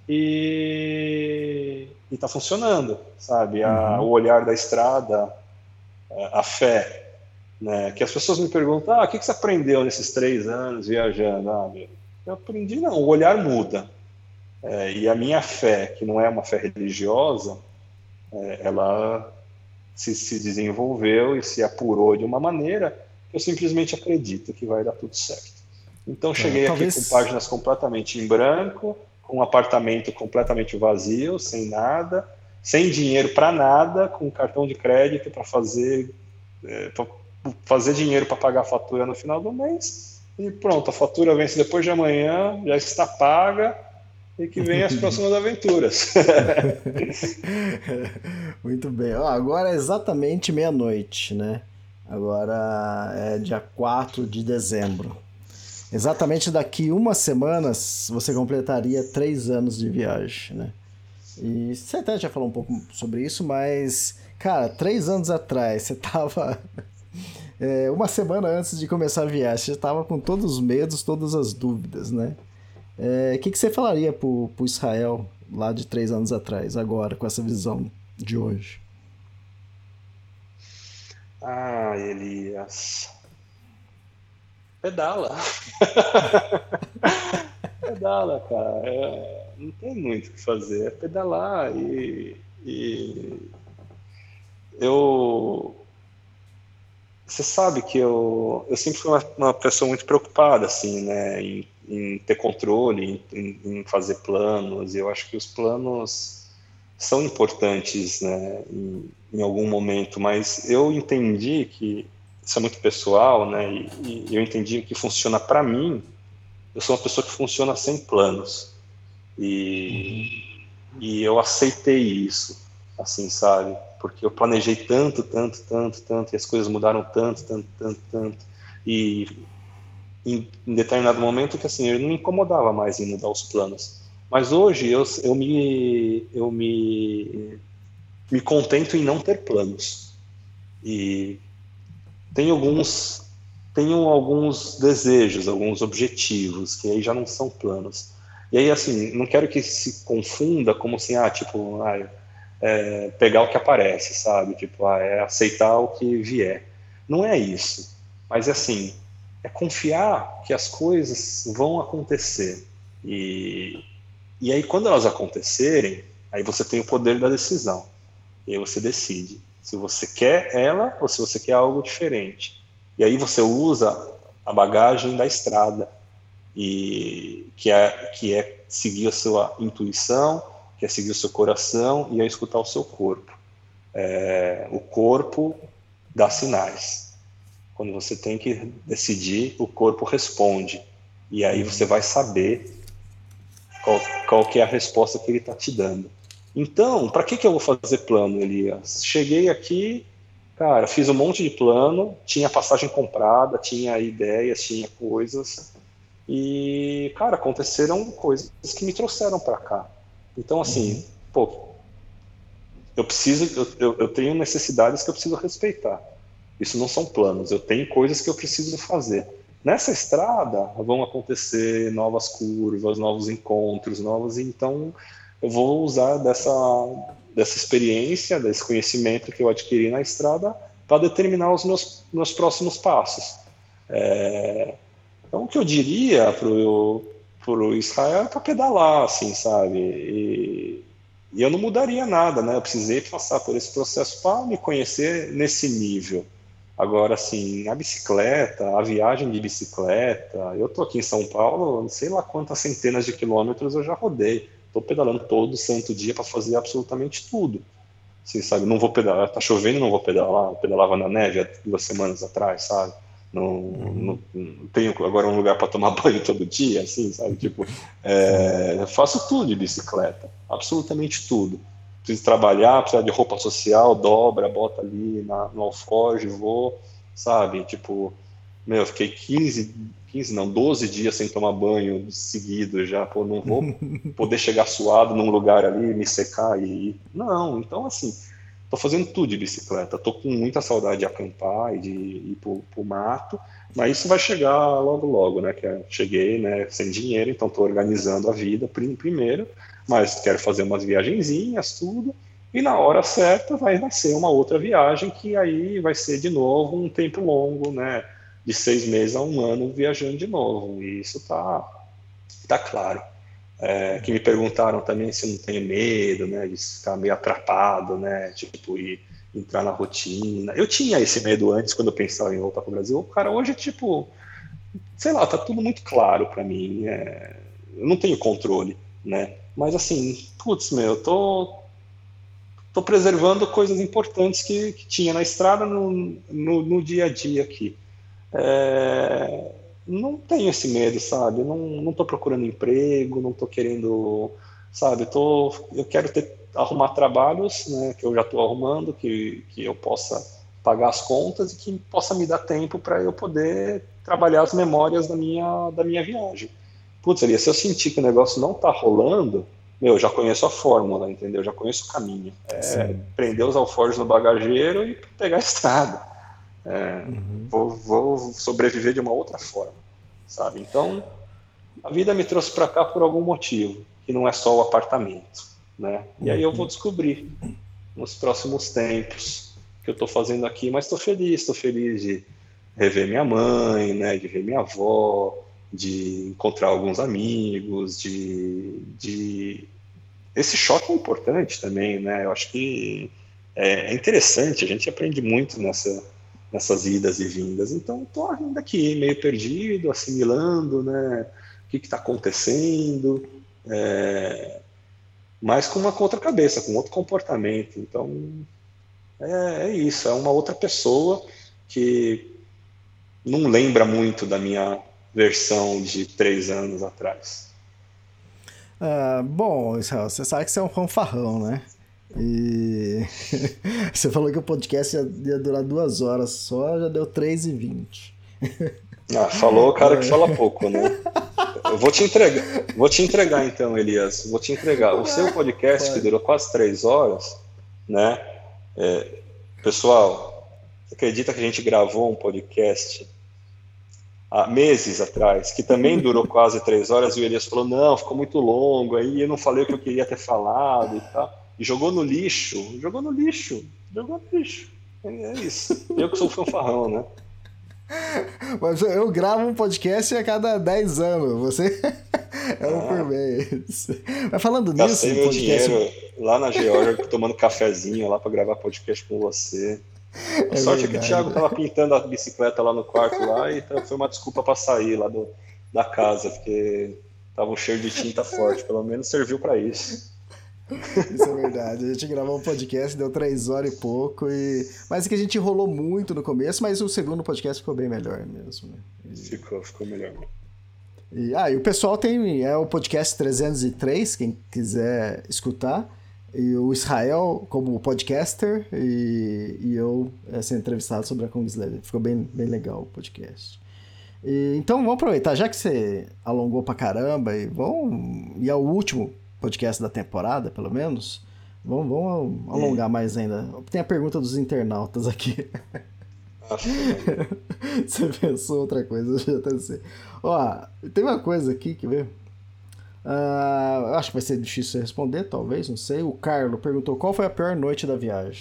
e está funcionando, sabe? A, uhum. O olhar da estrada, a fé. Né, que as pessoas me perguntam, ah, o que, que você aprendeu nesses três anos viajando? Ah, meu, eu aprendi, não, o olhar muda. É, e a minha fé, que não é uma fé religiosa, é, ela se, se desenvolveu e se apurou de uma maneira que eu simplesmente acredito que vai dar tudo certo. Então, cheguei é, talvez... aqui com páginas completamente em branco, com um apartamento completamente vazio, sem nada, sem dinheiro para nada, com um cartão de crédito para fazer... É, pra fazer dinheiro para pagar a fatura no final do mês e pronto, a fatura vence depois de amanhã, já está paga e que vem as próximas aventuras. Muito bem. Ó, agora é exatamente meia-noite, né? Agora é dia quatro de dezembro. Exatamente daqui uma semana você completaria três anos de viagem, né? E você até já falou um pouco sobre isso, mas, cara, três anos atrás você tava... É, uma semana antes de começar a viagem, você estava com todos os medos, todas as dúvidas, né? É, o que, que você falaria pro, pro Israel lá de três anos atrás, agora, com essa visão de hoje? Ah, Elias... Pedala. Pedala, cara. É, não tem muito o que fazer. É pedalar e... e... Eu... Você sabe que eu, eu sempre fui uma, uma pessoa muito preocupada, assim, né, em, em ter controle, em, em fazer planos. Eu acho que os planos são importantes, né, em, em algum momento, mas eu entendi que isso é muito pessoal, né, e, e eu entendi que funciona para mim. Eu sou uma pessoa que funciona sem planos e, uhum. e eu aceitei isso, assim, sabe? Porque eu planejei tanto, tanto, tanto, tanto, e as coisas mudaram tanto, tanto, tanto, tanto, e em, em determinado momento que assim, eu não me incomodava mais em mudar os planos. Mas hoje eu, eu, me, eu me, me contento em não ter planos. E tenho alguns, tenho alguns desejos, alguns objetivos, que aí já não são planos. E aí, assim, não quero que se confunda como assim, ah, tipo, ah, É, pegar o que aparece, sabe? Tipo, ah, é aceitar o que vier. Não é isso. Mas, assim, é confiar que as coisas vão acontecer. E, e aí, quando elas acontecerem, aí você tem o poder da decisão. E aí você decide se você quer ela ou se você quer algo diferente. E aí você usa a bagagem da estrada, e, que, é, que é seguir a sua intuição, que é seguir o seu coração e é escutar o seu corpo. É, o corpo dá sinais. Quando você tem que decidir, o corpo responde. E aí você vai saber qual, qual que é a resposta que ele está te dando. Então, para que, que eu vou fazer plano, Elias? Cheguei aqui, cara, fiz um monte de plano, tinha passagem comprada, tinha ideias, tinha coisas. E, cara, aconteceram coisas que me trouxeram para cá. Então, assim, uhum. pô, eu preciso, eu, eu tenho necessidades que eu preciso respeitar. Isso não são planos, eu tenho coisas que eu preciso fazer. Nessa estrada vão acontecer novas curvas, novos encontros, novos, então eu vou usar dessa, dessa experiência, desse conhecimento que eu adquiri na estrada para determinar os meus, meus próximos passos. É, então o que eu diria para o Israel é para pedalar, assim, sabe? E, e eu não mudaria nada, né? Eu precisei passar por esse processo para me conhecer nesse nível. Agora, assim, a bicicleta, a viagem de bicicleta, eu tô aqui em São Paulo, não sei lá quantas centenas de quilômetros eu já rodei. Tô pedalando todo santo dia para fazer absolutamente tudo. Você sabe, não vou pedalar, tá chovendo, não vou pedalar. Eu pedalava na neve há duas semanas atrás, sabe? Não, uhum. não, não tenho agora um lugar para tomar banho todo dia, assim, sabe? Tipo, é, eu faço tudo de bicicleta, absolutamente tudo. Preciso trabalhar, precisa de roupa social, dobra, bota ali na, no alforge, vou, sabe? Tipo, meu, eu fiquei quinze, quinze, não, doze dias sem tomar banho seguido já, pô, não vou poder chegar suado num lugar ali, me secar e ir. Não, então, assim, tô fazendo tudo de bicicleta, tô com muita saudade de acampar e de ir pro, pro mato, mas isso vai chegar logo, logo, né? Que cheguei, né, sem dinheiro, então tô organizando a vida primeiro, mas quero fazer umas viagenzinhas, tudo, e na hora certa vai nascer uma outra viagem que aí vai ser de novo um tempo longo, né, de seis meses a um ano viajando de novo, e isso tá, tá claro. É, que me perguntaram também se eu não tenho medo, né, de ficar meio atrapado, né, tipo, e entrar na rotina. Eu tinha esse medo antes, quando eu pensava em voltar para o Brasil. Cara, hoje, tipo, sei lá, tá tudo muito claro para mim, é, eu não tenho controle, né, mas assim, putz, meu, eu tô, tô preservando coisas importantes que, que tinha na estrada no, no, no dia a dia aqui. É, não tenho esse medo, sabe? Não, não tô procurando emprego, não tô querendo, sabe? Tô, eu quero ter, arrumar trabalhos, né, que eu já tô arrumando, que, que eu possa pagar as contas e que possa me dar tempo para eu poder trabalhar as memórias da minha, da minha viagem. Putz, Elias, se eu sentir que o negócio não tá rolando, meu, eu já conheço a fórmula, entendeu? Eu já conheço o caminho. É prender os alforjes no bagageiro e pegar a estrada. É, uhum. vou, vou sobreviver de uma outra forma, sabe? Então, a vida me trouxe para cá por algum motivo, que não é só o apartamento, né? E aí eu vou descobrir nos próximos tempos o que eu estou fazendo aqui, mas estou feliz, estou feliz de rever minha mãe, né? De ver minha avó, de encontrar alguns amigos, de, de... esse choque é importante também, né? Eu acho que é interessante, a gente aprende muito nessa, nessas idas e vindas. Então, estou ainda aqui, meio perdido, assimilando, né? O que está acontecendo, é... mas com uma outra cabeça, com outro comportamento. Então, é, é isso, é uma outra pessoa que não lembra muito da minha versão de três anos atrás. Ah, bom, Israel, você sabe que você é um fanfarrão, né? E você falou que o podcast ia, ia durar duas horas só, já deu três e vinte. Ah, falou o cara que fala pouco, né? Eu vou te entregar, vou te entregar então, Elias, vou te entregar. O seu podcast, que durou quase três horas, né? É, pessoal, você acredita que a gente gravou um podcast há meses atrás, que também durou quase três horas, e o Elias falou, não, ficou muito longo, aí eu não falei o que eu queria ter falado e tal, e jogou no lixo, jogou no lixo, jogou no lixo, é isso, eu que sou fanfarrão, né? Mas eu gravo um podcast a cada dez anos, você é um ah, por mês. Mas falando nisso... Gastei meu podcast... dinheiro lá na Geórgia, tomando cafezinho lá para gravar podcast com você. A é sorte verdade. É que o Thiago tava pintando a bicicleta lá no quarto lá e foi uma desculpa para sair lá do, da casa, porque tava um cheiro de tinta forte, pelo menos serviu para isso. Isso é verdade, a gente gravou um podcast, deu três horas e pouco, e... mas é que a gente enrolou muito no começo, mas o segundo podcast ficou bem melhor mesmo. Né? E... Ficou, ficou melhor. E, ah, e o pessoal tem, é o podcast trezentos e três, quem quiser escutar, e o Israel como podcaster, e, e eu é, sendo entrevistado sobre a Kungsleden. Ficou bem, bem legal o podcast. E, então vamos aproveitar, já que você alongou pra caramba, e, vamos, e é o último podcast da temporada, pelo menos, vamos, vamos alongar mais ainda. Tem a pergunta dos internautas aqui. Aff, Você pensou outra coisa, eu já até sei. Ó, tem uma coisa aqui, quer ver? Ah, acho que vai ser difícil você responder, talvez, não sei. O Carlos perguntou qual foi a pior noite da viagem.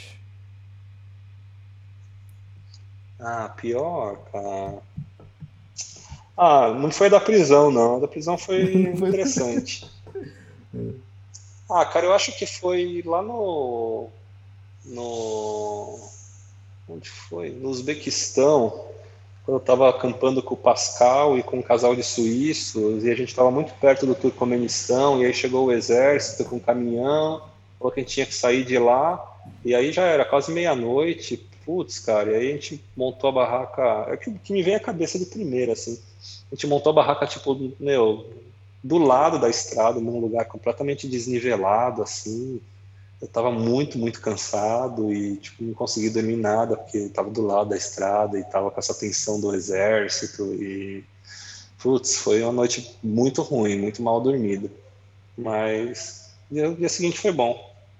ah, pior, cara. Ah, não foi da prisão, não. A da prisão foi Foi- interessante. Ah, cara, eu acho que foi lá no, no, onde foi? No Uzbequistão, quando eu estava acampando com o Pascal e com um casal de suíços, e a gente estava muito perto do Turcomenistão, e aí chegou o exército com um caminhão, falou que a gente tinha que sair de lá, e aí já era quase meia-noite, putz, cara, e aí a gente montou a barraca, é o que, que me vem à cabeça de primeira, assim, a gente montou a barraca, tipo, meu, do lado da estrada, num lugar completamente desnivelado, assim. Eu estava muito, muito cansado e tipo, não consegui dormir nada, porque estava do lado da estrada e estava com essa tensão do exército. E, putz, foi uma noite muito ruim, muito mal dormida. Mas o dia seguinte foi bom.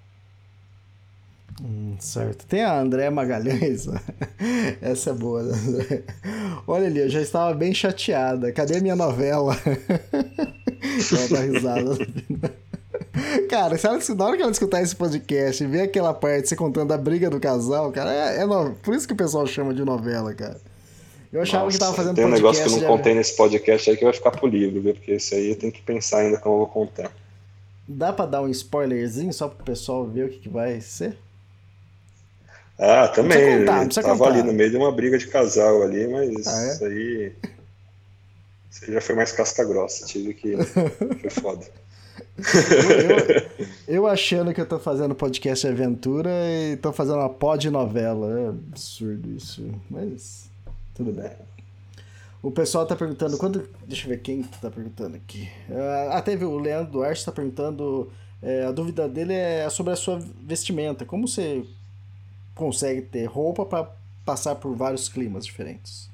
Hum, certo. Tem a André Magalhães. Essa é boa, né, André? Olha ali, eu já estava bem chateada. Cadê a minha novela? Ela dá risada. Cara, sabe que na hora que ela escutar esse podcast e ver aquela parte você contando a briga do casal, cara, é, é no... por isso que o pessoal chama de novela, cara. Eu achava Nossa, que tava fazendo tem um negócio que eu não de- contei nesse podcast aí que vai ficar pro livro, viu? Porque esse aí eu tenho que pensar ainda como eu vou contar. Dá pra dar um spoilerzinho só pro pessoal ver o que, que vai ser? Ah, precisa também, contar, não ele precisa tava contar. ali no meio de uma briga de casal ali, mas Ah, é? isso aí, isso aí já foi mais casca grossa, tive que, foi foda. Eu, eu achando que eu tô fazendo podcast de aventura e tô fazendo uma pod novela. É absurdo isso. Mas tudo bem. O pessoal tá perguntando quando. Deixa eu ver quem tá perguntando aqui. Ah, teve o Leandro Duarte tá perguntando. É, a dúvida dele é sobre a sua vestimenta. Como você consegue ter roupa para passar por vários climas diferentes?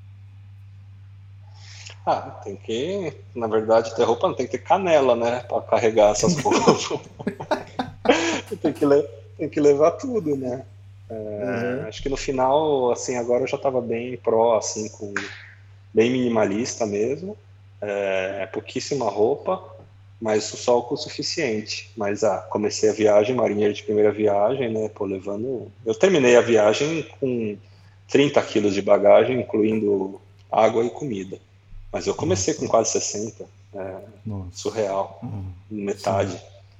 Ah, tem que, na verdade, ter roupa não tem que ter canela, né, pra carregar essas roupas. tem, que le- tem que levar tudo, né? É, Uhum. acho que no final, assim, agora eu já tava bem pró, assim, com bem minimalista mesmo. É, pouquíssima roupa, mas só o suficiente. Mas ah, comecei a viagem, marinheiro de primeira viagem, né? Pô, levando. Eu terminei a viagem com trinta quilos de bagagem, incluindo água e comida. Mas eu comecei com quase sessenta. É, Nossa. surreal. Metade.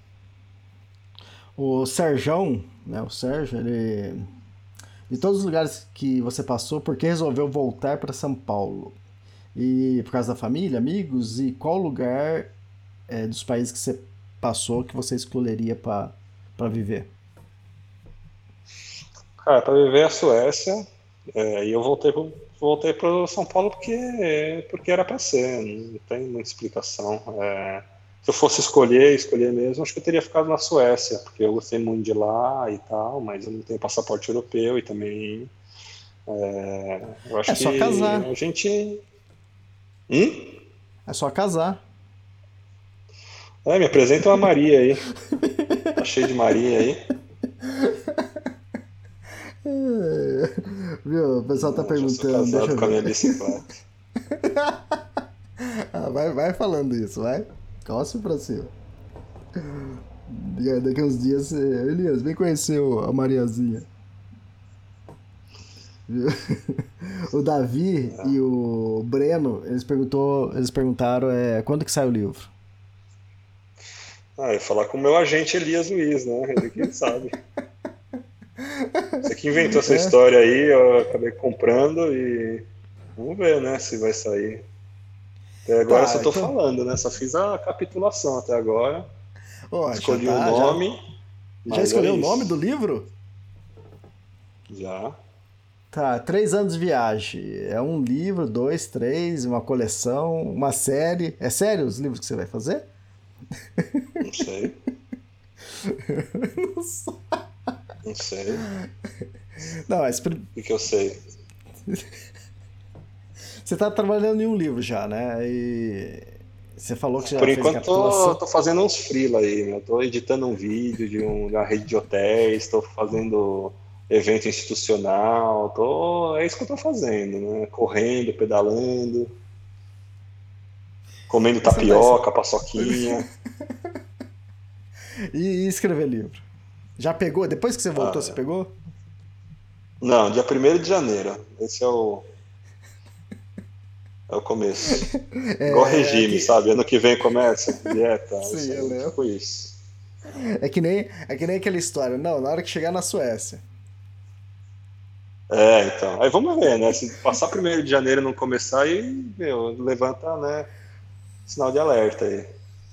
O Serjão, né? O Sérgio, ele. De todos os lugares que você passou, por que resolveu voltar para São Paulo? E por causa da família, amigos? E qual lugar é, dos países que você passou que você escolheria para viver? Cara, para viver a Suécia, é, e eu voltei pro, voltei para São Paulo porque, porque era para ser, não tem muita explicação. É, se eu fosse escolher, escolher mesmo, acho que eu teria ficado na Suécia, porque eu gostei muito de lá e tal, mas eu não tenho passaporte europeu e também é, eu acho É só que casar. a gente. Hum? É só casar. É, me apresenta uma Maria aí. Tá cheio de Maria aí. É, viu? O pessoal tá Eu já sou perguntando. Deixa casado eu com a minha ver. bicicleta. Ah, vai, vai falando isso, vai. Coce pra cima. E aí, daqui uns dias, você... Elias, vem conhecer o- a Mariazinha. Viu? O Davi e o Breno, eles, perguntou, eles perguntaram é, quando que sai o livro. Ah, eu ia falar com o meu agente Elias Luiz, né? Ele que sabe. Você que inventou essa história aí, eu acabei comprando e vamos ver, né, se vai sair. Até agora Tá, eu só tô então- falando, né? Só fiz a capitulação até agora. Ó, já Escolhi tá, o nome. Já, já mas escolheu é o nome isso. do livro? Já. Tá, três anos de viagem. É um livro, dois, três, uma coleção, uma série. É sério os livros que você vai fazer? Não sei. Não sei. Não sei. Não, mas pri- O que que eu sei? você tá trabalhando em um livro já, né? E você falou que já Por fez enquanto tô, capitulação. tô fazendo uns freela aí, né? Tô editando um vídeo de, um, de uma rede de hotéis, tô fazendo evento institucional, tô, é isso que eu tô fazendo, né? Correndo, pedalando, comendo tapioca, paçoquinha. E, e escrever livro? Já pegou? Depois que você voltou, Ah, você pegou? não, dia primeiro de janeiro. Esse é o, é o começo. É, Igual regime, que- sabe? Ano que vem começa, dieta, Sim, isso eu aí, lembro. tipo isso. É que nem, é que nem aquela história. Não, na hora que chegar na Suécia. É, então. Aí vamos ver, né? Se passar primeiro de janeiro e não começar, aí, meu, levanta, né? Sinal de alerta aí.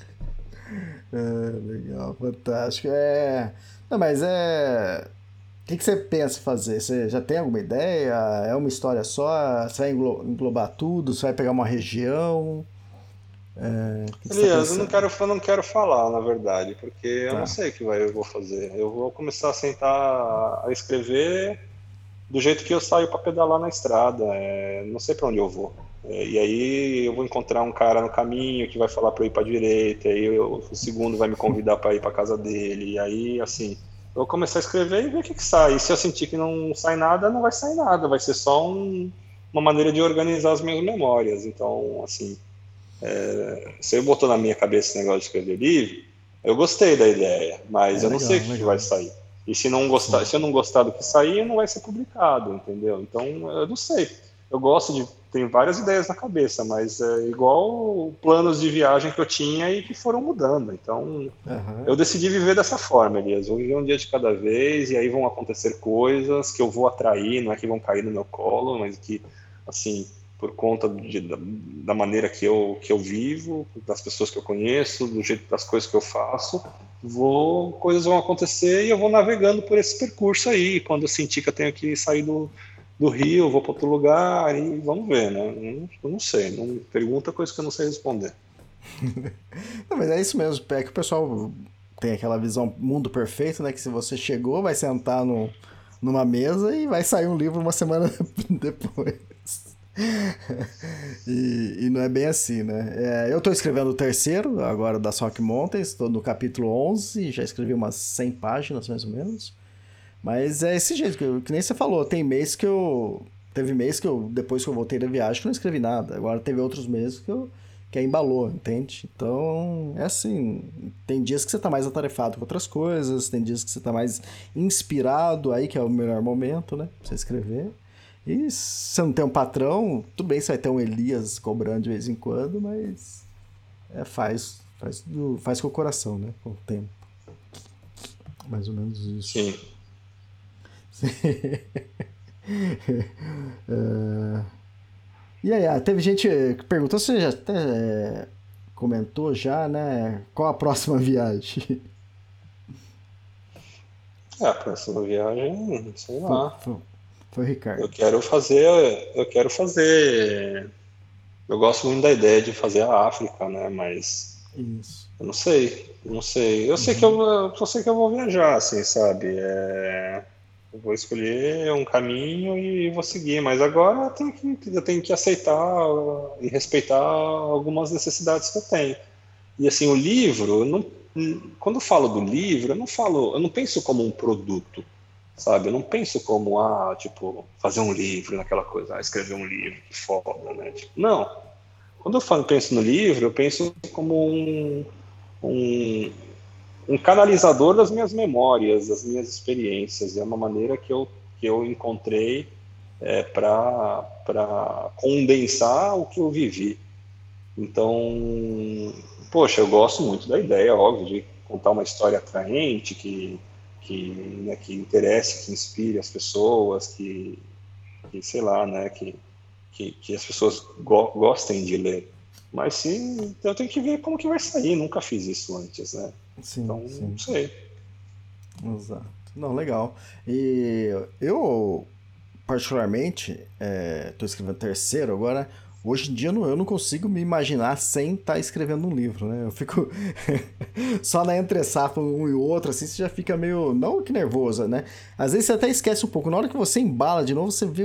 É, legal, fantástico. É... Não, mas é... O que que você pensa em fazer? Você já tem alguma ideia? É uma história só? Você vai englo- englobar tudo? Você vai pegar uma região? É... O que que você está Elias, eu não pensando? quero, eu não quero falar, na verdade, porque eu não Tá. sei o que vai, eu vou fazer. Eu vou começar a sentar a escrever do jeito que eu saio para pedalar na estrada. É, não sei para onde eu vou. É, e aí eu vou encontrar um cara no caminho que vai falar para eu ir para direita, e eu- o segundo vai me convidar para ir para casa dele. E aí, assim, eu vou começar a escrever e ver o que que sai. E se eu sentir que não sai nada, não vai sair nada. Vai ser só um- uma maneira de organizar as minhas memórias. Então, assim, você botou na minha cabeça esse negócio de escrever livro, eu gostei da ideia, mas É eu não sei legal, o que que vai legal. sair. E se não gostar, Sim. se eu não gostar do que sair, não vai ser publicado, entendeu? Então, eu não sei. Eu gosto de, tenho várias ideias na cabeça, mas é igual planos de viagem que eu tinha e que foram mudando. Então, Aham. eu decidi viver dessa forma, Elias. Vou viver um dia de cada vez e aí vão acontecer coisas que eu vou atrair, não é que vão cair no meu colo, mas que, assim, por conta de, da, da maneira que eu, que eu vivo, das pessoas que eu conheço, do jeito das coisas que eu faço, vou, coisas vão acontecer e eu vou navegando por esse percurso aí. Quando eu sentir que eu tenho que sair do, do Rio, eu vou para outro lugar e vamos ver, né? Eu, eu não sei, não pergunta coisa que eu não sei responder. Não, mas é isso mesmo. É que o pessoal tem aquela visão mundo perfeito, né? Que se você chegou, vai sentar no, numa mesa e vai sair um livro uma semana depois. E, e não é bem assim, né? É, eu tô escrevendo o terceiro, agora da Rock Mountains, estou no capítulo onze, já escrevi umas cem páginas, mais ou menos. Mas é esse jeito, que, eu- que nem você falou, tem mês que eu... Teve mês que eu, depois que eu voltei da viagem, que eu não escrevi nada. Agora teve outros meses que eu que aí embalou, entende? Então, é assim, tem dias que você tá mais atarefado com outras coisas, tem dias que você tá mais inspirado, aí que é o melhor momento, né? Pra você escrever. E se você não tem um patrão, tudo bem, você vai ter um Elias cobrando de vez em quando, mas é, faz, faz, do, faz com o coração, né? Com o tempo. Mais ou menos isso. Sim. É, E aí, ah, teve gente que perguntou, você já até é, comentou já, né? Qual a próxima viagem? É, a próxima viagem, sei Foi, lá. foi, foi o Eu Ricardo. quero fazer, eu quero fazer. Eu gosto muito da ideia de fazer a África, né? Mas Isso. eu não sei, eu não sei. Eu sei que eu, eu só sei que eu vou viajar, assim, sabe? É, eu vou escolher um caminho e vou seguir, mas agora eu tenho que, eu tenho que aceitar e respeitar algumas necessidades que eu tenho. E assim, o livro, eu não, quando eu falo do livro, eu não falo, eu não penso como um produto, sabe? Eu não penso como, ah, tipo, fazer um livro, naquela coisa, ah, escrever um livro, que foda, né? Tipo, não. Quando eu falo, penso no livro, eu penso como um, um, um canalizador das minhas memórias, das minhas experiências. É uma maneira que eu, que eu encontrei é, para condensar o que eu vivi. Então, poxa, eu gosto muito da ideia, óbvio, de contar uma história atraente, que, que, né, que interesse, que inspire as pessoas, que, que sei lá, né, que, que, que as pessoas go gostem de ler. Mas sim, eu tenho que ver como que vai sair, nunca fiz isso antes, né? Sim, Então, não sim. sei. Exato. Não, legal. E eu, particularmente, estou escrevendo terceiro agora. Hoje em dia eu não, eu não consigo me imaginar sem estar escrevendo um livro, né? Eu fico só na entre-safra um e outro, assim, você já fica meio, não que nervoso, né? Às vezes você até esquece um pouco. Na hora que você embala de novo, você vê o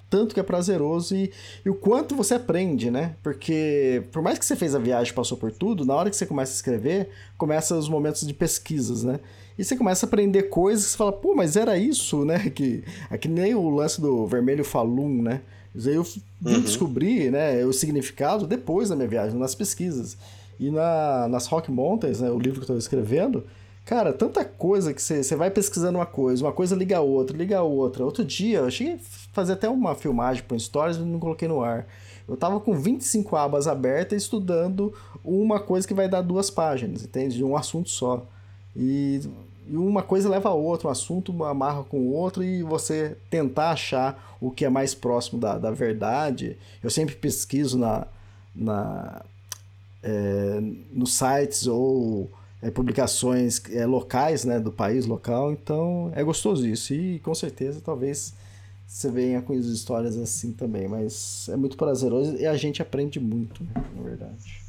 tanto que é prazeroso e, e o quanto você aprende, né? Porque por mais que você fez a viagem, passou por tudo, na hora que você começa a escrever, começa os momentos de pesquisas, né? E você começa a aprender coisas que você fala, pô, mas era isso, né? Que, é que nem o lance do vermelho falum, né? Isso aí eu vim Uhum. descobrir, né, o significado depois da minha viagem, nas pesquisas. E na, nas Rock Mountains, né, o livro que eu estou escrevendo, cara, tanta coisa que você, você vai pesquisando uma coisa, uma coisa liga a outra, liga a outra. Outro dia, eu cheguei a fazer até uma filmagem para um Stories e não coloquei no ar. Eu tava com vinte e cinco abas abertas estudando uma coisa que vai dar duas páginas, entende? De um assunto só. E, e uma coisa leva a outra, um assunto amarra com o outro e você tentar achar o que é mais próximo da, da verdade. Eu sempre pesquiso na, na, é, nos sites ou é, publicações é, locais, né, do país local, então é gostoso isso. E com certeza talvez você venha com histórias assim também, mas é muito prazeroso e a gente aprende muito, né, na verdade.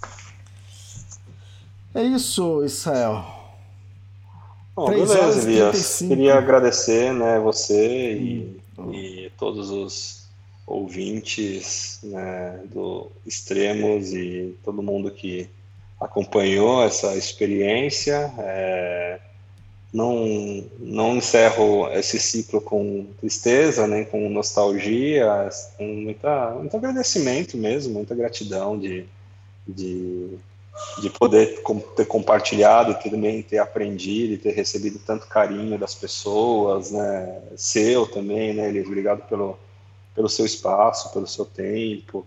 É isso, Israel. Bom, três beleza, horas e Elias. trinta e cinco. Queria agradecer, né, você e, Hum. e todos os ouvintes, né, do Extremos e todo mundo que acompanhou essa experiência. É, não, não encerro esse ciclo com tristeza, nem com nostalgia, com muita, muito agradecimento mesmo, muita gratidão de, de de poder ter compartilhado, também ter aprendido e ter recebido tanto carinho das pessoas, né, seu também, né, Elias, obrigado pelo, pelo seu espaço, pelo seu tempo,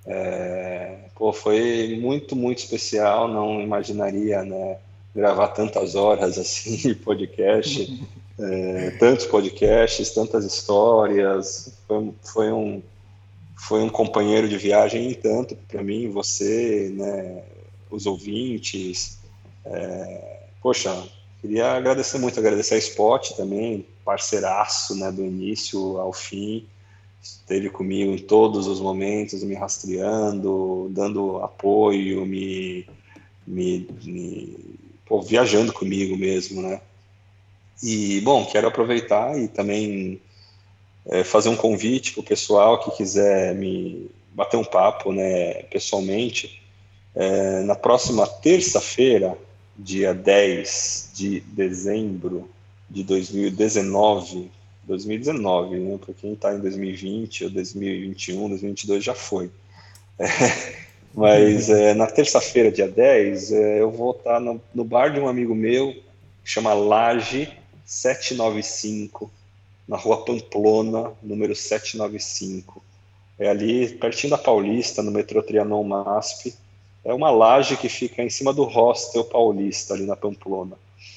é, pô, foi muito, muito especial, não imaginaria, né, gravar tantas horas assim de podcast, é, tantos podcasts, tantas histórias, foi, foi um foi um companheiro de viagem em tanto para mim, você, né, os ouvintes, é, poxa, queria agradecer muito, agradecer a Spot também, parceiraço, né, do início ao fim, esteve comigo em todos os momentos, me rastreando, dando apoio, me, me, me pô, viajando comigo mesmo, né, e, bom, quero aproveitar e também é, fazer um convite para o pessoal que quiser me bater um papo, né, pessoalmente. É, na próxima terça-feira, dia dez de dezembro de dois mil e dezenove, dois mil e dezenove, né? Para quem está em dois mil e vinte, ou dois mil e vinte e um, dois mil e vinte e dois já foi. É, mas é, na terça-feira, dia dez, é, eu vou estar no, no bar de um amigo meu, que chama Laje setecentos e noventa e cinco, na rua Pamplona, número setecentos e noventa e cinco. É ali, pertinho da Paulista, no metrô Trianon Masp. É uma laje que fica em cima do Hostel Paulista, ali na Pamplona.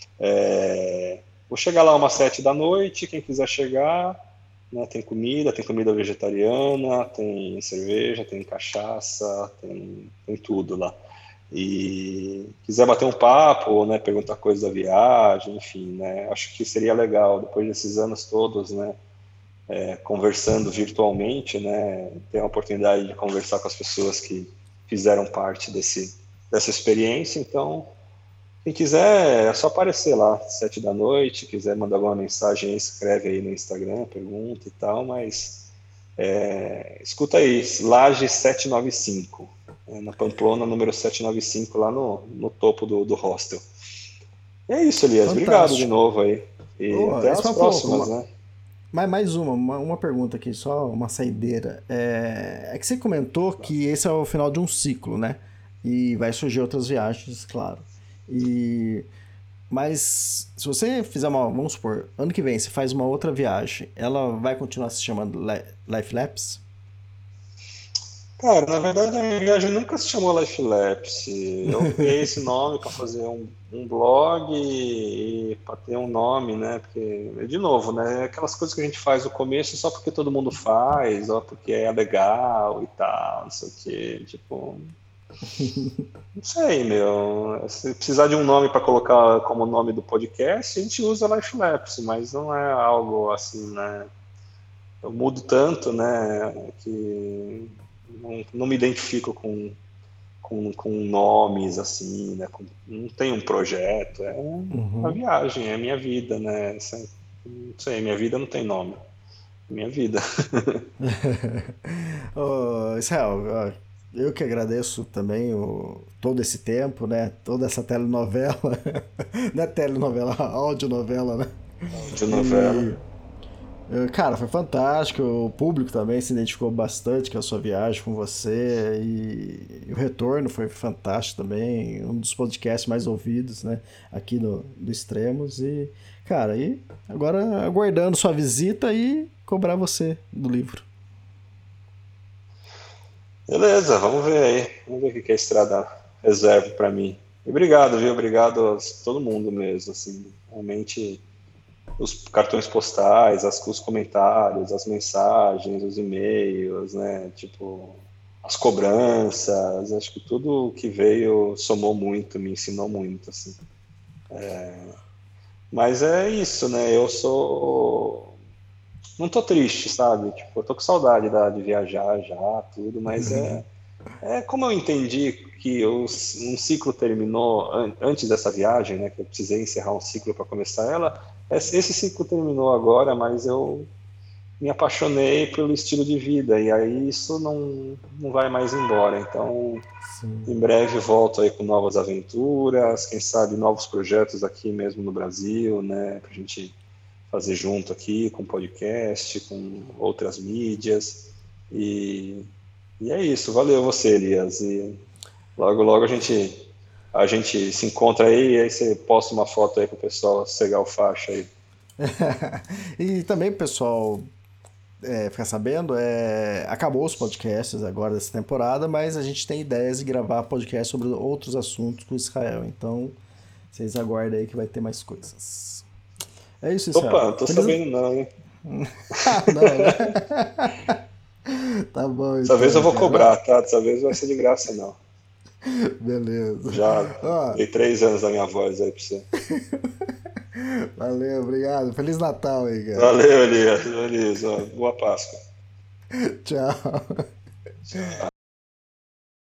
É, vou chegar lá umas sete da noite, quem quiser chegar, né, tem comida, tem comida vegetariana, tem cerveja, tem cachaça, tem, tem tudo lá. E quiser bater um papo, né, perguntar coisas da viagem, enfim, né, acho que seria legal, depois desses anos todos, né, é, conversando virtualmente, né, ter a oportunidade de conversar com as pessoas que fizeram parte desse, dessa experiência. Então, quem quiser, é só aparecer lá, sete da noite, quiser mandar alguma mensagem, escreve aí no Instagram, pergunta e tal, mas é, escuta aí, Laje setecentos e noventa e cinco, é, na Pamplona, número setecentos e noventa e cinco, lá no, no topo do, do hostel. E é isso, Elias, Fantástico. Obrigado de novo aí, e Oh, até as próximas, pouco, né? Mas mais uma, uma, uma pergunta aqui, só uma saideira. É, é que você comentou que esse é o final de um ciclo, né? E vai surgir outras viagens, claro. E, mas se você fizer uma, vamos supor, ano que vem você faz uma outra viagem, ela vai continuar se chamando Life Lapse? Cara, na verdade a minha viagem nunca se chamou Life Lapse. Eu criei esse nome para fazer um, um blog e, e para ter um nome, né? Porque, de novo, né? Aquelas coisas que a gente faz no começo só porque todo mundo faz, ou porque é legal e tal, não sei o quê. Tipo, não sei, meu. Se precisar de um nome para colocar como nome do podcast, a gente usa Life Lapse, mas não é algo assim, né? Eu mudo tanto, né? Que Não, não me identifico com, com, com nomes assim, né? Com, não tenho um projeto, é uma Uhum. viagem, é a minha vida, né? Não sei, minha vida não tem nome. minha vida. Ô, Israel, ó, eu que agradeço também o, todo esse tempo, né? Toda essa telenovela. Não é telenovela, audionovela, né? De novela. E, cara, foi fantástico. O público também se identificou bastante com a sua viagem com você. E, e o retorno foi fantástico também. Um dos podcasts mais ouvidos, né? Aqui no, do Extremos. E, cara, e agora aguardando sua visita e cobrar você do livro. Beleza, vamos ver aí. Vamos ver o que a estrada reserva para mim. E obrigado, viu? Obrigado a todo mundo mesmo, assim. Realmente, os cartões postais, as, os comentários, as mensagens, os e-mails, né? Tipo, as cobranças. Acho que tudo que veio somou muito, me ensinou muito, assim. É... Mas é isso, né? Eu sou... Não tô triste, sabe? Tipo, eu tô com saudade da, de viajar já, tudo, mas é, é como eu entendi que o, um ciclo terminou an, antes dessa viagem, né? Que eu precisei encerrar um ciclo para começar ela. Esse, esse ciclo terminou agora, mas eu me apaixonei pelo estilo de vida e aí isso não, não vai mais embora. Então, sim, em breve volto aí com novas aventuras, quem sabe novos projetos aqui mesmo no Brasil, né? Pra gente fazer junto aqui com podcast, com outras mídias. E, e é isso. Valeu você, Elias. E logo, logo a gente, a gente se encontra aí e aí você posta uma foto aí pro pessoal cegar o faixa aí. E também, pessoal, é, ficar sabendo, é, acabou os podcasts agora dessa temporada, mas a gente tem ideias de gravar podcast sobre outros assuntos com Israel. Então, vocês aguardem aí que vai ter mais coisas. É isso, Israel. Opa, não tô Feliz... sabendo não, hein? Ah, não, né? Tá bom, Dessa então, vez eu vou cara. cobrar, tá? Dessa vez não vai ser de graça, não. Beleza. Já ah. dei três anos da minha voz aí pra você. Valeu, obrigado. Feliz Natal aí, cara. Valeu, Elias. Feliz. Boa Páscoa. Tchau. Tchau.